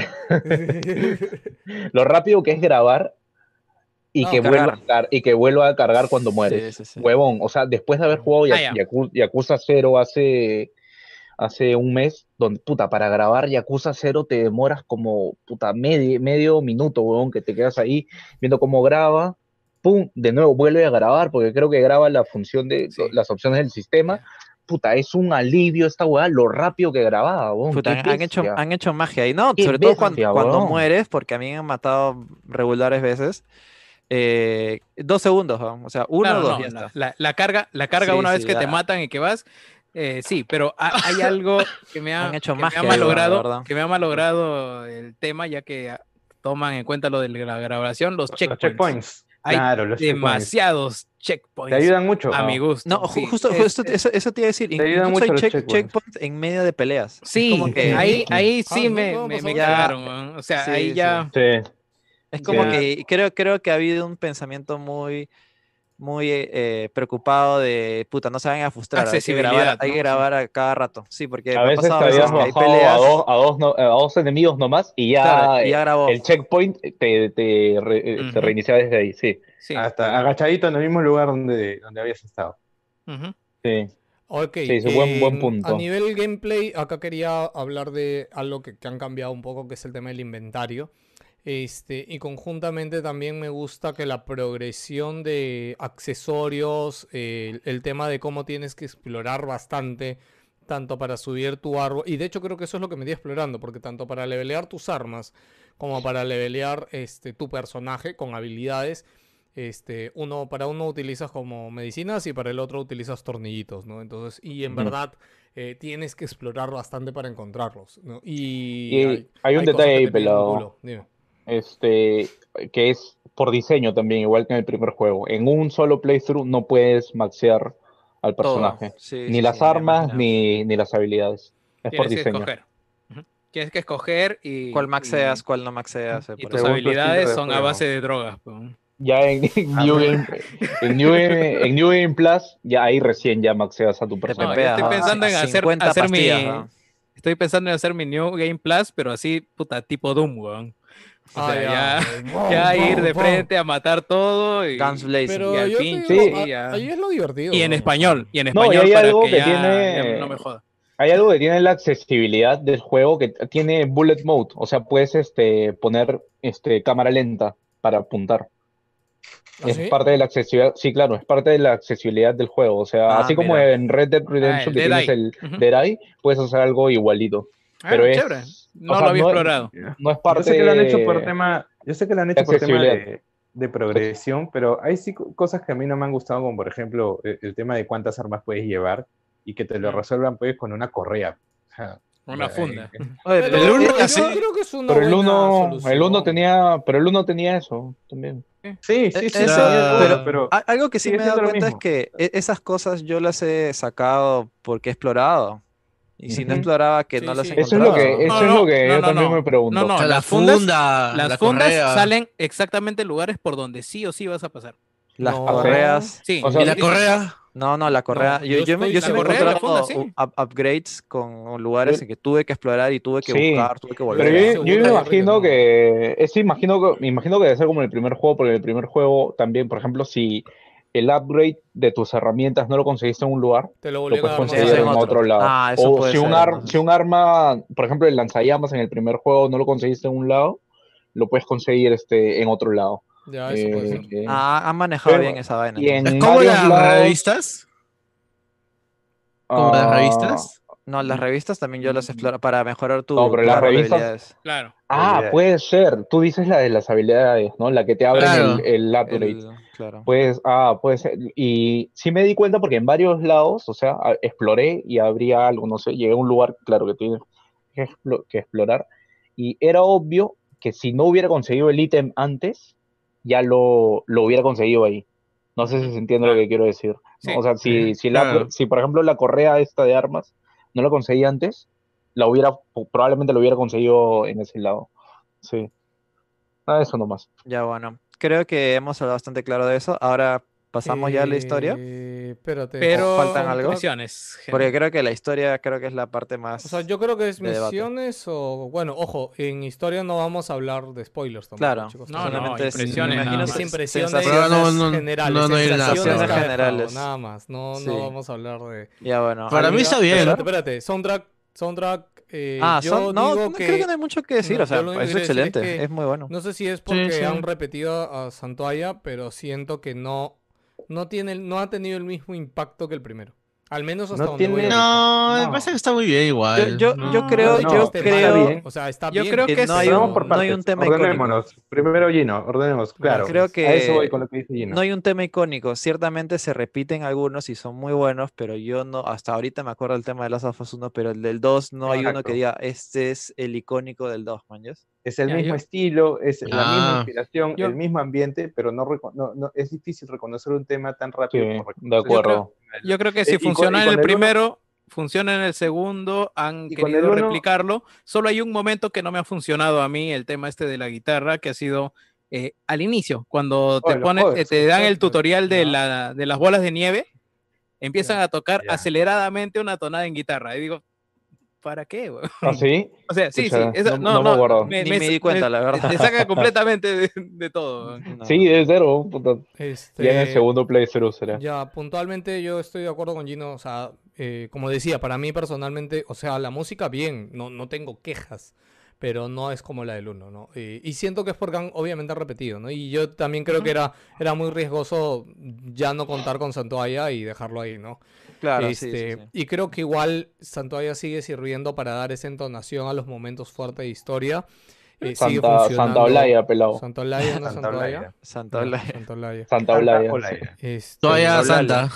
Lo rápido que es grabar y que vuelva a cargar cuando mueres. Sí. Huevón, o sea, después de haber jugado Yakuza 0 hace un mes, donde, puta, para grabar Yakuza 0 te demoras como, puta, medio minuto, huevón, que te quedas ahí viendo cómo graba, pum, de nuevo vuelve a grabar, porque creo que graba la función de las opciones del sistema. Puta, es un alivio esta hueá, lo rápido que grababa, huevón. Puta, han hecho magia ahí, ¿no? Sobre todo cuando mueres, porque a mí me han matado regulares veces. 2 segundos, ¿no? O sea, 1 o 2 ya está. La carga una vez que te matan y que vas. Sí, pero hay algo que me ha malogrado el tema, ya que toman en cuenta lo de la grabación, los checkpoints. Hay demasiados checkpoints. Te ayudan mucho. A mi gusto. No, justo eso te iba a decir. Incluso hay checkpoints en medio de peleas. Sí, como que... ahí sí me cagaron, ¿no? O sea, ahí ya... Sí. Es como que creo que ha habido un pensamiento muy preocupado de, puta, no se vayan a frustrar, hay que grabar a cada rato. Sí, porque a veces te habías bajado a dos enemigos nomás y ya grabó. El checkpoint te reinicia desde ahí, sí. Hasta agachadito en el mismo lugar donde habías estado. Sí. Ok, sí, es buen punto. A nivel gameplay, acá quería hablar de algo que han cambiado un poco, que es el tema del inventario. Y conjuntamente también me gusta que la progresión de accesorios, el tema de cómo tienes que explorar bastante, tanto para subir tu árbol, y de hecho creo que eso es lo que me di explorando, porque tanto para levelear tus armas, como para levelear tu personaje con habilidades, para uno utilizas como medicinas y para el otro utilizas tornillitos, ¿no? Entonces, y en verdad... tienes que explorar bastante para encontrarlos, ¿no? Y hay un detalle ahí, pelado. Que es por diseño también, igual que en el primer juego. En un solo playthrough no puedes maxear al personaje. Ni las armas, ni las habilidades. Es por diseño. Tienes que escoger y... ¿Cuál maxeas, cuál no maxeas? Y tus habilidades son a base de drogas. Ya en New Game Plus, ya ahí recién ya maxeas a tu personaje. Estoy pensando en estoy pensando en hacer mi New Game Plus, pero así, puta, tipo Doom, weón. O sea, ya ir de frente a matar todo y Guns Blazing. Pero y al pinche. Ahí es lo divertido. Y en español. No, y hay para algo que que tiene... no me joda. Hay algo que tiene la accesibilidad del juego, que tiene bullet mode. O sea, puedes poner cámara lenta para apuntar. Es parte de la accesibilidad, sí, claro, es parte de la accesibilidad del juego. O sea, así como en Red Dead Redemption que tienes el Dead Eye, puedes hacer algo igualito. Pero es chévere. No lo había explorado. No es parte. Yo sé que lo han hecho por tema, de progresión, pero hay sí cosas que a mí no me han gustado, como por ejemplo el tema de cuántas armas puedes llevar y que te lo resuelvan pues con una correa. O sea, una funda. Pero el 1 tenía eso también. Sí, pero algo que sí me he dado cuenta es que esas cosas yo las he sacado porque he explorado. Y si no exploraba, que no las he encontrado. Eso es lo que yo también me pregunto. No, las fundas salen exactamente en lugares por donde sí o sí vas a pasar. Las correas. Sí. O sea, ¿y la correa? No, la correa. Yo sí me he encontrado upgrades con lugares en que tuve que explorar y tuve que buscar, tuve que volver. Pero yo me imagino que debe ser como en el primer juego, porque en el primer juego también, por ejemplo, si el upgrade de tus herramientas no lo conseguiste en un lugar, lo puedes conseguir en otro lado. O si un arma, por ejemplo, el lanzallamas en el primer juego no lo conseguiste en un lado, lo puedes conseguir en otro lado. Ya, eso puede ser. Han manejado pero- bien esa vaina. y en entonces. ¿Es como varios las lados- revistas? ¿Como las Ah, revistas? No, las revistas también yo las exploro para mejorar tu, No, pero tu las árbol de revistas- habilidades. Claro. puede ser. Tú dices la de las habilidades, ¿no? La que te abren Claro. el upgrade. Claro. Puede ser. Y sí me di cuenta porque en varios lados, o sea, exploré y habría algo, no sé, llegué a un lugar, claro, que tienes que explorar. Y era obvio que si no hubiera conseguido el ítem antes, ya lo hubiera conseguido ahí. No sé si se entiende lo que quiero decir. ¿No? Sí. O sea, Claro. si por ejemplo la correa esta de armas no la conseguí antes, probablemente lo hubiera conseguido en ese lado. Sí. Eso nomás. Ya bueno, creo que hemos hablado bastante claro de eso. Ahora pasamos ya a la historia. Espérate. Pero ¿Faltan algo? misiones, gente. Porque creo que la historia creo que es la parte más... O sea, yo creo que es de debate. misiones o... Bueno, ojo, en historia no vamos a hablar de spoilers tampoco, Claro. chicos. No, Solamente es- impresiones me imagino nada Es más. impresiones Pero no, generales. no hay nada. sensaciones Sensaciones que ha dejado, generales. nada más. No, Sí. no vamos a hablar de... Ya bueno. Para mí ¿algo está que bien. agregar? Espérate. Soundtrack, yo no, digo no que... creo que no hay mucho que decir. No, o sea, yo lo único es que quiero decir excelente. es que Es muy bueno. No sé si es porque sí. han repetido a Santoya, pero siento que no ha tenido el mismo impacto que el primero. Al menos hasta No donde voy tiene- ahorita. No, me No. parece que está muy bien igual. Yo No. creo, no, yo está creo, bien. O sea, está Yo bien. creo que que no sí. hay Vamos un, por no hay partes, un tema icónico. ordenémonos. Primero Gino, ordenemos, claro. Creo que A eso voy con lo que dice Gino. no hay un tema icónico. Ciertamente se repiten algunos y son muy buenos, pero yo no, hasta ahorita me acuerdo del tema de Last of Us 1, pero el del 2 no hay uno Exacto. que diga, este es el icónico del 2, man. ¿Ya? Es el Ya, mismo yo- estilo, es la misma inspiración, yo- el mismo ambiente, pero no es difícil reconocer un tema tan rápido. Sí, por de reconocer- acuerdo. Yo creo que Y si con- funciona y en con el el uno- primero, funciona en el segundo, han Y con querido el uno- replicarlo. Solo hay un momento que no me ha funcionado a mí, el tema este de la guitarra, que ha sido al inicio, cuando te los ponen, covers, te dan el covers, tutorial de, ya. de las bolas de nieve, empiezan a tocar Ya. aceleradamente una tonada en guitarra. Y digo, ¿para qué, güey? ¿Ah, sí? O sea, sí, Pucha, sí. no me acuerdo. Ni me di cuenta, la verdad. Te saca completamente de todo. güey. No. Sí, de cero. Puta. Ya en el segundo playthrough será. Ya, puntualmente yo estoy de acuerdo con Gino, o sea, como decía, para mí personalmente, o sea, la música bien, no tengo quejas, pero no es como la del 1, ¿no? Y siento que es porque han obviamente repetido, ¿no? Y yo también creo que era muy riesgoso ya no contar con Santoya y dejarlo ahí, ¿no? Claro, sí, sí. Y creo que igual Santoya sigue sirviendo para dar esa entonación a los momentos fuertes de historia. Sigue funcionando. Santa Olaya, pelado. Santa Olaya, no Santa Santoya. Olaya. Santa Ya, Olaya. Santa Olaya. Santa Olaya. Olaya. Todavía Hablalo. Santa.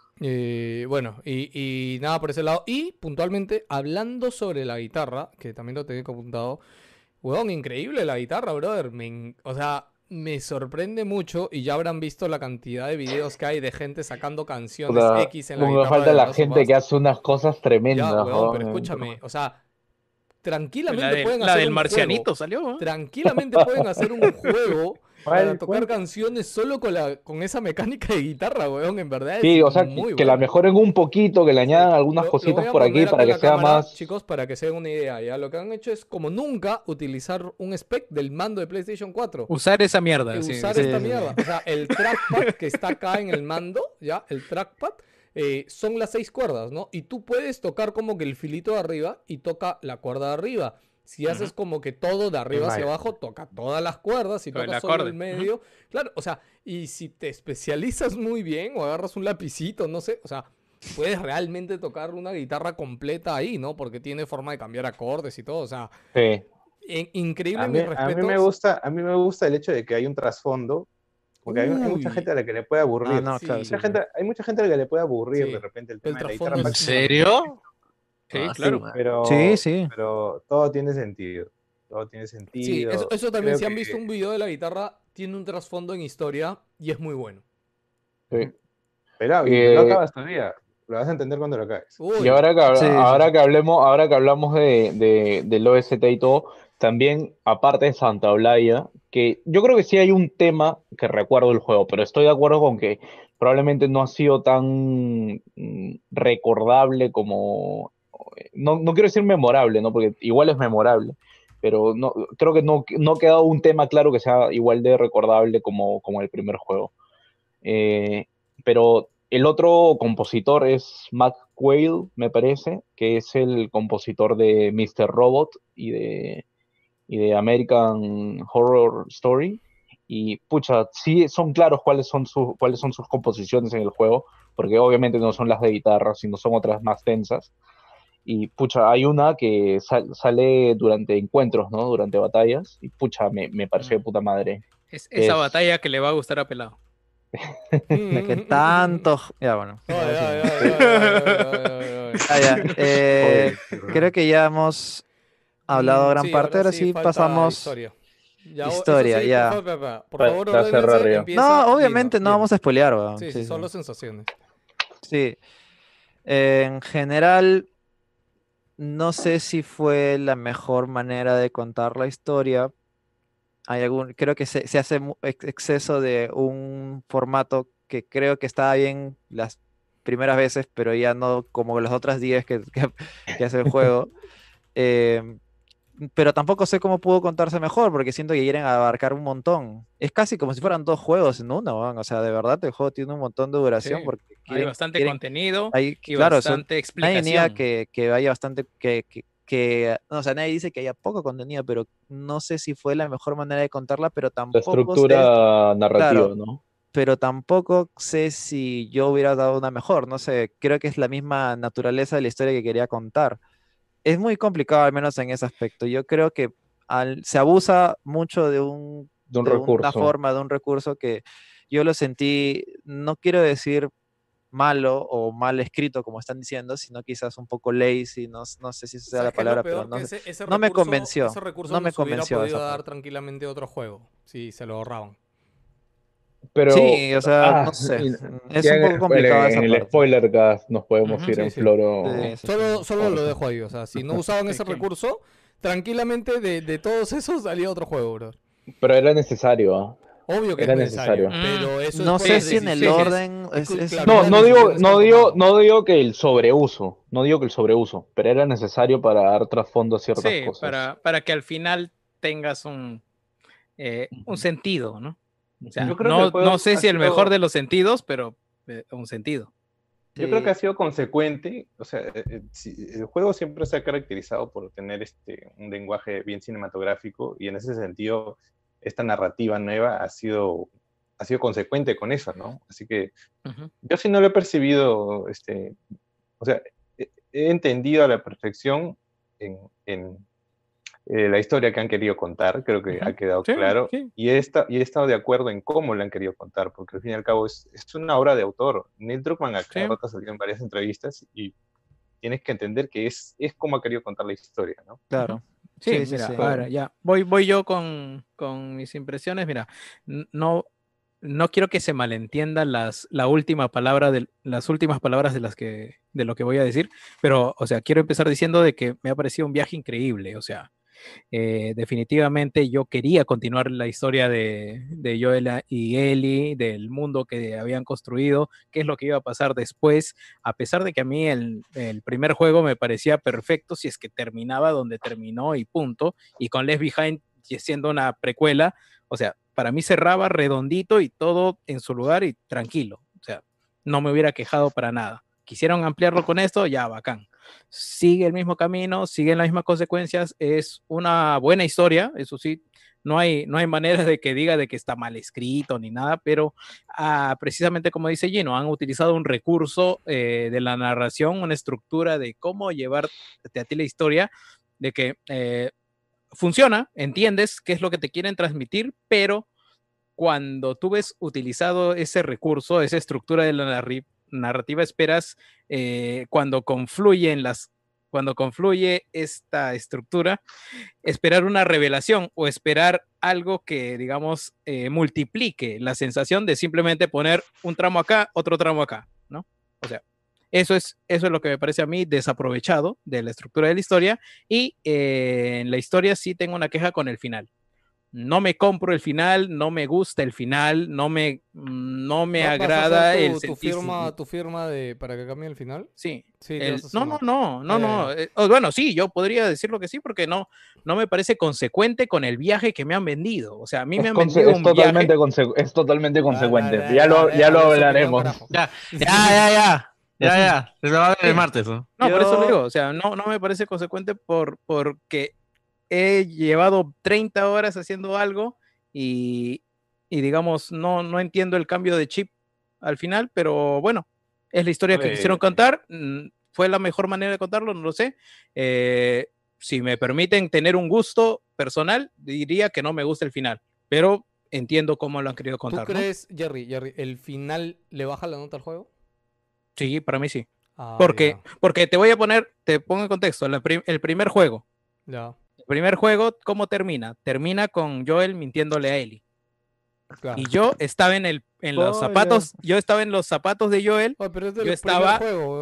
Bueno, y nada por ese lado. Y puntualmente, hablando sobre la guitarra, que también lo tenía apuntado, weón, increíble la guitarra, brother. O sea, me sorprende mucho y ya habrán visto la cantidad de videos que hay de gente sacando canciones Puta, X en la me guitarra. falta de la Last of gente Us. que hace unas cosas tremendas. Ya, weón, ¿no? pero escúchame, o sea, tranquilamente La, pueden la hacer del un marcianito juego. salió. ¿eh? Tranquilamente pueden hacer un juego para ¿Cuál? tocar canciones solo con esa mecánica de guitarra, weón, en verdad. Sí, es o sea, muy que la bueno. mejoren un poquito, que le añadan algunas Lo cositas voy a por aquí poner para en que la sea cámara, más. chicos, para que se den una idea, ¿ya? Lo que han hecho es, como nunca, utilizar un spec del mando de PlayStation 4. Usar esa mierda. sí. Usar sí, esta sí. mierda. O sea, el trackpad que está acá en el mando, ¿ya? El trackpad, son las 6 cuerdas, ¿no? Y tú puedes tocar como que el filito de arriba y toca la cuerda de arriba. Si haces como que todo de arriba hacia Vale. abajo, toca todas las cuerdas. Si Con el tocas solo acorde. el medio. Claro, o sea, y si te especializas muy bien o agarras un lapicito, no sé, o sea, puedes realmente tocar una guitarra completa ahí, ¿no? Porque tiene forma de cambiar acordes y todo, o sea, Sí. increíble, A mí, mis respetos. a mí me gusta el hecho de que hay un trasfondo, porque hay mucha Uy. gente a la que le puede aburrir. Ah, no, Sí. claro, Mucha sí, gente, hay mucha gente a la que le puede aburrir Sí. de repente el El tema de la trasfondo guitarra, ¿En es- serio? Sí, Ah, claro. man. pero, Sí. pero todo tiene sentido. Todo tiene sentido. Sí, eso también, Creo si han que- visto un video de la guitarra, tiene un trasfondo en historia y es muy bueno. Sí. Pero y no lo acabas todavía. Lo vas a entender cuando lo acabes. Uy, Y ahora que, Sí, sí, ahora sí. que hablamos del OST y todo, también, aparte de Santa Olaya, que yo creo que sí hay un tema que recuerdo del juego, pero estoy de acuerdo con que probablemente no ha sido tan recordable como. No quiero decir memorable, ¿no? Porque igual es memorable, pero no, creo que no ha quedado un tema claro que sea igual de recordable como el primer juego. Pero el otro compositor es Matt Quayle, me parece, que es el compositor de Mr. Robot y y de American Horror Story. Y pucha, sí son claros cuáles son sus composiciones en el juego, porque obviamente no son las de guitarra, sino son otras más tensas. Y pucha, hay una que sale durante encuentros, ¿no? Durante batallas. Y pucha, me pareció de puta madre. Es esa batalla que le va a gustar a Pelado. De que tanto. Ya, bueno. Creo que ya hemos hablado gran parte. Ahora sí pasamos. Historia. Historia, sí, ya. Por favor, no, obviamente no vamos a spoilear, weón. Sí, solo sensaciones. Sí. En general, no sé si fue la mejor manera de contar la historia. Creo que se hace exceso de un formato que creo que estaba bien las primeras veces, pero ya no como las otras 10 que hace el juego. Pero tampoco sé cómo pudo contarse mejor, porque siento que quieren abarcar un montón. Es casi como si fueran 2 juegos en uno, ¿no? O sea, de verdad el juego tiene un montón de duración. Sí, porque hay bastante contenido y claro, bastante explicación. Nadie niega que haya bastante, no, o sea, nadie dice que haya poco contenido, pero no sé si fue la mejor manera de contarla, pero tampoco La estructura narrativa, claro, ¿no? Pero tampoco sé si yo hubiera dado una mejor, no sé, creo que es la misma naturaleza de la historia que quería contar. Es muy complicado, al menos en ese aspecto. Yo creo que se abusa mucho de una forma, de un recurso que yo lo sentí, no quiero decir malo o mal escrito, como están diciendo, sino quizás un poco lazy, no sé si esa sea la palabra, pero no me convenció. Ese recurso no me convenció. Hubiera podido dar tranquilamente otro juego, si se lo ahorraban. Pero, sí, o sea, no sé. Es un poco complicado esa parte. En el spoiler cast nos podemos ir en floro. Solo lo dejo ahí. O sea, si no usaban ese recurso, tranquilamente de todos esos salía otro juego, bro. Pero era necesario. Obvio que era necesario. Pero eso no sé si en el orden. No digo que el sobreuso. No digo que el sobreuso. Pero era necesario para dar trasfondo a ciertas cosas. Para que al final tengas un sentido, ¿no? O sea, no sé si el mejor de los sentidos, pero un sentido. Yo creo que ha sido consecuente. O sea, el juego siempre se ha caracterizado por tener un lenguaje bien cinematográfico, y en ese sentido esta narrativa nueva ha sido consecuente con eso, ¿no? Así que yo sí no lo he percibido, o sea, he entendido a la perfección en la historia que han querido contar. Creo que ha quedado claro. Sí. Y he estado de acuerdo en cómo la han querido contar, porque al fin y al cabo es una obra de autor. Neil Druckmann ha salido en varias entrevistas, y tienes que entender que es como ha querido contar la historia, ¿no? Claro. Sí, mira, ahora ya voy yo con mis impresiones. Mira, no quiero que se malentiendan las últimas palabras de lo que voy a decir, pero, o sea, quiero empezar diciendo de que me ha parecido un viaje increíble. O sea, definitivamente yo quería continuar la historia de Joel y Ellie, del mundo que habían construido, qué es lo que iba a pasar después, a pesar de que a mí el primer juego me parecía perfecto si es que terminaba donde terminó y punto, y con Left Behind siendo una precuela, o sea, para mí cerraba redondito y todo en su lugar y tranquilo. O sea, no me hubiera quejado para nada. Quisieron ampliarlo con esto, ya, bacán. Sigue el mismo camino, siguen las mismas consecuencias, es una buena historia, eso sí, no hay manera de que diga de que está mal escrito ni nada, pero precisamente como dice Gino, han utilizado un recurso de la narración, una estructura de cómo llevarte a ti la historia, de que funciona, entiendes qué es lo que te quieren transmitir, pero cuando tú ves utilizado ese recurso, esa estructura de la narrativa, esperas cuando confluye esta estructura, esperar una revelación o esperar algo que, digamos, multiplique la sensación de simplemente poner un tramo acá, otro tramo acá, ¿no? O sea, eso es lo que me parece a mí desaprovechado de la estructura de la historia, y en la historia sí tengo una queja con el final. No me compro el final, no me gusta el final, no me agrada tu firma para que cambie el final. Sí. Bueno, sí, yo podría decirlo que sí, porque no me parece consecuente con el viaje que me han vendido. O sea, a mí me han vendido un viaje. Es totalmente consecuente. Ya lo hablaremos. Ya. Se lo va a ver el martes, ¿no? Por eso lo digo. O sea, no me parece consecuente porque he llevado 30 horas haciendo algo y digamos, no entiendo el cambio de chip al final, pero bueno, es la historia que quisieron contar. ¿Fue la mejor manera de contarlo? No lo sé. Si me permiten tener un gusto personal, diría que no me gusta el final, pero entiendo cómo lo han querido contar. ¿Tú crees, ¿no? Jerry, ¿el final le baja la nota al juego? Sí, para mí sí. Porque te pongo en contexto, el primer juego. Ya. El primer juego, ¿cómo termina? Termina con Joel mintiéndole a Ellie. Claro. Y yo estaba en los zapatos, yo estaba en los zapatos de Joel. Pero es yo estaba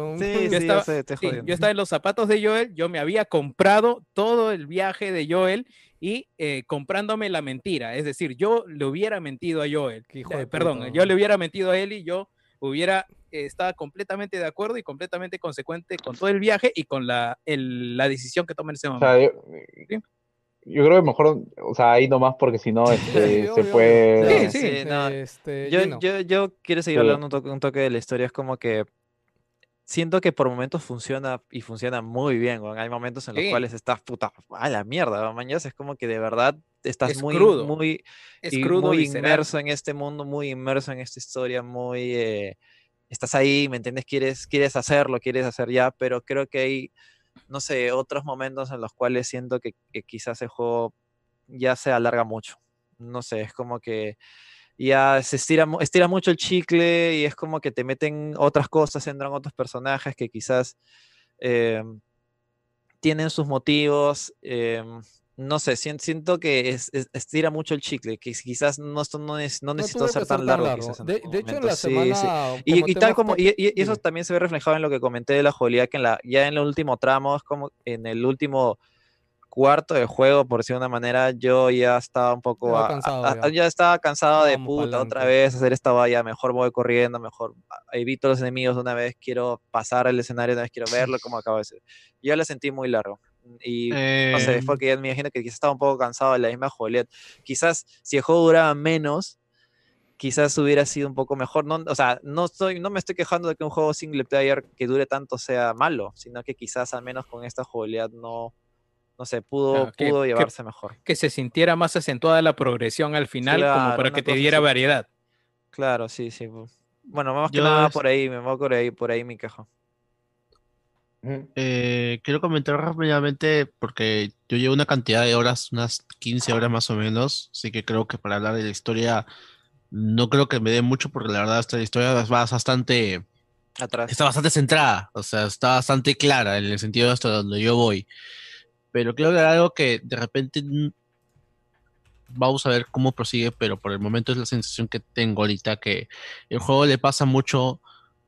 en los zapatos de Joel, yo me había comprado todo el viaje de Joel y comprándome la mentira, es decir, yo le hubiera mentido a Joel, yo le hubiera mentido a Ellie, yo hubiera estaba completamente de acuerdo y completamente consecuente con todo el viaje y con la decisión que toma en ese momento. O sea, ¿sí? Yo creo que mejor, o sea, ahí nomás porque si no se puede... Yo quiero seguir hablando un toque de la historia. Es como que siento que por momentos funciona y funciona muy bien. ¿No? Hay momentos en los cuales estás puta a la mierda, mañana es como que de verdad estás muy inmerso en este mundo, muy inmerso en esta historia, estás ahí, ¿me entiendes? Quieres hacerlo, quieres hacer ya, pero creo que hay, no sé, otros momentos en los cuales siento que quizás el juego ya se alarga mucho. No sé, es como que ya se estira mucho el chicle y es como que te meten otras cosas, entran otros personajes que quizás tienen sus motivos. No sé, siento que estira mucho el chicle, que quizás no necesitó ser tan largo. Quizás de hecho, en la semana... Y eso también se ve reflejado en lo que comenté de la jugabilidad, que ya en el último tramo, es como en el último cuarto de juego, por decirlo de una manera, yo ya estaba un poco... ya estaba cansado de puta, otra vez hacer esta valla, mejor voy corriendo, mejor evito los enemigos de una vez, quiero pasar el escenario de una vez, quiero verlo como acabo de decir. Yo la sentí muy largo. Y no sé, fue que ya me imagino que quizás estaba un poco cansado de la misma jugabilidad. Quizás si el juego duraba menos, quizás hubiera sido un poco mejor. O sea, no me estoy quejando de que un juego single player que dure tanto sea malo, sino que quizás al menos con esta jugabilidad no sé, pudo llevarse mejor. Que se sintiera más acentuada la progresión al final, como para que te diera variedad. Claro, sí. Bueno, más que nada por ahí mi queja. Quiero comentar rápidamente porque yo llevo una cantidad de horas, unas 15 horas más o menos, así que creo que para hablar de la historia no creo que me dé mucho porque la verdad esta historia va bastante atrás. Está bastante centrada, o sea, está bastante clara en el sentido de hasta donde yo voy, pero creo que algo que de repente vamos a ver cómo prosigue, pero por el momento es la sensación que tengo ahorita que el juego le pasa mucho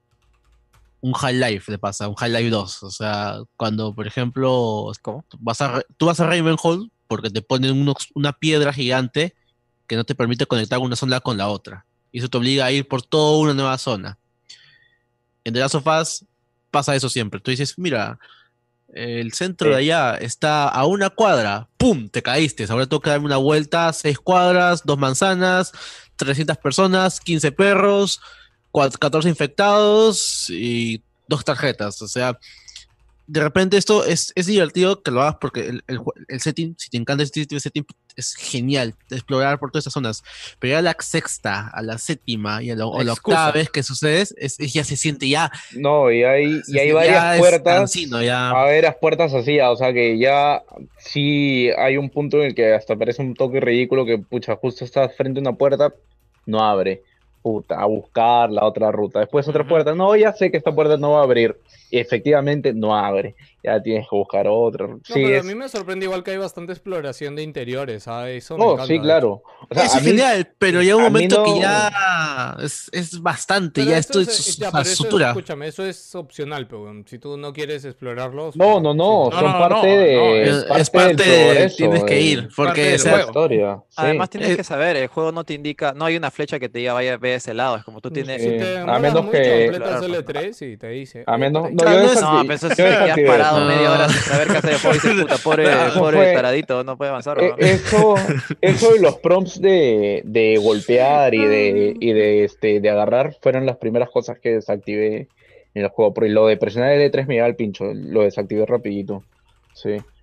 un Half-Life, un Half-Life 2. O sea, cuando, por ejemplo, tú vas a Ravenhold porque te ponen una piedra gigante que no te permite conectar una zona con la otra. Y eso te obliga a ir por toda una nueva zona. En The Last of Us pasa eso siempre. Tú dices, mira, el centro de allá está a una cuadra. ¡Pum! Te caíste. Ahora tengo que darme una vuelta, 6 cuadras, 2 manzanas, 300 personas, 15 perros, 14 infectados y 2 tarjetas. O sea, de repente esto es divertido que lo hagas porque el setting, si te encanta este setting, es genial de explorar por todas estas zonas. Pero ya a la sexta, a la séptima y a la octava vez que sucede, ya se siente ya. No, y hay varias puertas. Hay varias puertas así, o sea que ya sí hay un punto en el que hasta parece un toque ridículo que, pucha, justo estás frente a una puerta, no abre. Puta, a buscar la otra ruta. Después otra puerta. No, ya sé que esta puerta no va a abrir. Y efectivamente no abre. Ya tienes que buscar otra. No, sí, pero a mí me sorprende igual que hay bastante exploración de interiores. ¿Sabes? Eso me encanta, sí, claro. O sea, es genial, pero llega un momento que ya es bastante. Pero ya esto es sutura. Escúchame, eso es opcional, pero si tú no quieres explorarlos. No. Son parte de. Es parte de. Tienes que ir. Porque es la historia. Además, tienes que saber, el juego no te indica. No hay una flecha que te diga vaya ve ese lado. Es como tú tienes. A menos que. L3 y te dice. A menos. No, pero eso sí, ya has parado media hora sin saber qué hacer el juego y dices, puta, pobre taradito, no puede avanzar. Eso y los prompts de golpear y de agarrar fueron las primeras cosas que desactivé en el juego. Porque lo de presionar L3 me lleva al pincho, lo desactivé rapidito. Sí.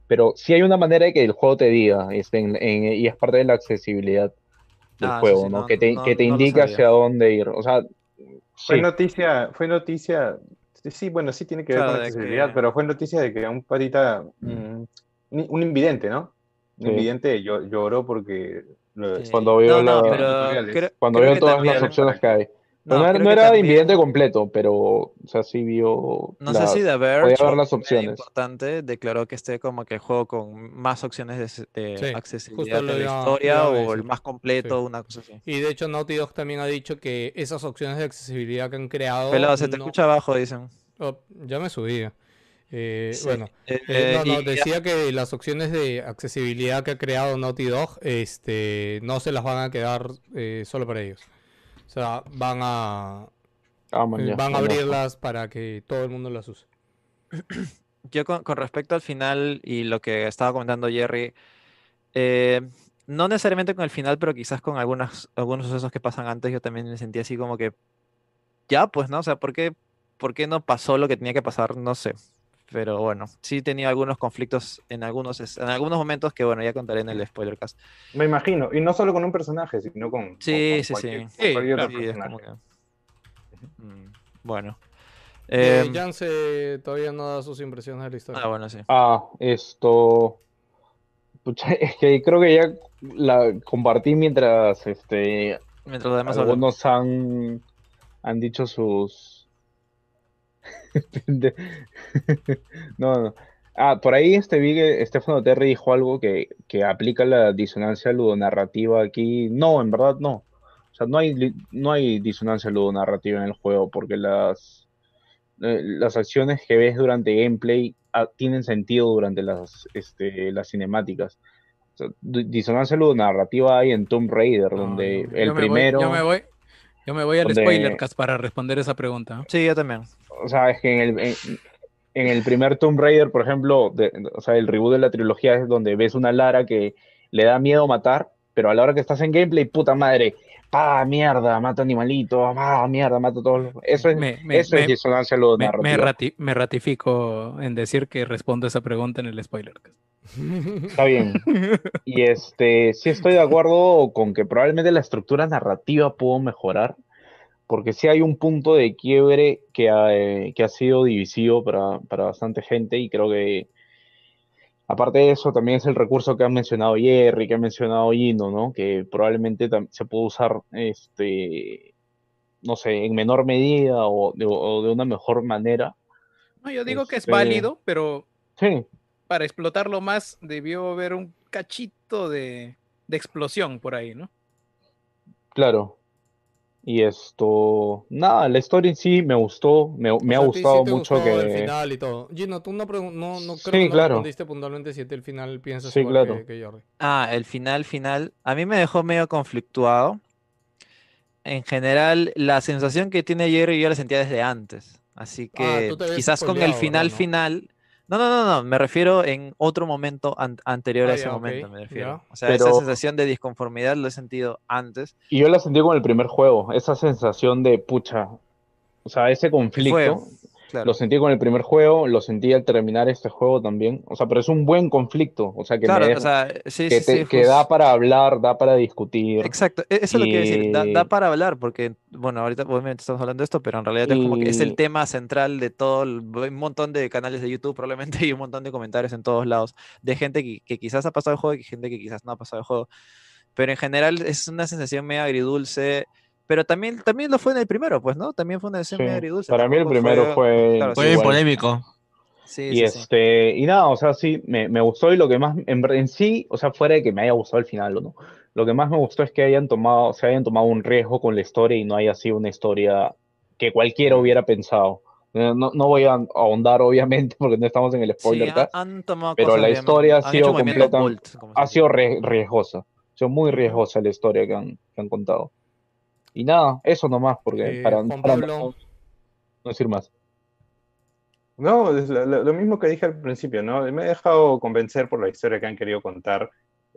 pero sí hay una manera de que el juego te diga, y es parte de la accesibilidad del Ah, eso juego, sí, ¿no? no, Que te no lo indique sabía. hacia dónde ir. O sea, sí, fue noticia, sí, bueno, sí tiene que ver con Claro, de accesibilidad, que... pero fue noticia de que un patita, un invidente, ¿no? Un sí. invidente lloró porque Sí. Cuando vio No, no, tiene pero tutoriales. cuando creo vio que todas las también... opciones que hay. Pues No, creo no que era invidente también... completo, pero, o sea, sí vio No sé si The podía Verge ver o las un medio opciones. importante declaró que esté como que el juego con más opciones de Sí, justo accesibilidad lo en la lo historia iba a o el decir. más Sí. completo, una cosa así. Y de hecho Naughty Dog también ha dicho que esas opciones de accesibilidad que han creado Pelado, se te no... escucha abajo, dicen. Oh, ya me subí. Sí. Bueno, no, Y decía que las opciones de accesibilidad que ha creado Naughty Dog, no se las van a quedar solo para ellos. O sea, Ah, man, ya, van a buenazo. abrirlas para que todo el mundo las use. yo con respecto al final y lo que estaba comentando Jerry, eh, no necesariamente con el final, pero quizás con algunos sucesos que pasan antes, yo también me sentía así como que, ya, pues, ¿no? O sea, por qué no pasó lo que tenía que pasar? No sé. Pero bueno, sí tenía algunos conflictos en algunos momentos que, bueno, ya contaré en el spoilercast. Me imagino, y no solo con un personaje, sino Sí, sí, sí. con Sí, cualquier otro claro. Sí, es como personaje. que... bueno. Jance todavía no da sus impresiones de la historia. Bueno, sí. Esto, pucha, es que creo que ya la compartí mientras Mientras los demás hablan. algunos han dicho sus de- no, no. Por ahí vi que Stefano Terry dijo algo que aplica la disonancia ludonarrativa aquí. No, en verdad no. O sea, no hay disonancia ludonarrativa en el juego porque las acciones que ves durante gameplay tienen sentido durante las cinemáticas. O sea, disonancia ludonarrativa hay en Tomb Raider, No, donde el yo me primero, voy. Yo me voy al donde, spoilercast para responder esa pregunta. Sí, yo también. o sea, es que en el primer Tomb Raider, por ejemplo, o sea, el reboot de la trilogía es donde ves una Lara que le da miedo matar, pero a la hora que estás en gameplay, puta madre, mierda, mata animalitos, mierda, mata todos los... Eso es disonancia ludonarrativa. Me ratifico en decir que respondo esa pregunta en el spoilercast. Está bien. Y sí estoy de acuerdo con que probablemente la estructura narrativa pudo mejorar, porque sí hay un punto de quiebre que ha sido divisivo para bastante gente y creo que aparte de eso también es el recurso que han mencionado Jerry, que ha mencionado Gino, ¿no? Que probablemente se puede usar, no sé, en menor medida o de una mejor manera. No, yo digo que es válido, pero Sí, para explotarlo más debió haber un cachito de explosión por ahí, ¿no? claro. Y nada, la historia en sí me gustó, O me ha sea, a ti sí gustado te mucho gustó el que... final y todo. Gino, tú no creo que Sí, no claro, respondiste puntualmente si a ti el final piensas sí, igual claro. que Jordi. El final. A mí me dejó medio conflictuado. En general, la sensación que tiene Jerry yo ya la sentía desde antes. Así Ah, que tú te habías quizás con el spoileado, ¿verdad? ¿No? final. No. Me refiero en otro momento anterior a Ah, ese ya, ok. momento, me refiero. Ya. O sea, esa Pero sensación de disconformidad lo he sentido antes. y yo la sentí con el primer juego, esa sensación de pucha, o sea, ese Y fue, conflicto, lo claro. sentí con el primer juego, lo sentí al terminar este juego también, o sea, pero es un buen conflicto, o sea, que me Claro, o deja, sea, sí, que da para hablar, da para discutir, exacto, eso es lo que iba a decir, da y, para hablar, porque, bueno, ahorita obviamente estamos hablando de esto, pero en realidad es como que es el y, tema central de todo, hay un montón de canales de YouTube probablemente y un montón de comentarios en todos lados, de gente que quizás ha pasado el juego y gente que quizás no ha pasado el juego, pero en general es una sensación medio agridulce, pero también lo fue en el primero, pues, ¿no? También fue una sensación sí, medio agridulce, para mí el tampoco primero fue, fue claro, Fue sí, bien igual. polémico. sí, Y sí, sí. y nada, o sea, sí, me gustó y lo que más, en sí, o sea, fuera de que me haya gustado el final o no, lo que más me gustó es que se hayan tomado un riesgo con la historia y no haya sido una historia que cualquiera hubiera pensado. No voy a ahondar, obviamente, porque no estamos en el Sí, spoiler cast, han tomado pero cosas la historia bien, han hecho movimientos bold, como se ha dice. sido riesgosa, ha sido muy Ujú. riesgosa la historia que han contado. Y nada, eso nomás, porque Juan para Pablo, no decir más. No, es lo mismo que dije al principio, ¿no? Me he dejado convencer por la historia que han querido contar.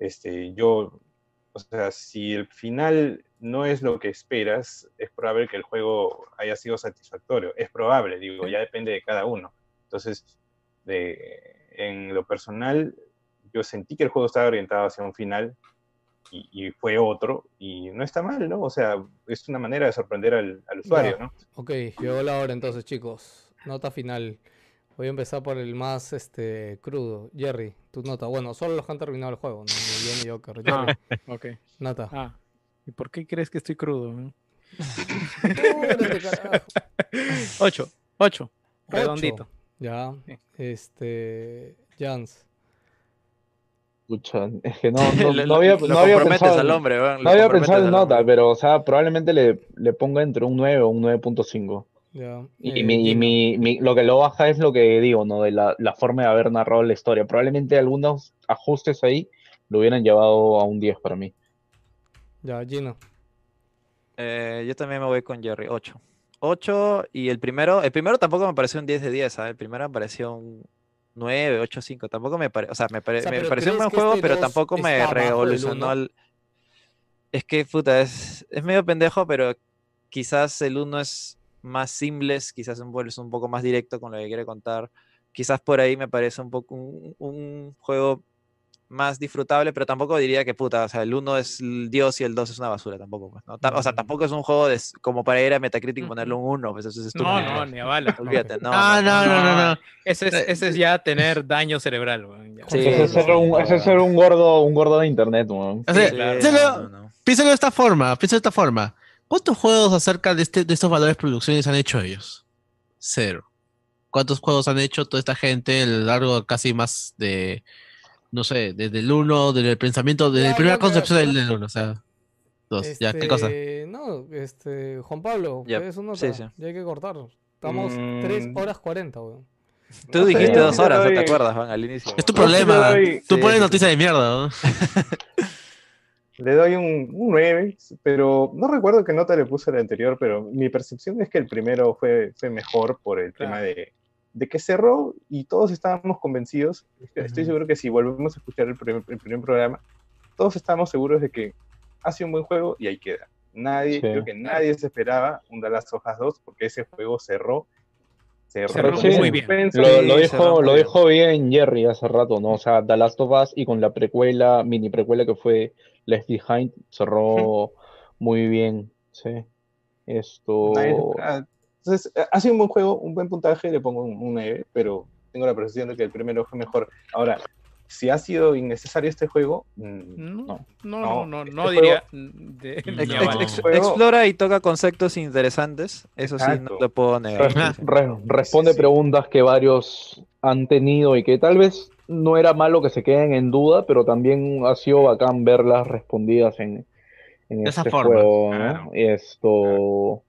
O sea, si el final no es lo que esperas, es probable que el juego haya sido satisfactorio. Es probable, digo, ya depende de cada uno. Entonces, en lo personal, yo sentí que el juego estaba orientado hacia un final y fue otro, y no está mal, ¿no? O sea, es una manera de sorprender al usuario, ¿no? Ok, llegó la hora entonces, chicos. Nota final. Voy a empezar por el más crudo. Jerry, tu nota. Bueno, solo los que han terminado el juego. Ni yo ni Joker. Jerry, Ok. nota. ¿Y por qué crees que estoy crudo? Púdrete, carajo. 8. Redondito. Ya. Jans. Pucha, es que no Lo había comprometes pensado, al hombre, weón. no había Lo pensado en comprometes al nota, hombre. pero, o sea, probablemente le ponga entre un 9 o un 9.5. Ya. Y lo que lo baja es lo que digo, ¿no? De la forma de haber narrado la historia. Probablemente algunos ajustes ahí lo hubieran llevado a un 10 para mí. Ya, Gino. Yo también me voy con Jerry, 8. 8 y el primero tampoco me pareció un 10 de 10, ¿sabes? El primero me pareció un 9, 8, 5. Tampoco me pareció, o sea, me pareció un ¿crees buen que juego, este pero 2 tampoco me está abajo del revolucionó 1? el... Es que, puta, es medio pendejo, pero quizás el 1 es más simples, quizás es un poco más directo con lo que quiere contar. Quizás por ahí me parece un poco un juego más disfrutable, pero tampoco diría que puta, o sea, el 1 es el Dios y el 2 es una basura, tampoco, pues, ¿no? O sea, tampoco es un juego como para ir a Metacritic y ponerle un 1, pues eso es estúpido. No, ni a bala. Olvídate, no. No. Ese es ya tener daño cerebral, weón. Ya. Sí, Ese es ser un gordo de internet, weón. O sea, Sí, piénsalo de esta forma, ¿Cuántos juegos acerca de estos valores de producciones han hecho ellos? 0. ¿Cuántos juegos han hecho toda esta gente a lo largo casi más de, no sé, desde el 1, desde el pensamiento, desde la primera concepción del 1, o sea, 2, ya, ¿qué cosa? No, Juan Pablo, Ya, ¿qué es su nota? sí. Ya hay que cortarlo. Estamos 3 horas 40, weón. Tú No sé, dijiste yo 2 sí le horas, ¿no doy- te acuerdas, Juan, al inicio? Es tu Yo sí le problema, doy- tú Sí, pones sí, noticias sí. de mierda, ¿no? Le doy un 9, pero no recuerdo qué nota le puse al anterior, pero mi percepción es que el primero fue mejor por el tema de que cerró y todos estábamos convencidos. Estoy seguro que si volvemos a escuchar el primer programa, todos estábamos seguros de que hace un buen juego y ahí queda. Creo que nadie se esperaba un The Last of Us 2 porque ese juego cerró Cerró con ese muy bien. suspenso. Lo dijo bien Jerry hace rato, ¿no? O sea, The Last of Us y con la precuela, mini precuela que fue Left Behind, cerró muy bien, sí. Entonces, ha sido un buen juego, un buen puntaje, le pongo un 9, pero tengo la percepción de que el primero fue mejor. Ahora, si ha sido innecesario este juego, no. No diría. Explora y toca conceptos interesantes, eso sí, no lo puedo negar. Responde preguntas que varios han tenido y que tal vez no era malo que se queden en duda, pero también ha sido bacán verlas respondidas en De esa este forma, juego, claro. ¿no?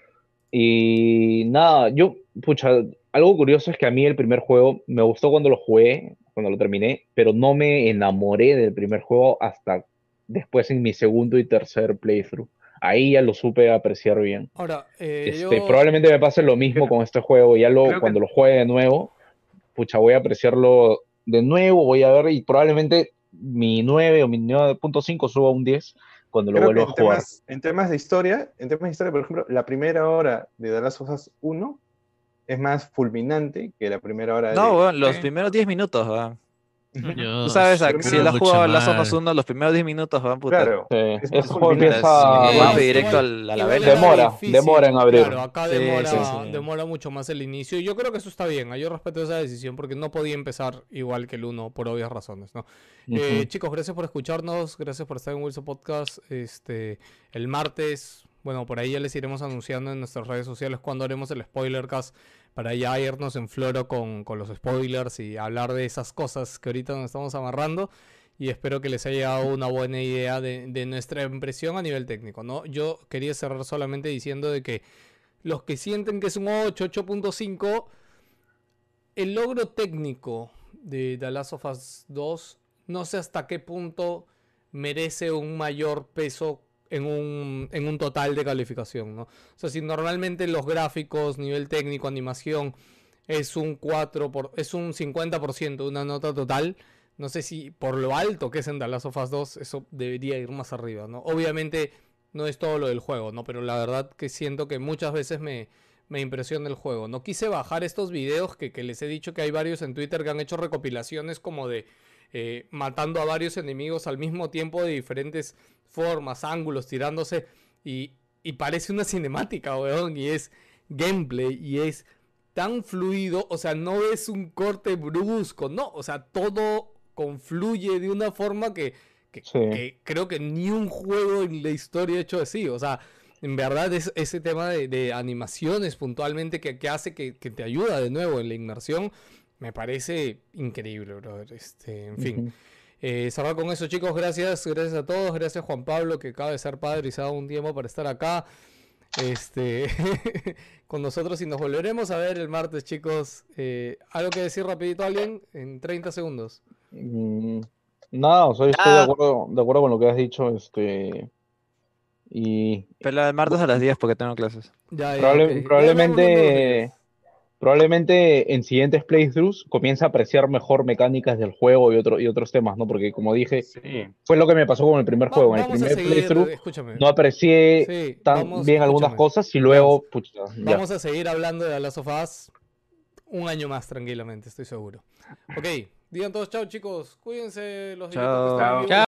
Y nada, algo curioso es que a mí el primer juego me gustó cuando lo jugué, cuando lo terminé, pero no me enamoré del primer juego hasta después en mi segundo y tercer playthrough. Ahí ya lo supe apreciar bien. Ahora, Probablemente me pase lo mismo con este juego. Cuando lo juegue de nuevo, voy a apreciarlo de nuevo, voy a ver y probablemente mi 9 o mi 9.5 suba a un 10 cuando lo vuelva a jugar. En temas de historia, por ejemplo, la primera hora de The Last of Us 1 es más fulminante que la primera hora No, weón, los primeros 10 minutos, weón. Tú sabes, si él ha jugado Last of Us 1, los primeros 10 minutos, weón, puta. Claro. Ese juego empieza golpe directo a la vela. Demora en abrir. Claro, acá demora mucho más el inicio. Y yo creo que eso está bien. Yo respeto esa decisión porque no podía empezar igual que el 1 por obvias razones, ¿no? Chicos, gracias por escucharnos. Gracias por estar en Wilson Podcast. El martes, bueno, por ahí ya les iremos anunciando en nuestras redes sociales cuando haremos el Spoilercast para ya irnos en floro con los spoilers y hablar de esas cosas que ahorita nos estamos amarrando. Y espero que les haya dado una buena idea de nuestra impresión a nivel técnico, ¿no? Yo quería cerrar solamente diciendo de que los que sienten que es un 8, 8.5, el logro técnico de The Last of Us 2, no sé hasta qué punto merece un mayor peso en un total de calificación, ¿no? O sea, si normalmente los gráficos, nivel técnico, animación, es un 50% de una nota total, no sé si por lo alto que es en The Last of Us 2, eso debería ir más arriba, ¿no? Obviamente no es todo lo del juego, ¿no? Pero la verdad que siento que muchas veces me me impresiona el juego. No quise bajar estos videos que les he dicho que hay varios en Twitter que han hecho recopilaciones como de matando a varios enemigos al mismo tiempo de diferentes formas, ángulos, tirándose. Y parece una cinemática, weón. Y es gameplay y es tan fluido. O sea, no es un corte brusco, no. O sea, todo confluye de una forma que creo que ni un juego en la historia ha hecho así. O sea, en verdad es ese tema de animaciones puntualmente que hace que te ayuda de nuevo en la inmersión. Me parece increíble, brother. En fin. Cerrar con eso, chicos. Gracias a todos. Gracias, Juan Pablo, que acaba de ser padre y se ha dado un tiempo para estar acá. Con nosotros y nos volveremos a ver el martes, chicos. ¿Algo que decir rapidito, alguien? En 30 segundos. Nada, o sea, yo estoy de acuerdo con lo que has dicho, y Pero la de martes a las 10 porque tengo clases. Probablemente en siguientes playthroughs comienza a apreciar mejor mecánicas del juego y otros temas, ¿no? Porque como dije, fue lo que me pasó con el primer juego. En el primer playthrough no aprecié tan bien algunas cosas y luego... Vamos a seguir hablando de The Last of Us un año más tranquilamente, estoy seguro. Ok, digan todos chao, chicos. Cuídense los Chao. directos que están en vivo.